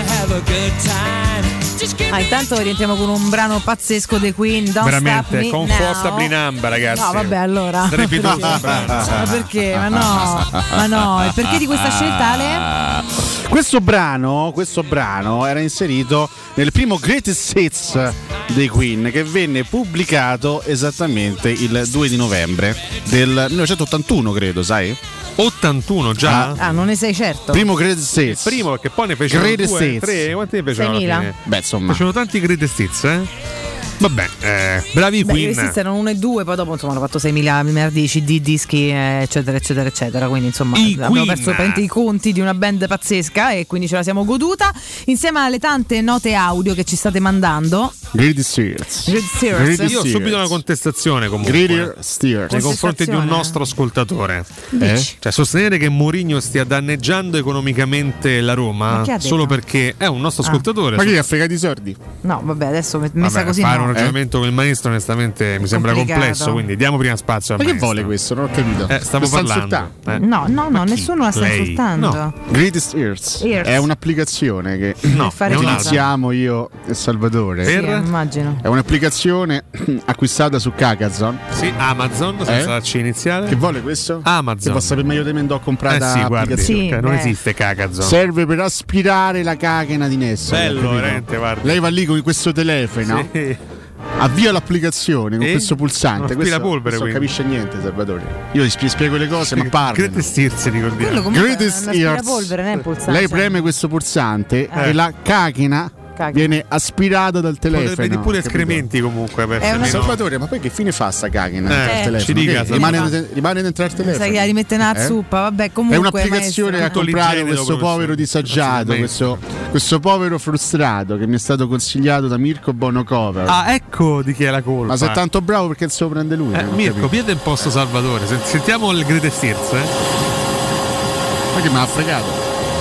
Speaker 4: Ah, intanto rientriamo con un brano pazzesco dei Queen, Don't
Speaker 1: veramente
Speaker 4: Stop Me
Speaker 1: confortably number, ragazzi.
Speaker 4: No, vabbè, allora.
Speaker 1: Strepitoso brano.
Speaker 4: Ma perché? Ma no, ma no, il perché di questa scelta, Ale?
Speaker 7: Questo brano, questo brano era inserito nel primo Greatest Hits dei Queen, che venne pubblicato esattamente il due di novembre del millenovecentottantuno, credo, sai?
Speaker 1: ottantuno già?
Speaker 4: Ah, non ne sei certo.
Speaker 7: Primo Greatest Hits.
Speaker 1: Primo, perché poi ne fecero
Speaker 7: Greatest
Speaker 1: due,
Speaker 7: Hits.
Speaker 1: tre, quanti ne fecero alla
Speaker 4: seimila?
Speaker 1: fine?
Speaker 7: Beh, insomma.
Speaker 1: Fecero tanti Greatest Hits, eh? Vabbè, eh, bravi
Speaker 4: Beh,
Speaker 1: Queen.
Speaker 4: questi erano uno e due, poi dopo insomma hanno fatto seimila miliardi di C D, dischi, eccetera, eccetera, eccetera. Quindi insomma
Speaker 1: I
Speaker 4: abbiamo
Speaker 1: Queen.
Speaker 4: perso i conti di una band pazzesca e quindi ce la siamo goduta insieme alle tante note audio che ci state mandando.
Speaker 7: Greatest Hits.
Speaker 4: Greatest Hits.
Speaker 1: Io ho subito una contestazione comunque
Speaker 7: Greatest Hits.
Speaker 1: nei confronti di un nostro ascoltatore.
Speaker 7: Eh?
Speaker 1: Cioè sostenere che Mourinho stia danneggiando economicamente la
Speaker 4: Ma
Speaker 1: Roma
Speaker 4: chi ha detto?
Speaker 1: solo perché è un nostro
Speaker 4: Ah.
Speaker 1: ascoltatore.
Speaker 7: Ma chi ha fregato i soldi?
Speaker 4: No, vabbè, adesso messa
Speaker 1: Vabbè,
Speaker 4: così
Speaker 1: fare
Speaker 4: no.
Speaker 1: un ragionamento con il maestro onestamente mi sembra
Speaker 4: complicato.
Speaker 1: complesso, quindi diamo prima spazio al
Speaker 7: Ma che
Speaker 1: maestro.
Speaker 7: vuole questo? Non ho capito.
Speaker 1: Eh, stavo
Speaker 7: Lo sta
Speaker 1: parlando.
Speaker 7: insultando.
Speaker 1: Eh.
Speaker 4: No, no, no, nessuno la sta
Speaker 1: Lei?
Speaker 4: insultando.
Speaker 1: No.
Speaker 7: Greatest Hits
Speaker 4: Ears.
Speaker 7: è un'applicazione che
Speaker 1: No,
Speaker 4: fare
Speaker 1: è un altro.
Speaker 7: utilizziamo io e Salvatore.
Speaker 4: Sì,
Speaker 1: Per?
Speaker 4: immagino.
Speaker 7: È un'applicazione acquistata su Kakazon.
Speaker 1: Sì, Amazon, senza
Speaker 7: Eh?
Speaker 1: la C iniziale.
Speaker 7: Che vuole questo?
Speaker 1: Amazon.
Speaker 7: Che posso sapere meglio di me andò a comprare
Speaker 1: Eh
Speaker 7: da
Speaker 1: sì, guardi,
Speaker 7: applicazione.
Speaker 4: Sì,
Speaker 1: ok, non
Speaker 4: beh.
Speaker 1: esiste Kakazon.
Speaker 7: Serve per aspirare la cacena di Nessoli.
Speaker 1: Bello,
Speaker 7: capito?
Speaker 1: veramente, guarda.
Speaker 7: Lei va lì con questo telefono,
Speaker 1: Sì.
Speaker 7: avvia l'applicazione con
Speaker 1: E?
Speaker 7: questo pulsante.
Speaker 1: Non
Speaker 7: Questo,
Speaker 1: aspirapolvere,
Speaker 7: questo non
Speaker 1: quindi.
Speaker 7: capisce niente, Salvatore. Io gli spie- spiego le cose, ma parla.
Speaker 1: Greatest Hits,
Speaker 4: Quello
Speaker 1: ricordiamo.
Speaker 4: comunque
Speaker 7: Greatest
Speaker 4: è un
Speaker 7: Hits.
Speaker 4: aspirapolvere, non è il pulsante.
Speaker 7: Lei preme questo pulsante
Speaker 1: Eh.
Speaker 7: e la cacena viene aspirata dal telefono.
Speaker 1: Vedi pure escrementi comunque. Per
Speaker 7: è una
Speaker 1: meno...
Speaker 7: Salvatore, ma poi che fine fa sta Kagen?
Speaker 1: Eh, ci dica,
Speaker 7: rimane, rimane dentro il telefono.
Speaker 4: Sai che rimette una
Speaker 7: eh?
Speaker 4: zuppa, vabbè, comunque.
Speaker 7: È un'applicazione che ha comprato questo povero disagiato, questo, questo povero frustrato che mi è stato consigliato da Mirko Bonocover.
Speaker 1: Ah, ecco di chi è la colpa.
Speaker 7: Ma sei tanto bravo perché se lo prende lui.
Speaker 1: Eh, Mirko, piede in posto Salvatore. Sentiamo il Greatest Hits, eh.
Speaker 7: Ma che mi ha fregato?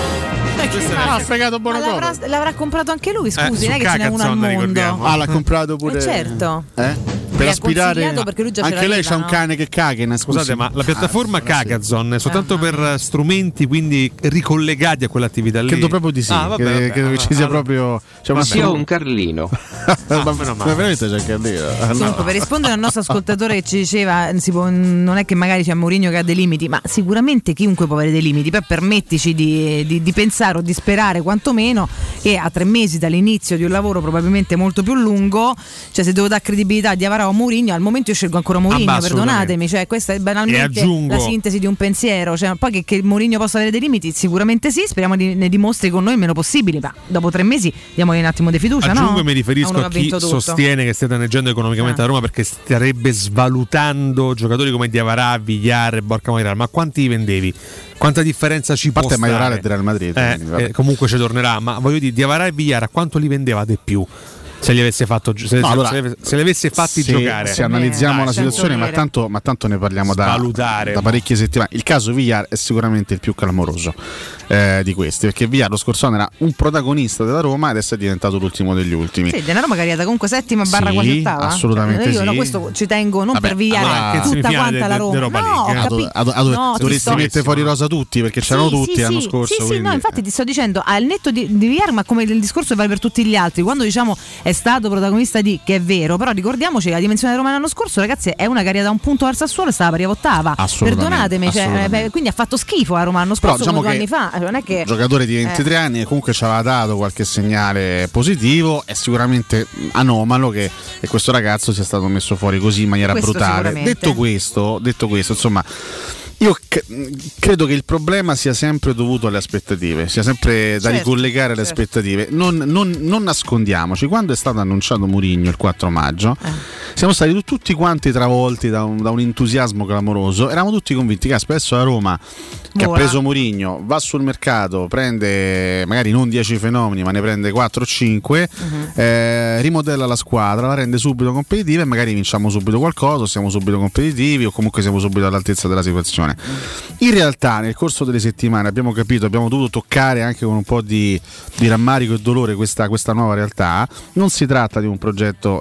Speaker 4: Ah,
Speaker 7: ha fregato Bonocover.
Speaker 4: L'avrà, l'avrà comprato anche lui, scusi,
Speaker 1: eh,
Speaker 4: non è che ce n'è uno al mondo.
Speaker 7: Ah, l'ha comprato pure.
Speaker 4: Eh, certo.
Speaker 7: Eh? Per aspirare anche lei c'ha un cane che Kagen.
Speaker 1: Scusate, ma la piattaforma ah, Kagazon è soltanto ah, per strumenti quindi ricollegati a quell'attività lì.
Speaker 7: Credo proprio di sì. Ah, vabbè, vabbè, credo vabbè, che ci sia allora, proprio. C'è
Speaker 3: ma sia un Carlino.
Speaker 7: ah, ma, ma veramente c'è il Carlino.
Speaker 4: Comunque, no. Per rispondere al nostro ascoltatore che ci diceva, si può, non è che magari c'è Mourinho che ha dei limiti, ma sicuramente chiunque può avere dei limiti. Poi permettici di, di, di pensare o di sperare quantomeno che a tre mesi dall'inizio di un lavoro probabilmente molto più lungo, cioè se devo dare credibilità a Diawara o Mourinho, al momento io scelgo ancora Mourinho, ah, perdonatemi, cioè questa è banalmente
Speaker 1: aggiungo,
Speaker 4: la sintesi di un pensiero, cioè, poi che, che Mourinho possa avere dei limiti sicuramente sì, speriamo di, ne dimostri con noi il meno possibile, ma dopo tre mesi diamogli un attimo di fiducia.
Speaker 1: Aggiungo
Speaker 4: no?
Speaker 1: e mi riferisco a, a chi sostiene che stia danneggiando economicamente ah. la Roma perché starebbe svalutando giocatori come Diawara, Villar e Borca Maioral, ma quanti li vendevi? Quanta differenza ci può stare?
Speaker 7: A parte Maioral e Real Madrid,
Speaker 1: eh, eh, comunque ci tornerà, ma voglio dire, Diawara e Villar a quanto li vendeva di più? Se gli avesse fatto se, no, allora, se, se li avesse fatti
Speaker 7: se,
Speaker 1: giocare.
Speaker 7: Se analizziamo Dai, la situazione, ma tanto, ma tanto ne parliamo da, da parecchie settimane. Il caso Villar è sicuramente il più clamoroso eh, di questi, perché Villar lo scorso anno era un protagonista della Roma e adesso è diventato l'ultimo degli ultimi.
Speaker 4: Sì, della Roma che è arrivata comunque settima barra
Speaker 7: sì,
Speaker 4: quasi ottava.
Speaker 7: Assolutamente
Speaker 4: io
Speaker 7: sì.
Speaker 4: No, questo ci tengo non
Speaker 7: Vabbè,
Speaker 4: per Villar,
Speaker 7: allora,
Speaker 4: tutta quanta la Roma.
Speaker 1: De, de
Speaker 4: no,
Speaker 1: League,
Speaker 4: capi-
Speaker 7: ad, ad, no, dovresti mettere fuori rosa tutti perché c'erano
Speaker 4: sì,
Speaker 7: tutti
Speaker 4: sì,
Speaker 7: l'anno
Speaker 4: sì,
Speaker 7: scorso.
Speaker 4: Sì, sì,
Speaker 7: quindi,
Speaker 4: no, infatti
Speaker 7: eh.
Speaker 4: ti sto dicendo al netto di, di Villar, ma come il discorso vale per tutti gli altri. Quando diciamo è stato protagonista di, che è vero, però ricordiamoci che la dimensione Roma l'anno scorso, ragazzi, è una carriera da un punto al Sassuolo e stava per arrivare ottava. Perdonatemi, cioè, beh, quindi ha fatto schifo a Roma l'anno scorso, però, diciamo come due anni fa. Cioè, non è che
Speaker 7: giocatore di ventitré eh. anni e comunque ci aveva dato qualche segnale positivo. È sicuramente anomalo che, che questo ragazzo sia stato messo fuori così in maniera questo brutale. Detto questo, detto questo, insomma. Io c- credo che il problema sia sempre dovuto alle aspettative, sia sempre da certo, ricollegare alle certo. aspettative. Non, non, non nascondiamoci, quando è stato annunciato Mourinho il quattro maggio, eh. siamo stati t- tutti quanti travolti da un, da un entusiasmo clamoroso. Eravamo tutti convinti che spesso la Roma, che Buona. ha preso Mourinho, va sul mercato, prende magari non dieci fenomeni, ma ne prende quattro o cinque, uh-huh. eh, rimodella la squadra, la rende subito competitiva e magari vinciamo subito qualcosa, siamo subito competitivi o comunque siamo subito all'altezza della situazione. In realtà nel corso delle settimane abbiamo capito, abbiamo dovuto toccare anche con un po' di, di rammarico e dolore questa, questa nuova realtà. Non si tratta di un progetto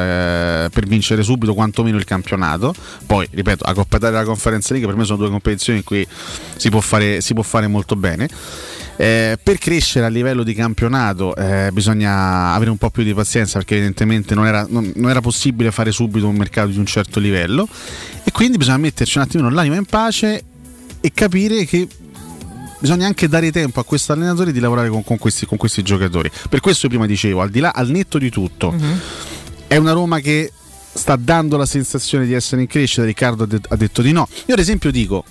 Speaker 7: eh, per vincere subito quantomeno il campionato. Poi ripeto, la Coppa Italia e la Conference League per me sono due competizioni in cui si può fare, si può fare molto bene. Eh, per crescere a livello di campionato eh, bisogna avere un po' più di pazienza, perché evidentemente non era, non, non era possibile fare subito un mercato di un certo livello, e quindi bisogna metterci un attimino l'anima in pace e capire che bisogna anche dare tempo a questo allenatore di lavorare con, con, questi, con questi giocatori. Per questo prima dicevo, al di là, al netto di tutto, uh-huh. è una Roma che sta dando la sensazione di essere in crescita. Riccardo ha, de- ha detto di no. Io ad esempio dico,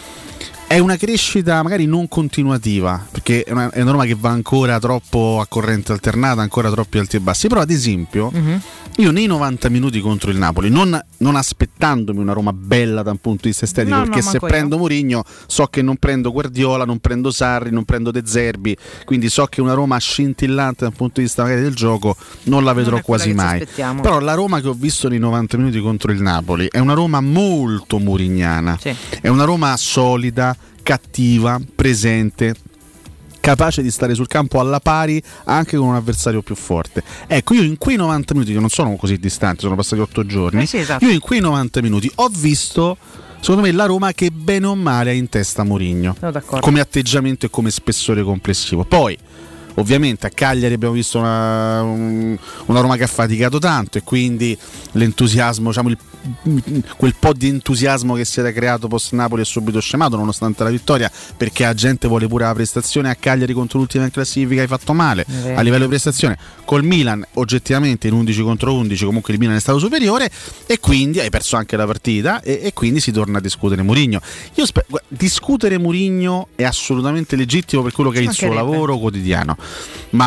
Speaker 7: è una crescita magari non continuativa, perché è una, è una Roma che va ancora troppo a corrente alternata, ancora troppi alti e bassi. Però ad esempio uh-huh. io nei novanta minuti contro il Napoli, non, non aspettandomi una Roma bella da un punto di vista estetico, no, perché no, se prendo io. Mourinho so che non prendo Guardiola, non prendo Sarri, non prendo De Zerbi, quindi so che una Roma scintillante da un punto di vista magari del gioco non la vedrò non quasi mai. Però la Roma che ho visto nei novanta minuti contro il Napoli è una Roma molto mourignana, sì. è una Roma solida, cattiva, presente, capace di stare sul campo alla pari anche con un avversario più forte. Ecco, io in quei novanta minuti, che non sono così distanti, sono passati otto giorni, eh sì, esatto. io in quei novanta minuti ho visto, secondo me, la Roma che bene o male ha in testa Mourinho, come atteggiamento e come spessore complessivo. Poi ovviamente a Cagliari abbiamo visto una, un, una Roma che ha faticato tanto, e quindi l'entusiasmo, diciamo il, quel po' di entusiasmo che si era creato post Napoli è subito scemato nonostante la vittoria, perché la gente vuole pure la prestazione. A Cagliari contro l'ultima in classifica hai fatto male a livello di prestazione. Col Milan oggettivamente in undici contro undici comunque il Milan è stato superiore, e quindi hai perso anche la partita, e, e quindi si torna a discutere Mourinho. Io sper- discutere Mourinho è assolutamente legittimo per quello che è il suo lavoro quotidiano, ma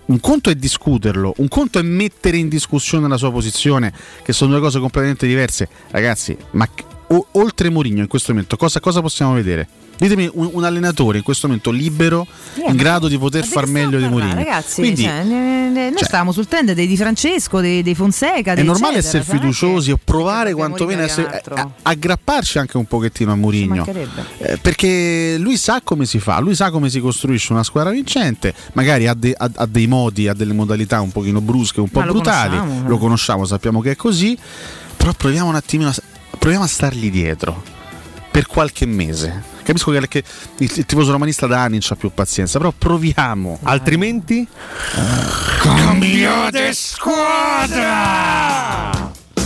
Speaker 7: un conto è discuterlo, un conto è mettere in discussione la sua posizione, che sono due cose completamente diverse. Ragazzi, ma o, oltre Mourinho in questo momento cosa, cosa possiamo vedere? Ditemi un, un allenatore in questo momento libero, yeah, in grado di poter far meglio di Mourinho.
Speaker 4: Ragazzi,
Speaker 7: quindi,
Speaker 4: cioè, ne, ne, noi
Speaker 7: cioè,
Speaker 4: stavamo sul trend dei Di Francesco, dei, dei Fonseca.
Speaker 7: È normale
Speaker 4: eccetera,
Speaker 7: essere fiduciosi o provare quantomeno essere, a, aggrapparsi anche un pochettino a Mourinho, eh, perché lui sa come si fa, lui sa come si costruisce una squadra vincente, magari ha, de, ha, ha dei modi, ha delle modalità un pochino brusche, un po' lo brutali, conosciamo, lo conosciamo, sappiamo che è così, però proviamo un attimino a, proviamo a stargli dietro per qualche mese. Capisco che, che il, il tifoso romanista da anni non c'ha più pazienza, però proviamo.
Speaker 1: Altrimenti
Speaker 21: cambiate squadra!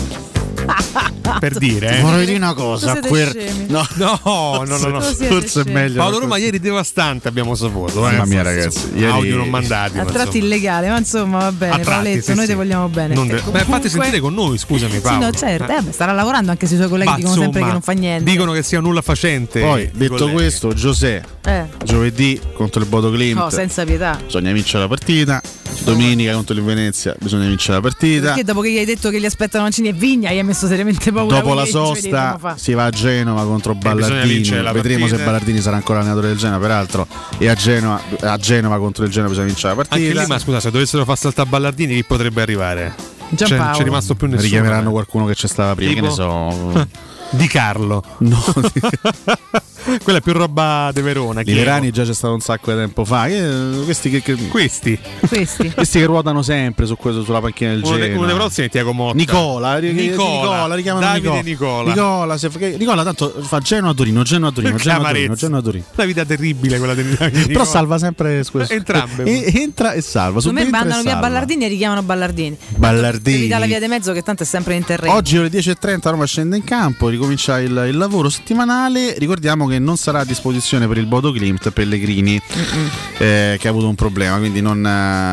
Speaker 1: Per dire, eh.
Speaker 7: vorrei dire una cosa, quel...
Speaker 1: no, no, no, no, no.
Speaker 7: forse è meglio.
Speaker 1: Paolo Roma ieri devastante, abbiamo saputo. Eh.
Speaker 7: Mamma mia, ragazzi, ieri...
Speaker 1: audio non mandati.
Speaker 4: A tratti illegale, ma insomma va bene.
Speaker 1: Tratti,
Speaker 4: Paoletto,
Speaker 1: sì,
Speaker 4: noi
Speaker 1: sì.
Speaker 4: ti vogliamo bene.
Speaker 1: Non de-
Speaker 4: comunque...
Speaker 1: Beh, fate sentire con noi, scusami, Paolo.
Speaker 4: Sì, no, certo, eh, beh, starà lavorando anche se i suoi colleghi
Speaker 1: Ma,
Speaker 4: dicono
Speaker 1: insomma,
Speaker 4: sempre che non fa niente.
Speaker 1: Dicono che sia nulla facente.
Speaker 7: Poi, detto
Speaker 1: colleghi.
Speaker 7: questo, Giuseppe,
Speaker 4: Eh.
Speaker 7: giovedì contro il Bodo Glimt,
Speaker 4: No, senza pietà.
Speaker 7: bisogna vincere la partita. Domenica contro il Venezia bisogna vincere la partita.
Speaker 4: Perché dopo che gli hai detto che gli aspettano Mancini e Vigna, gli hai messo seriamente paura.
Speaker 7: Dopo la
Speaker 4: Quindi ci vediamo
Speaker 7: sosta
Speaker 4: fa.
Speaker 7: si va a Genova contro
Speaker 1: bisogna
Speaker 7: Ballardini.
Speaker 1: vincere la
Speaker 7: Vedremo
Speaker 1: partita.
Speaker 7: se Ballardini sarà ancora allenatore del Genoa, peraltro. E a Genova, a Genova contro il Genoa bisogna vincere la partita.
Speaker 1: Anche lì, ma scusa, se dovessero far saltare Ballardini, chi potrebbe arrivare? Cioè, non c'è rimasto più nessuno.
Speaker 7: Richiameranno qualcuno che c'è stava prima,
Speaker 1: Tipo?
Speaker 7: che ne so.
Speaker 1: Di Carlo.
Speaker 7: No,
Speaker 1: quella è più roba di Verona.
Speaker 7: Di Verani già c'è stato un sacco di tempo fa. Eh, questi, che, che,
Speaker 1: questi.
Speaker 4: questi
Speaker 7: questi che ruotano sempre su questo, sulla panchina del
Speaker 1: Uno, de,
Speaker 7: Genoa.
Speaker 1: uno dei prossimi è Tiago Motta.
Speaker 7: Nicola, Nicola, Nicola richiamano
Speaker 1: Davide
Speaker 7: Nicola.
Speaker 1: Nicola.
Speaker 7: Nicola, se, Nicola tanto fa Genoa a Torino, Genoa a Torino, Genoa a Torino, Genoa a Torino.
Speaker 1: Una vita terribile quella di Nicola.
Speaker 7: Però salva sempre scusa,
Speaker 1: entrambe.
Speaker 7: E, entra e salva.
Speaker 4: Secondo me mandano via Ballardini e richiamano Ballardini.
Speaker 7: Ballardini.
Speaker 4: Devi dare la via di mezzo che tanto è sempre in terreno.
Speaker 7: Oggi alle dieci e trenta Roma scende in campo, ricomincia il, il lavoro settimanale. Ricordiamo che non sarà a disposizione per il Bodo Glimt Pellegrini, eh, che ha avuto un problema, quindi non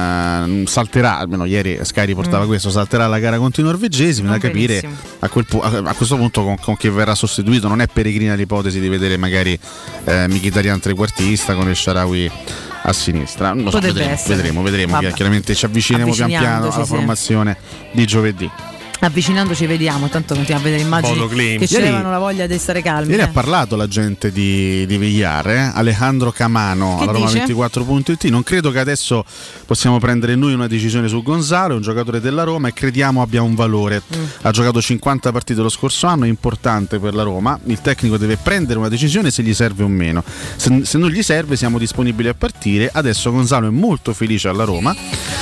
Speaker 7: eh, salterà, almeno ieri Sky riportava mm. questo, salterà la gara contro i norvegesi. Da capire a, quel pu- a questo punto con, con chi verrà sostituito. Non è peregrina l'ipotesi di vedere magari eh, Mkhitaryan trequartista con il Shaarawy a sinistra. Non lo so, vedremo, vedremo, vedremo. Chiaramente ci avviciniamo pian piano alla
Speaker 4: sì.
Speaker 7: formazione di giovedì.
Speaker 4: Avvicinandoci vediamo, tanto continuiamo a vedere immagini che ci avevano la voglia di stare calmi.
Speaker 7: Ieri
Speaker 4: eh.
Speaker 7: ha parlato la gente di, di Villar, eh? Alejandro Camano,
Speaker 4: che
Speaker 7: alla Roma
Speaker 4: dice?
Speaker 7: ventiquattro punto it. Non credo che adesso possiamo prendere noi una decisione su Gonzalo, è un giocatore della Roma e crediamo abbia un valore. Mm. Ha giocato cinquanta partite lo scorso anno, è importante per la Roma. Il tecnico deve prendere una decisione se gli serve o meno. Se, se non gli serve siamo disponibili a partire. Adesso Gonzalo è molto felice alla Roma,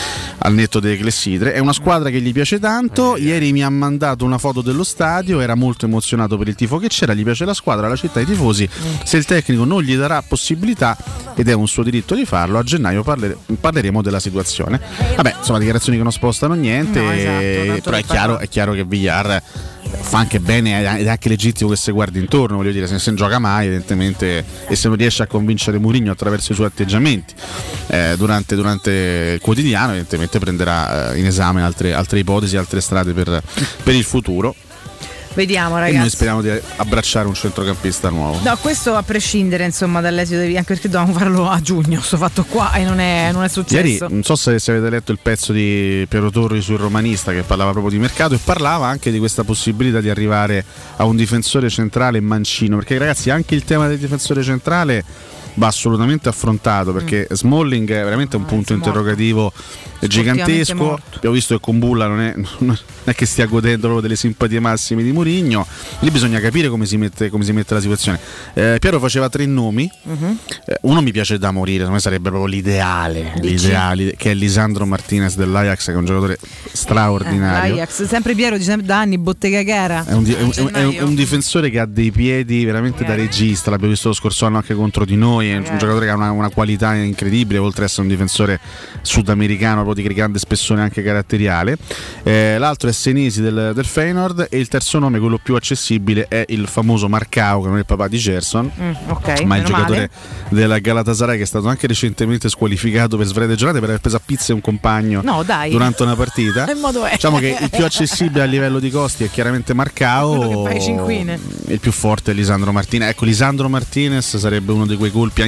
Speaker 7: al netto delle clessidre, è una squadra che gli piace tanto. Ieri mi ha mandato una foto dello stadio, era molto emozionato per il tifo che c'era, gli piace la squadra, la città, i tifosi. Se il tecnico non gli darà possibilità, ed è un suo diritto di farlo, a gennaio parlere, parleremo della situazione. Vabbè, insomma, dichiarazioni che non spostano niente,
Speaker 4: no, esatto,
Speaker 7: però è chiaro, è chiaro che Villar fa anche bene ed è anche legittimo che si guardi intorno, voglio dire, se non gioca mai evidentemente e se non riesce a convincere Mourinho attraverso i suoi atteggiamenti eh, durante, durante il quotidiano, evidentemente prenderà eh, in esame altre, altre ipotesi, altre strade per, per il futuro.
Speaker 4: Vediamo, ragazzi.
Speaker 7: E noi speriamo di abbracciare un centrocampista nuovo.
Speaker 4: No, questo a prescindere insomma dall'esito di, anche perché dovevamo farlo a giugno, sto fatto qua e non è, non è successo.
Speaker 7: Ieri, non so se, se avete letto il pezzo di Piero Torri sul Romanista che parlava proprio di mercato e parlava anche di questa possibilità di arrivare a un difensore centrale mancino, perché ragazzi anche il tema del difensore centrale va assolutamente affrontato, perché mm. Smalling è veramente un punto interrogativo gigantesco. Abbiamo visto che con Bulla non è, non è che stia godendo proprio delle simpatie massime di Mourinho. Lì bisogna capire come si mette, come si mette la situazione. eh, Piero faceva tre nomi. uh-huh. eh, uno mi piace da morire, secondo me sarebbe proprio l'ideale, l'ideale che è Lisandro Martinez dell'Ajax, che è un giocatore straordinario.
Speaker 4: eh, L'Ajax, sempre Piero dice da anni bottega gara.
Speaker 7: È un, di, è, un, è, un, è un difensore che ha dei piedi veramente da regista, l'abbiamo visto lo scorso anno anche contro di noi. È un giocatore che ha una, una qualità incredibile, oltre ad essere un difensore sudamericano di grande spessore anche caratteriale. eh, l'altro è Senesi del, del Feyenoord e il terzo nome, quello più accessibile, è il famoso Marcao, che non è il papà di Gerson, mm, okay, ma è il giocatore male. della Galatasaray, che è stato anche recentemente squalificato per svariate giornate per aver preso a pizze un compagno
Speaker 4: no, dai.
Speaker 7: durante una partita. Diciamo che il più accessibile a livello di costi è chiaramente Marcao,
Speaker 4: il più forte è Lisandro Martinez.
Speaker 7: Ecco, Lisandro Martinez sarebbe uno di quei colpi colpi,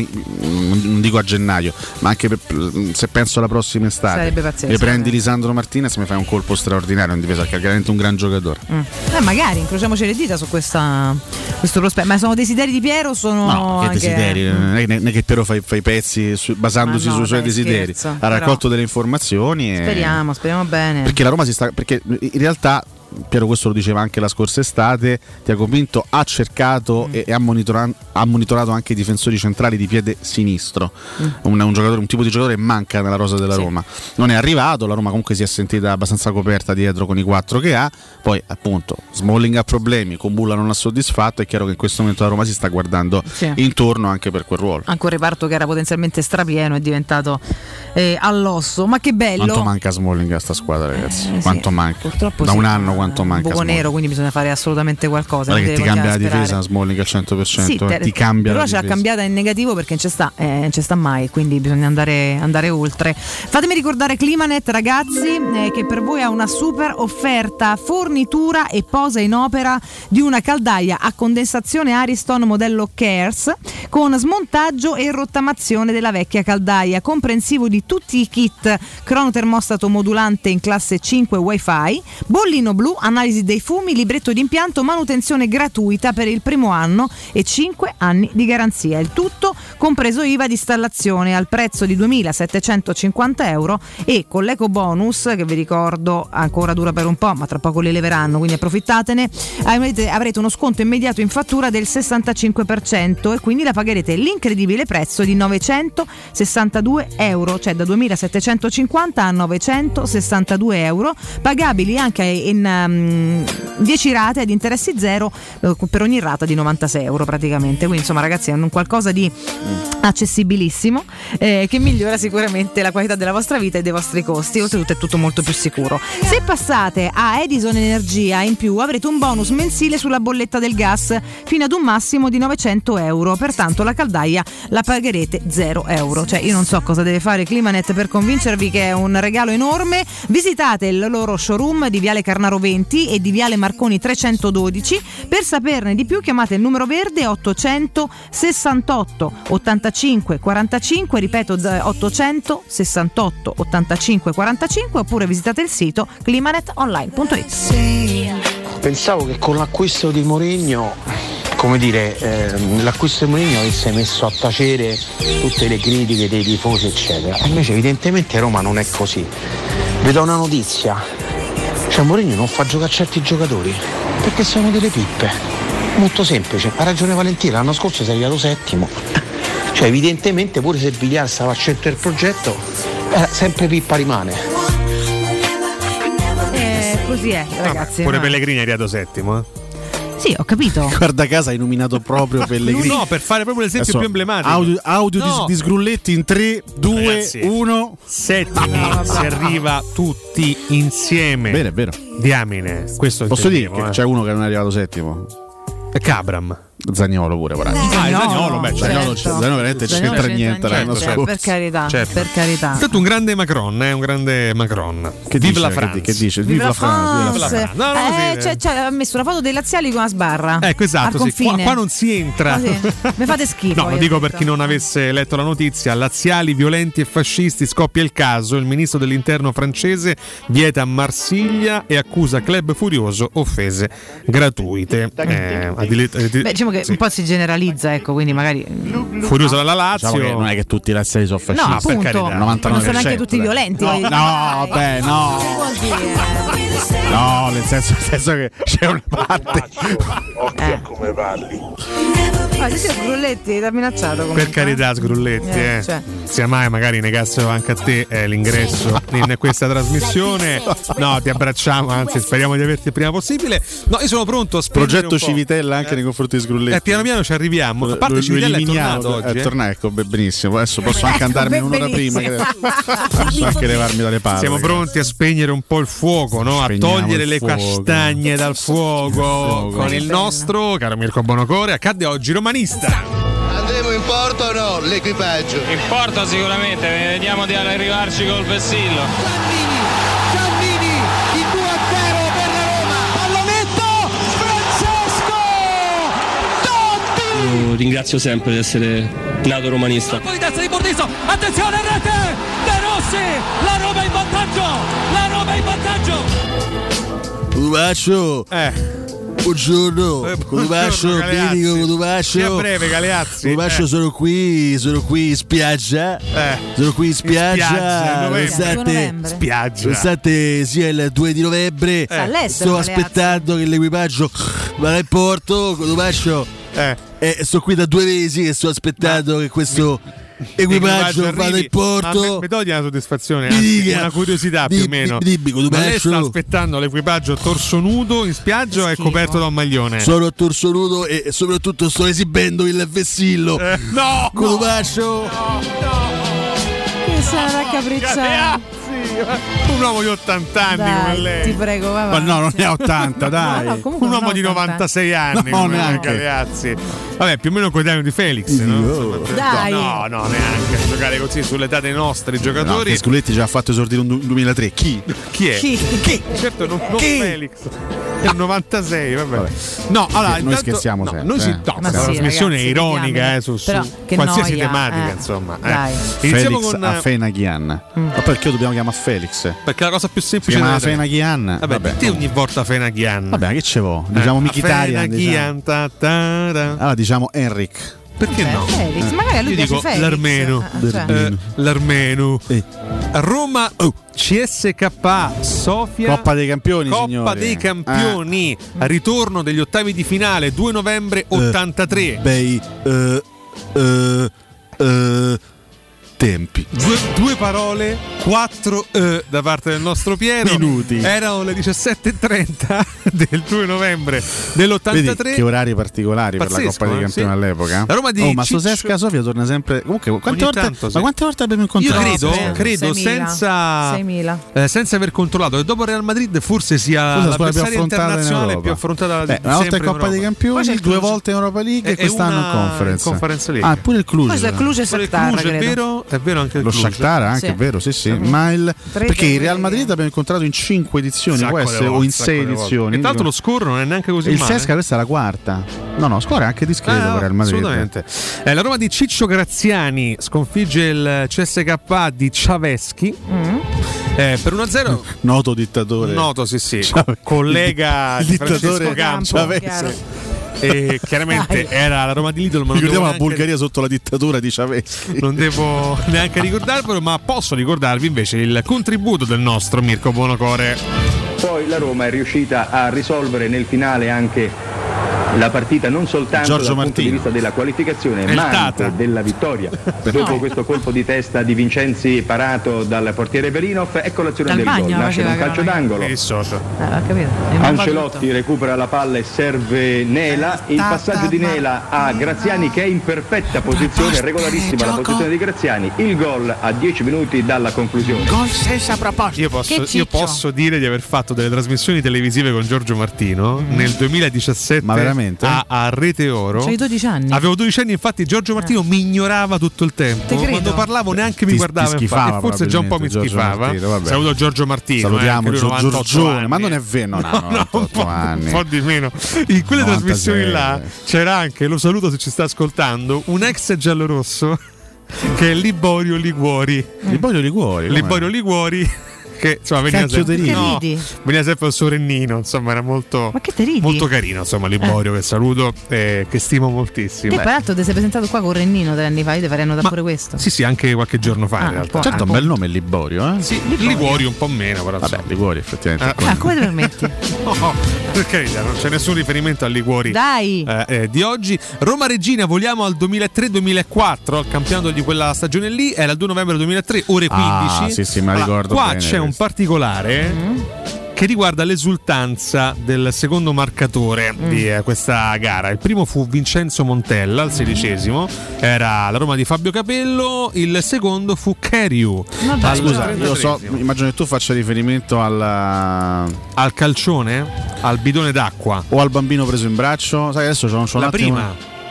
Speaker 7: non dico a gennaio, ma anche per, se penso alla prossima estate.
Speaker 4: Sarebbe pazzesco.
Speaker 7: E prendi Lisandro Martinez, mi fai un colpo straordinario in difesa, che è veramente un gran giocatore.
Speaker 4: Mm. Eh, magari incrociamoci le dita su questa, questo prospetto. Ma sono desideri di Piero? Sono
Speaker 7: no, che
Speaker 4: anche...
Speaker 7: desideri? Non è, non è che Piero fai, fai pezzi su, basandosi no, sui suoi dai, desideri.
Speaker 4: Scherzo,
Speaker 7: ha raccolto delle informazioni. E...
Speaker 4: Speriamo, speriamo bene.
Speaker 7: Perché la Roma si sta. Perché in realtà. Piero questo lo diceva anche la scorsa estate, ti ha convinto, ha cercato mm. e, e ha, monitora- ha monitorato anche i difensori centrali di piede sinistro, mm. un, un, giocatore, un tipo di giocatore che manca nella rosa della sì. Roma, non è arrivato, la Roma comunque si è sentita abbastanza coperta dietro con i quattro che ha, poi appunto Smalling ha problemi, Kumbulla non ha soddisfatto, è chiaro che in questo momento la Roma si sta guardando sì. intorno anche per quel ruolo.
Speaker 4: Anche un reparto che era potenzialmente strapieno è diventato eh, all'osso, ma che bello.
Speaker 7: Quanto manca Smalling a sta squadra, ragazzi,
Speaker 4: eh,
Speaker 7: quanto
Speaker 4: sì.
Speaker 7: manca
Speaker 4: Purtroppo
Speaker 7: da
Speaker 4: sì.
Speaker 7: un anno quanto manca
Speaker 4: buco nero, quindi bisogna fare assolutamente qualcosa.
Speaker 7: Guarda che ti cambia la difesa Smalling al cento per cento,
Speaker 4: sì,
Speaker 7: eh, ti cambia
Speaker 4: però
Speaker 7: la
Speaker 4: ce l'ha
Speaker 7: difesa.
Speaker 4: cambiata in negativo perché non ci sta, eh, non ci sta mai, quindi bisogna andare, andare oltre. Fatemi ricordare Climanet, ragazzi, eh, che per voi ha una super offerta, fornitura e posa in opera di una caldaia a condensazione Ariston modello Cares con smontaggio e rottamazione della vecchia caldaia, comprensivo di tutti i kit cronotermostato modulante in classe cinque Wi-Fi, bollino blu, analisi dei fumi, libretto d'impianto, manutenzione gratuita per il primo anno e cinque anni di garanzia. Il tutto compreso I V A di installazione al prezzo di duemilasettecentocinquanta euro e con l'eco bonus, che vi ricordo ancora dura per un po', ma tra poco li leveranno, quindi approfittatene, avrete, avrete uno sconto immediato in fattura del sessantacinque per cento e quindi la pagherete l'incredibile prezzo di novecentosessantadue euro, cioè da duemilasettecentocinquanta a novecentosessantadue euro, pagabili anche in um, dieci rate ad interessi zero uh, per ogni rata di novantasei euro praticamente. Quindi insomma ragazzi è un qualcosa di accessibilissimo eh, che migliora sicuramente la qualità della vostra vita e dei vostri costi, oltretutto è tutto molto più sicuro. Se passate a Edison Energia in più avrete un bonus mensile sulla bolletta del gas fino ad un massimo di novecento euro, pertanto la caldaia la pagherete zero euro. Cioè io non so cosa deve fare Climanet per convincervi che è un regalo enorme. Visitate il loro showroom di Viale Carnaro venti e di Viale Marconi trecentododici. Per saperne di più chiamate il numero verde ottocentosessantotto ottantacinque quarantacinque, ripeto ottocentosessantotto ottantacinque quarantacinque, oppure visitate il sito climanetonline punto it.
Speaker 3: Pensavo che con l'acquisto di Mourinho, come dire, eh, l'acquisto di Mourinho avesse messo a tacere tutte le critiche dei tifosi eccetera, invece evidentemente Roma non è così. Vi do una notizia, cioè Mourinho non fa giocare certi giocatori perché sono delle pippe, molto semplice, ha ragione Valentina, l'anno scorso sei arrivato settimo, cioè evidentemente pure se Villar stava al centro del progetto eh, sempre pippa rimane.
Speaker 4: Eh, così è ragazzi.
Speaker 1: Ah, pure
Speaker 4: no.
Speaker 1: Pellegrini è arrivato settimo eh.
Speaker 4: Sì, ho capito.
Speaker 7: Guarda caso hai nominato proprio Pellegrini.
Speaker 1: No, per fare proprio l'esempio
Speaker 7: Adesso,
Speaker 1: più emblematico.
Speaker 7: Audio, audio
Speaker 1: no.
Speaker 7: di, di Sgrulletti in tre, due, uno.
Speaker 1: Settimi si arriva tutti insieme.
Speaker 7: Bene, è vero.
Speaker 1: Diamine. Questo
Speaker 7: posso dire
Speaker 1: intendevo,
Speaker 7: che
Speaker 1: eh.
Speaker 7: c'è uno che non è arrivato settimo?
Speaker 1: È Cabram.
Speaker 7: Zaniolo pure, guarda.
Speaker 1: Ah,
Speaker 7: Zaniolo,
Speaker 1: Zaniolo, beh,
Speaker 7: Zaniolo,
Speaker 1: certo.
Speaker 7: Zaniolo veramente
Speaker 4: Zaniolo
Speaker 7: c'entra
Speaker 4: c'entra
Speaker 7: niente l'anno
Speaker 4: niente,
Speaker 7: scorso.
Speaker 4: per carità,
Speaker 1: Certo.
Speaker 4: per carità.
Speaker 1: È stato un grande Macron, eh, un grande Macron.
Speaker 7: Che
Speaker 1: Vive
Speaker 7: dice,
Speaker 1: la
Speaker 7: che
Speaker 1: France.
Speaker 7: di- che dice?
Speaker 4: Viva la France.
Speaker 1: Viva la France. No, no,
Speaker 4: eh,
Speaker 1: sì,
Speaker 4: cioè, cioè, ha messo una foto dei laziali con una sbarra.
Speaker 1: Ecco, esatto,
Speaker 4: al
Speaker 1: sì. Qua,
Speaker 4: confine.
Speaker 1: qua non si entra.
Speaker 4: Così. Mi fate schifo.
Speaker 1: No, lo
Speaker 4: io
Speaker 1: dico
Speaker 4: ho
Speaker 1: per
Speaker 4: detto.
Speaker 1: chi non avesse letto la notizia. Laziali violenti e fascisti, scoppia il caso. Il ministro dell'interno francese vieta a Marsiglia e accusa club furioso offese gratuite. Eh, addile-
Speaker 4: Beh, diciamo che
Speaker 1: sì.
Speaker 4: un po' si generalizza, ecco, quindi magari
Speaker 1: Furioso dalla Lazio.
Speaker 7: Diciamo che non è che tutti i laziali sono fascisti.
Speaker 4: no, appunto,
Speaker 1: per carità.
Speaker 4: non
Speaker 7: novantanove
Speaker 4: sono
Speaker 7: per cento,
Speaker 4: neanche tutti
Speaker 7: dai.
Speaker 4: violenti.
Speaker 7: No,
Speaker 4: voglio dire.
Speaker 7: no, beh, no.
Speaker 4: Che vuol dire?
Speaker 7: No, nel senso, nel senso che c'è una parte.
Speaker 23: Occhio a come parli.
Speaker 4: Ah, sì, sì, Grulletti, ti ha minacciato comunque.
Speaker 1: Per carità, Sgrulletti,
Speaker 4: Eh,
Speaker 1: eh.
Speaker 4: cioè.
Speaker 1: Se mai magari negassero anche a te eh, l'ingresso in questa trasmissione, no, ti abbracciamo, anzi speriamo di averti il prima possibile. No, io sono pronto a spendere
Speaker 7: Progetto
Speaker 1: un po'.
Speaker 7: Civitella anche nei confronti di Sgrulletti.
Speaker 1: Eh, piano piano ci arriviamo. A parte
Speaker 7: Lo- lo
Speaker 1: Civitella è
Speaker 7: eliminiamo,
Speaker 1: tornato oggi.
Speaker 7: È
Speaker 1: eh.
Speaker 7: tornato, ecco, beh, benissimo. Adesso posso anche
Speaker 4: Ecco,
Speaker 7: andarmi
Speaker 4: ben
Speaker 7: un'ora prima. Che posso anche levarmi dalle palle.
Speaker 1: Siamo
Speaker 7: ragazzi.
Speaker 1: pronti a spegnere un po' il fuoco, no? A
Speaker 7: Spegniamo
Speaker 1: togliere
Speaker 7: il
Speaker 1: le
Speaker 7: fuoco.
Speaker 1: castagne dal fuoco,
Speaker 7: fuoco.
Speaker 1: con il nostro caro Mirko Bonocore. Accadde oggi romanista.
Speaker 6: Andremo in porto o no? L'equipaggio?
Speaker 14: In porto sicuramente, vediamo di arrivarci col vessillo.
Speaker 15: Giannini, il due a zero per la Roma. Pallonetto, Francesco Totti!
Speaker 10: ringrazio sempre di essere nato romanista.
Speaker 21: Poi destra di Bordiso, attenzione rete, De Rossi, la Roma in vantaggio, la Roma in vantaggio.
Speaker 7: Codubaccio,
Speaker 1: eh.
Speaker 7: Buongiorno,
Speaker 1: eh,
Speaker 7: Codubaccio, vieni con Codubaccio.
Speaker 1: Sia breve, Galeazzi.
Speaker 7: Codubaccio, eh. sono qui, sono qui in spiaggia.
Speaker 1: Eh.
Speaker 7: Sono qui in spiaggia.
Speaker 1: In
Speaker 7: nonostante,
Speaker 1: spiaggia.
Speaker 7: nonostante sia il due di novembre,
Speaker 4: eh.
Speaker 7: sto aspettando che l'equipaggio vada in porto. Codubaccio,
Speaker 1: eh.
Speaker 7: eh, sto qui da due mesi che sto aspettando Ma, che questo equipaggio vada in porto.
Speaker 1: Mi togli una soddisfazione, anzi, una curiosità
Speaker 7: di,
Speaker 1: più o meno.
Speaker 7: Di, di, di,
Speaker 1: Ma lei sta aspettando l'equipaggio torso nudo in spiaggia o è coperto da un maglione?
Speaker 7: Sono a torso nudo e soprattutto sto esibendo il vessillo.
Speaker 1: Eh, no!
Speaker 7: Codubaccio!
Speaker 1: No, no!
Speaker 4: Che sarà capricciato!
Speaker 1: Un uomo di ottanta anni
Speaker 4: dai,
Speaker 1: come lei.
Speaker 4: Ti prego, va
Speaker 7: Ma no, non è ottanta, dai.
Speaker 4: No, no,
Speaker 1: un uomo di novantasei anni
Speaker 7: no,
Speaker 1: come
Speaker 7: neanche.
Speaker 1: Galeazzi. Vabbè, più o meno coetaneo di Felix, no?
Speaker 4: Dai.
Speaker 1: No, no, neanche a giocare così sull'età dei nostri giocatori.
Speaker 7: No, Sculetti già ha fatto esordire un duemilatré. Chi?
Speaker 1: Chi è?
Speaker 4: Chi?
Speaker 7: Chi?
Speaker 1: Certo, non, non
Speaker 7: Chi?
Speaker 1: Felix. È un novantasei, vabbè. vabbè. No, allora,
Speaker 7: noi
Speaker 1: intanto,
Speaker 7: scherziamo
Speaker 1: no,
Speaker 7: sempre.
Speaker 1: Noi si
Speaker 7: eh.
Speaker 1: no,
Speaker 4: Ma
Speaker 1: la
Speaker 4: sì,
Speaker 1: trasmissione
Speaker 4: ragazzi,
Speaker 1: è ironica eh, su,
Speaker 4: Però,
Speaker 1: su
Speaker 4: che
Speaker 1: qualsiasi
Speaker 4: noia,
Speaker 1: tematica,
Speaker 4: eh.
Speaker 1: insomma.
Speaker 4: Dai.
Speaker 1: Eh. Iniziamo
Speaker 7: Felix
Speaker 1: con
Speaker 7: a Fenaghian. Mm. Ma perché lo dobbiamo chiamare Felix?
Speaker 1: Perché è la cosa più semplice.
Speaker 7: Si chiama Fenaghian.
Speaker 1: Vabbè,
Speaker 7: Vabbè,
Speaker 1: te ogni volta Fenaghian.
Speaker 7: Vabbè, che ce vo? Diciamo
Speaker 1: eh,
Speaker 7: Mkhitaryan. Diciamo.
Speaker 1: Ta, ta, ta.
Speaker 7: Allora diciamo Enric.
Speaker 1: Perché
Speaker 4: eh,
Speaker 1: no?
Speaker 4: Felix,
Speaker 1: eh.
Speaker 4: magari a lui
Speaker 1: Io
Speaker 4: piace
Speaker 1: dico
Speaker 4: Felix.
Speaker 1: l'armeno.
Speaker 4: Ah, cioè.
Speaker 1: eh, l'armeno.
Speaker 7: Eh.
Speaker 1: Roma oh. C S K A Sofia
Speaker 7: Coppa dei Campioni,
Speaker 1: Coppa
Speaker 7: signori.
Speaker 1: dei Campioni
Speaker 7: ah.
Speaker 1: Ritorno degli ottavi di finale due novembre ottantatré.
Speaker 7: Uh, bei uh, uh, uh, tempi.
Speaker 1: Due, due parole, quattro eh, da parte del nostro Piero.
Speaker 7: Minuti.
Speaker 1: Erano le diciassette e trenta del due novembre dell'ottantatré.
Speaker 7: Vedi che orari particolari. Pazzesco, per la Coppa dei Campioni
Speaker 1: sì.
Speaker 7: all'epoca.
Speaker 1: La Roma di
Speaker 7: oh, ma
Speaker 1: Ciccio...
Speaker 7: Sosesca Sofia torna sempre. Comunque, quante volte,
Speaker 1: tanto, sì.
Speaker 7: ma quante volte abbiamo incontrato?
Speaker 1: Io credo,
Speaker 4: sì.
Speaker 1: credo
Speaker 4: seimila.
Speaker 1: senza,
Speaker 4: seimila.
Speaker 1: Eh, senza aver controllato che dopo Real Madrid forse sia
Speaker 7: forse
Speaker 1: l'avversaria internazionale più affrontata
Speaker 7: Beh,
Speaker 1: di
Speaker 7: una volta in Coppa dei Campioni, due volte in Europa League e, e quest'anno in Conference.
Speaker 1: in Conference League.
Speaker 7: Ah, pure il Cluj.
Speaker 4: Questo è Cluj e Shakhtar,
Speaker 1: è vero, è vero anche il
Speaker 7: Lo
Speaker 1: Cluj.
Speaker 7: Shakhtar anche,
Speaker 4: sì.
Speaker 7: è vero, sì, sì. Ma il, perché il Real Madrid abbiamo incontrato in cinque edizioni, può essere, o in sei edizioni.
Speaker 1: E tanto lo score non è neanche così
Speaker 7: il
Speaker 1: male.
Speaker 7: Il Sesca questa è la quarta. No, no, score è anche discreto
Speaker 1: ah,
Speaker 7: per Real Madrid.
Speaker 1: Assolutamente. Eh, la Roma di Ciccio Graziani sconfigge il C S K A di Ciaveschi mm. eh, per uno a zero.
Speaker 7: Noto dittatore.
Speaker 1: Noto, sì, sì. Co- collega
Speaker 7: il
Speaker 1: di
Speaker 7: dittatore
Speaker 1: Campo.
Speaker 7: Ciaveschi.
Speaker 1: E chiaramente Dai. era la Roma di Lidl, ma
Speaker 7: ricordiamo
Speaker 1: non
Speaker 7: la Bulgaria sotto la dittatura di Ciaveschi.
Speaker 1: Non devo neanche ricordarvelo, ma posso ricordarvi invece il contributo del nostro Mirko Buonocore.
Speaker 12: Poi la Roma è riuscita a risolvere nel finale anche la partita non soltanto
Speaker 7: Giorgio
Speaker 12: dal
Speaker 7: Martino.
Speaker 12: punto di vista della qualificazione,
Speaker 1: El
Speaker 12: ma
Speaker 1: Tata.
Speaker 12: anche della vittoria. Dopo questo colpo di testa di Vincenzi parato dal portiere Belinov, ecco l'azione del gol. Nasce da un calcio d'angolo.
Speaker 1: Il socio.
Speaker 4: Eh,
Speaker 12: Ancelotti recupera la palla e serve Nela. Il passaggio di Nela a Graziani che è in perfetta posizione, regolarissima la posizione di Graziani. Il gol a dieci minuti dalla conclusione.
Speaker 1: Gol senza proposito. Io posso, io posso dire di aver fatto delle trasmissioni televisive con Giorgio Martino mm. nel duemiladiciassette.
Speaker 7: Ma veramente?
Speaker 1: A, a Rete Oro.
Speaker 4: C'hai dodici anni.
Speaker 1: Avevo dodici anni, infatti Giorgio Martino eh. mi ignorava tutto il tempo. Quando parlavo neanche mi
Speaker 7: ti,
Speaker 1: guardava,
Speaker 7: ti schifava,
Speaker 1: e forse già un po' mi
Speaker 7: Giorgio
Speaker 1: schifava.
Speaker 7: Martino,
Speaker 1: Saluto Giorgio Martino.
Speaker 7: Salutiamo
Speaker 1: eh,
Speaker 7: Giorgione, ma non è vero, no, no, no,
Speaker 1: un, po', un po' di meno. In quelle
Speaker 7: novantasei
Speaker 1: trasmissioni là c'era anche, lo saluto se ci sta ascoltando, un ex giallorosso che è Liborio Liguori.
Speaker 7: Liborio Liguori?
Speaker 1: Liborio Liguori. Che insomma veniva sempre, no, veniva sempre il suo Rennino, insomma era molto,
Speaker 4: ma che te ridi?
Speaker 1: molto carino, insomma Liborio eh. che saluto e che stimo moltissimo.
Speaker 4: Te tra l'altro ti sei presentato qua con Rennino tre anni fa, io ti farei notare pure questo.
Speaker 1: Sì sì, anche qualche giorno fa ah, in realtà.
Speaker 7: Certo,
Speaker 1: ah,
Speaker 7: un bel nome Liborio, eh?
Speaker 1: Sì, Liguori un po' meno però.
Speaker 7: Vabbè, Liguori effettivamente.
Speaker 4: Ah, come ti permetti?
Speaker 1: No, per carità, non c'è nessun riferimento a Liguori.
Speaker 4: Dai!
Speaker 1: Eh, eh, di oggi. Roma Regina, vogliamo al duemilatré duemilaquattro, al campionato di quella stagione lì, era il due novembre duemilatré, ore quindici.
Speaker 7: Ah, sì, sì, ma allora, ricordo
Speaker 1: qua
Speaker 7: bene
Speaker 1: c'è
Speaker 7: questo.
Speaker 1: un particolare Mm. che riguarda l'esultanza del secondo marcatore mm. di eh, questa gara. Il primo fu Vincenzo Montella al sedicesimo, era la Roma di Fabio Capello. Il secondo fu Keriu.
Speaker 7: Ah, scusa, io so, immagino che tu faccia riferimento alla...
Speaker 1: al calcione, al bidone d'acqua
Speaker 7: o al bambino preso in braccio. Sai, adesso c'ho, c'ho
Speaker 1: la
Speaker 7: un attimo...
Speaker 1: prima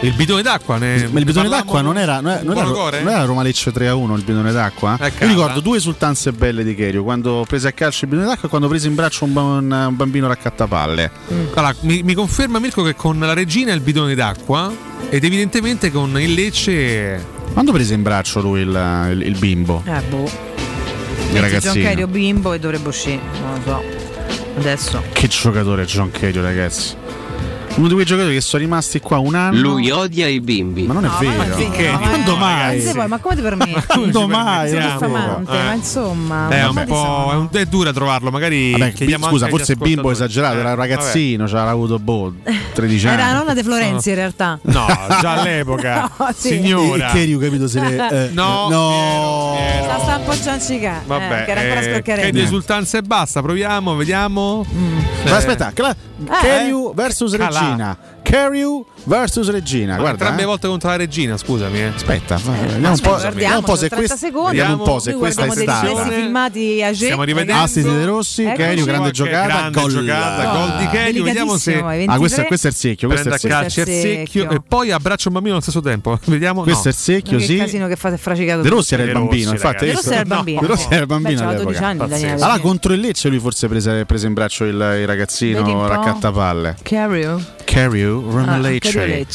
Speaker 1: Il bidone d'acqua, ne,
Speaker 7: ma il bidone d'acqua non era, non era, non era, non era Roma Lecce tre a uno il bidone d'acqua? Eh, Io ricordo due esultanze belle di Cherio, quando prese a calcio il bidone d'acqua e quando prese in braccio un, un bambino raccattapalle.
Speaker 1: Mm. Allora, mi, mi conferma Mirko che con la Regina è il bidone d'acqua ed evidentemente con il Lecce.
Speaker 7: Quando prese in braccio lui il, il, il bimbo?
Speaker 4: Eh boh.
Speaker 7: Il ragazzino.
Speaker 4: John Cherio bimbo e dovrebbe uscire, non lo so. Adesso.
Speaker 7: Che giocatore John Cherio, ragazzi. Uno di quei giocatori che sono rimasti qua un anno.
Speaker 11: Lui odia i bimbi.
Speaker 7: Ma non
Speaker 4: no,
Speaker 7: è vero.
Speaker 4: Ma
Speaker 7: che
Speaker 4: no,
Speaker 7: quando mai?
Speaker 4: Poi, ma come ti permetti?
Speaker 7: Quando mai?
Speaker 4: Eh. Ma insomma,
Speaker 1: è un po' è, un, è dura trovarlo. Magari
Speaker 7: vabbè, scusa, forse bimbo è esagerato. Era un ragazzino, ci avrà avuto boh, tredici anni.
Speaker 4: Era la nonna di Florenzi in realtà.
Speaker 1: No, già all'epoca. No, sì. Signora.
Speaker 7: Il Cherio, capito? Se le, eh,
Speaker 1: no,
Speaker 7: no.
Speaker 4: La sta un po' ciancicata.
Speaker 1: Vabbè,
Speaker 4: eh, che era ancora scoccheretta.
Speaker 1: Che di esultanza e basta. Proviamo, vediamo.
Speaker 7: Mm. Eh. Aspetta, Cla- Cherio versus Regina. Cherio versus Regina. Guarda,
Speaker 1: entrambe
Speaker 7: eh.
Speaker 1: volte contro la Regina, scusami. Eh.
Speaker 7: Aspetta, vediamo un po', vediamo un po' se questa vediamo un po' se questa è stata.
Speaker 4: Filmati a
Speaker 1: Stiamo rivedendo
Speaker 7: Asti De Rossi, Cherio, grande giocata,
Speaker 1: grande
Speaker 7: gol.
Speaker 1: giocata, gol di Cherio, vediamo se
Speaker 7: ah, questo, questo è il secchio, questo è il secchio.
Speaker 1: Calcio, il secchio e poi abbraccia un bambino allo stesso tempo. Vediamo.
Speaker 7: Questo
Speaker 1: no.
Speaker 7: è il secchio,
Speaker 4: che
Speaker 7: sì.
Speaker 4: Che casino che fate fracicato.
Speaker 7: De Rossi era il bambino, infatti.
Speaker 4: De Rossi era il bambino.
Speaker 7: De Rossi era il bambino all'epoca. Allora contro il Lecce lui forse prese prese in braccio il ragazzino raccattapalle.
Speaker 4: Cherio.
Speaker 7: Cherio, Roma Lecce.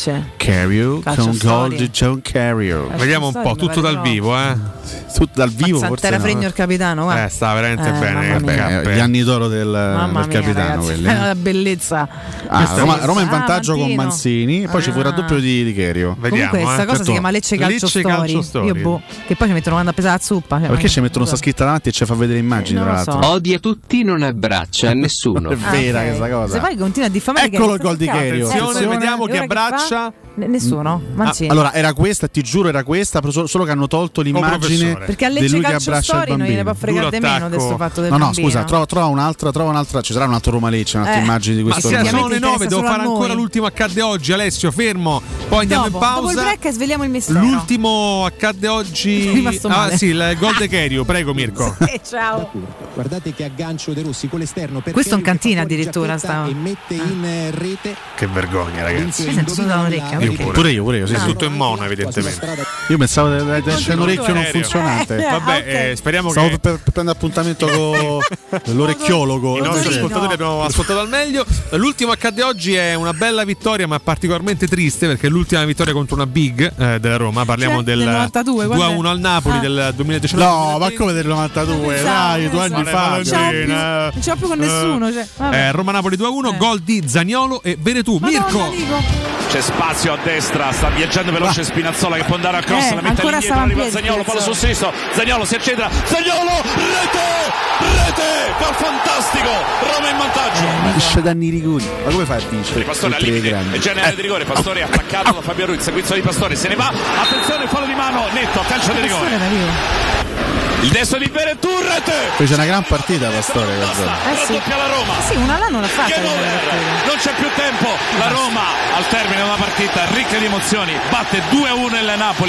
Speaker 7: Cherio con gol di John Cherio.
Speaker 1: Vediamo un po', tutto dal vivo, eh.
Speaker 7: Tutto dal vivo forse.
Speaker 4: Sant'era Fregno il capitano, guarda.
Speaker 1: Eh, sta veramente
Speaker 4: eh,
Speaker 1: bene.
Speaker 7: Beh, gli anni d'oro del, del capitano, quelli.
Speaker 4: È una bellezza.
Speaker 7: Ah, Roma, Roma in vantaggio ah, con Manzini, e poi ah. ci fu il raddoppio di, di Cherio.
Speaker 4: Vediamo. Comunque questa
Speaker 1: eh.
Speaker 4: cosa certo. si chiama Lecce Calcio, Lecce Story. Calcio Story. Io boh, che poi ci mettono quando a pesare la zuppa. Cioè,
Speaker 7: perché ci mettono sta scritta davanti e ci fa vedere immagini,
Speaker 4: eh,
Speaker 7: tra l'altro.
Speaker 11: So. Odia tutti, non abbraccia a nessuno.
Speaker 7: È vera okay. questa cosa.
Speaker 4: Se poi continua a diffamare.
Speaker 7: Eccolo il gol di Cherio.
Speaker 1: Attenzione, vediamo che abbraccia.
Speaker 4: Nessuno, Mancini.
Speaker 7: Allora era questa, ti giuro era questa, solo che hanno tolto l'immagine
Speaker 1: oh,
Speaker 4: perché a Lecce Calcio Story non gliene può fregare di meno di questo fatto del
Speaker 7: no no
Speaker 4: bambino.
Speaker 7: scusa trova, trova un'altra trova un'altra ci sarà un altro Roma Lecce un'altra
Speaker 4: eh,
Speaker 7: immagine di questo
Speaker 1: ma se sono le nove devo fare
Speaker 4: noi.
Speaker 1: ancora l'ultimo accadde oggi. Alessio fermo poi andiamo
Speaker 4: dopo,
Speaker 1: in pausa
Speaker 4: dopo il break e sveliamo il mistero.
Speaker 1: L'ultimo accadde oggi ah sì il gol de Cherio. Prego Mirko.
Speaker 4: Sì, ciao.
Speaker 2: Guardate che aggancio De Rossi con l'esterno per
Speaker 4: questo è un cantina addirittura stava
Speaker 2: e mette in rete.
Speaker 1: Che vergogna ragazzi.
Speaker 4: Mi sento solo da un'orecchia.
Speaker 7: Pure io pure io
Speaker 1: sì, ah, tutto in mono evidentemente.
Speaker 7: Io pensavo di essere un orecchio non funzionante.
Speaker 1: Vabbè okay. eh, speriamo
Speaker 7: stavo
Speaker 1: che
Speaker 7: per, per prendere appuntamento con l'orecchiologo.
Speaker 1: I nostri ascoltatori abbiamo ascoltato al meglio. L'ultimo accadde oggi è una bella vittoria ma particolarmente triste perché è l'ultima vittoria contro una big eh, della Roma. Parliamo
Speaker 4: cioè,
Speaker 1: del,
Speaker 4: del
Speaker 1: due a uno al Napoli ah. del duemiladiciannove.
Speaker 7: No, ma come del novantadue? Dai, due anni fa.
Speaker 4: Non ce l'ho più con nessuno. Cioè,
Speaker 1: eh, Roma-Napoli due a uno, eh. gol di Zaniolo e Veretù. Mirko.
Speaker 9: C'è spazio a destra, sta viaggiando veloce Spinazzola che può andare a cross,
Speaker 4: eh,
Speaker 9: la mette all'indietro, arriva Zaniolo, palla sul sinistro, Zaniolo si accentra, Zaniolo, rete, rete, gol fantastico, Roma in vantaggio.
Speaker 7: Esce danni rigori, ma come fai a vincere?
Speaker 9: Pastore al limite, è generale di rigore, Pastore attaccato da Fabio Ruiz, guizzo di Pastore, se ne va, attenzione, fallo di mano, netto, calcio di rigore. Il destro di Veretù, rete!
Speaker 7: Fece una gran partita Pastore.
Speaker 4: Eh sì.
Speaker 9: la Roma.
Speaker 4: Eh sì, una l'anno l'ha fatta.
Speaker 9: Non c'è più tempo. La Roma al termine di una partita ricca di emozioni batte due a uno il Napoli.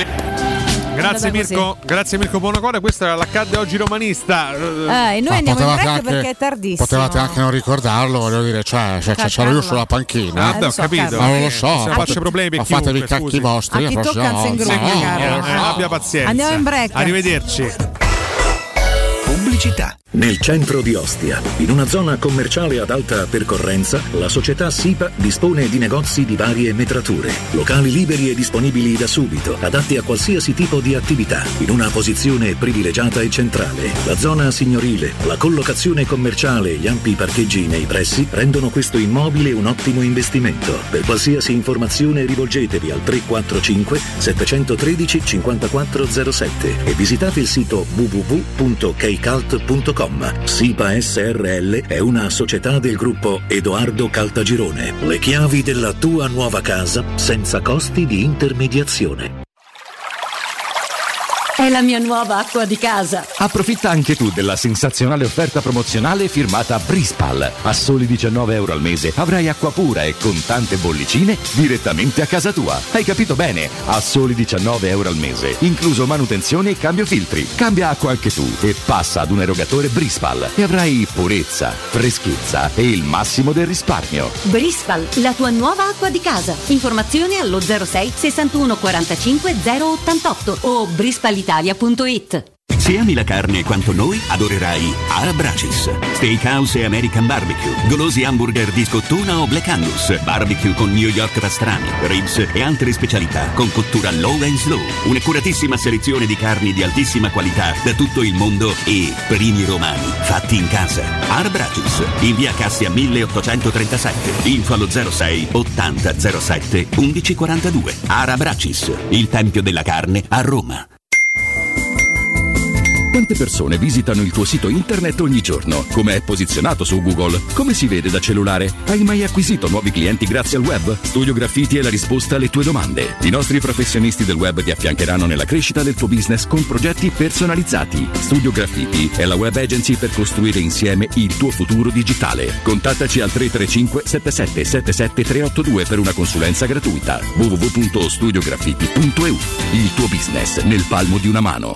Speaker 1: Grazie Mirko, grazie Mirko Buonocore, questo era l'accadde oggi romanista.
Speaker 4: Eh, e noi andiamo in break
Speaker 7: anche,
Speaker 4: perché è tardissimo.
Speaker 7: Potevate anche non ricordarlo, voglio dire, cioè, cioè c'ero io sulla panchina.
Speaker 1: Ah, ho capito.
Speaker 7: Ma non lo so.
Speaker 1: Non faccio problemi per chiunque.
Speaker 7: Fatevi i cacchi vostri.
Speaker 4: A chi tocca no, in gruppo, caro.
Speaker 1: Abbia pazienza.
Speaker 4: Andiamo in break.
Speaker 1: Arrivederci.
Speaker 18: Pubblicità. Nel centro di Ostia, in una zona commerciale ad alta percorrenza, la società SIPA dispone di negozi di varie metrature, locali liberi e disponibili da subito, adatti a qualsiasi tipo di attività, in una posizione privilegiata e centrale. La zona signorile, la collocazione commerciale e gli ampi parcheggi nei pressi rendono questo immobile un ottimo investimento. Per qualsiasi informazione rivolgetevi al tre quattro cinque sette uno tre cinque zero sette e visitate il sito w w w punto keycult punto com. SIPA S R L è una società del gruppo Edoardo Caltagirone. Le chiavi della tua nuova casa senza costi di intermediazione.
Speaker 5: È la mia nuova acqua di casa.
Speaker 18: Approfitta anche tu della sensazionale offerta promozionale firmata Brispal. A soli diciannove euro al mese avrai acqua pura e con tante bollicine direttamente a casa tua. Hai capito bene? A soli diciannove euro al mese, incluso manutenzione e cambio filtri. Cambia acqua anche tu e passa ad un erogatore Brispal e avrai purezza, freschezza e il massimo del risparmio.
Speaker 5: Brispal, la tua nuova acqua di casa. Informazioni allo zero sei sessantuno quarantacinque zero ottantotto o brispal italia punto it.
Speaker 16: Se ami la carne quanto noi, adorerai Arabracis. Steakhouse e American Barbecue, golosi hamburger di scottuna o Black Angus, barbecue con New York pastrami, ribs e altre specialità con cottura low and slow. Un'accuratissima selezione di carni di altissima qualità da tutto il mondo e primi romani fatti in casa. Arabracis, in via Cassia milleottocentotrentasette, info allo zero sei ottanta zero sette undici quarantadue. Arabracis, il tempio della carne a Roma.
Speaker 18: Quante persone visitano il tuo sito internet ogni giorno? Come è posizionato su Google? Come si vede da cellulare? Hai mai acquisito nuovi clienti grazie al web? Studio Graffiti è la risposta alle tue domande. I nostri professionisti del web ti affiancheranno nella crescita del tuo business con progetti personalizzati. Studio Graffiti è la web agency per costruire insieme il tuo futuro digitale. Contattaci al tre tre cinque sette sette sette sette tre otto due per una consulenza gratuita. w w w punto studio graffiti punto e u. Il tuo business nel palmo di una mano.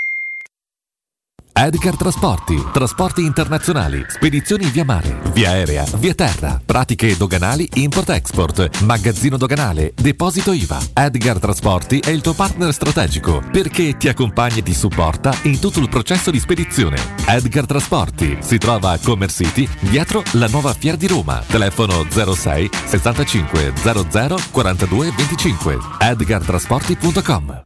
Speaker 20: Edgar Trasporti, trasporti internazionali, spedizioni via mare, via aerea, via terra, pratiche doganali import-export, magazzino doganale, deposito I V A. Edgar Trasporti è il tuo partner strategico perché ti accompagna e ti supporta in tutto il processo di spedizione. Edgar Trasporti si trova a Commerce City, dietro la nuova Fiera di Roma. Telefono zero sei sessantacinque zero zero quarantadue venticinque. edgar trasporti punto com.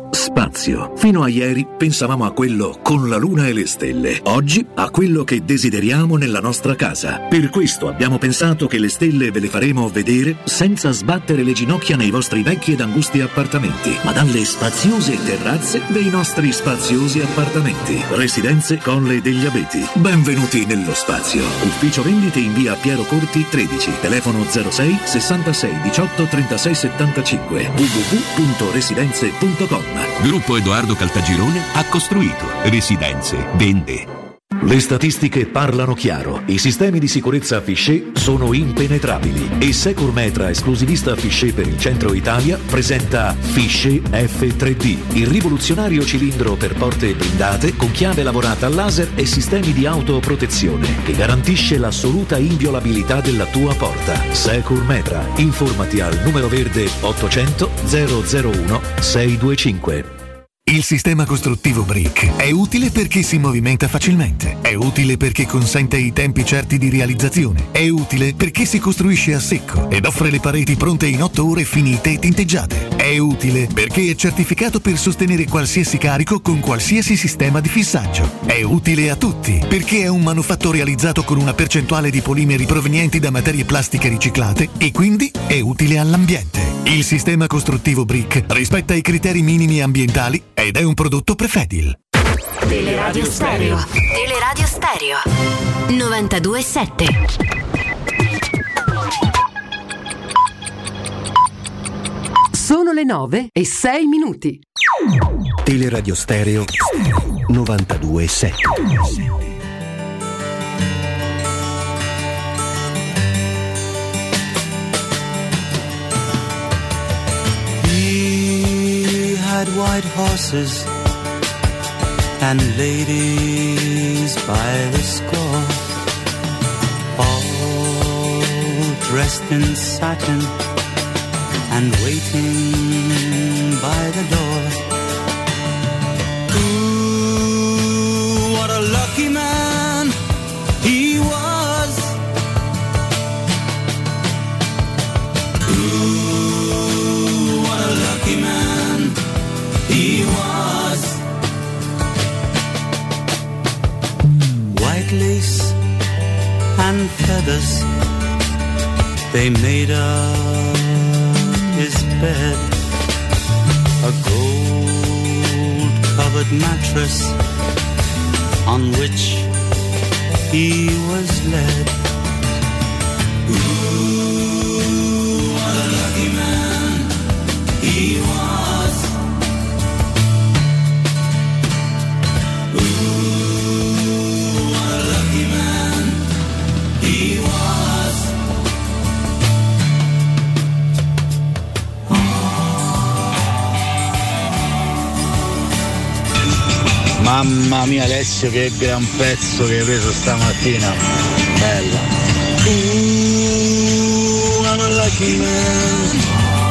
Speaker 18: Spazio. Fino a ieri pensavamo a quello con la luna e le stelle. Oggi a quello che desideriamo nella nostra casa. Per questo abbiamo pensato che le stelle ve le faremo vedere senza sbattere le ginocchia nei vostri vecchi ed angusti appartamenti, ma dalle spaziose terrazze dei nostri spaziosi appartamenti. Residenze Colle degli Abeti. Benvenuti nello spazio. Ufficio vendite in via Piero Corti tredici. Telefono zero sei sessantasei diciotto trentasei settantacinque. w w w punto residenze punto com.
Speaker 16: Gruppo Edoardo Caltagirone ha costruito, residenze, vende.
Speaker 18: Le statistiche parlano chiaro. I sistemi di sicurezza Fichet sono impenetrabili e Securmetra, esclusivista Fichet per il centro Italia, presenta Fichet F tre D, il rivoluzionario cilindro per porte blindate con chiave lavorata a laser e sistemi di autoprotezione che garantisce l'assoluta inviolabilità della tua porta. Securmetra. Informati al numero verde ottocento zero zero uno sei due cinque.
Speaker 22: Il sistema costruttivo Brick è utile perché si movimenta facilmente, è utile perché consente i tempi certi di realizzazione, è utile perché si costruisce a secco ed offre le pareti pronte in otto ore finite e tinteggiate, è utile perché è certificato per sostenere qualsiasi carico con qualsiasi sistema di fissaggio, è utile a tutti perché è un manufatto realizzato con una percentuale di polimeri provenienti da materie plastiche riciclate e quindi è utile all'ambiente. Il sistema costruttivo Brick rispetta i criteri minimi ambientali ed è un prodotto Prefedil.
Speaker 5: Teleradio Stereo. Teleradio Stereo. novantadue sette.
Speaker 24: Sono le nove e sei minuti.
Speaker 18: Teleradio Stereo novantadue sette.
Speaker 26: Had white horses and ladies by the score, all dressed in satin and waiting by the door. Ooh, what a lucky man he was. Ooh, what a lucky man he was. White lace and feathers, they made up his bed. A gold covered mattress on which he was led. Ooh, what a lucky man he was.
Speaker 3: Mamma mia Alessio, che gran pezzo che hai preso stamattina. Bella. Ooh, I'm a lucky man.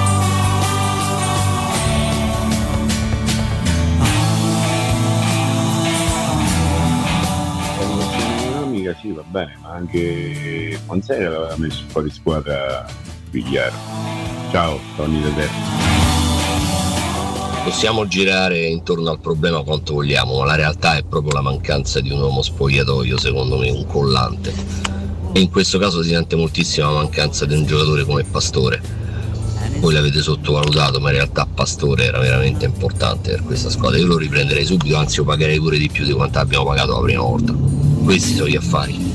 Speaker 8: Amica sì, va bene, ma anche Fonseca l'aveva messo fuori squadra Vigliaro. Ciao, Tony De Terzo.
Speaker 11: Possiamo girare intorno al problema quanto vogliamo, ma la realtà è proprio la mancanza di un uomo spogliatoio, secondo me un collante. E in questo caso si sente moltissimo la mancanza di un giocatore come Pastore. Voi l'avete sottovalutato, ma in realtà Pastore era veramente importante per questa squadra. Io lo riprenderei subito, anzi lo pagherei pure di più di quanto abbiamo pagato la prima volta. Questi sono gli affari.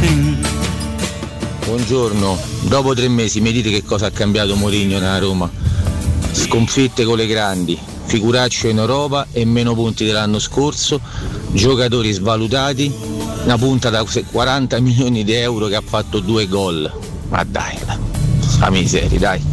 Speaker 3: Buongiorno, dopo tre mesi mi dite che cosa ha cambiato Mourinho nella Roma? Sconfitte con le grandi, figuraccio in Europa e meno punti dell'anno scorso, giocatori svalutati, una punta da quaranta milioni di euro che ha fatto due gol. Ma dai, sta miseria, dai.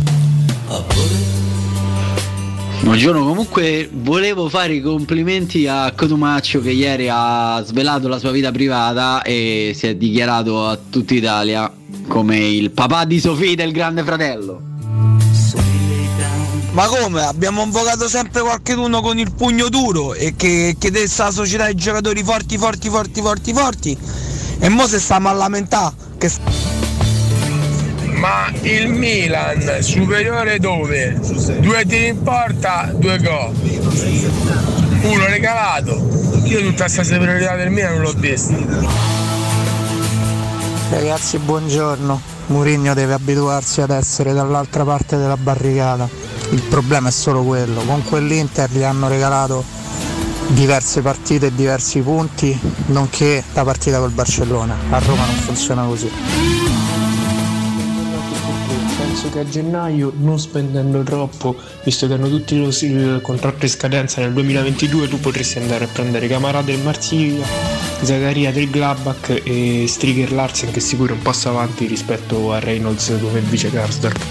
Speaker 13: Buongiorno, comunque volevo fare i complimenti a Cotumaccio che ieri ha svelato la sua vita privata e si è dichiarato a tutta Italia come il papà di Sofì del Grande Fratello.
Speaker 17: Ma come? Abbiamo invocato sempre qualcuno con il pugno duro e che chiedesse alla società i giocatori forti, forti, forti, forti, forti. E mo se stiamo a lamentare che...
Speaker 19: Ma il Milan superiore dove? Due tiri in porta, due gol. Uno regalato. Io tutta questa superiorità del Milan non l'ho vista.
Speaker 25: Ragazzi, buongiorno. Mourinho deve abituarsi ad essere dall'altra parte della barricata. Il problema è solo quello. Con quell'Inter gli hanno regalato diverse partite e diversi punti, nonché la partita col Barcellona. A Roma non funziona così.
Speaker 10: Penso che a gennaio, non spendendo troppo, visto che hanno tutti i contratti in scadenza nel duemilaventidue, tu potresti andare a prendere Camara del Marsiglia, Zagaria del Gladbach e Striker Larsen, che sicuro è un passo avanti rispetto a Reynolds come vice Karsdorp.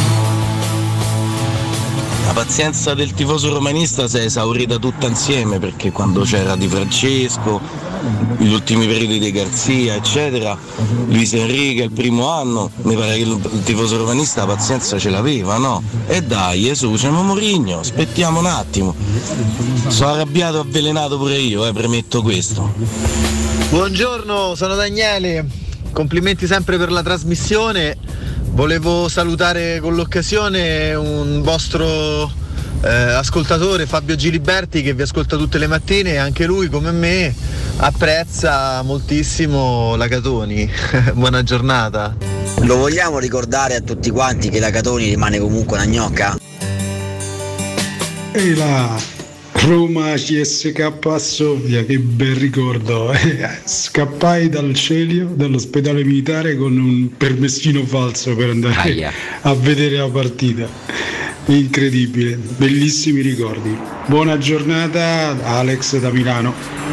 Speaker 3: La pazienza del tifoso romanista si è esaurita tutta insieme, perché quando c'era Di Francesco, gli ultimi periodi di Garzia eccetera, Luis Enrique il primo anno, mi pare che il tifoso romanista la pazienza ce l'aveva, no? E dai, esuciamo Mourinho, aspettiamo un attimo. Sono arrabbiato e avvelenato pure io, eh, premetto questo.
Speaker 27: Buongiorno, sono Daniele, complimenti sempre per la trasmissione. Volevo salutare con l'occasione un vostro eh, ascoltatore, Fabio Giliberti, che vi ascolta tutte le mattine e anche lui come me apprezza moltissimo la Catoni. Buona giornata.
Speaker 28: Lo vogliamo ricordare a tutti quanti che la Catoni rimane comunque una gnocca?
Speaker 29: E la Roma C S K a Sofia, che bel ricordo. Scappai dal Celio, dall'ospedale militare, con un permessino falso per andare Aia. a vedere la partita. Incredibile, bellissimi ricordi. Buona giornata, Alex da Milano.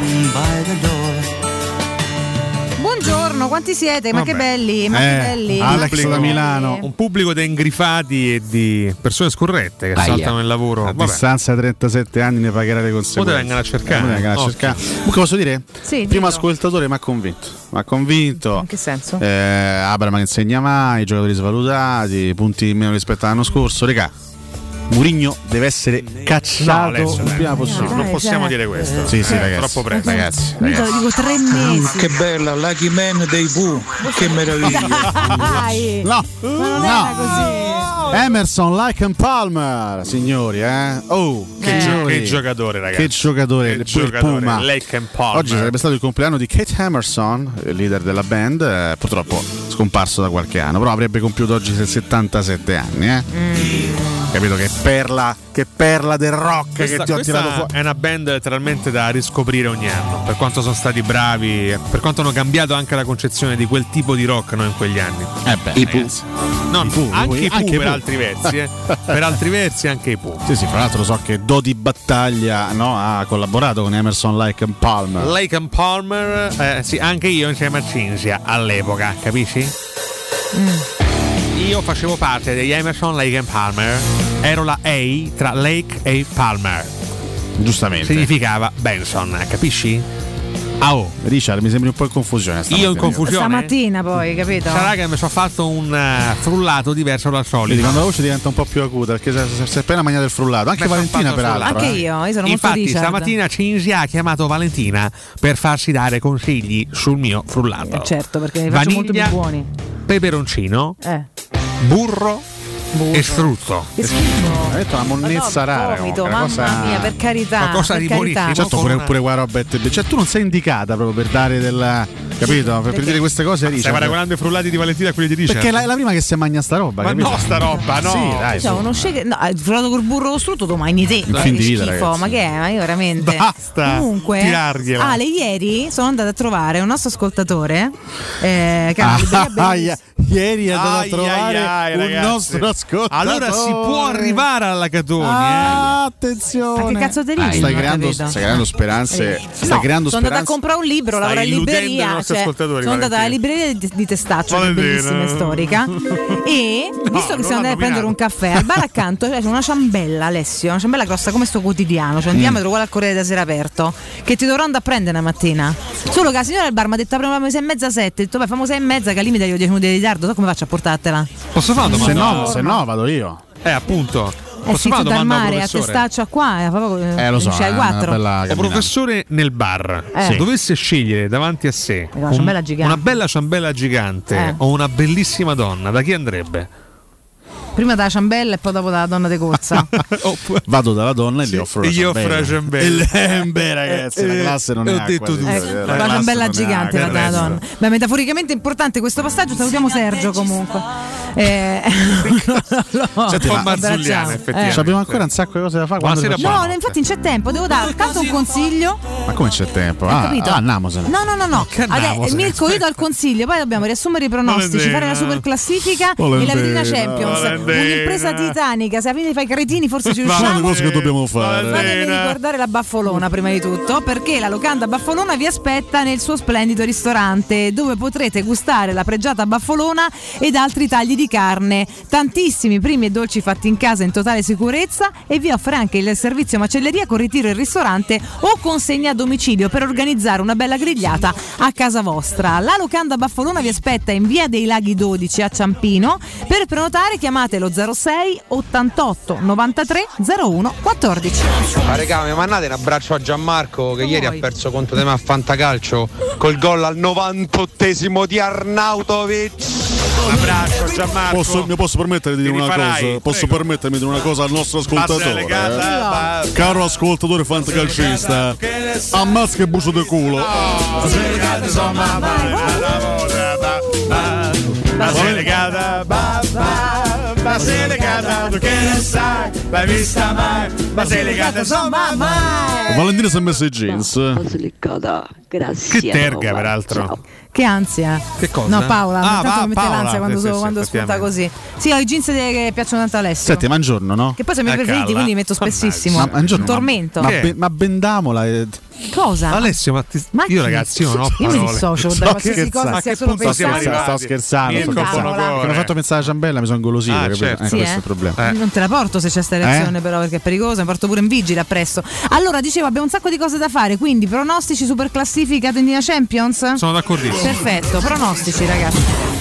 Speaker 4: Buongiorno, quanti siete? Ma
Speaker 1: Vabbè.
Speaker 4: che belli, ma
Speaker 1: Eh,
Speaker 4: che belli.
Speaker 1: Alex
Speaker 4: Ma che
Speaker 1: da
Speaker 4: belli.
Speaker 1: Milano, un pubblico di ingrifati e di persone scorrette che
Speaker 7: Aia.
Speaker 1: saltano nel lavoro.
Speaker 7: A
Speaker 1: Vabbè.
Speaker 7: distanza di trentasette anni ne pagherà le conseguenze.
Speaker 1: O te vengono a cercare.
Speaker 7: O te vengono a
Speaker 1: Occhio.
Speaker 7: cercare. Comunque posso dire?
Speaker 4: Sì,
Speaker 7: Il primo
Speaker 4: dillo.
Speaker 7: ascoltatore mi ha convinto. Mi ha convinto.
Speaker 4: In che senso?
Speaker 7: Eh, Abraham che insegna mai, giocatori svalutati, punti in meno rispetto all'anno scorso. Regà, Mourinho deve essere cacciato
Speaker 1: No, Alessio,
Speaker 7: il
Speaker 1: dai.
Speaker 7: prima possibile.
Speaker 1: No, non possiamo
Speaker 4: cioè.
Speaker 1: dire questo.
Speaker 7: Sì, sì,
Speaker 1: Eh,
Speaker 7: ragazzi.
Speaker 1: Troppo presto.
Speaker 7: Ragazzi,
Speaker 4: Io te lo
Speaker 7: ragazzi.
Speaker 4: dico tre mesi.
Speaker 17: Che bella, Lucky Man dei Pooh, che meraviglia.
Speaker 4: Dai.
Speaker 7: No,
Speaker 4: Ma non
Speaker 7: no.
Speaker 4: era così.
Speaker 7: Emerson, Like and Palmer, signori, eh? Oh,
Speaker 1: Che,
Speaker 7: che,
Speaker 1: gio-
Speaker 7: signori.
Speaker 1: che giocatore, ragazzi.
Speaker 7: Che giocatore,
Speaker 1: Che
Speaker 7: il
Speaker 1: giocatore.
Speaker 7: Puma.
Speaker 1: Lake and Palmer.
Speaker 7: Oggi sarebbe stato il compleanno di Kate Emerson, il leader della band, eh, purtroppo scomparso da qualche anno, però avrebbe compiuto oggi settantasette anni, eh? Capito che perla, che perla del rock
Speaker 1: Questa,
Speaker 7: che ti ho
Speaker 1: questa
Speaker 7: tirato fuori.
Speaker 1: è una band letteralmente da riscoprire ogni anno, per quanto sono stati bravi, per quanto hanno cambiato anche la concezione di quel tipo di rock, no, in quegli anni.
Speaker 7: Eh beh,
Speaker 1: I
Speaker 7: ragazzi.
Speaker 1: Pooh. No,
Speaker 7: I Pooh,
Speaker 1: anche i Pooh
Speaker 7: anche i
Speaker 1: per
Speaker 7: Pooh.
Speaker 1: altri versi, eh. Per altri versi anche i Pooh.
Speaker 7: Sì, sì, fra l'altro so che Dodi Battaglia, no, ha collaborato con Emerson, Like and Palmer.
Speaker 1: Lake and Palmer, eh, sì, anche io insieme a Cinzia all'epoca, capisci? Io facevo parte degli Emerson, Lake and Palmer, ero la A tra Lake e Palmer.
Speaker 7: Giustamente.
Speaker 1: significava Benson, capisci? Ah, oh.
Speaker 7: Richard, mi sembri un po' in confusione.
Speaker 1: Io in confusione?
Speaker 4: Stamattina poi, capito?
Speaker 1: Sarà che mi sono fatto un uh, frullato diverso dal solito.
Speaker 7: Quindi quando la voce diventa un po' più acuta, perché si è appena mangiato il frullato. Anche
Speaker 1: Beh,
Speaker 7: Valentina, peraltro.
Speaker 4: Anche
Speaker 7: eh.
Speaker 4: io, io sono
Speaker 1: Infatti,
Speaker 4: molto Richard.
Speaker 1: stamattina Cinzia ha chiamato Valentina per farsi dare consigli sul mio frullato.
Speaker 4: Eh, certo, perché ne faccio molto più
Speaker 1: Vaniglia,
Speaker 4: buoni.
Speaker 1: peperoncino,
Speaker 4: Eh.
Speaker 1: burro,
Speaker 4: Burro.
Speaker 1: e strutto.
Speaker 4: Che schifo.
Speaker 7: Ha detto una monnezza
Speaker 4: Ma no,
Speaker 7: rara.
Speaker 4: vomito,
Speaker 7: comunque, una
Speaker 4: mamma
Speaker 7: cosa...
Speaker 4: mia, per carità.
Speaker 1: Qualcosa
Speaker 4: per
Speaker 1: di
Speaker 4: carità.
Speaker 1: buonissimo.
Speaker 7: Certo, pure, pure qua roba è te- cioè tu non sei indicata proprio per dare del, capito? Per, per
Speaker 4: Perché?
Speaker 7: dire queste cose a
Speaker 1: Stai
Speaker 7: Richard.
Speaker 1: paragonando i frullati di Valentina a quelli di Richard?
Speaker 7: Perché è la, è la prima che si mangia sta roba,
Speaker 1: Ma
Speaker 7: capito?
Speaker 1: no, sta roba, no.
Speaker 7: Sì, dai,
Speaker 4: Cioè,
Speaker 7: su.
Speaker 4: uno shake, no, il frullato col burro con strutto tu mangi te.
Speaker 7: Un
Speaker 4: Che
Speaker 7: film di vita,
Speaker 4: schifo,
Speaker 7: ragazzi.
Speaker 4: ma che è? Ma io veramente.
Speaker 1: Basta
Speaker 4: Comunque,
Speaker 1: tirargliela.
Speaker 4: Ale, ieri sono andata a trovare un nostro ascoltatore eh, che ha una libreria
Speaker 7: Ah,
Speaker 4: bellissima.
Speaker 7: ieri è andato a
Speaker 1: Ai,
Speaker 7: trovare
Speaker 1: ai, ai,
Speaker 7: un
Speaker 1: ragazzi.
Speaker 7: nostro ascoltatore.
Speaker 1: Allora si può arrivare alla Catoni,
Speaker 7: Ah,
Speaker 1: eh.
Speaker 7: attenzione.
Speaker 4: Ma che cazzo te dici?
Speaker 7: Stai
Speaker 4: Non ho
Speaker 7: creando,
Speaker 4: capito.
Speaker 7: stai creando speranze. Stai
Speaker 4: No,
Speaker 7: creando
Speaker 4: sono andata a
Speaker 7: speranze.
Speaker 4: comprare un libro, lavoro in
Speaker 1: illudendo i
Speaker 4: libreria.
Speaker 1: nostri
Speaker 4: Cioè,
Speaker 1: ascoltatori,
Speaker 4: sono andata alla
Speaker 1: Valentina.
Speaker 4: libreria di, di Testaccio, che è
Speaker 1: Valentina.
Speaker 4: bellissima e storica. E visto che
Speaker 1: non
Speaker 4: siamo andati a
Speaker 1: l'hanno
Speaker 4: prendere un caffè, al bar accanto c'è una ciambella, Alessio, una ciambella grossa come sto quotidiano, cioè un
Speaker 7: Mm.
Speaker 4: diametro uguale al Corriere della Sera aperto, che ti dovrò andare a prendere una mattina. Solo che la signora del bar mi ha detto apriamo sei e mezza sette. Ho detto beh, famo sei e mezza, che al limite io dieci minuti di ritardo. So come faccio a portartela?
Speaker 1: Posso fare una
Speaker 7: Se
Speaker 1: domanda?
Speaker 7: no, se no vado io.
Speaker 1: Eh, appunto.
Speaker 4: Eh
Speaker 1: Posso
Speaker 4: sì,
Speaker 1: fare
Speaker 4: giù
Speaker 1: una
Speaker 4: dal
Speaker 1: domanda al
Speaker 4: mare a
Speaker 1: professore?
Speaker 4: Testaccio a qua, eh, proprio,
Speaker 7: Eh, lo so,
Speaker 4: esce alle
Speaker 7: è una
Speaker 4: quattro.
Speaker 7: bella
Speaker 1: O
Speaker 7: camminata.
Speaker 1: professore nel bar,
Speaker 4: Eh.
Speaker 1: se
Speaker 4: Sì.
Speaker 1: dovesse scegliere davanti a sé
Speaker 4: Una
Speaker 1: un-
Speaker 4: ciambella gigante.
Speaker 1: una bella ciambella gigante
Speaker 4: Eh.
Speaker 1: o una bellissima donna, da chi andrebbe?
Speaker 4: Prima dalla ciambella e poi dopo dalla donna di corsa.
Speaker 7: Vado dalla donna e gli offro la
Speaker 1: E gli offro la ciambella.
Speaker 7: E le- beh, ragazzi, la
Speaker 1: Eh,
Speaker 7: classe non
Speaker 1: eh,
Speaker 7: è
Speaker 1: ho
Speaker 7: acqua,
Speaker 1: detto
Speaker 7: sì,
Speaker 1: tu.
Speaker 7: sì,
Speaker 4: Ecco,
Speaker 7: la
Speaker 4: la
Speaker 7: classe
Speaker 4: ciambella
Speaker 7: non è
Speaker 4: gigante
Speaker 7: acqua,
Speaker 4: la
Speaker 7: il resto.
Speaker 4: donna. Beh, metaforicamente importante questo passaggio, salutiamo Sergio comunque. Eh, no,
Speaker 7: Senti,
Speaker 1: Un po'
Speaker 7: ma-
Speaker 1: marzulliana,
Speaker 4: Eh.
Speaker 1: effettivamente.
Speaker 7: Ci abbiamo ancora un sacco di cose da fare. quando
Speaker 1: Buonasera,
Speaker 7: facciamo?
Speaker 4: No, infatti non c'è tempo, devo dare tanto un consiglio.
Speaker 7: Ma come c'è tempo?
Speaker 4: Hai
Speaker 7: Ah,
Speaker 4: capito?
Speaker 7: ah, andiamosene.
Speaker 4: No, no, no, no.
Speaker 1: Che andiamo,
Speaker 4: Adesso,
Speaker 1: se-
Speaker 4: Mirko, io do il consiglio, poi dobbiamo riassumere i pronostici,
Speaker 1: Valentina.
Speaker 4: fare la super classifica e la vetrina Champions.
Speaker 1: Valentina.
Speaker 4: Un'impresa titanica, se alla fine fai cretini forse ci
Speaker 7: Sono le
Speaker 4: riusciamo.
Speaker 7: cose che dobbiamo fare.
Speaker 4: Fatemi ricordare la Baffolona prima di tutto, perché la locanda Baffolona vi aspetta nel suo splendido ristorante, dove potrete gustare la pregiata Baffolona ed altri tagli di carne, tantissimi primi e dolci fatti in casa in totale sicurezza, e vi offre anche il servizio macelleria con ritiro in ristorante o consegna a domicilio per organizzare una bella grigliata a casa vostra. La locanda Baffolona vi aspetta in via dei Laghi dodici a Ciampino. Per prenotare chiamate lo zero sei ottantotto novantatré zero uno quattordici.
Speaker 2: Ma regà, mi mandate un abbraccio a Gianmarco che
Speaker 4: Lo
Speaker 2: ieri
Speaker 4: vuoi?
Speaker 2: ha perso contro te a Fantacalcio col gol al novantottesimo di Arnautovic.
Speaker 1: Un abbraccio Gianmarco.
Speaker 7: Posso, mi posso permettere di dire
Speaker 1: Ti
Speaker 7: una
Speaker 1: rifarai?
Speaker 7: cosa? Posso
Speaker 1: Prego.
Speaker 7: permettermi di dire una cosa al nostro ascoltatore?
Speaker 1: Passa legata,
Speaker 7: eh? Caro ascoltatore fantacalcista, ammazza che bucio di culo.
Speaker 1: Ma sei legata, ba, ba, ma sei legata, tu che ne sai, l'hai vista mai, ma sei legata, insomma mai.
Speaker 7: Valentina si è messa i jeans.
Speaker 6: Sono leccata, grazie.
Speaker 1: Che terga, peraltro.
Speaker 4: Che ansia.
Speaker 1: Che cosa?
Speaker 4: No, Paola,
Speaker 1: Ah,
Speaker 4: intanto
Speaker 1: va,
Speaker 4: mi mette
Speaker 1: Paola.
Speaker 4: l'ansia quando,
Speaker 1: Sì, sì,
Speaker 4: so-
Speaker 1: sì,
Speaker 4: quando spunta così.
Speaker 1: effettivamente.
Speaker 4: Sì, ho i jeans che piacciono tanto a Alessio.
Speaker 7: Senti, ma un giorno, no?
Speaker 4: Che poi sono i miei
Speaker 1: Eh,
Speaker 4: preferiti,
Speaker 1: calla.
Speaker 4: quindi li metto spessissimo.
Speaker 7: Ma, un giorno,
Speaker 4: Tormento.
Speaker 7: Ma,
Speaker 1: Che?
Speaker 7: be- ma bendamola. E...
Speaker 4: Cosa?
Speaker 1: Alessio, ma, ti-
Speaker 4: Ma
Speaker 1: io
Speaker 4: chi?
Speaker 1: ragazzi, io non ho
Speaker 4: Io mi
Speaker 1: parole.
Speaker 4: dissocio da
Speaker 7: Sto
Speaker 4: qualsiasi cosa
Speaker 7: scherzando.
Speaker 4: sia
Speaker 1: A che
Speaker 4: solo
Speaker 1: punto siamo
Speaker 4: pensando.
Speaker 1: arrivati?
Speaker 7: Sto scherzando.
Speaker 1: Mirko
Speaker 7: sto scherzando.
Speaker 1: Bonocore.
Speaker 7: Che mi ha fatto pensare a ciambella, mi sono golosito.
Speaker 1: Ah,
Speaker 7: capito?
Speaker 1: certo.
Speaker 7: Eh,
Speaker 4: Sì,
Speaker 7: questo è
Speaker 4: eh?
Speaker 7: il problema.
Speaker 1: Eh.
Speaker 4: Non te la porto se c'è sta elezione,
Speaker 7: Eh?
Speaker 4: però, perché è pericolosa. Mi porto pure in vigile appresso. Allora, dicevo, abbiamo un sacco di cose da fare. Quindi, pronostici, super classifica, tendina Champions?
Speaker 1: Sono d'accordissimo.
Speaker 4: Perfetto, pronostici, ragazzi.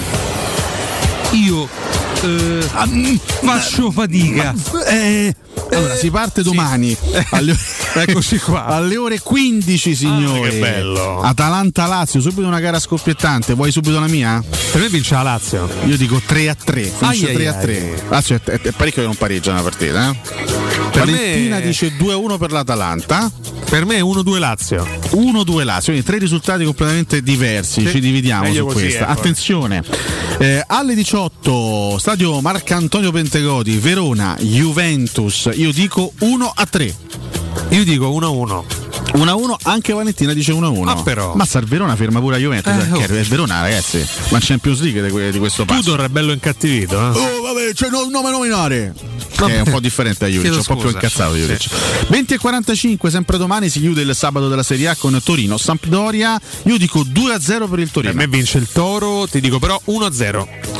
Speaker 1: Io eh, faccio fatica.
Speaker 7: Eh, allora, si parte domani. Alle,
Speaker 1: Eccoci qua.
Speaker 7: alle ore quindici, signori.
Speaker 1: Ah, che bello.
Speaker 7: Atalanta-Lazio, subito una gara scoppiettante. Vuoi subito la mia?
Speaker 1: Per me vince la Lazio.
Speaker 7: Io dico tre a tre. Finisce
Speaker 1: Ai, ai,
Speaker 7: tre a
Speaker 1: ai.
Speaker 7: tre. Lazio è, è, è parecchio che non pareggia una partita. Eh?
Speaker 1: Per
Speaker 7: Valentina
Speaker 1: me-
Speaker 7: dice due a uno per l'Atalanta.
Speaker 1: Per me è uno due Lazio.
Speaker 7: uno due Lazio, quindi tre risultati completamente diversi.
Speaker 1: Sì.
Speaker 7: Ci dividiamo
Speaker 1: Meglio
Speaker 7: su
Speaker 1: così,
Speaker 7: questa.
Speaker 1: ecco.
Speaker 7: Attenzione, eh, alle diciotto, stadio Marcantonio Pentegodi, Verona, Juventus. Io dico uno a tre.
Speaker 1: Io dico uno a uno.
Speaker 7: uno a uno, anche Valentina dice uno a uno.
Speaker 1: Ah, però.
Speaker 7: Ma sta il Verona ferma pure a Juventus.
Speaker 1: Eh,
Speaker 7: perché
Speaker 1: oh.
Speaker 7: è Verona, ragazzi. Ma Champions League di, que- di questo passo.
Speaker 1: Tudor è bello incattivito. Eh?
Speaker 7: Oh, vabbè, c'è no, nome nominare. Che è un po' differente da Juric,
Speaker 1: Chiedo
Speaker 7: un po' più
Speaker 1: scusa.
Speaker 7: incazzato di Juric.
Speaker 1: Sì.
Speaker 7: venti e quarantacinque, sempre domani si chiude il sabato della Serie A con Torino Sampdoria. Io dico due a zero per il Torino.
Speaker 1: Per me vince il Toro, ti dico però uno a zero.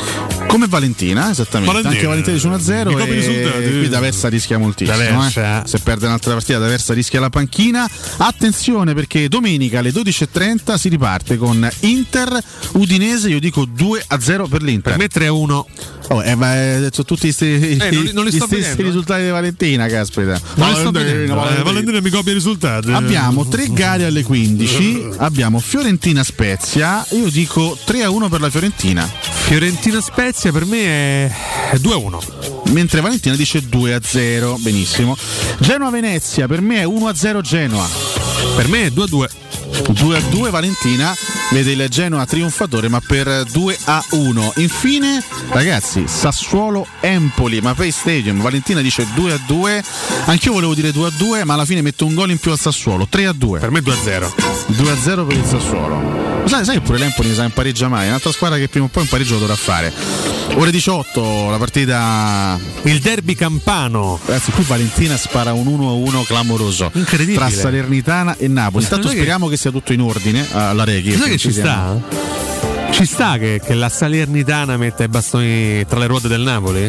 Speaker 7: Come Valentina, esattamente.
Speaker 1: Valentina.
Speaker 7: Anche Valentina dice uno a zero.
Speaker 1: Mi copri i risultati.
Speaker 7: E qui D'Aversa rischia moltissimo.
Speaker 1: D'Aversa.
Speaker 7: Eh. Se perde un'altra partita, D'Aversa rischia la panchina. Attenzione, perché domenica alle dodici e trenta si riparte con Inter Udinese. Io dico due a zero per l'Inter.
Speaker 1: Per me tre a uno.
Speaker 7: Oh, eh, ma eh, sono tutti questi
Speaker 1: Eh, non li- non li sto
Speaker 7: stessi
Speaker 1: vedendo.
Speaker 7: risultati di Valentina, caspita.
Speaker 1: Non le sto
Speaker 7: Valentina,
Speaker 1: vedendo. Eh,
Speaker 7: Valentina.
Speaker 1: Valentina mi copia i risultati.
Speaker 7: Abbiamo tre gare alle quindici. Abbiamo Fiorentina Spezia. Io dico tre a uno per la Fiorentina.
Speaker 1: Fiorentina Spezia per me è due a uno.
Speaker 7: Mentre Valentina dice due a zero. Benissimo. Genoa Venezia per me è uno a zero Genoa.
Speaker 1: Per me è due a due.
Speaker 7: due a due Valentina vede il Genoa trionfatore, ma per due a uno. Infine, ragazzi, Sassuolo Empoli, Mapei Stadium. Valentina dice due a due. Anch'io volevo dire due a due, ma alla fine metto un gol in più al Sassuolo. tre a due.
Speaker 1: Per me due a zero.
Speaker 7: due a zero per il Sassuolo. Sai, sai che pure l'Empoli sa impareggia mai, è un'altra squadra che prima o poi un pareggio lo dovrà fare. Ore diciotto, la partita,
Speaker 1: il derby campano.
Speaker 7: Ragazzi, qui Valentina spara un uno a uno clamoroso.
Speaker 1: Incredibile.
Speaker 7: Tra Salernitana e Napoli. Intanto
Speaker 1: Sai
Speaker 7: speriamo che... che sia tutto in ordine alla Reghi.
Speaker 1: Sai che ci sta? Ci sta che, che la Salernitana metta i bastoni tra le ruote del Napoli?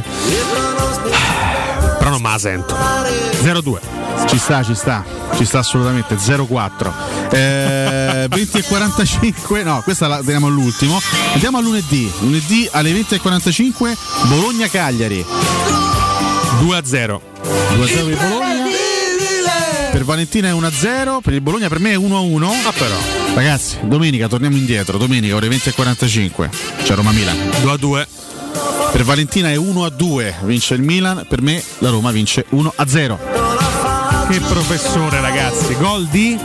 Speaker 1: Però non me la sento. zero a due.
Speaker 7: Ci sta, ci sta, ci sta assolutamente. zero a quattro. Eh, venti e quarantacinque. No, questa la teniamo all'ultimo. Andiamo a lunedì. Lunedì alle venti e quarantacinque Bologna-Cagliari.
Speaker 1: due a zero.
Speaker 7: due a zero per Bologna. Per Valentina è uno a zero, per il Bologna per me è uno a uno.
Speaker 1: Ah, però.
Speaker 7: Ragazzi, domenica torniamo indietro, domenica ore venti e quarantacinque. C'è Roma-Milan.
Speaker 1: due a due.
Speaker 7: Per Valentina è uno a due, vince il Milan, per me la Roma vince uno a zero.
Speaker 1: Che professore, ragazzi. Gol di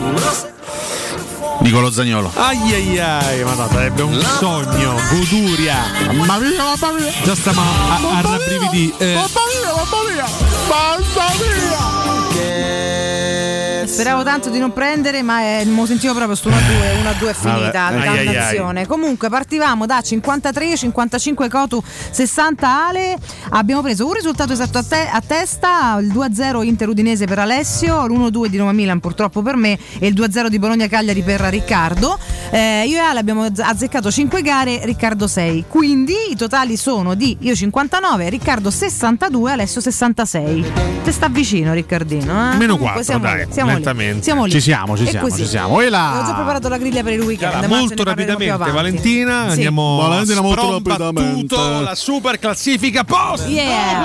Speaker 7: Niccolò Zaniolo.
Speaker 1: Ai ai ai, ma no, sarebbe un sogno, goduria.
Speaker 7: Mamma mia, mamma mia.
Speaker 1: Già stiamo a, a, a rabbrividi. Eh.
Speaker 7: Mamma mia, mamma mia, mamma mia.
Speaker 4: Speravo tanto di non prendere, ma è, mo sentivo proprio sto uno a due, uno a due è finita,
Speaker 1: Vabbè.
Speaker 4: tanta
Speaker 1: Ai, ai, ai.
Speaker 4: azione. Comunque partivamo da cinquantatré cinquantacinque Cotu, sessanta Ale. Abbiamo preso un risultato esatto a, te- a testa, il due a zero Inter Udinese per Alessio, l'uno a due di Roma Milan purtroppo per me e il due a zero di Bologna Cagliari per Riccardo. Eh, io e Ale abbiamo azzeccato cinque gare, Riccardo sei. Quindi i totali sono di io cinquantanove, Riccardo sessantadue, Alessio sessantasei. Te sta vicino Riccardino, eh?
Speaker 1: Meno
Speaker 4: Comunque
Speaker 1: quattro,
Speaker 4: siamo
Speaker 1: dai,
Speaker 4: lì, siamo lì.
Speaker 1: lentamente.
Speaker 4: Siamo lì.
Speaker 7: Ci siamo, ci
Speaker 4: E
Speaker 7: siamo,
Speaker 4: così.
Speaker 7: ci siamo. E là.
Speaker 4: Ho già preparato la griglia per il weekend.
Speaker 1: Allora,
Speaker 4: ma
Speaker 1: molto
Speaker 4: ce ne parleremo più
Speaker 1: rapidamente
Speaker 4: avanti.
Speaker 1: Valentina,
Speaker 4: Sì.
Speaker 1: andiamo
Speaker 7: Valentina
Speaker 1: a
Speaker 7: molto
Speaker 1: sprombattuto
Speaker 7: rapidamente.
Speaker 1: la super classifica post.
Speaker 4: Yeah.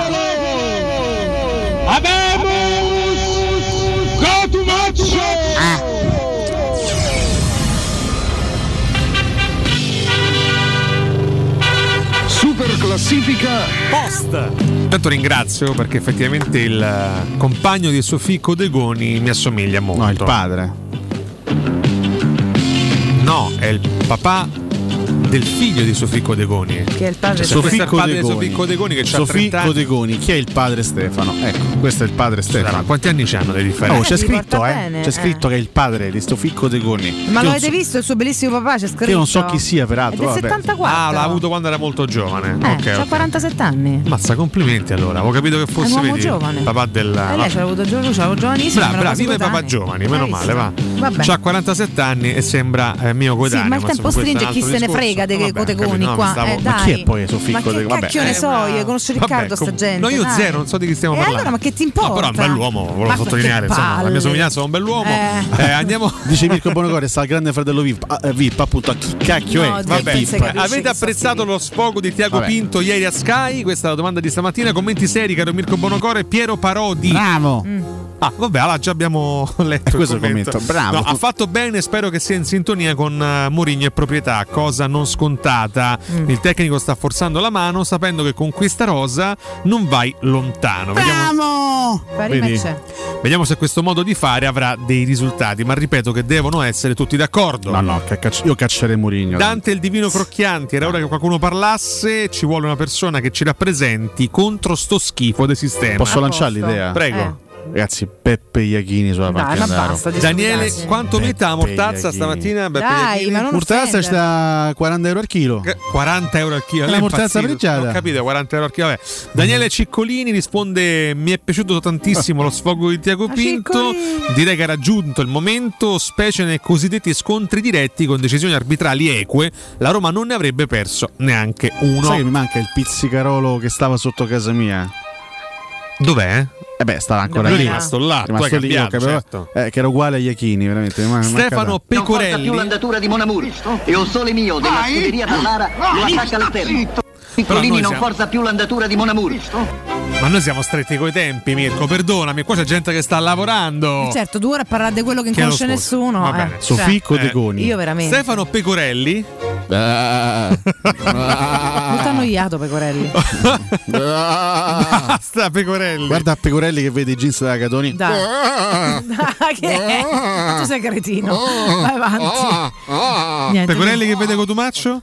Speaker 19: Abemus Cotumaccio.
Speaker 18: Super classifica
Speaker 1: post. Intanto ringrazio perché effettivamente il compagno di Sofì Codegoni mi assomiglia molto.
Speaker 7: No, il padre.
Speaker 1: No, è il papà del figlio di Sofì Codegoni.
Speaker 4: Che è il padre
Speaker 1: Cioè, questo è il padre di
Speaker 7: Codegoni.
Speaker 1: Sofì Codegoni che ha
Speaker 7: Sofì
Speaker 1: trenta anni.
Speaker 7: Codegoni, chi è il padre Stefano? Ecco, questo è il padre Stefano.
Speaker 1: Allora, quanti anni c'hanno le differenze?
Speaker 7: Oh, c'è
Speaker 4: Eh, ti
Speaker 7: scritto,
Speaker 4: porta
Speaker 7: eh.
Speaker 4: bene,
Speaker 7: C'è
Speaker 4: eh.
Speaker 7: scritto che è il padre di Sofì Codegoni.
Speaker 4: Ma
Speaker 7: Io
Speaker 4: lo
Speaker 7: non
Speaker 4: avete
Speaker 7: so-
Speaker 4: visto il suo bellissimo papà? C'è scritto.
Speaker 7: Che io non so chi sia,
Speaker 4: È
Speaker 7: peraltro.
Speaker 4: del
Speaker 7: vabbè.
Speaker 4: settantaquattro.
Speaker 1: Ah, l'ha avuto quando era molto giovane.
Speaker 4: Eh,
Speaker 1: ok,
Speaker 4: c'ha
Speaker 1: ok.
Speaker 4: quarantasette anni.
Speaker 1: Mazza, complimenti allora. Avevo capito che
Speaker 4: È
Speaker 1: fosse
Speaker 4: un uomo
Speaker 1: vedi,
Speaker 4: giovane.
Speaker 1: papà del.
Speaker 4: E lei ce l'ha avuto giovane, ce l'ha avuto giovanissimo.
Speaker 1: Bravo,
Speaker 4: erano
Speaker 1: bravo,
Speaker 4: quasi
Speaker 1: vive papà
Speaker 4: coetanei.
Speaker 1: giovani, meno male, va.
Speaker 4: Vabbè.
Speaker 1: C'ha quarantasette anni e sembra eh, mio
Speaker 4: Sì,
Speaker 1: coetaneo.
Speaker 4: ma il tempo
Speaker 1: insomma, questo è
Speaker 4: stringe
Speaker 1: un
Speaker 4: chi
Speaker 1: altro
Speaker 4: se ne
Speaker 1: discorso.
Speaker 4: frega dei
Speaker 1: Vabbè,
Speaker 4: Codegoni
Speaker 1: capito, no,
Speaker 4: qua.
Speaker 1: mi stavo-
Speaker 4: Eh,
Speaker 7: Ma
Speaker 4: dai.
Speaker 7: chi è poi Sofì
Speaker 4: Ma che
Speaker 7: Codegoni? Vabbè.
Speaker 4: cacchio ne
Speaker 1: Eh,
Speaker 4: so
Speaker 1: ma-
Speaker 4: io, conosco
Speaker 1: Vabbè,
Speaker 4: Riccardo sta
Speaker 1: com-
Speaker 4: gente.
Speaker 1: No, io
Speaker 4: dai.
Speaker 1: zero, non so di chi stiamo
Speaker 4: E
Speaker 1: parlando.
Speaker 4: allora, ma che ti importa?
Speaker 1: No, però è un bell'uomo, volevo
Speaker 4: Ma
Speaker 1: sottolineare,
Speaker 4: che
Speaker 1: insomma, la
Speaker 4: palle.
Speaker 1: mia somiglianza è un bell'uomo.
Speaker 4: Eh.
Speaker 1: Eh, andiamo.
Speaker 7: Dice Mirko Bonocore, sta il grande fratello V I P. Ah, eh, V I P, appunto, chi cacchio
Speaker 4: No,
Speaker 7: è?
Speaker 4: Dio,
Speaker 1: Vabbè,
Speaker 4: pensa che capisci
Speaker 1: avete
Speaker 4: che
Speaker 1: apprezzato lo sfogo di Tiago
Speaker 7: Vabbè.
Speaker 1: Pinto ieri a Sky? Questa è la domanda di stamattina. Commenti seri, caro Mirko Bonocore. Piero Parodi.
Speaker 7: Bravo.
Speaker 1: Ah, vabbè, allora già abbiamo letto
Speaker 7: E questo
Speaker 1: il
Speaker 7: è il commento. Bravo.
Speaker 1: No, ha fatto bene, spero che sia in sintonia con uh, Mourinho e proprietà, cosa non scontata.
Speaker 4: Mm.
Speaker 1: Il tecnico sta forzando la mano sapendo che con questa rosa non vai lontano. Vediamo,
Speaker 4: Parima
Speaker 1: Vedi?
Speaker 4: c'è.
Speaker 1: vediamo se questo modo di fare avrà dei risultati, ma ripeto che devono essere tutti d'accordo.
Speaker 7: No, no, che cacci- io caccerei Mourinho.
Speaker 1: Dante il divino Crocchianti, era ora che qualcuno parlasse, ci vuole una persona che ci rappresenti contro sto schifo del sistema.
Speaker 7: Posso
Speaker 4: A
Speaker 7: lanciare
Speaker 4: posto.
Speaker 7: l'idea?
Speaker 1: Prego.
Speaker 4: Eh.
Speaker 7: Ragazzi, Beppe Iachini sulla
Speaker 4: Dai,
Speaker 7: panchina
Speaker 4: ma
Speaker 7: da
Speaker 4: basta,
Speaker 7: Roma.
Speaker 1: Daniele, quanto mette la mortazza stamattina? Beppe
Speaker 4: Dai,
Speaker 1: Iachini?
Speaker 4: ma non
Speaker 7: Mortazza
Speaker 4: offendere.
Speaker 7: sta a quaranta euro al chilo.
Speaker 1: quaranta euro al chilo.
Speaker 7: È
Speaker 1: Lei
Speaker 7: la
Speaker 1: è
Speaker 7: mortazza
Speaker 1: impazzito.
Speaker 7: pregiata.
Speaker 1: Non capite, quaranta euro al chilo. Vabbè. Daniele Ciccolini risponde: mi è piaciuto tantissimo lo sfogo di Tiago Pinto. Direi che ha raggiunto il momento, specie nei cosiddetti scontri diretti con decisioni arbitrali eque. La Roma non ne avrebbe perso neanche uno.
Speaker 7: Sai che mi manca il pizzicarolo che stava sotto casa mia?
Speaker 1: Dov'è?
Speaker 7: Eh beh, stava ancora
Speaker 1: Lui
Speaker 7: lì.
Speaker 1: è rimasto là, tu
Speaker 7: rimasto
Speaker 1: hai
Speaker 7: lì,
Speaker 1: cambiato,
Speaker 7: io capivo-
Speaker 1: certo.
Speaker 7: eh, che era uguale a Iachini, veramente. mi man-
Speaker 1: Stefano
Speaker 7: manca-
Speaker 13: Non forza più l'andatura di Monamur e un sole mio della scuderia Dallara lo attacca all'esterno. Piccolini
Speaker 1: noi
Speaker 13: non
Speaker 1: siamo-
Speaker 13: forza più l'andatura di Monamur.
Speaker 1: Ma noi siamo stretti coi tempi, Mirko, perdonami, qua c'è gente che sta lavorando.
Speaker 4: Certo, due ore a parlare di quello che non
Speaker 1: Chiedo
Speaker 4: conosce
Speaker 1: scusa.
Speaker 4: nessuno.
Speaker 1: Va
Speaker 4: eh.
Speaker 1: bene.
Speaker 4: Cioè,
Speaker 7: Soficco
Speaker 1: Eh,
Speaker 7: De Coni.
Speaker 4: Io veramente.
Speaker 1: Stefano Pecorelli.
Speaker 4: Molto annoiato Pecorelli.
Speaker 1: Basta Pecorelli.
Speaker 7: Guarda Pecorelli che vede i jeans della Catoni.
Speaker 4: Dai. Dai, che è? Tu sei cretino. Vai avanti. Niente.
Speaker 1: Pecorelli che vede Cotumaccio?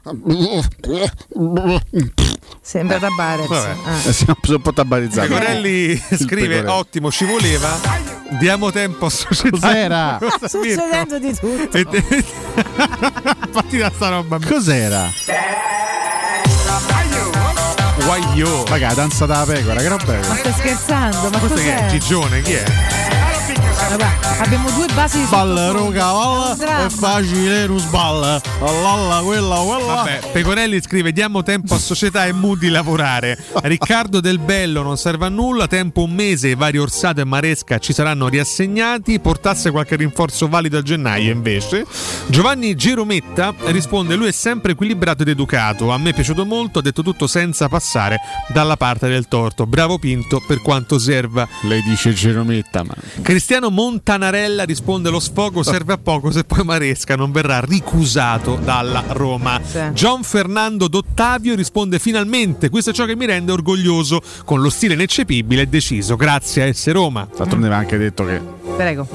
Speaker 4: Sembra da Barez.
Speaker 1: Vabbè.
Speaker 4: Ah.
Speaker 7: Siamo un po' tabarizzati.
Speaker 1: Pecorelli scrive:
Speaker 7: Pecorelli.
Speaker 1: ottimo, ci voleva. Diamo tempo a società.
Speaker 7: Cos'era?
Speaker 4: Sta succedendo di tutto.
Speaker 1: E te- Fatti da sta roba.
Speaker 7: Cos'era?
Speaker 1: Guaglio.
Speaker 7: Raga, danza della pecora, che roba è?
Speaker 4: Ma stai scherzando? Ma
Speaker 1: Questo che è?
Speaker 4: cos'è?
Speaker 1: Gigione, chi è?
Speaker 4: Vabbè, abbiamo due basi di
Speaker 7: Ballero
Speaker 4: sottofondo.
Speaker 7: cavalla,
Speaker 4: Un dramma.
Speaker 7: è facile, non sballa. Allalla, quella, quella.
Speaker 1: Vabbè, Pecorelli scrive: diamo tempo a società e mood di lavorare. Riccardo Del Bello non serve a nulla. Tempo un mese, vari Orsato e Maresca ci saranno riassegnati. Portasse qualche rinforzo valido a gennaio invece. Giovanni Gerometta risponde: lui è sempre equilibrato ed educato. A me è piaciuto molto, ha detto tutto senza passare dalla parte del torto. Bravo Pinto per quanto serva.
Speaker 7: Lei dice Gerometta, ma
Speaker 1: Cristiano Montanarella risponde: lo sfogo serve a poco se poi Maresca non verrà ricusato dalla Roma.
Speaker 4: Sì.
Speaker 1: Gian Fernando D'Ottavio risponde: finalmente, questo è ciò che mi rende orgoglioso, con lo stile ineccepibile e deciso, grazie a S Roma.
Speaker 7: d'altronde aveva anche detto che
Speaker 4: Prego.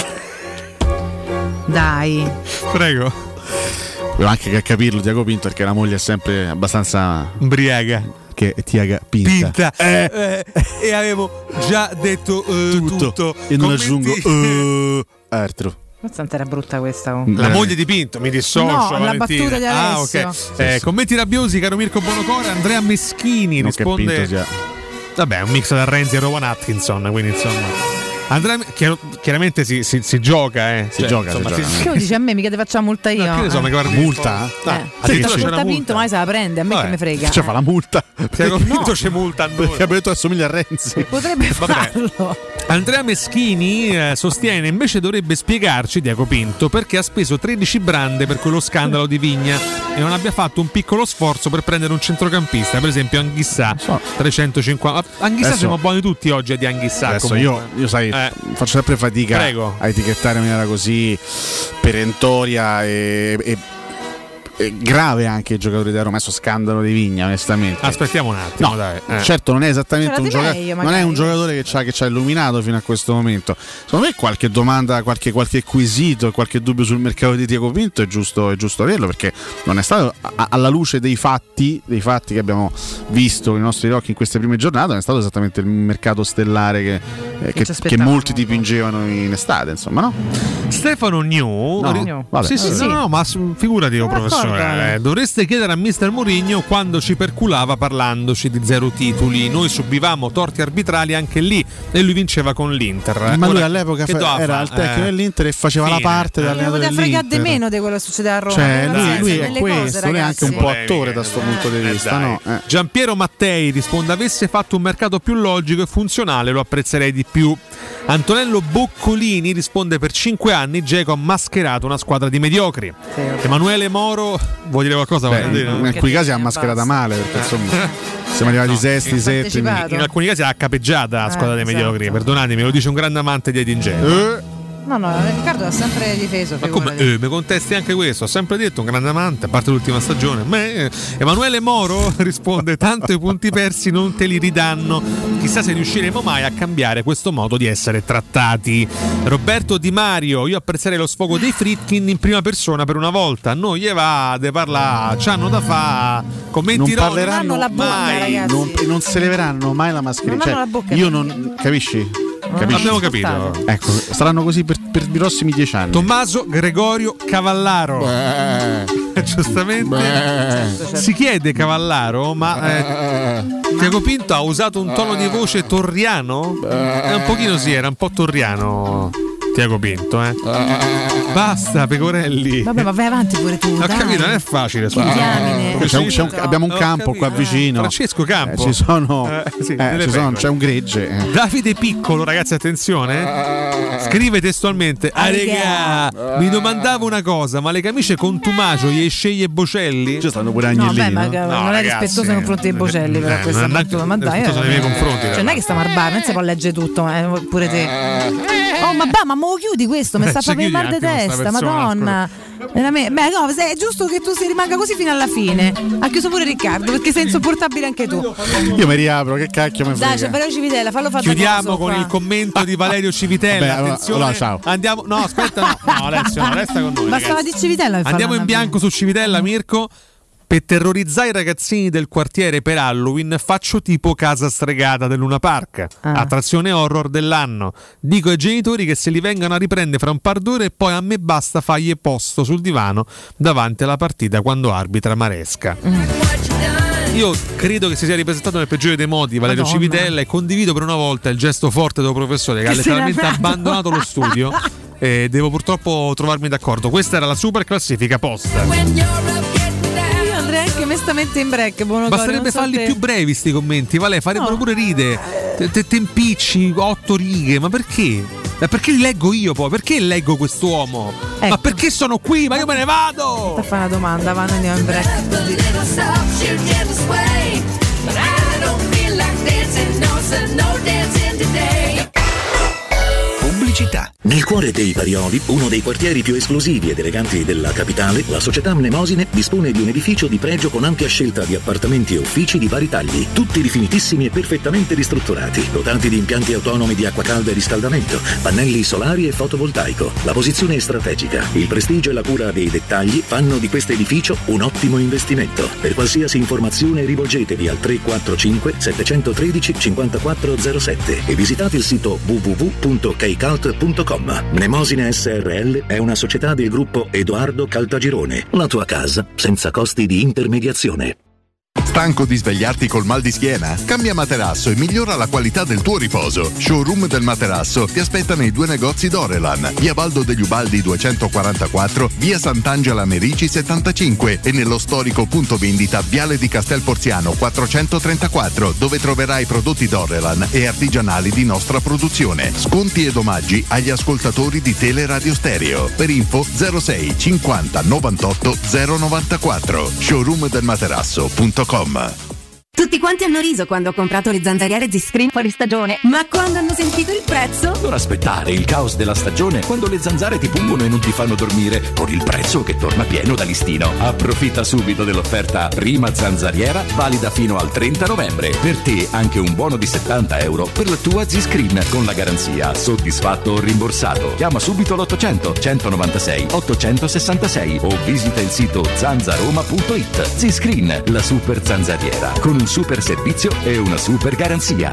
Speaker 4: Dai.
Speaker 1: Prego.
Speaker 7: aveva anche che capirlo Tiago Pinto, perché la moglie è sempre abbastanza
Speaker 1: Ubriaca.
Speaker 7: che è Tiaga Pinta.
Speaker 1: Pinta.
Speaker 7: Eh.
Speaker 1: Eh, e avevo già detto eh,
Speaker 7: tutto.
Speaker 1: tutto.
Speaker 7: E non
Speaker 1: Commenti-
Speaker 7: aggiungo eh, altro.
Speaker 4: Quanto era brutta questa comunque.
Speaker 1: La moglie di Pinto, mi dissocio.
Speaker 4: No, la
Speaker 1: Valentina.
Speaker 4: battuta di
Speaker 1: Ah,
Speaker 4: Alessio.
Speaker 1: ok.
Speaker 7: Sì,
Speaker 1: Eh,
Speaker 7: sì.
Speaker 1: commenti rabbiosi, caro Mirko Bonocore. Andrea Meschini
Speaker 7: Non che
Speaker 1: risponde:
Speaker 7: Pinto sia.
Speaker 1: vabbè, è un mix da Renzi e Rowan Atkinson, quindi insomma. Andrea, chiar- chiaramente si, si, si gioca, eh.
Speaker 7: Si gioca, si
Speaker 1: insomma,
Speaker 7: gioca.
Speaker 1: si-
Speaker 4: Che lo dici a me, mica ti faccio multa io.
Speaker 1: No, che ne so,
Speaker 4: eh.
Speaker 1: ma guardi-
Speaker 7: Multa?
Speaker 1: Ah,
Speaker 4: Eh.
Speaker 1: addirittura
Speaker 4: Se
Speaker 1: c'è una
Speaker 4: multa Pinto,
Speaker 1: multa.
Speaker 4: mai se la prende, a me
Speaker 1: Vabbè.
Speaker 4: che mi frega.
Speaker 7: Cioè fa la multa.
Speaker 1: Tiago Pinto c'è multa
Speaker 7: Perché
Speaker 1: allora.
Speaker 7: abbiamo detto assomiglia a Renzi.
Speaker 4: Potrebbe
Speaker 1: Vabbè.
Speaker 4: farlo.
Speaker 1: Andrea Meschini eh, sostiene invece dovrebbe spiegarci Tiago Pinto perché ha speso tredici brande per quello scandalo di Vigna e non abbia fatto un piccolo sforzo per prendere un centrocampista, per esempio Anghissà, trecentocinquanta. Anghissà
Speaker 7: Adesso-
Speaker 1: siamo buoni tutti oggi di Anghissà.
Speaker 7: Adesso
Speaker 1: comunque.
Speaker 7: io, io sai,
Speaker 1: Eh.
Speaker 7: faccio sempre fatica
Speaker 1: Prego.
Speaker 7: a etichettare in maniera così perentoria e, e- e grave anche i giocatori della Roma. Adesso scandalo di Vigna, onestamente.
Speaker 1: Aspettiamo un attimo,
Speaker 7: No,
Speaker 1: dai. eh.
Speaker 7: certo non è esattamente
Speaker 4: Ce la
Speaker 7: un
Speaker 4: direi
Speaker 7: giocatore,
Speaker 4: io,
Speaker 7: non è
Speaker 4: magari.
Speaker 7: un giocatore che ci ha, che ci ha illuminato fino a questo momento. Secondo me qualche domanda, qualche, qualche quesito, qualche dubbio sul mercato di Tiago Pinto è giusto, è giusto averlo, perché non è stato a- alla luce dei fatti, dei fatti che abbiamo visto con i nostri occhi in queste prime giornate, non è stato esattamente il mercato stellare che, eh, che,
Speaker 4: ci
Speaker 7: che
Speaker 4: aspettavamo.
Speaker 7: molti dipingevano in estate, insomma, no?
Speaker 1: Stefano Gnu,
Speaker 7: No,
Speaker 1: ri-
Speaker 7: vabbè.
Speaker 1: sì, sì,
Speaker 4: Sì.
Speaker 1: no, no, ma s- figurati, oh,
Speaker 4: Sono
Speaker 1: professore,
Speaker 4: d'accordo.
Speaker 1: eh, dovreste chiedere a mister Mourinho quando ci perculava parlandoci di zero titoli. Noi subivamo torti arbitrali anche lì e lui vinceva con l'Inter.
Speaker 7: Ma lui
Speaker 1: Ora,
Speaker 7: all'epoca
Speaker 1: che
Speaker 7: fa-
Speaker 1: doveva
Speaker 7: era
Speaker 1: fare?
Speaker 7: il tecnico
Speaker 1: Eh,
Speaker 7: dell'Inter e faceva
Speaker 1: fine.
Speaker 7: la parte
Speaker 1: Eh.
Speaker 7: da
Speaker 4: Non
Speaker 7: allenatore
Speaker 4: poteva fregare di
Speaker 7: dell'Inter.
Speaker 4: meno di quello che succede a Roma.
Speaker 7: Cioè,
Speaker 4: Deve
Speaker 7: lui,
Speaker 4: essere
Speaker 7: lui è
Speaker 4: delle
Speaker 7: questo,
Speaker 4: cose,
Speaker 7: lui è anche un po'
Speaker 4: ragazzi.
Speaker 7: attore da sto punto di
Speaker 1: Eh,
Speaker 7: vista,
Speaker 1: dai.
Speaker 7: no? Eh.
Speaker 1: Giampiero Mattei risponde: avesse fatto un mercato più logico e funzionale lo apprezzerei di più. Antonello Boccolini risponde: per cinque anni Dzeko ha mascherato una squadra di mediocri.
Speaker 4: Sì, ok.
Speaker 1: Emanuele Moro, vuoi dire qualcosa?
Speaker 7: Beh,
Speaker 1: Voglio dire, no?
Speaker 7: in alcuni casi ha mascherata
Speaker 4: basta.
Speaker 7: male, perché insomma siamo arrivati sesti, settimi.
Speaker 4: partecipato.
Speaker 1: In alcuni casi ha cappeggiata la
Speaker 4: Eh,
Speaker 1: squadra dei
Speaker 4: esatto.
Speaker 1: mediocri. Perdonatemi, lo dice un grande amante di Edin Dzeko.
Speaker 7: Eh,
Speaker 4: No, no, Riccardo ha sempre difeso.
Speaker 1: Ma come?
Speaker 4: figurati.
Speaker 1: Eh, mi contesti anche questo? Ho sempre detto un grande amante, a parte l'ultima stagione. Me, eh, Emanuele Moro risponde: tanto i punti persi non te li ridanno. Chissà se riusciremo mai a cambiare questo modo di essere trattati. Roberto Di Mario: io apprezzerei lo sfogo dei Fritkin in prima persona per una volta. Non gli va de parla, c'hanno da fa. Commenti
Speaker 7: non
Speaker 1: ironici.
Speaker 7: parleranno
Speaker 4: Non hanno la bocca,
Speaker 1: mai.
Speaker 4: ragazzi.
Speaker 7: non, non se leveranno mai la mascherina.
Speaker 4: Non
Speaker 7: Cioè,
Speaker 4: hanno la bocca,
Speaker 7: io
Speaker 4: no.
Speaker 7: non capisci? Capisci?
Speaker 1: Abbiamo capito.
Speaker 7: Ecco, saranno così per, per i prossimi dieci anni.
Speaker 1: Tommaso Gregorio Cavallaro.
Speaker 7: Beh.
Speaker 1: Giustamente
Speaker 7: Beh.
Speaker 1: si chiede Cavallaro, ma eh, Tiago Pinto ha usato un tono di voce torriano? Eh, un pochino sì, era un po' torriano Tiago Pinto, eh. Basta, Pecorelli.
Speaker 4: Vabbè, ma vai avanti pure tu.
Speaker 1: Ho
Speaker 4: dai.
Speaker 1: capito, non è facile.
Speaker 4: Diamine.
Speaker 7: C'è un- c'è un- abbiamo un
Speaker 1: Ho
Speaker 7: campo
Speaker 1: capito.
Speaker 7: qua vicino.
Speaker 1: Francesco Campo.
Speaker 7: Eh, ci sono,
Speaker 1: Eh, sì,
Speaker 7: eh,
Speaker 1: delle
Speaker 7: ci sono-
Speaker 1: pecore.
Speaker 7: c'è un gregge. eh.
Speaker 1: Davide Piccolo, ragazzi, attenzione. Scrive testualmente: Ah, regà, mi domandavo una cosa, ma le camicie con Tumacio gli sceglie Bocelli?
Speaker 7: Ci stanno pure
Speaker 4: No,
Speaker 7: Agnellini.
Speaker 4: beh, ma
Speaker 7: no?
Speaker 4: non è rispettoso nei confronti dei Bocelli, però
Speaker 1: Eh,
Speaker 4: questa
Speaker 1: non è-
Speaker 4: battuta, ma dai,
Speaker 1: rispettoso
Speaker 4: eh,
Speaker 1: nei miei confronti,
Speaker 4: cioè,
Speaker 1: però.
Speaker 4: non è che stiamo al bar, non si può leggere tutto, eh, pure te. Oh, ma bah, ma mo chiudi questo, mi
Speaker 1: Eh,
Speaker 4: sta
Speaker 1: ci
Speaker 4: proprio in
Speaker 1: chiudi
Speaker 4: mal di
Speaker 1: un attimo sta
Speaker 4: testa,
Speaker 1: persona,
Speaker 4: madonna. Veramente. Beh, no, se è giusto che tu si rimanga così fino alla fine. Ha chiuso pure Riccardo, perché sei insopportabile anche tu.
Speaker 7: Io mi riapro, che cacchio mi
Speaker 4: Dai,
Speaker 7: frega.
Speaker 4: c'è Valerio Civitella, fallo fare
Speaker 1: Chiudiamo con il commento di Valerio Civitella.
Speaker 7: Vabbè, allora-
Speaker 1: Attenzione,
Speaker 7: allora, ciao.
Speaker 1: andiamo. No, aspetta, no, no, Alessio, no, resta con noi.
Speaker 4: Bastava
Speaker 1: ragazzi.
Speaker 4: di Civitella per
Speaker 1: Andiamo
Speaker 4: farla
Speaker 1: in
Speaker 4: una
Speaker 1: bianco su Civitella, Mirko. Per terrorizzare i ragazzini del quartiere per Halloween faccio tipo casa stregata del Luna Park,
Speaker 4: Ah.
Speaker 1: attrazione horror dell'anno. Dico ai genitori che se li vengano a riprendere fra un par d'ore e poi a me basta fargli posto sul divano davanti alla partita quando arbitra Maresca. Io credo che si sia ripresentato nel peggiore dei modi Valerio
Speaker 4: Madonna.
Speaker 1: Civitella e condivido per una volta il gesto forte del professore che,
Speaker 4: Che
Speaker 1: ha
Speaker 4: se n'è
Speaker 1: letteralmente
Speaker 4: andato.
Speaker 1: abbandonato lo studio. E devo purtroppo trovarmi d'accordo. Questa era la super classifica posta.
Speaker 4: Io andrei anche mestamente in break, buono
Speaker 1: Basterebbe
Speaker 4: Cori, non so
Speaker 1: farli
Speaker 4: te.
Speaker 1: più brevi sti commenti, Vale, farebbero
Speaker 4: No.
Speaker 1: pure ride. Te, te, tempicci, otto righe, ma perché? Ma perché li leggo io poi? Perché leggo quest'uomo? Ma
Speaker 4: Ecco.
Speaker 1: perché sono qui? Ma io me ne vado!
Speaker 4: Sta a fare una domanda, va, noi andiamo in break.
Speaker 18: Pubblicità. Nel cuore dei Parioli, uno dei quartieri più esclusivi ed eleganti della capitale, la società Mnemosine dispone di un edificio di pregio con ampia scelta di appartamenti e uffici di vari tagli, tutti rifinitissimi e perfettamente ristrutturati, dotati di impianti autonomi di acqua calda e riscaldamento, pannelli solari e fotovoltaico. La posizione è strategica, il prestigio e la cura dei dettagli fanno di questo edificio un ottimo investimento. Per qualsiasi informazione rivolgetevi al tre quattro cinque sette uno tre cinque quattro zero sette e visitate il sito w w w punto keycult punto com. Mnemosine S R L è una società del gruppo Edoardo Caltagirone. La tua casa senza costi di intermediazione.
Speaker 9: Stanco di svegliarti col mal di schiena? Cambia materasso e migliora la qualità del tuo riposo. Showroom del materasso ti aspetta nei due negozi Dorelan, via Baldo degli Ubaldi duecentoquarantaquattro, via Sant'Angela Merici settantacinque e nello storico punto vendita Viale di Castel Porziano quattrocentotrentaquattro, dove troverai prodotti Dorelan e artigianali di nostra produzione. Sconti ed omaggi agli ascoltatori di Teleradio Stereo. Per info zero sei cinquanta novantotto zero novantaquattro. showroom del materasso punto com.
Speaker 5: Tutti quanti hanno riso quando ho comprato le zanzariere Z-Screen fuori stagione, ma quando hanno sentito il prezzo?
Speaker 12: Non aspettare il caos della stagione quando le zanzare ti pungono e non ti fanno dormire, con il prezzo che torna pieno da listino. Approfitta subito dell'offerta prima zanzariera, valida fino al trenta novembre. Per te anche un buono di settanta euro per la tua Z-Screen, con la garanzia soddisfatto o rimborsato. Chiama subito l'ottocento centonovantasei ottocentosessantasei o visita il sito zanzaroma punto it. Z-Screen, la super zanzariera, con un super servizio e una super garanzia.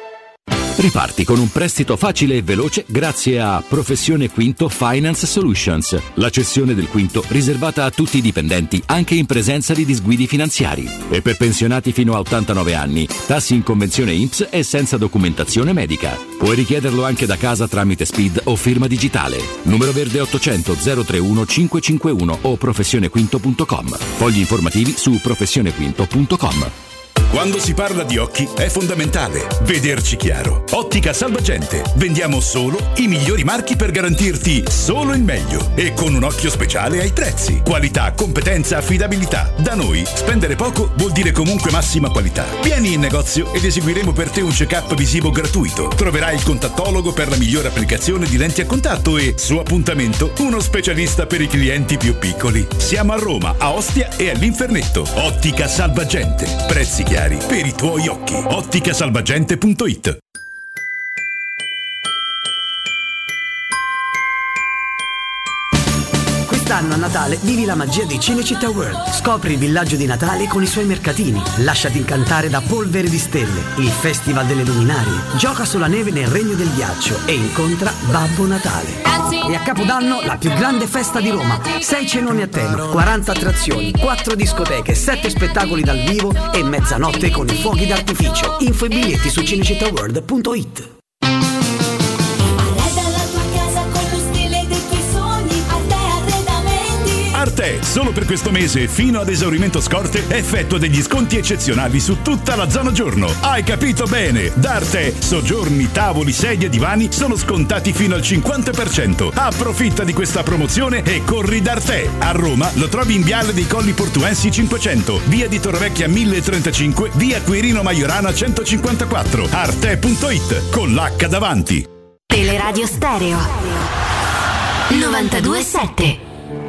Speaker 12: Riparti con un prestito facile e veloce grazie a Professione Quinto Finance Solutions, la cessione del quinto riservata a tutti i dipendenti anche in presenza di disguidi finanziari. E per pensionati fino a ottantanove anni, tassi in convenzione I N P S e senza documentazione medica. Puoi richiederlo anche da casa tramite S P I D o firma digitale. Numero verde ottocento zero trentuno cinquecentocinquantuno o professionequinto punto com. Fogli informativi su professionequinto punto com.
Speaker 14: Quando si parla di occhi è fondamentale vederci chiaro. Ottica Salvagente. Vendiamo solo i migliori marchi per garantirti solo il meglio e con un occhio speciale ai prezzi. Qualità, competenza, affidabilità. Da noi spendere poco vuol dire comunque massima qualità. Vieni in negozio ed eseguiremo per te un check-up visivo gratuito. Troverai il contattologo per la migliore applicazione di lenti a contatto e, su appuntamento, uno specialista per i clienti più piccoli. Siamo a Roma, a Ostia e all'Infernetto. Ottica Salvagente. Prezzi chiari per i tuoi occhi. otticasalvagente punto it.
Speaker 8: Quest'anno a Natale vivi la magia di Cinecittà World. Scopri il villaggio di Natale con i suoi mercatini. Lasciati incantare da Polvere di Stelle, il festival delle luminarie. Gioca sulla neve nel regno del ghiaccio e incontra Babbo Natale. E a Capodanno la più grande festa di Roma. sei cenoni a tema, quaranta attrazioni, quattro discoteche, sette spettacoli dal vivo e mezzanotte con i fuochi d'artificio. Info e biglietti su cinecittàworld punto it.
Speaker 14: Arte, solo per questo mese fino ad esaurimento scorte effettua degli sconti eccezionali su tutta la zona giorno. Hai capito bene? Da Arte, soggiorni, tavoli, sedie e divani sono scontati fino al cinquanta per cento. Approfitta di questa promozione e corri da Arte. A Roma lo trovi in Viale dei Colli Portuensi cinquecento, via di Torrevecchia mille trentacinque, via Quirino Maiorana centocinquantaquattro. arte punto it con l'H davanti.
Speaker 5: Teleradio Stereo novantadue sette.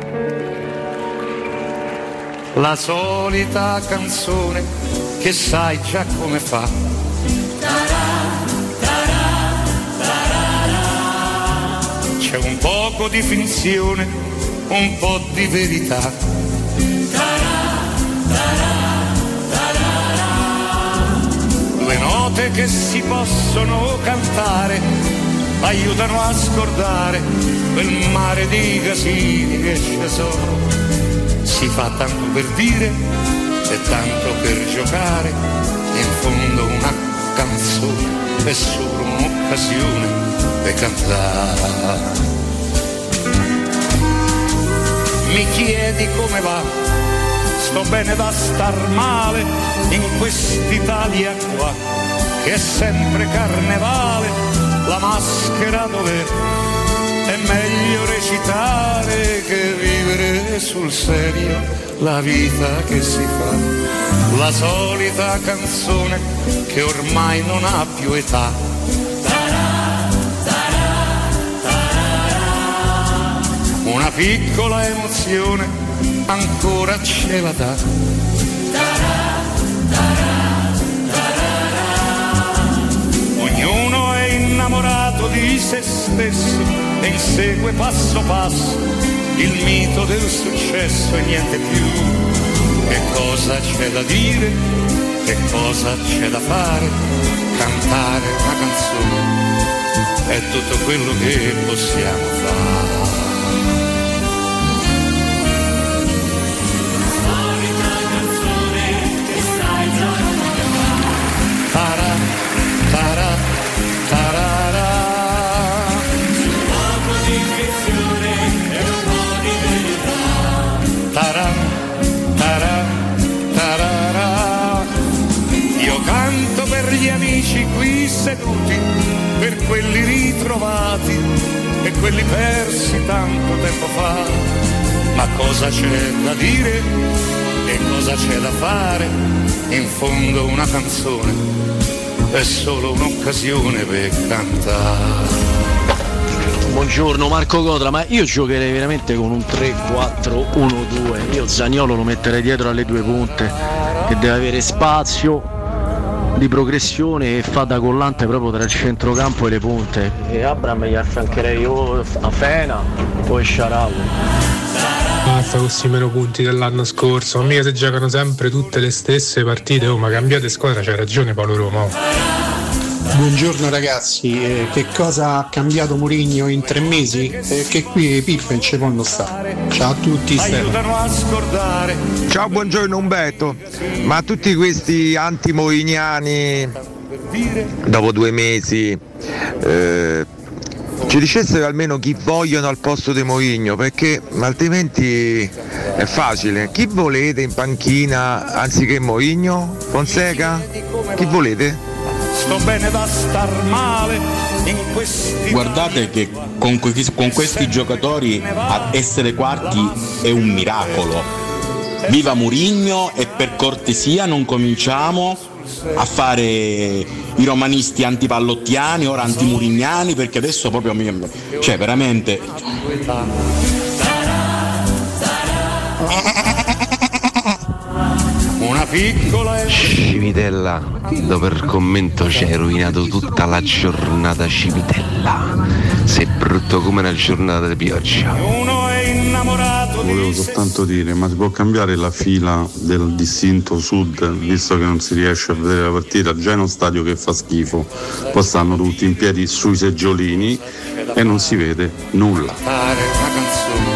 Speaker 15: La solita canzone che sai già come fa. C'è un poco di finzione, un po' di verità. Due note che si possono cantare aiutano a scordare quel mare di casini che ci sono. Si fa tanto per dire e tanto per giocare, in fondo una canzone è solo un'occasione per cantare. Mi chiedi come va, sto bene da star male in quest'Italia qua, che è sempre carnevale, la maschera dov'è? È meglio recitare che vivere sul serio la vita che si fa. La solita canzone che ormai non ha più età. Una piccola emozione ancora ce la dà. Ognuno è innamorato di se stesso e insegue passo passo il mito del successo e niente più. Che cosa c'è da dire, che cosa c'è da fare, cantare una canzone è tutto quello che possiamo fare. Tarà, tarà, tararà. Un poco di finzione e un po' di verità. Tarà, tarà, tararà. Io canto per gli amici qui seduti, per quelli ritrovati e quelli persi tanto tempo fa. Ma cosa c'è da dire e cosa c'è da fare? In fondo una canzone è solo un'occasione per cantare.
Speaker 16: Buongiorno Marco Codra, ma io giocherei veramente con un tre quattro uno due. Io Zaniolo lo metterei dietro alle due punte, che deve avere spazio di progressione e fa da collante proprio tra il centrocampo e le punte. E Abram gli affiancherei o a Fena o a Shaarawy.
Speaker 10: Basta con questi meno punti dell'anno scorso, ma mica se giocano sempre tutte le stesse partite. Oh, ma cambiate squadra, c'ha ragione Paolo Roma. Oh.
Speaker 29: Buongiorno ragazzi, eh, che cosa ha cambiato Mourinho in tre mesi? Eh, che qui Pippen ci può non stare. Ciao a tutti,
Speaker 17: Stefano. A scordare. Ciao, buongiorno Umberto. Ma tutti questi anti-moiniani dopo due mesi eh, ci dicessero almeno chi vogliono al posto di Mourinho, perché altrimenti è facile. Chi volete in panchina anziché Mourinho? Fonseca? Chi volete?
Speaker 15: Sto bene da star male in questi.
Speaker 20: Guardate che con, que- con questi giocatori a essere quarti è un miracolo. Viva Mourinho, e per cortesia non cominciamo a fare i romanisti antipallottiani, ora antimurignani, perché adesso proprio mi... cioè veramente
Speaker 15: una piccola
Speaker 21: Civitella, dopo il commento ci hai rovinato tutta la giornata. Civitella, sei brutto come una giornata di pioggia.
Speaker 15: Uno è
Speaker 19: innamorato di
Speaker 3: Volevo soltanto dire, ma si può cambiare la fila del distinto sud, visto che non si riesce a vedere la partita? Già in uno stadio che fa schifo, poi stanno tutti in piedi sui seggiolini e non si vede nulla.
Speaker 19: Fare una canzone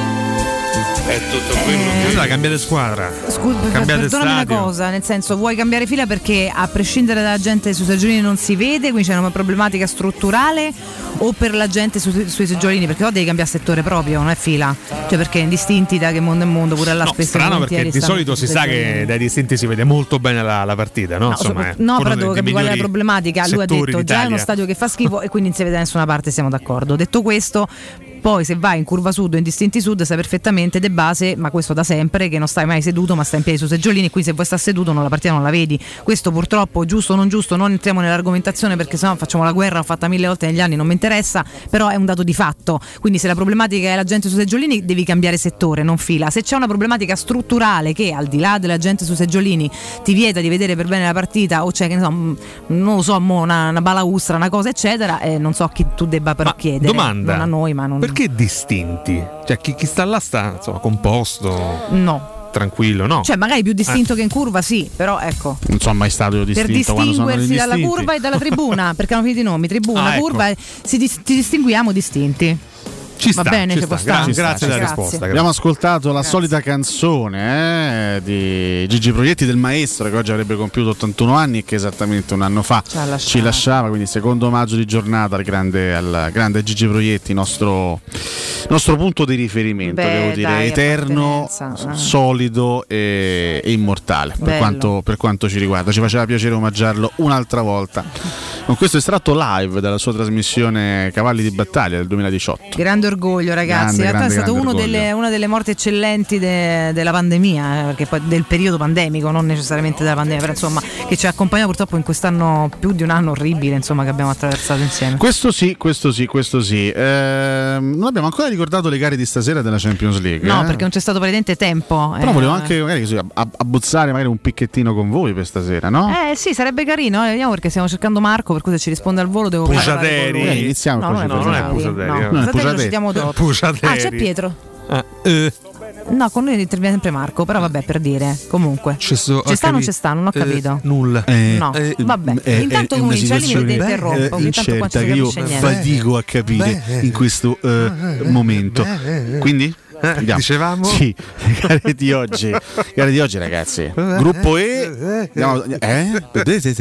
Speaker 19: è tutto quello
Speaker 1: Eh,
Speaker 19: che
Speaker 1: allora cambiate squadra.
Speaker 4: Scusa,
Speaker 1: cambiate
Speaker 4: perdonami una
Speaker 1: stadio.
Speaker 4: cosa, nel senso, vuoi cambiare fila perché a prescindere dalla gente sui seggiolini non si vede, quindi c'è una problematica strutturale, o per la gente su- sui seggiolini, perché no devi cambiare settore proprio, non è fila, cioè perché indistinti da che mondo è mondo, pure alla
Speaker 1: No,
Speaker 4: spesso
Speaker 1: strano perché
Speaker 4: volentieri
Speaker 1: di
Speaker 4: stanno
Speaker 1: solito si
Speaker 4: sui
Speaker 1: sa
Speaker 4: seggiolini.
Speaker 1: che dai distinti si vede molto bene la, la partita, no?
Speaker 4: No,
Speaker 1: Insomma,
Speaker 4: sopra-
Speaker 1: è
Speaker 4: no,
Speaker 1: uno
Speaker 4: però
Speaker 1: dei-
Speaker 4: devo
Speaker 1: dei
Speaker 4: capire qual è la
Speaker 1: migliori
Speaker 4: problematica. Lui ha
Speaker 1: settori
Speaker 4: detto già è uno
Speaker 1: d'Italia.
Speaker 4: stadio che fa schifo e quindi non si vede da nessuna parte, siamo d'accordo. Detto questo, poi se vai in curva sud o in distinti sud sai perfettamente de base, ma questo da sempre, che non stai mai seduto ma stai in piedi su seggiolini, qui se vuoi stare seduto non la partita non la vedi. Questo purtroppo, giusto o non giusto, non entriamo nell'argomentazione perché sennò facciamo la guerra, l'ho fatta mille volte negli anni, non mi interessa, però è un dato di fatto. Quindi se la problematica è la gente sui seggiolini devi cambiare settore, non fila. Se c'è una problematica strutturale che al di là della gente sui seggiolini ti vieta di vedere per bene la partita, o c'è che ne so, mh, non lo so, mo, una, una balaustra, una cosa eccetera, eh, non so chi tu debba però chiedere.
Speaker 1: Domanda,
Speaker 4: non a noi, ma non...
Speaker 1: perché distinti? Cioè chi, chi sta là sta insomma, composto,
Speaker 4: No.
Speaker 1: tranquillo, no?
Speaker 4: Cioè magari più distinto
Speaker 1: Eh.
Speaker 4: che in curva sì, però ecco,
Speaker 7: Non sono mai stato
Speaker 4: per
Speaker 7: distinto quando sono
Speaker 4: distinguersi dalla
Speaker 7: indistinti.
Speaker 4: curva e dalla tribuna, perché hanno finito i nomi, tribuna,
Speaker 1: Ah, ecco.
Speaker 4: curva, e si dis- ci distinguiamo distinti.
Speaker 1: Ci
Speaker 4: Va
Speaker 1: sta,
Speaker 4: bene,
Speaker 1: ci
Speaker 4: ci
Speaker 1: sta.
Speaker 4: può stare.
Speaker 1: Gra-
Speaker 4: Ci
Speaker 1: grazie
Speaker 4: sta,
Speaker 1: della
Speaker 4: grazie.
Speaker 1: risposta.
Speaker 7: Abbiamo ascoltato la solita canzone eh, di Gigi Proietti del maestro, che oggi avrebbe compiuto ottantuno anni e che esattamente un anno fa
Speaker 4: Ci ha lasciato.
Speaker 7: ci lasciava, quindi secondo omaggio di giornata al grande, al grande Gigi Proietti, nostro, nostro punto di riferimento,
Speaker 4: Beh,
Speaker 7: devo dire,
Speaker 4: dai,
Speaker 7: eterno,
Speaker 4: appartenenza, eh.
Speaker 7: solido e, e immortale per
Speaker 4: Bello.
Speaker 7: quanto, per quanto ci riguarda. Ci faceva piacere omaggiarlo un'altra volta con questo estratto live dalla sua trasmissione Cavalli di Battaglia del duemiladiciotto.
Speaker 4: Grande orgoglio ragazzi,
Speaker 7: Grande,
Speaker 4: in realtà
Speaker 7: grande,
Speaker 4: è stato
Speaker 7: grande
Speaker 4: uno
Speaker 7: orgoglio.
Speaker 4: delle, una delle morti eccellenti de- della pandemia, eh, perché poi del periodo pandemico, non necessariamente della pandemia, però insomma che ci ha accompagnato purtroppo in quest'anno, più di un anno orribile insomma che abbiamo attraversato insieme.
Speaker 7: Questo sì, questo sì, questo sì. Ehm, non abbiamo ancora ricordato le gare di stasera della Champions League.
Speaker 4: No,
Speaker 7: eh?
Speaker 4: perché non c'è stato praticamente tempo.
Speaker 7: Però
Speaker 4: eh.
Speaker 7: volevo anche magari così, ab- abbozzare magari un picchettino con voi per stasera, no?
Speaker 4: Eh sì, sarebbe carino, eh, vediamo perché stiamo cercando Marco, per cui se ci risponde al volo devo parlare con lui.
Speaker 7: Eh, iniziamo
Speaker 4: No,
Speaker 7: poi
Speaker 4: non
Speaker 7: ci
Speaker 4: è
Speaker 1: No, non è
Speaker 7: facciamo.
Speaker 1: Pusaderi.
Speaker 4: No,
Speaker 1: eh.
Speaker 7: Non è
Speaker 4: Pusaderi lo
Speaker 7: Pusaderi.
Speaker 4: citiamo dopo.
Speaker 1: Pusaderi.
Speaker 4: Ah, c'è Pietro.
Speaker 1: Ah, eh.
Speaker 4: No, con noi interviene sempre Marco, però vabbè, per dire. Comunque.
Speaker 1: C'è sto-
Speaker 4: Ci
Speaker 1: ho
Speaker 4: sta o non
Speaker 1: capito.
Speaker 4: ci sta? Non ho
Speaker 1: Eh,
Speaker 4: capito.
Speaker 1: nulla.
Speaker 7: Eh,
Speaker 4: No,
Speaker 7: eh,
Speaker 4: vabbè.
Speaker 7: eh,
Speaker 4: Intanto
Speaker 7: è una
Speaker 4: comincia, lì mi
Speaker 7: situazione,
Speaker 4: interrompo,
Speaker 7: eh,
Speaker 4: ogni tanto qua
Speaker 7: incerta,
Speaker 4: non si
Speaker 7: che io
Speaker 4: capisce niente.
Speaker 7: fatico a capire in questo eh, momento. Quindi andiamo.
Speaker 1: Dicevamo?
Speaker 7: Sì, le gare di oggi. Le gare di oggi, ragazzi. Gruppo E. Andiamo, eh? Vedete?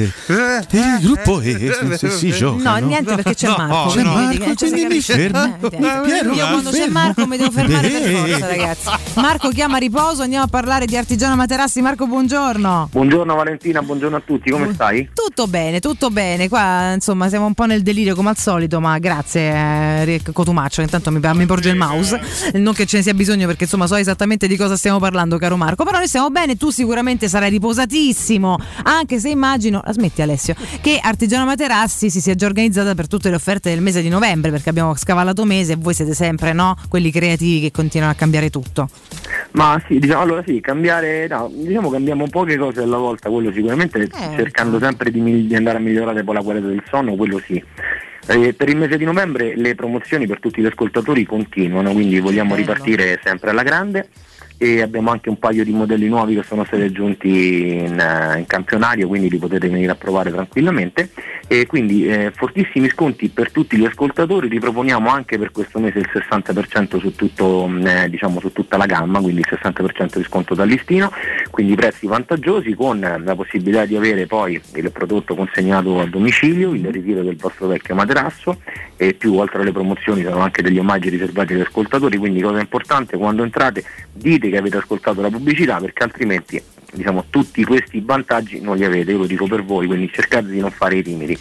Speaker 7: Il gruppo E si, si gioca.
Speaker 4: No, niente perché c'è
Speaker 1: No,
Speaker 4: Marco.
Speaker 1: c'è
Speaker 4: quindi
Speaker 7: Marco,
Speaker 4: vedi che-
Speaker 7: quindi mi
Speaker 4: capisce-
Speaker 7: fermo.
Speaker 4: Eh,
Speaker 7: Piero,
Speaker 4: Io quando
Speaker 7: mi
Speaker 4: c'è
Speaker 7: fermo.
Speaker 4: Marco mi devo fermare per
Speaker 7: Eh.
Speaker 4: forza, ragazzi. Marco chiama a riposo, andiamo a parlare di Artigiano Materassi. Marco, buongiorno.
Speaker 11: Buongiorno Valentina, buongiorno a tutti, come stai?
Speaker 4: Tutto bene, tutto bene. Qua insomma siamo un po' nel delirio come al solito, ma grazie eh, Rick Cotumaccio, intanto mi, mi porge il mouse. Non che ce ne sia bisogno perché insomma so esattamente di cosa stiamo parlando, caro Marco. Però noi stiamo bene, tu sicuramente sarai riposatissimo, anche se immagino, la smetti Alessio, che Artigiano Materassi si sia già organizzata per tutte le offerte del mese di novembre, perché abbiamo scavallato mese e voi siete sempre, no? Quelli creativi che continuano a cambiare tutto.
Speaker 11: Ma sì, diciamo, allora sì, cambiare, no, diciamo cambiamo poche cose alla volta, quello sicuramente, cercando sempre di, mi- di andare a migliorare poi la qualità del sonno, quello sì. Eh, per il mese di novembre le promozioni per tutti gli ascoltatori continuano, quindi vogliamo ripartire sempre alla grande. E abbiamo anche un paio di modelli nuovi che sono stati aggiunti in, uh, in campionario, quindi li potete venire a provare tranquillamente. E quindi eh, fortissimi sconti per tutti gli ascoltatori. Riproponiamo anche per questo mese il sessanta per cento su tutto, eh, diciamo su tutta la gamma, quindi il sessanta per cento di sconto dal listino, quindi prezzi vantaggiosi con eh, la possibilità di avere poi il prodotto consegnato a domicilio, il ritiro del vostro vecchio materasso, e più oltre alle promozioni sono anche degli omaggi riservati agli ascoltatori, quindi cosa importante, quando entrate dite che avete ascoltato la pubblicità, perché altrimenti diciamo tutti questi vantaggi non li avete, io lo dico per voi, quindi cercate di non fare i timidi.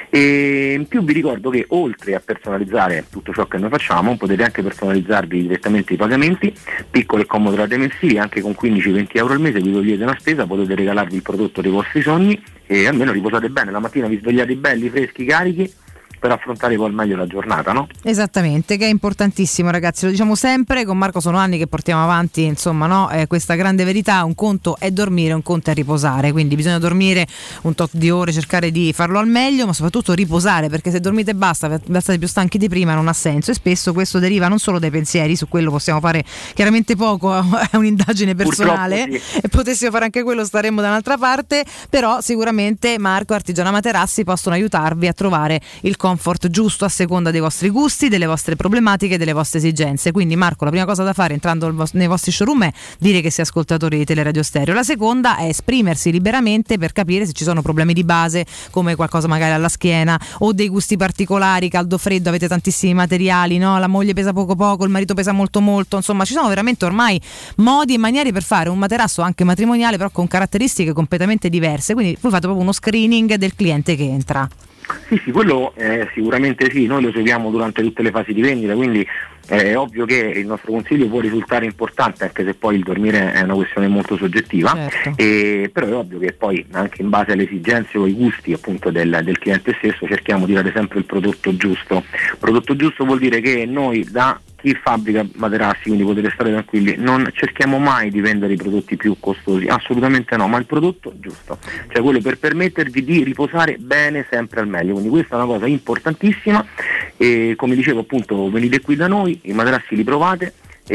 Speaker 11: E in più vi ricordo che oltre a personalizzare tutto ciò che noi facciamo, potete anche personalizzarvi direttamente i pagamenti, piccole e comode rate mensili, anche con quindici venti euro al mese vi togliete una spesa, potete regalarvi il prodotto dei vostri sogni e almeno riposate bene, la mattina vi svegliate belli, freschi, carichi, per affrontare poi al meglio la giornata, no?
Speaker 4: Esattamente, che è importantissimo, ragazzi, lo diciamo sempre, con Marco sono anni che portiamo avanti, insomma, no? Eh, questa grande verità: un conto è dormire, un conto è riposare, quindi bisogna dormire un tot di ore, cercare di farlo al meglio, ma soprattutto riposare, perché se dormite basta, state più stanchi di prima, non ha senso, e spesso questo deriva non solo dai pensieri, su quello possiamo fare chiaramente poco, è un'indagine personale, sì. E potessimo fare anche quello, staremmo da un'altra parte, però sicuramente Marco e Artigiana Materassi possono aiutarvi a trovare il comfort giusto a seconda dei vostri gusti, delle vostre problematiche, delle vostre esigenze. Quindi Marco, la prima cosa da fare entrando nei vostri showroom è dire che si è ascoltatori di Teleradio Stereo, la seconda è esprimersi liberamente per capire se ci sono problemi di base, come qualcosa magari alla schiena o dei gusti particolari, caldo freddo, avete tantissimi materiali, no? La moglie pesa poco poco, il marito pesa molto molto, insomma ci sono veramente ormai modi e maniere per fare un materasso anche matrimoniale, però con caratteristiche completamente diverse, quindi voi fate proprio uno screening del cliente che entra.
Speaker 11: Sì, sì, quello eh, sicuramente sì, noi lo seguiamo durante tutte le fasi di vendita, quindi è ovvio che il nostro consiglio può risultare importante, anche se poi il dormire è una questione molto soggettiva, certo. E, però è ovvio che poi anche in base alle esigenze o ai gusti appunto del, del cliente stesso cerchiamo di dare sempre il prodotto giusto. Prodotto giusto vuol dire che noi da chi fabbrica materassi, quindi potete stare tranquilli, non cerchiamo mai di vendere i prodotti più costosi, assolutamente no, ma il prodotto giusto, cioè quello per permettervi di riposare bene sempre al meglio, quindi questa è una cosa importantissima. E come dicevo appunto, venite qui da noi, i materassi li provate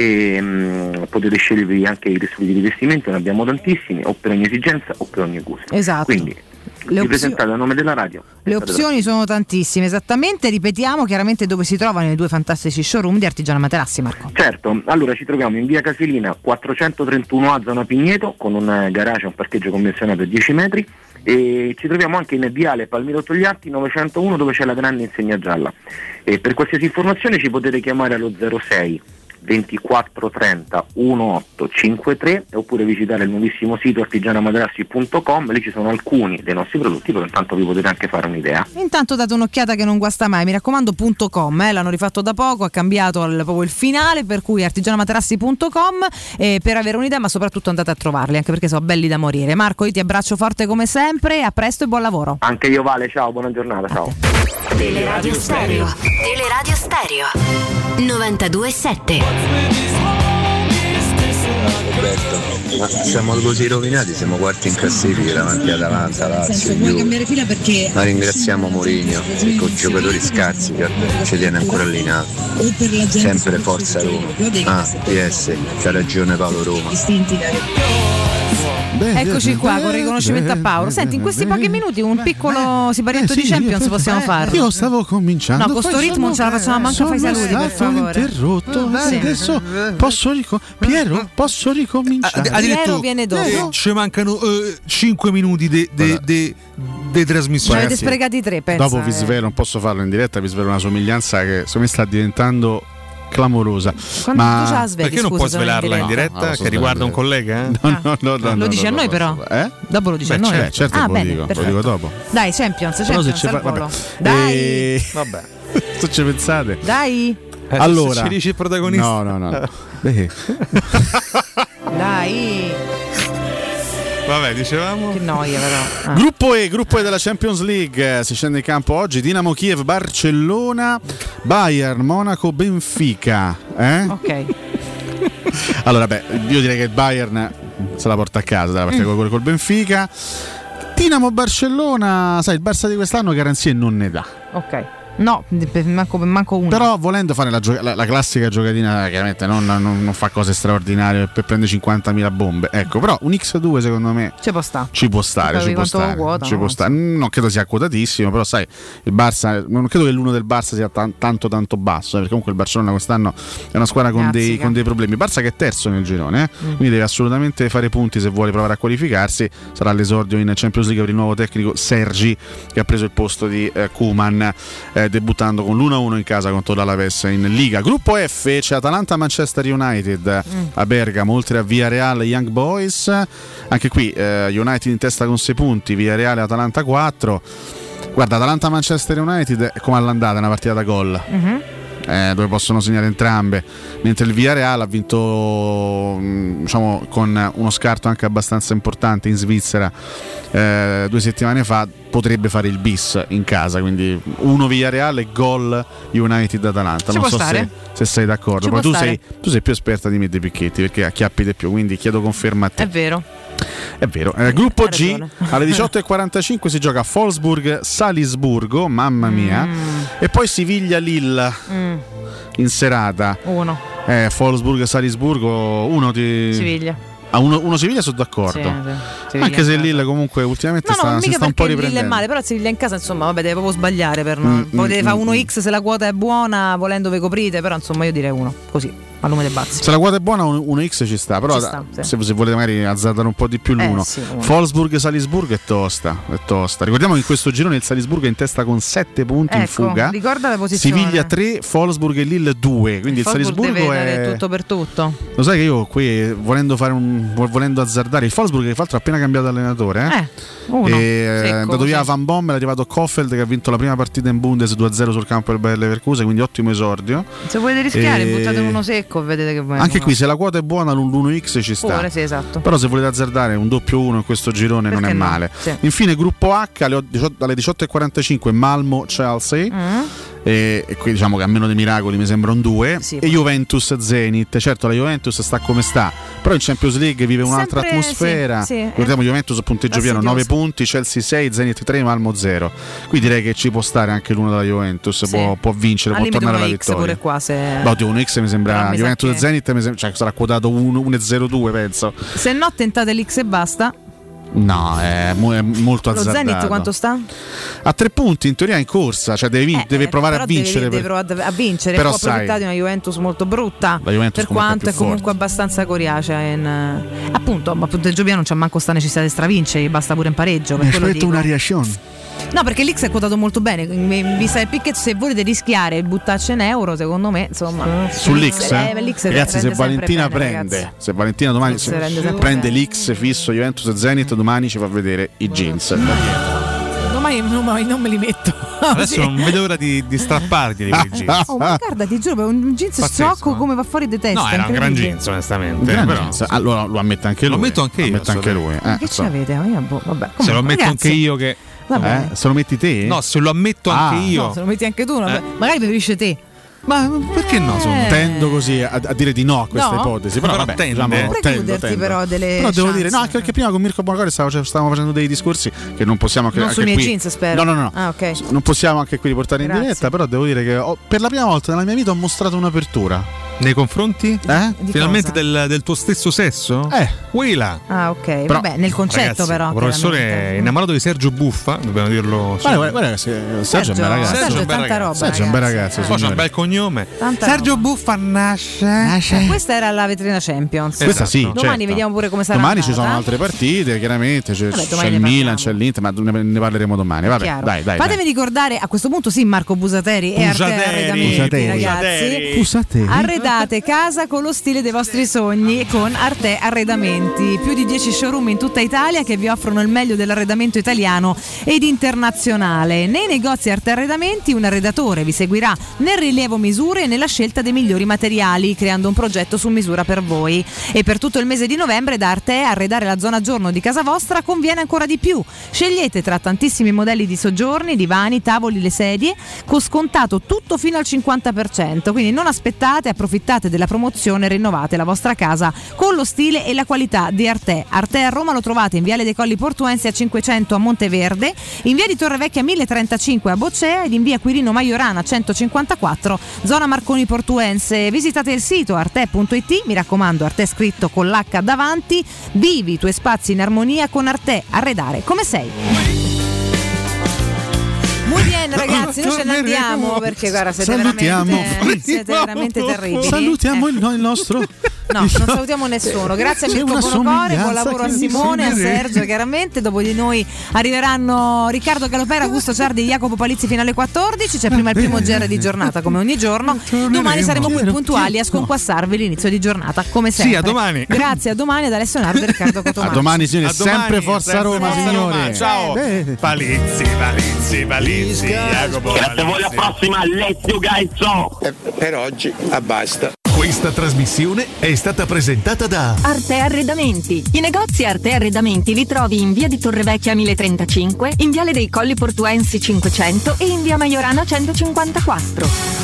Speaker 11: e mh, potete scegliervi anche i tessuti di vestimento, ne abbiamo tantissimi, o per ogni esigenza o per ogni gusto.
Speaker 4: Esatto.
Speaker 11: Quindi vi opzio- presentate a nome della radio.
Speaker 4: Le opzioni sono tantissime, esattamente, ripetiamo chiaramente dove si trovano i due fantastici showroom di Artigiana Materassi, Marco.
Speaker 11: Certo, allora ci troviamo in via Casilina quattrocentotrentuno A, zona Pigneto, con un garage, un parcheggio convenzionato a dieci metri, e ci troviamo anche in viale Palmiro Togliatti novecentouno, dove c'è la grande insegna gialla. E per qualsiasi informazione ci potete chiamare allo zero sei ventiquattro trenta diciotto cinquantatré, oppure visitare il nuovissimo sito artigianamaterassi punto com, lì ci sono alcuni dei nostri prodotti, però intanto vi potete anche fare un'idea.
Speaker 4: Intanto date un'occhiata che non guasta mai, mi raccomando .com, eh, l'hanno rifatto da poco, ha cambiato il, proprio il finale, per cui artigianamaterassi punto com, eh, per avere un'idea, ma soprattutto andate a trovarli, anche perché sono belli da morire. Marco, io ti abbraccio forte come sempre, a presto e buon lavoro.
Speaker 11: Anche io, Vale, ciao, buona giornata, ciao.
Speaker 5: Teleradio Stereo, Teleradio Stereo novantadue sette.
Speaker 2: Ma siamo così rovinati, siamo quarti in classifica davanti ad Atalanta, Lazio, Juve. Ma ringraziamo Mourinho e con giocatori scarsi che ci tiene ancora allineato. Sempre forza Roma. Ah, P S, c'ha ragione Paolo Roma.
Speaker 4: Eccoci qua con riconoscimento a Paolo. Senti, in questi pochi minuti un piccolo siparietto
Speaker 7: eh, sì,
Speaker 4: di Champions possiamo
Speaker 7: eh,
Speaker 4: farlo.
Speaker 7: Io stavo cominciando.
Speaker 4: No, con sto ritmo non ce la facciamo manco, fai saluti per favore.
Speaker 7: Interrotto.
Speaker 4: Sì.
Speaker 7: Adesso posso rico- Piero, posso ricominciare?
Speaker 1: Ha detto,
Speaker 4: Piero viene dopo.
Speaker 1: Eh, ci mancano uh, cinque minuti di de, de, de trasmissione.
Speaker 4: Ne avete sprecati tre, pensa.
Speaker 7: Dopo vi svelo, non posso farlo in diretta, vi svelo una somiglianza che secondo me sta diventando clamorosa.
Speaker 4: Quando
Speaker 7: ma
Speaker 4: tu ce la svegli,
Speaker 1: perché non
Speaker 4: scusa,
Speaker 1: puoi svelarla in diretta?
Speaker 7: No, no,
Speaker 1: che riguarda un collega? Eh?
Speaker 7: No, no, no, no,
Speaker 4: lo
Speaker 7: no,
Speaker 4: dici
Speaker 7: no,
Speaker 4: a noi
Speaker 7: no,
Speaker 4: però?
Speaker 7: Eh?
Speaker 4: Dopo lo dici
Speaker 7: Beh,
Speaker 4: a noi?
Speaker 7: certo, certo,
Speaker 4: ah,
Speaker 7: ve lo
Speaker 4: bene,
Speaker 7: dico,
Speaker 4: perfetto.
Speaker 7: lo dico dopo.
Speaker 4: Dai, Champions,
Speaker 7: Però
Speaker 4: Champions
Speaker 7: se ci
Speaker 4: al
Speaker 7: fa-
Speaker 4: volo.
Speaker 7: vabbè.
Speaker 4: Dai.
Speaker 7: E...
Speaker 1: Vabbè.
Speaker 7: Se ci pensate.
Speaker 4: Dai.
Speaker 1: Eh,
Speaker 7: Allora,
Speaker 1: se ci dici il protagonista.
Speaker 7: No, no, no. Beh.
Speaker 4: Dai.
Speaker 1: Vabbè, dicevamo.
Speaker 4: Che noia però. Ah.
Speaker 7: Gruppo E, gruppo E della Champions League, si scende in campo oggi Dinamo Kiev, Barcellona, Bayern, Monaco, Benfica. Eh?
Speaker 4: Ok.
Speaker 7: Allora, beh, io direi che il Bayern se la porta a casa dalla partita mm. col, col Benfica. Dinamo Barcellona, sai, il Barça di quest'anno garanzie non ne dà.
Speaker 4: Ok. No, manco, manco uno.
Speaker 7: Però volendo fare la, gioca- la, la classica giocatina, chiaramente non, non, non fa cose straordinarie per prendere cinquantamila bombe. Ecco, però un X due secondo me
Speaker 4: ci può stare.
Speaker 7: Ci può stare, ci può stare, quota, ci no? può stare. Non credo sia quotatissimo, però sai, il Barça, non credo che l'uno del Barça sia t- tanto tanto basso, eh, perché comunque il Barcellona quest'anno è una squadra con, dei, con dei problemi. Il Barça che è terzo nel girone, eh? mm. quindi deve assolutamente fare punti se vuole provare a qualificarsi. Sarà l'esordio in Champions League per il nuovo tecnico Sergi, che ha preso il posto di eh, Koeman, eh, debuttando con l'uno a uno in casa contro l'Alaves in Liga. Gruppo F c'è Atalanta-Manchester United mm. a Bergamo, oltre a Villarreal Young Boys. Anche qui eh, United in testa con sei punti, Villarreal e Atalanta quattro. Guarda, Atalanta-Manchester United come all'andata, è una partita da gol. Mm-hmm. eh, dove possono segnare entrambe, mentre il Villarreal ha vinto diciamo con uno scarto anche abbastanza importante in Svizzera eh, due settimane fa, potrebbe fare il bis in casa, quindi uno Villarreal e gol United Atalanta.
Speaker 4: Ci
Speaker 7: non
Speaker 4: può
Speaker 7: so
Speaker 4: stare.
Speaker 7: se, se sei d'accordo,
Speaker 4: Ci
Speaker 7: però
Speaker 4: può
Speaker 7: tu
Speaker 4: stare.
Speaker 7: sei, tu sei più esperta di me dei picchetti perché acchiappi di più, quindi chiedo conferma a te.
Speaker 4: È vero.
Speaker 7: È vero. Eh, gruppo G
Speaker 4: ragione.
Speaker 7: alle diciotto e quarantacinque si gioca Wolfsburg-Salisburgo, mamma mia,
Speaker 4: Mm.
Speaker 7: e poi Siviglia-Lille
Speaker 4: Mm.
Speaker 7: in serata.
Speaker 4: Uno.
Speaker 7: Eh, Wolfsburg-Salisburgo, uno di
Speaker 4: Siviglia.
Speaker 7: Ah, uno, uno Siviglia sono d'accordo.
Speaker 4: Sì, sì. Siviglia
Speaker 7: Anche se
Speaker 4: in casa.
Speaker 7: Lille comunque ultimamente
Speaker 4: No,
Speaker 7: sta,
Speaker 4: no,
Speaker 7: si
Speaker 4: mica
Speaker 7: sta un po'
Speaker 4: perché Lille è
Speaker 7: riprendendo.
Speaker 4: male, però Siviglia in casa insomma vabbè deve proprio sbagliare per non
Speaker 7: Mm,
Speaker 4: potete
Speaker 7: mm,
Speaker 4: fare
Speaker 7: mm,
Speaker 4: uno X se la quota è buona, volendo ve coprite, però insomma io direi uno, così, a lume dei bazzi.
Speaker 7: Se la quota è buona un- uno X ci sta, però
Speaker 4: Ci sta, sì.
Speaker 7: se, se volete magari azzardare un po' di più l'uno.
Speaker 4: Eh, sì, uno.
Speaker 7: Wolfsburg-Salisburgo è tosta, è tosta. Ricordiamo che in questo girone il Salisburgo è in testa con sette punti in
Speaker 4: Ecco,
Speaker 7: fuga.
Speaker 4: ricorda la posizione.
Speaker 7: Siviglia tre, Wolfsburg e Lille due, quindi il,
Speaker 4: Wolfsburg
Speaker 7: Salisburgo
Speaker 4: deve dare
Speaker 7: è
Speaker 4: tutto per tutto.
Speaker 7: Lo sai che io qui volendo fare un volendo azzardare il Wolfsburg, che fra l'altro ha appena cambiato allenatore, eh?
Speaker 4: Eh, uno.
Speaker 7: E, eh, è
Speaker 4: Secco,
Speaker 7: andato via
Speaker 4: così.
Speaker 7: Van Bommel, è arrivato Kofeld che ha vinto la prima partita in Bundes due a zero sul campo del Bayer Leverkusen, quindi ottimo esordio.
Speaker 4: Se volete rischiare,
Speaker 7: E-
Speaker 4: buttate uno secco, vedete che
Speaker 7: Anche qui se la quota è buona l'uno X ci sta.
Speaker 4: Pure, sì, esatto.
Speaker 7: Però se volete azzardare un doppio uno in questo girone non è
Speaker 4: Perché no?
Speaker 7: male.
Speaker 4: Sì.
Speaker 7: Infine gruppo H alle diciotto alle diciotto e quarantacinque Malmo-Chelsea.
Speaker 4: Mm.
Speaker 7: E, e qui diciamo che a meno dei miracoli mi sembra un due.
Speaker 4: Sì,
Speaker 7: e Juventus-Zenit. Certo la Juventus sta come sta, però in Champions League vive un'altra
Speaker 4: Sempre,
Speaker 7: atmosfera.
Speaker 4: sì, sì,
Speaker 7: Guardiamo Juventus a punteggio pieno,
Speaker 4: fastidioso.
Speaker 7: nove punti, Chelsea sei, Zenit tre, Malmo zero. Qui direi che ci può stare anche l'uno della Juventus,
Speaker 4: Sì.
Speaker 7: può, può vincere,
Speaker 4: Al
Speaker 7: può
Speaker 4: limite
Speaker 7: tornare alla
Speaker 4: uno X
Speaker 7: vittoria.
Speaker 4: pure qua se...
Speaker 7: Beh, oddio, un X mi
Speaker 4: Però
Speaker 7: sembra
Speaker 4: mi sa
Speaker 7: Juventus
Speaker 4: che-
Speaker 7: e Zenit mi sembra, cioè, sarà quotato uno e zero due penso.
Speaker 4: Se no tentate l'X e basta.
Speaker 7: No, è, mo- è molto
Speaker 4: Lo
Speaker 7: azzardato.
Speaker 4: Zenit quanto sta?
Speaker 7: A tre punti in teoria è in corsa, cioè deve, vin- deve provare
Speaker 4: Eh, Però
Speaker 7: a vincere.
Speaker 4: Deve, deve
Speaker 7: per-
Speaker 4: provare a vincere.
Speaker 7: Però
Speaker 4: Può approfittare
Speaker 7: sai-
Speaker 4: di una Juventus molto brutta.
Speaker 7: La Juventus
Speaker 4: per
Speaker 7: comunque è
Speaker 4: quanto è
Speaker 7: più
Speaker 4: comunque abbastanza coriacea. In, eh, appunto, ma appunto il Giuliano non c'è manco sta necessità di stravincere, basta pure in pareggio. Per quello dico.
Speaker 7: reazione.
Speaker 4: No, perché l'X è quotato molto bene. In vista del picchetto, se volete rischiare e buttarci in euro, secondo me, insomma.
Speaker 7: Sull'X, eh?
Speaker 4: eh, l'X
Speaker 7: ragazzi,
Speaker 4: rende
Speaker 7: se
Speaker 4: sempre
Speaker 7: Valentina
Speaker 4: bene,
Speaker 7: prende,
Speaker 4: ragazzi.
Speaker 7: se Valentina domani
Speaker 4: Si
Speaker 7: se
Speaker 4: rende sempre
Speaker 7: prende l'X fisso Juventus e Zenit, domani ci fa vedere i jeans.
Speaker 4: Domani non, non me li metto.
Speaker 1: Adesso
Speaker 4: Sì.
Speaker 1: non vedo ora di, di strapparti di quei jeans.
Speaker 4: Oh, ma guarda, ti giuro, un jeans
Speaker 1: Pazzesco,
Speaker 4: sciocco
Speaker 1: eh.
Speaker 4: come va fuori di testa.
Speaker 1: No, era un gran
Speaker 4: incredibile.
Speaker 1: jeans, onestamente.
Speaker 7: Gran
Speaker 1: però,
Speaker 7: jeans. Allora lo ammette anche lui.
Speaker 1: Lo ammetto anche
Speaker 7: Lo
Speaker 1: io,
Speaker 7: ammette anche lui.
Speaker 4: Ma
Speaker 7: Eh,
Speaker 4: che
Speaker 7: insomma.
Speaker 4: c'avete? Io, boh, vabbè.
Speaker 1: Se lo
Speaker 4: Comunque,
Speaker 1: ammetto
Speaker 4: ragazzi,
Speaker 1: anche io che.
Speaker 4: Vabbè.
Speaker 7: Eh? Se lo metti te?
Speaker 1: No, se lo ammetto
Speaker 7: Ah.
Speaker 1: anche io.
Speaker 4: No, se lo metti anche tu, no,
Speaker 1: Eh.
Speaker 4: magari preferisce te.
Speaker 1: Ma perché no?
Speaker 4: Eh.
Speaker 7: Tendo così a, a dire di no a questa
Speaker 4: No?
Speaker 7: ipotesi. Però,
Speaker 1: Però
Speaker 7: vabbè,
Speaker 1: tende.
Speaker 7: diciamo,
Speaker 1: Non
Speaker 7: tendo,
Speaker 4: precluderti
Speaker 7: tendo.
Speaker 4: però delle
Speaker 7: Però devo
Speaker 4: chance.
Speaker 7: dire, no, anche perché prima con Mirko Bonacore stavo- stavamo facendo dei discorsi che non possiamo anche,
Speaker 4: Non
Speaker 7: anche
Speaker 4: sui miei
Speaker 7: qui.
Speaker 4: jeans, spero.
Speaker 7: No, no, no.
Speaker 4: Ah, ok.
Speaker 7: Non possiamo anche qui riportare in
Speaker 4: Grazie.
Speaker 7: diretta, però devo dire che ho- per la prima volta nella mia vita ho mostrato un'apertura.
Speaker 1: Nei confronti?
Speaker 7: Eh?
Speaker 4: Di
Speaker 1: Finalmente
Speaker 4: cosa?
Speaker 1: del, del tuo stesso sesso?
Speaker 7: Eh.
Speaker 1: Willa.
Speaker 4: Ah, ok.
Speaker 1: Però,
Speaker 4: Vabbè, nel concetto
Speaker 1: ragazzi,
Speaker 4: però.
Speaker 1: Il professore
Speaker 4: chiaramente.
Speaker 1: è innamorato di Sergio Buffa, dobbiamo dirlo.
Speaker 7: Guarda, guarda, guarda che se- Sergio è un bel ragazzo.
Speaker 4: Sergio è
Speaker 1: un bel
Speaker 4: tanta
Speaker 1: ragazzo.
Speaker 4: roba.
Speaker 7: Sergio è un bel ragazzo.
Speaker 1: Poi c'ha un
Speaker 7: signore.
Speaker 1: bel cognome.
Speaker 4: Tanta
Speaker 1: Sergio
Speaker 4: roba.
Speaker 1: Buffa nasce.
Speaker 4: Eh, questa era la vetrina Champions.
Speaker 7: Questa sì,
Speaker 1: Esatto.
Speaker 4: Domani
Speaker 7: certo.
Speaker 4: vediamo pure come sarà.
Speaker 7: Domani ci
Speaker 4: andata.
Speaker 7: sono altre partite, chiaramente. C'è,
Speaker 4: Vabbè,
Speaker 7: c'è
Speaker 4: domani
Speaker 7: il
Speaker 4: ne
Speaker 7: Milan,
Speaker 4: parliamo.
Speaker 7: c'è l'Inter, ma ne, ne parleremo domani. Vabbè,
Speaker 4: Chiaro.
Speaker 7: dai, dai.
Speaker 4: Fatemi
Speaker 7: dai.
Speaker 4: ricordare a questo punto sì Marco Busateri e Arte
Speaker 1: Busateri.
Speaker 4: Arredamenti,
Speaker 7: Busateri.
Speaker 4: ragazzi.
Speaker 7: Busateri.
Speaker 4: Arredate casa con lo stile dei vostri sogni con Arte Arredamenti. Più di dieci showroom in tutta Italia che vi offrono il meglio dell'arredamento italiano ed internazionale. Nei negozi Arte Arredamenti un arredatore vi seguirà nel rilievo misure e nella scelta dei migliori materiali, creando un progetto su misura per voi. E per tutto il mese di novembre da Arte arredare la zona giorno di casa vostra conviene ancora di più. Scegliete tra tantissimi modelli di soggiorni, divani, tavoli, le sedie, con scontato tutto fino al cinquanta per cento. Quindi non aspettate, approfittate della promozione e rinnovate la vostra casa con lo stile e la qualità di Arte. Arte a Roma lo trovate in Viale dei Colli Portuensi a cinquecento a Monteverde, in Via di Torrevecchia mille trentacinque a Boccea ed in Via Quirino Maiorana centocinquantaquattro, zona Marconi Portuense. Visitate il sito arte punto it, mi raccomando, Arte scritto con l'H davanti. Vivi i tuoi spazi in armonia con Arte, arredare come sei. Muy bien ragazzi, noi ce ne andiamo perché guarda siete
Speaker 7: Salutiamo.
Speaker 4: veramente, siete veramente terribili.
Speaker 7: Salutiamo
Speaker 4: Eh.
Speaker 7: il, il nostro
Speaker 4: No, non salutiamo nessuno. Grazie a
Speaker 7: C'è
Speaker 4: Mirko
Speaker 7: una
Speaker 4: Bonocore, buon
Speaker 7: somiglianza
Speaker 4: lavoro a
Speaker 7: che
Speaker 4: Simone, a
Speaker 7: non si vede.
Speaker 4: Sergio chiaramente. Dopo di noi arriveranno Riccardo Galopera, Augusto Ciardi e Jacopo Palizzi fino alle quattordici. C'è prima il primo G R di giornata come ogni giorno. Domani saremo qui puntuali a sconquassarvi l'inizio di giornata come sempre.
Speaker 1: Sì, a domani.
Speaker 4: Grazie, a domani ad Alessio Nardo e Riccardo Cotomaccio.
Speaker 7: A domani signori,
Speaker 1: A domani,
Speaker 7: sempre Forza
Speaker 1: sempre
Speaker 7: Roma,
Speaker 1: Forza
Speaker 7: signori.
Speaker 1: Roma. Ciao.
Speaker 7: Eh.
Speaker 1: Palizzi, Palizzi, Palizzi, Jacopo.
Speaker 6: Grazie a voi, alla prossima, let's you guys.
Speaker 19: Per oggi, basta.
Speaker 18: Questa trasmissione è stata presentata da
Speaker 5: Arte Arredamenti. I negozi Arte Arredamenti li trovi in via di Torrevecchia mille trentacinque, in viale dei Colli Portuensi cinquecento e in via Maiorana centocinquantaquattro.